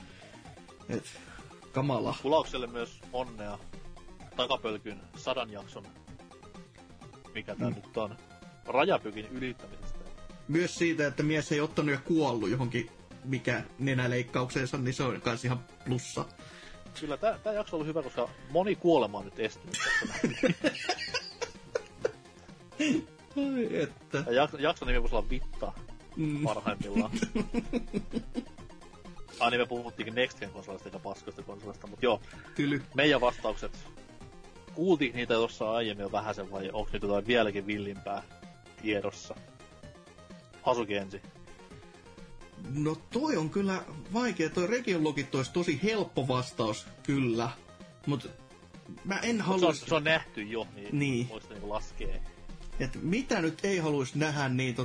Kamala. Kulaukselle myös onnea takapölkyn 100 jakson. Mikä tää nyt on? Rajapykin ylittämisestä. Myös siitä, että mies ei ottanut ja kuollut johonkin mikä nenäleikkaukseensa, niin se on kans ihan plussa. Kyllä tää jakso oli hyvä, koska moni kuolema on nyt estynyt tässä. Ai että. Jakson nimi voisi olla Vitta parhaimmillaan. Niin me puhuttiinkin Next Gen konsolista eikä paskoista konsolista, mutta joo. Tyly. Meidän vastaukset. Kuultiin niitä tuossa aiemmin jo vähäsen vai onko nyt jotain vieläkin villimpää tiedossa? Hasuki ensin. No toi on kyllä vaikea. Toi Regionlogit olisi tosi helppo vastaus, kyllä. Mut mä en halua... Se on nähty jo, niin. Voisi niinku laskea. Et mitä nyt ei haluaisi nähdä, niin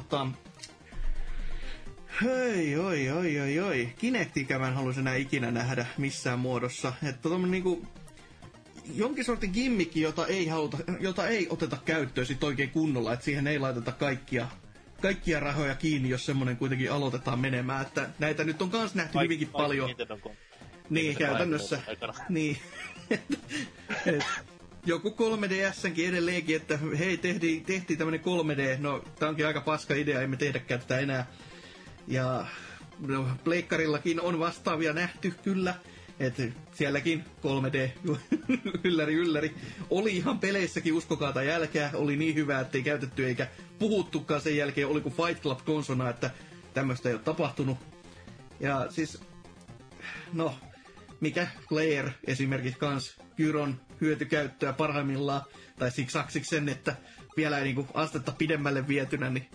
oi. Kinectiä mä en haluaisi enää ikinä nähdä missään muodossa. Että tommonen niinku... Jonkin sortin gimmikki, jota ei oteta käyttöön sit oikein kunnolla. Että siihen ei laiteta kaikkia rahoja kiinni, jos semmonen kuitenkin aloitetaan menemään. Että näitä nyt on kans nähty hyvinkin paljon. Niin, käytännössä. Niin. Joku 3DSnkin edelleenkin, että hei, tehtiin tämmönen 3D, no tää onkin aika paska idea, emme tehdäkään tätä enää. Ja no, pleikkarillakin on vastaavia nähty, kyllä. Että sielläkin 3D, ylläri. Oli ihan peleissäkin, uskokaa tai jälkeä, oli niin hyvä, ettei käytetty eikä puhuttukaan sen jälkeen, oli kuin Fight Club konsona, että tämmöistä ei ole tapahtunut. Ja siis, no, mikä Claire esimerkiksi kans Gyron hyötykäyttöä parhaimmillaan, tai siksi sen, että vielä ei niinku astetta pidemmälle vietynä, niin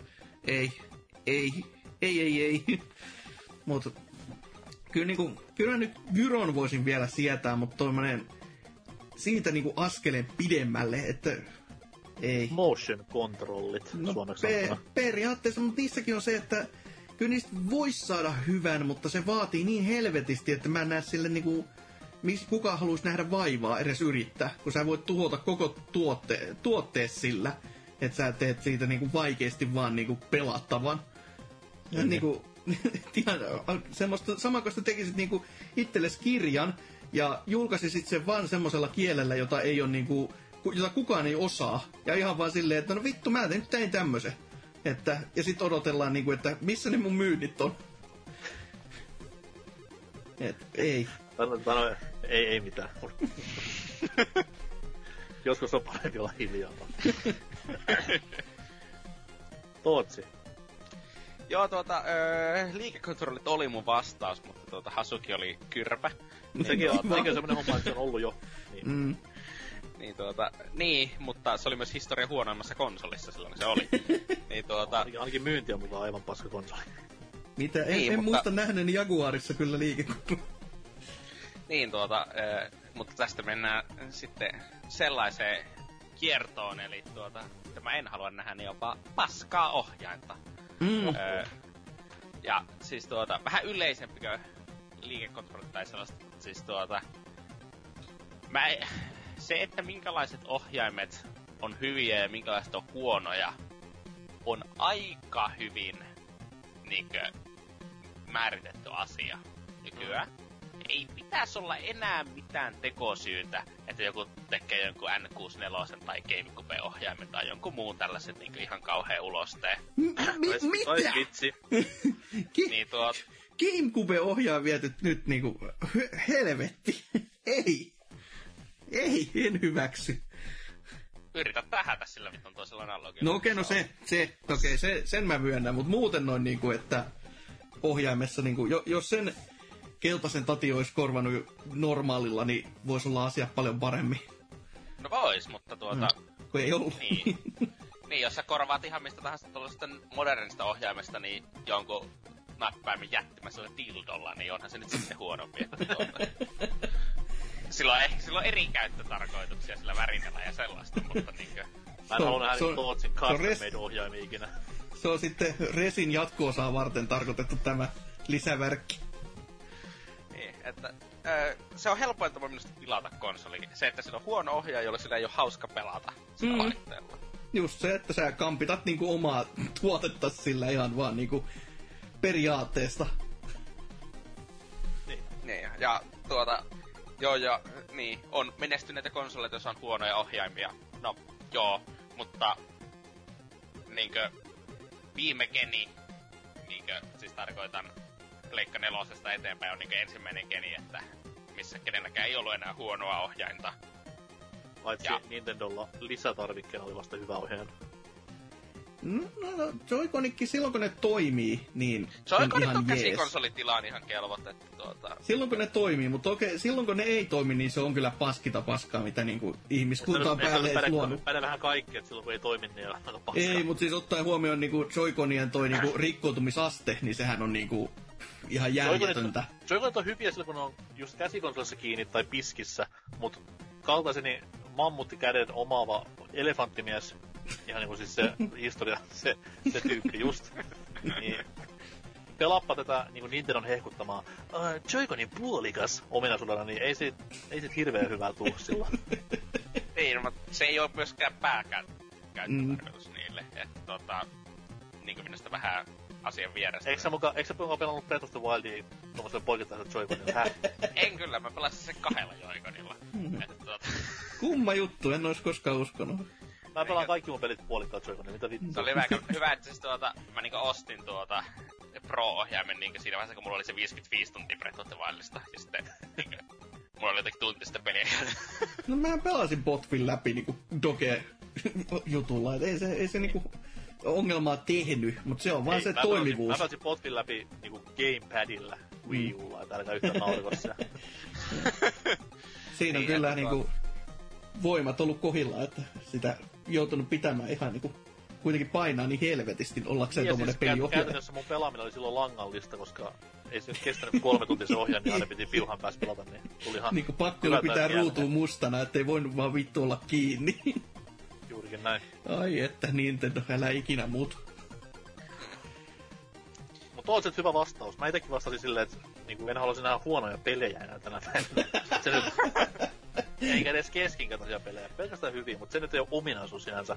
ei. Mutta kyllä nyt Gyron voisin vielä sietää, mutta toimanen siitä niinku askeleen pidemmälle, että ei. Motion controllit suomeksi sanottuna. Periaatteessa, mutta niissäkin on se, että kyllä niistä voisi saada hyvän, mutta se vaatii niin helvetisti, että mä en näe sille niinku... Kuka haluaisi nähdä vaivaa edes yrittää, kun sä voit tuhota koko tuottees sillä, että sä teet siitä niinku vaikeasti vaan niinku pelattavan. Ja niinku, semmoista, sama kun sä tekisit niinku itsellesi kirjan ja julkaisisit sen vaan semmosella kielellä, jota ei ole niinku, jota kukaan ei osaa. Ja ihan vaan silleen, että no vittu, mä tein tämmösen. Ja sit odotellaan niinku, että missä ne mun myynnit on. Ei. Ei mitään. Joskus on parempi olla hiljaa. Tootsi. Joo, liikekontrollit oli mun vastaus, mutta Hasuki oli kyrpä. Sekin on semmonen homma, että se on ollut jo. Niin. Niin, mutta se oli myös historian huonoimmassa konsolissa silloin, se oli. Niin ainakin myynti on mukaan aivan paska konsoli. Mitä? En muista nähneeni Jaguarissa kyllä liikekontrolli. Niin, mutta tästä mennään sitten sellaiseen kiertoon, eli että mä en halua nähdä niin jopa paskaa ohjainta. Ja siis vähän yleisempikö liikekontrollit tai sellaista, siis se, että minkälaiset ohjaimet on hyviä ja minkälaiset on huonoja, on aika hyvin niinkö määritetty asia nykyään. Ei pitäisi olla enää mitään tekosyytä, että joku tekee jonkun N64 tai GameCube-ohjaimen tai jonkun muun tällaisen niin ihan kauhean ulosteen. Mitä? Vitsi. Niin GameCube-ohjaa viety nyt niinku helvetti. Ei, en hyväksy. Yritä tähätä sillä vitun toisella analogilla. No okei, sen mä myönnän, mutta muuten noin niinku, että ohjaimessa niinku, jos sen keltaisen tati olisi korvannut normaalilla, niin voisi olla asia paljon paremmin. No vois, mutta kun ei ollut. Niin, jos sä korvaat ihan mistä tahansa tuollaisesta modernista ohjaimesta, niin jonkun näppäimen jättimäisellä dildolla, niin onhan se nyt sitten huonompi. Sillä on eri käyttötarkoituksia sillä värinällä ja sellaista, mutta niinkö... Mä en halua nähdä Tootsin custom-made-ohjaimia ikinä. Se on sitten Resin jatko-osaa varten tarkoitettu tämä lisävärkki. Niin, että se on helpointa minusta pilata konsoli. Se, että sillä on huono ohjaaja, jolla sillä ei ole hauska pelata sillä laitteella. Just se, että sä kampitat niinku omaa tuotetta sillä ihan vaan niinku periaatteesta. Niin, ja niin, on menestyneitä konsoleita, joissa on huonoja ohjaimia. No, joo, mutta niinkö viime geni, niinkö, siis tarkoitan Pleikka 4 eteenpäin on niinkö ensimmäinen geni, että missä kenelläkään ei ollut enää huonoa ohjainta. Paitsi Nintendolla lisätarvikkeena oli vasta hyvä ohjaaja. No, Joy-Conickin silloin kun ne toimii, niin Joy-Conit on käsikonsolitilaan ihan kelvot, että silloin kun ne toimii, mutta okei, silloin kun ne ei toimi, niin se on kyllä paskita paskaa, mitä niinku ihmiskunta on päälle luonut. Päde vähän kaikki, että silloin kun ei toimi, niin on aika paskaa. Ei, mutta siis ottaen huomioon niinku Joy-Conien toi niinku rikkoutumisaste, niin sehän on niinku ihan järjetöntä. Joy-Conit on hyviä silloin, kun ne on just käsikonsolissa kiinni tai piskissä, mutta kaltaiseni mammuttikäden omaava elefanttimies, ihan niinku siis se historia, se tyyppi just, niin pelaappa tätä niinku Nintendon hehkuttamaa Joy-Conin puolikas ominaisuudella, niin ei sit hirveän hyvää tuu silloin. Ei, no, se ei oo myöskään pääkäyttötarkoitus niille, että niinku minusta vähän asian vierestä. Eikö sä pelannut Breath of the Wildia tuommoisella poikittaisella Joy-Conilla? En kyllä, mä pelasin sen 2 Joy-Conilla. Kumma juttu, en ois koskaan uskonut. Mä pelaan kaikki mun pelit puolikkaat Joy-Conilla, mitä vittua? Se oli hyvä, että siis mä niinku ostin Pro-ohjaimen niinku siinä vaiheessa, kun mulla oli se 55 tuntia Breath of the Wildista. Ja sitten niinku, mulla oli jotenkin tunti sitä peliä. No mä pelasin Botvin läpi niinku Doge-jutulla, et ei se niinku ongelmaa tehnyt, mutta se on vaan se toimivuus. Mä pelasin Botvin läpi niinku Gamepadilla, Wii Ulla, et älkää yhtään naurikossa. Siinä on kyllä niinku voimat ollut kohilla, että sitä joutunut pitämään ihan niinku kuitenkin painaa niin helvetisti ollakseen tommonen peliohjaaja. Käytännössä mun pelaaminen oli silloin langallista, koska ei se nyt kestänyt 3 tuntia se ohjaa, niin aina piti piuhan päässä pelata, niin tuli ihan... Niinku pakko oli pitää ruutuun mustana, ettei voinut vaan vittu olla kiinni. Juurikin näin. Ai että Nintendo, älä ikinä muutu. Mutta on se hyvä vastaus. Mä itekin vastasin silleen, että niinku, en haluaisi nähdä huonoja pelejä enää tänä päivänä. Se nyt... Eikä edes keskinkätoisia pelejä. Pelkästään hyviä, mutta se nyt ei ole ominaisuus sinänsä.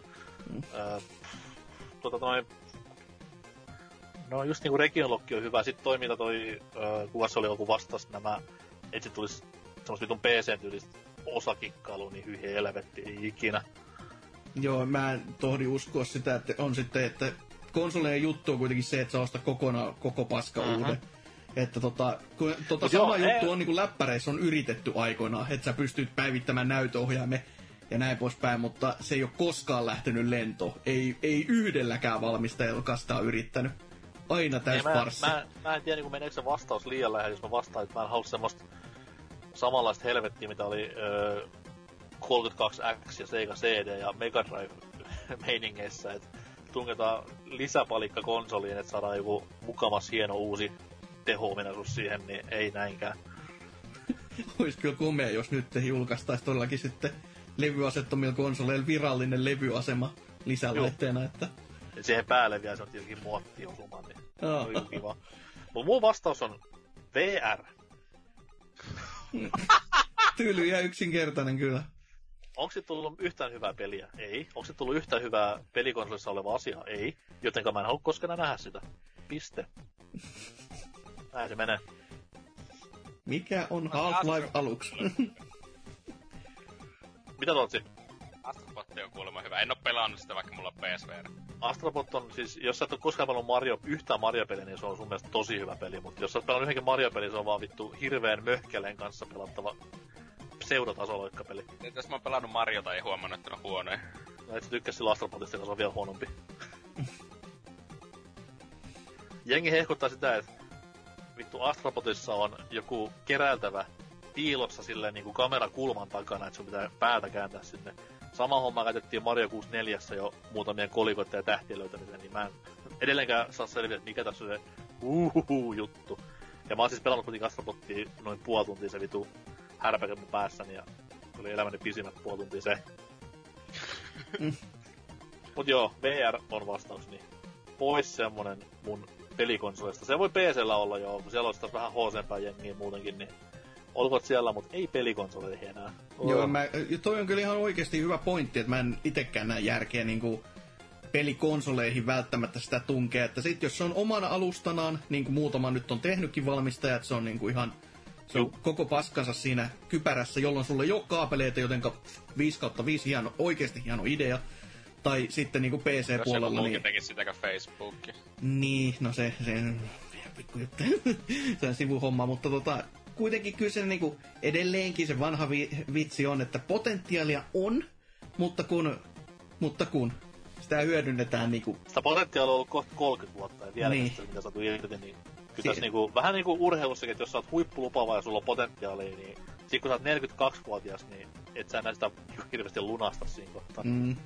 No just niinku Regionlokki on hyvä. Sitten toi, mitä toi kuvassa oli joku vastas nämä, et sit tulis semmos vitun PC-tyylistä osakikkailuun, niin hyi helvetti, ei ikinä. Joo, mä en tohdi uskoa sitä, että on sitten, että konsoleen juttu on kuitenkin se, että sä ostat kokonaan koko paska uuden. Että sama juttu on niinku läppäreissä on yritetty aikoinaan, että sä pystyt päivittämään näytöohjaimen ja näin poispäin, mutta se ei ole koskaan lähtenyt lentoon. Ei yhdelläkään valmistajalla, joka sitä on yrittänyt. Aina täys farssi. Mä en tiedä, niin meneekö se vastaus liian lähellä, jos mä vastaan, että mä en halua semmoista samanlaista helvettiä, mitä oli 32X ja Sega CD ja Mega Drive meiningeissä, että tungetaan lisäpalikka konsoliin, että saadaan joku mukamas hieno uusi teho-ominaisuus siihen, niin ei näinkään. Olisi kyllä komea, jos nyt julkaistaisi todellakin sitten levyasettomilla konsoleilla virallinen levyasema lisälaitteena, että... Ja siihen päälle vielä se on tietenkin muottiosumaan, niin on kiva. Mut mun vastaus on VR. Tyly ja yksinkertainen kyllä. Onko se tullut yhtään hyvää peliä? Ei. Onko se tullut yhtään hyvää pelikonsolissa oleva asia? Ei. Jotenka mä en halua koskaan nähdä sitä. Piste. Näin se menee. Mikä on Half-Life aluksi? Mitä Tootsi? Astrobot on kuulemma hyvä. En oo pelannut sitä, vaikka mulla on PSVR. Astrobot on siis, jos sä et oo koskaan pelannut yhtään Mario-peliä, niin se on sun mielestä tosi hyvä peli. Mutta jos sä oot pelannut yhdenkin Mario-peli, se on vaan vittu hirveen möhkeleen kanssa pelattava pseudotasoloikkapeli. Ja jos mä oon pelannut Mariota, ei huomannut, että on huonoja. No et sä tykkäs sillä Astrobotista, koska se on vielä huonompi. Jengi hehkuttaa sitä, että vittu Astrobotissa on joku keräiltävä piilossa silleen niinku kamerakulman takana, että sun pitää päätä kääntää sinne. Sama homma käytettiin Mario 64 jo muutamien kolikoiden ja tähtien löytämiseen, niin mä en edelleenkään saa selviä, että mikä tässä on se juttu. Ja mä oon siis pelannut kuitenkin Astrobottia noin puoli tuntia se vitu härpäkä mun päässäni, ja oli elämäni pisimmät puoli tuntia se. Mut joo, VR on vastaus, niin pois semmonen mun pelikonsolista. Se voi PC:llä olla joo, kun siellä olisi taas vähän HC-pää jengiä muutenkin, niin olkoot siellä, mut ei pelikonsoleihin enää. Joo, toi on kyllä ihan oikeesti hyvä pointti, että mä en itekään näe järkeä niinku pelikonsoleihin välttämättä sitä tunkea, että sit jos se on omana alustanaan, niin kuin muutama nyt on tehnytkin valmistajat, se on niinku ihan se on koko paskansa siinä kypärässä, jolloin sulla ei ole kaapeleita, jotenka 5/5 hieno, oikeesti hieno idea. Tai sitten niinku PC-puolella, niin... Jos joku tekisi sitäkään Facebookia. Niin, no se pikku juttu. Se on sivuhomma, mutta kuitenkin kyllä se niinku edelleenkin se vanha vitsi on, että potentiaalia on, mutta kun sitä hyödynnetään niinku... Sitä potentiaalia on ollut kohta 30 vuotta ja vieläkin niin. Mitä saatu irti, niin kyllä tässä niinku, vähän niinku urheilussakin, että jos sä oot huippulupava ja sulla on potentiaalia, niin sit kun sä oot 42-vuotias, niin et sä näistä hirveästi lunasta siinä kohtaa.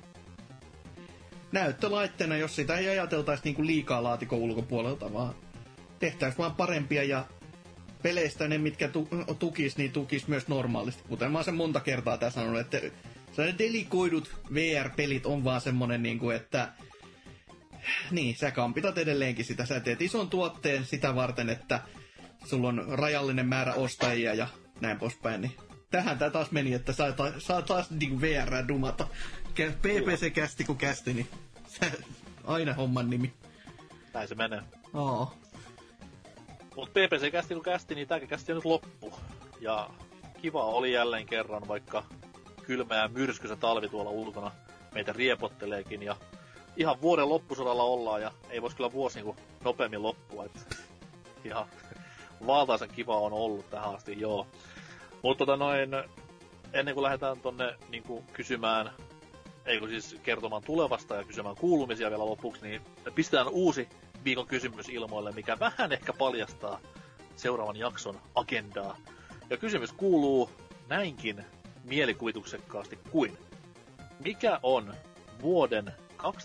Näyttölaitteena, jos sitä ei ajateltaisi niinku liikaa laatikon ulkopuolelta, vaan tehtäisiin vaan parempia ja peleistä ne, mitkä tukis, niin tukis myös normaalisti. Kuten mä oon sen monta kertaa tässä sanonut, että sellaiset delikoidut VR-pelit on vaan semmonen niinku, että niin, sä kampitat edelleenkin sitä. Sä teet ison tuotteen sitä varten, että sulla on rajallinen määrä ostajia ja näin poispäin, niin tähän tää taas meni, että saa taas niinku VR dumata. PPC-kästi kun kästi, niin aina homman nimi. Näin se menee. Oo. Mut PPC-kästi kun kästi, niin tääkin kästi on nyt loppu. Ja kiva oli jälleen kerran, vaikka kylmä ja myrskyisä talvi tuolla ulkona meitä riepotteleekin. Ja ihan vuoden loppusodalla ollaan, ja ei vois kyllä vuosi niinku nopeammin loppua. Et ihan valtaisen kiva on ollut tähän asti, joo. Mutta ennen kuin lähdetään tonne niinku kysymään, siis kertomaan tulevasta ja kysymään kuulumisia vielä lopuksi, niin pistetään uusi viikon kysymys ilmoille, mikä vähän ehkä paljastaa seuraavan jakson agendaa. Ja kysymys kuuluu näinkin mielikuvituksekkaasti kuin: mikä on vuoden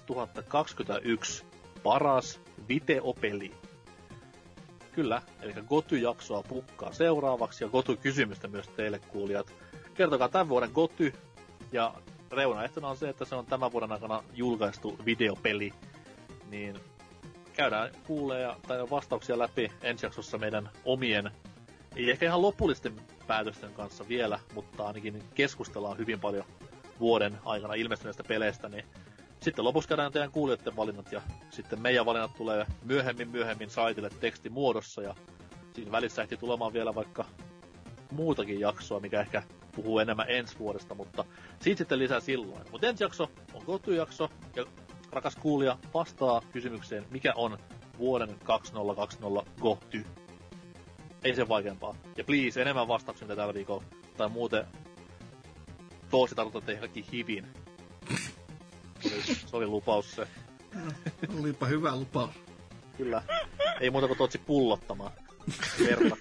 2021 paras videopeli? Kyllä, eli Goty-jaksoa pukkaa seuraavaksi ja Goty-kysymystä myös teille kuulijat. Kertokaa tämän vuoden Goty, ja reunaehtona on se, että se on tämän vuoden aikana julkaistu videopeli. Niin käydään tai vastauksia läpi ensi jaksossa meidän omien, ei ehkä ihan lopullisten päätösten kanssa vielä, mutta ainakin keskustellaan hyvin paljon vuoden aikana ilmestyneistä peleistä, niin sitten lopussa käydään teidän kuulijoiden valinnat, ja sitten meidän valinnat tulee myöhemmin saitille tekstimuodossa, ja siinä välissä ehti tulemaan vielä vaikka muutakin jaksoa, mikä ehkä puhuu enemmän ensi vuodesta, mutta siitä sitten lisää silloin. Mutta ensi jakso on Goty-jakso, ja rakas kuulija vastaa kysymykseen, mikä on vuoden 2020 Goty. Ei sen vaikeampaa. Ja please, enemmän vastauksia mitä tällä viikolla. Tai muuten Tootsi tarkoittaa tehdä kaikki hivin. Se oli lupaus se. Olipa hyvä lupaus. Kyllä. Ei muuta kuin Tootsi pullottamaan. Verta.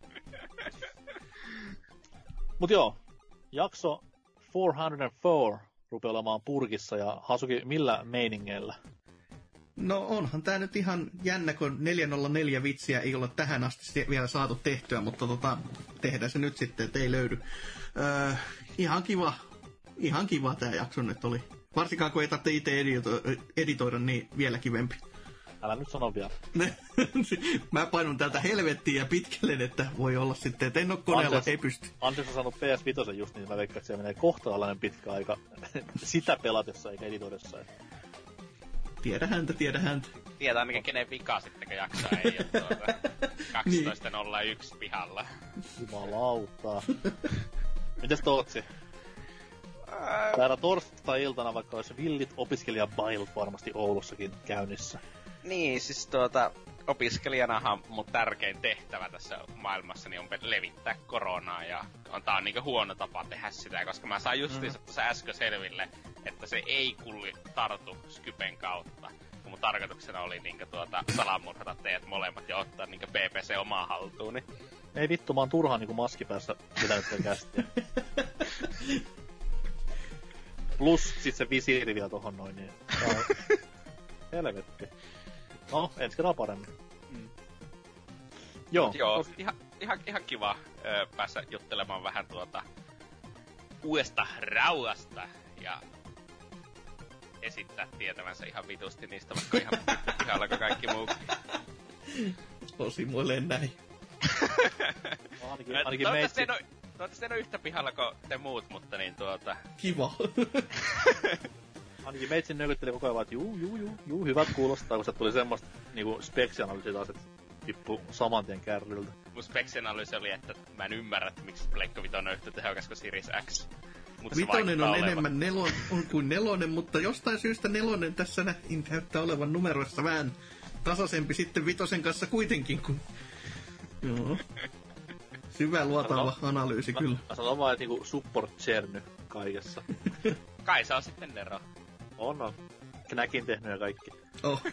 Mut joo. Jakso 404 rupeaa olemaan purkissa ja Hasuki, millä meiningeillä? No onhan tää nyt ihan jännä, kun 404 vitsiä ei ole tähän asti vielä saatu tehtyä, mutta tehdään se nyt sitten, että ei löydy. Ihan kiva tää jakso nyt oli. Varsinkaan kun ei tarvitse itse editoida, niin vielä kivempi. Älä nyt sano vielä. Mä painun täältä helvettiin ja pitkälleen, että voi olla sitten, että en oo koneella, ei pysty. Anteeksi on saanut PS5 just niin, mä veikkaan, että siellä menee kohtalainen pitkä aika sitä pelatessa eikä editoidessa. Tiedä häntä. Tietää ainakin kenen vika sitten, kun jaksoa ei ole 12.01 pihalla. Jumalautaa. Mites Tootsi? Täällä torstai-iltana vaikka olisi villit opiskelijabailut varmasti Oulussakin käynnissä. Niin, siis opiskelijanahan mun tärkein tehtävä tässä maailmassa niin on levittää koronaa ja tää on niinku huono tapa tehdä sitä, koska mä sain justiinsa tuossa äsken selville, että se ei tartu Skypen kautta. Mun tarkoituksena oli niinku salamurhata teidät molemmat ja ottaa niinku BBC omaa haltuuni. Ei vittu, mä oon turhaan niinku maskipäässä pitänyt tätä kästiä. Plus sit se visiiri vielä tohon noin, niin... Helvetti. No, ensi kerralla paremmin. Joo. Ihan kiva päästä juttelemaan vähän uudesta rauhasta ja esittää tietävänsä ihan vitusti niistä, vaikka ihan pihalla kuin kaikki muukin. Osimuilleen näin. Ainakin meitsi. Toivottavasti en ole yhtä pihalla kuin te muut, mutta niin Kiva. Ainakin meitsin nökytteli koko ajan vaan, että juu, hyvät kuulostaa, kun se tuli semmoista niinku speksianalyysiä taas, että tippu saman tien kärryltä. Mun speksianalyysi oli, että mä en ymmärrä, että miksi Pleikka Vitoinen on yhtä tehokas kuin Series X. Mutta Vitoinen on enemmän kuin nelonen, mutta jostain syystä nelonen tässä näyttää olevan numeroissa vähän tasaisempi sitten Vitosen kanssa kuitenkin, kun... Joo. Syvä luotava analyysi, kyllä. Mä sanon vaan, että niinku support cherny kaikessa. Kai se on sitten Nero. On. Knäkin tehnyt ja kaikki. Oh.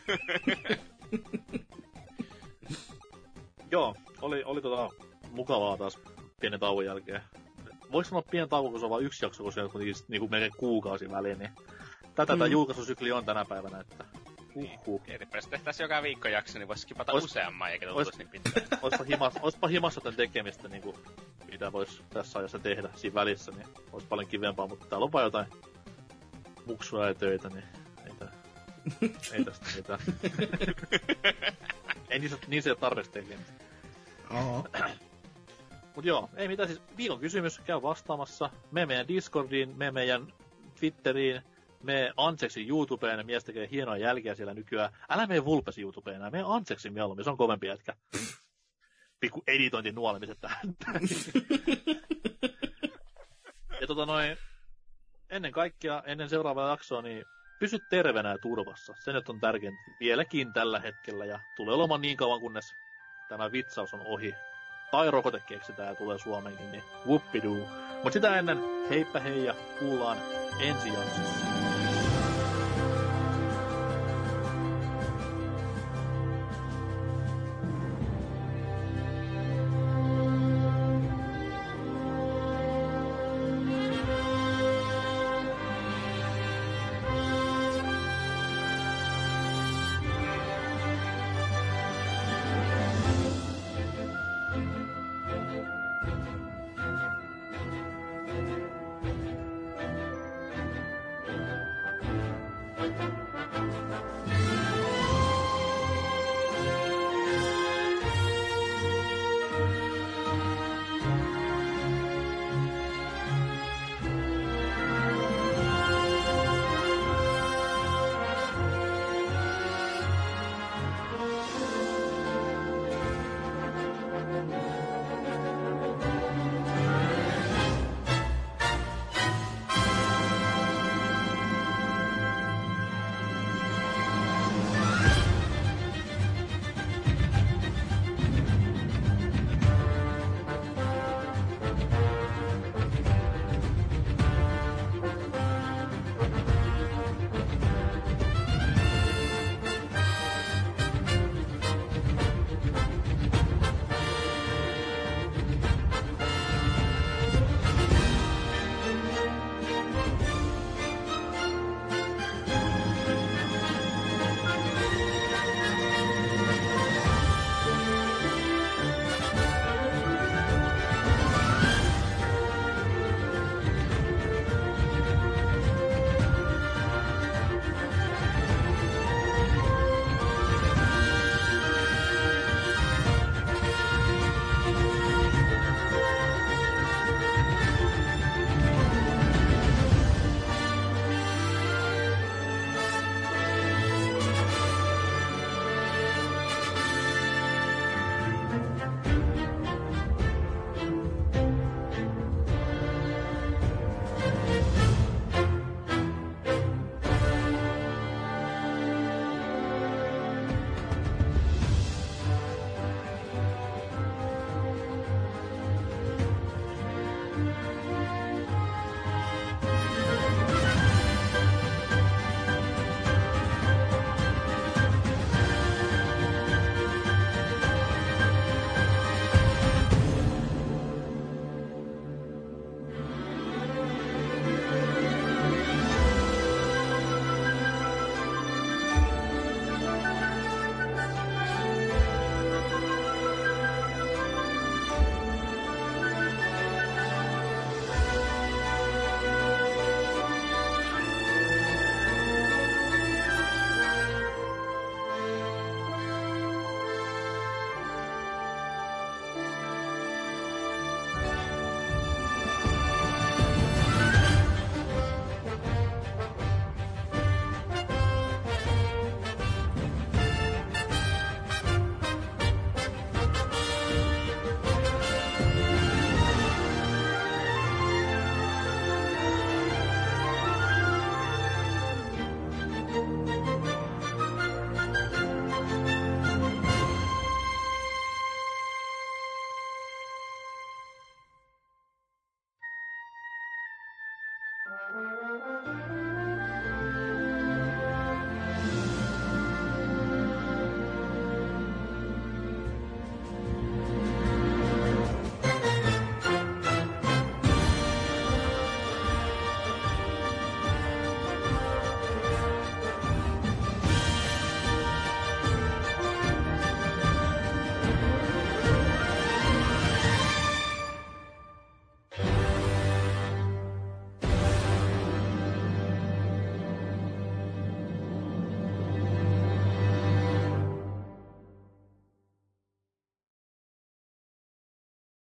Joo, oli mukavaa taas pienen tauon jälkeen. Voisi sanoa pienen tauon, kun se on vain yksi jakso, kun se on kuitenkin niinku melkein kuukausi väliin, niin tätä julkaisusykli on tänä päivänä, että Eli jos tehtäisiin joka viikko jakso, niin voisi skipata useamman, eikä tuntuisi niin pitkään. Oispa himassa tämän tekemistä, niin kuin, mitä voisi tässä ajassa tehdä siinä välissä, niin olisi paljon kivempaa, mutta täällä on vaan jotain muksua ja töitä, niin ei tästä mitään. Ei niin ole tarpeeksi tekemistä. Mut joo, ei mitään siis. Viikon kysymys, käy vastaamassa. Mene meidän Discordiin, mene meidän Twitteriin, mene Antseksin YouTubeen, mies tekee hienoa jälkeä siellä nykyään. Älä mene Vulpesin YouTubeen enää, mene Antseksin mieluummin, se on kovempi jätkä. Pikku editointin nuolemiset tähän. Ja ennen kaikkea, ennen seuraavaa jaksoa, niin pysy terveenä ja turvassa. Se nyt on tärkeintä vieläkin tällä hetkellä ja tulee olemaan niin kauan, kunnes tämä vitsaus on ohi. Tai rokote keksitään ja tulee Suomeenkin, niin whoopidoo. Mut sitä ennen, heippa hei ja kuullaan ensi jaksossa.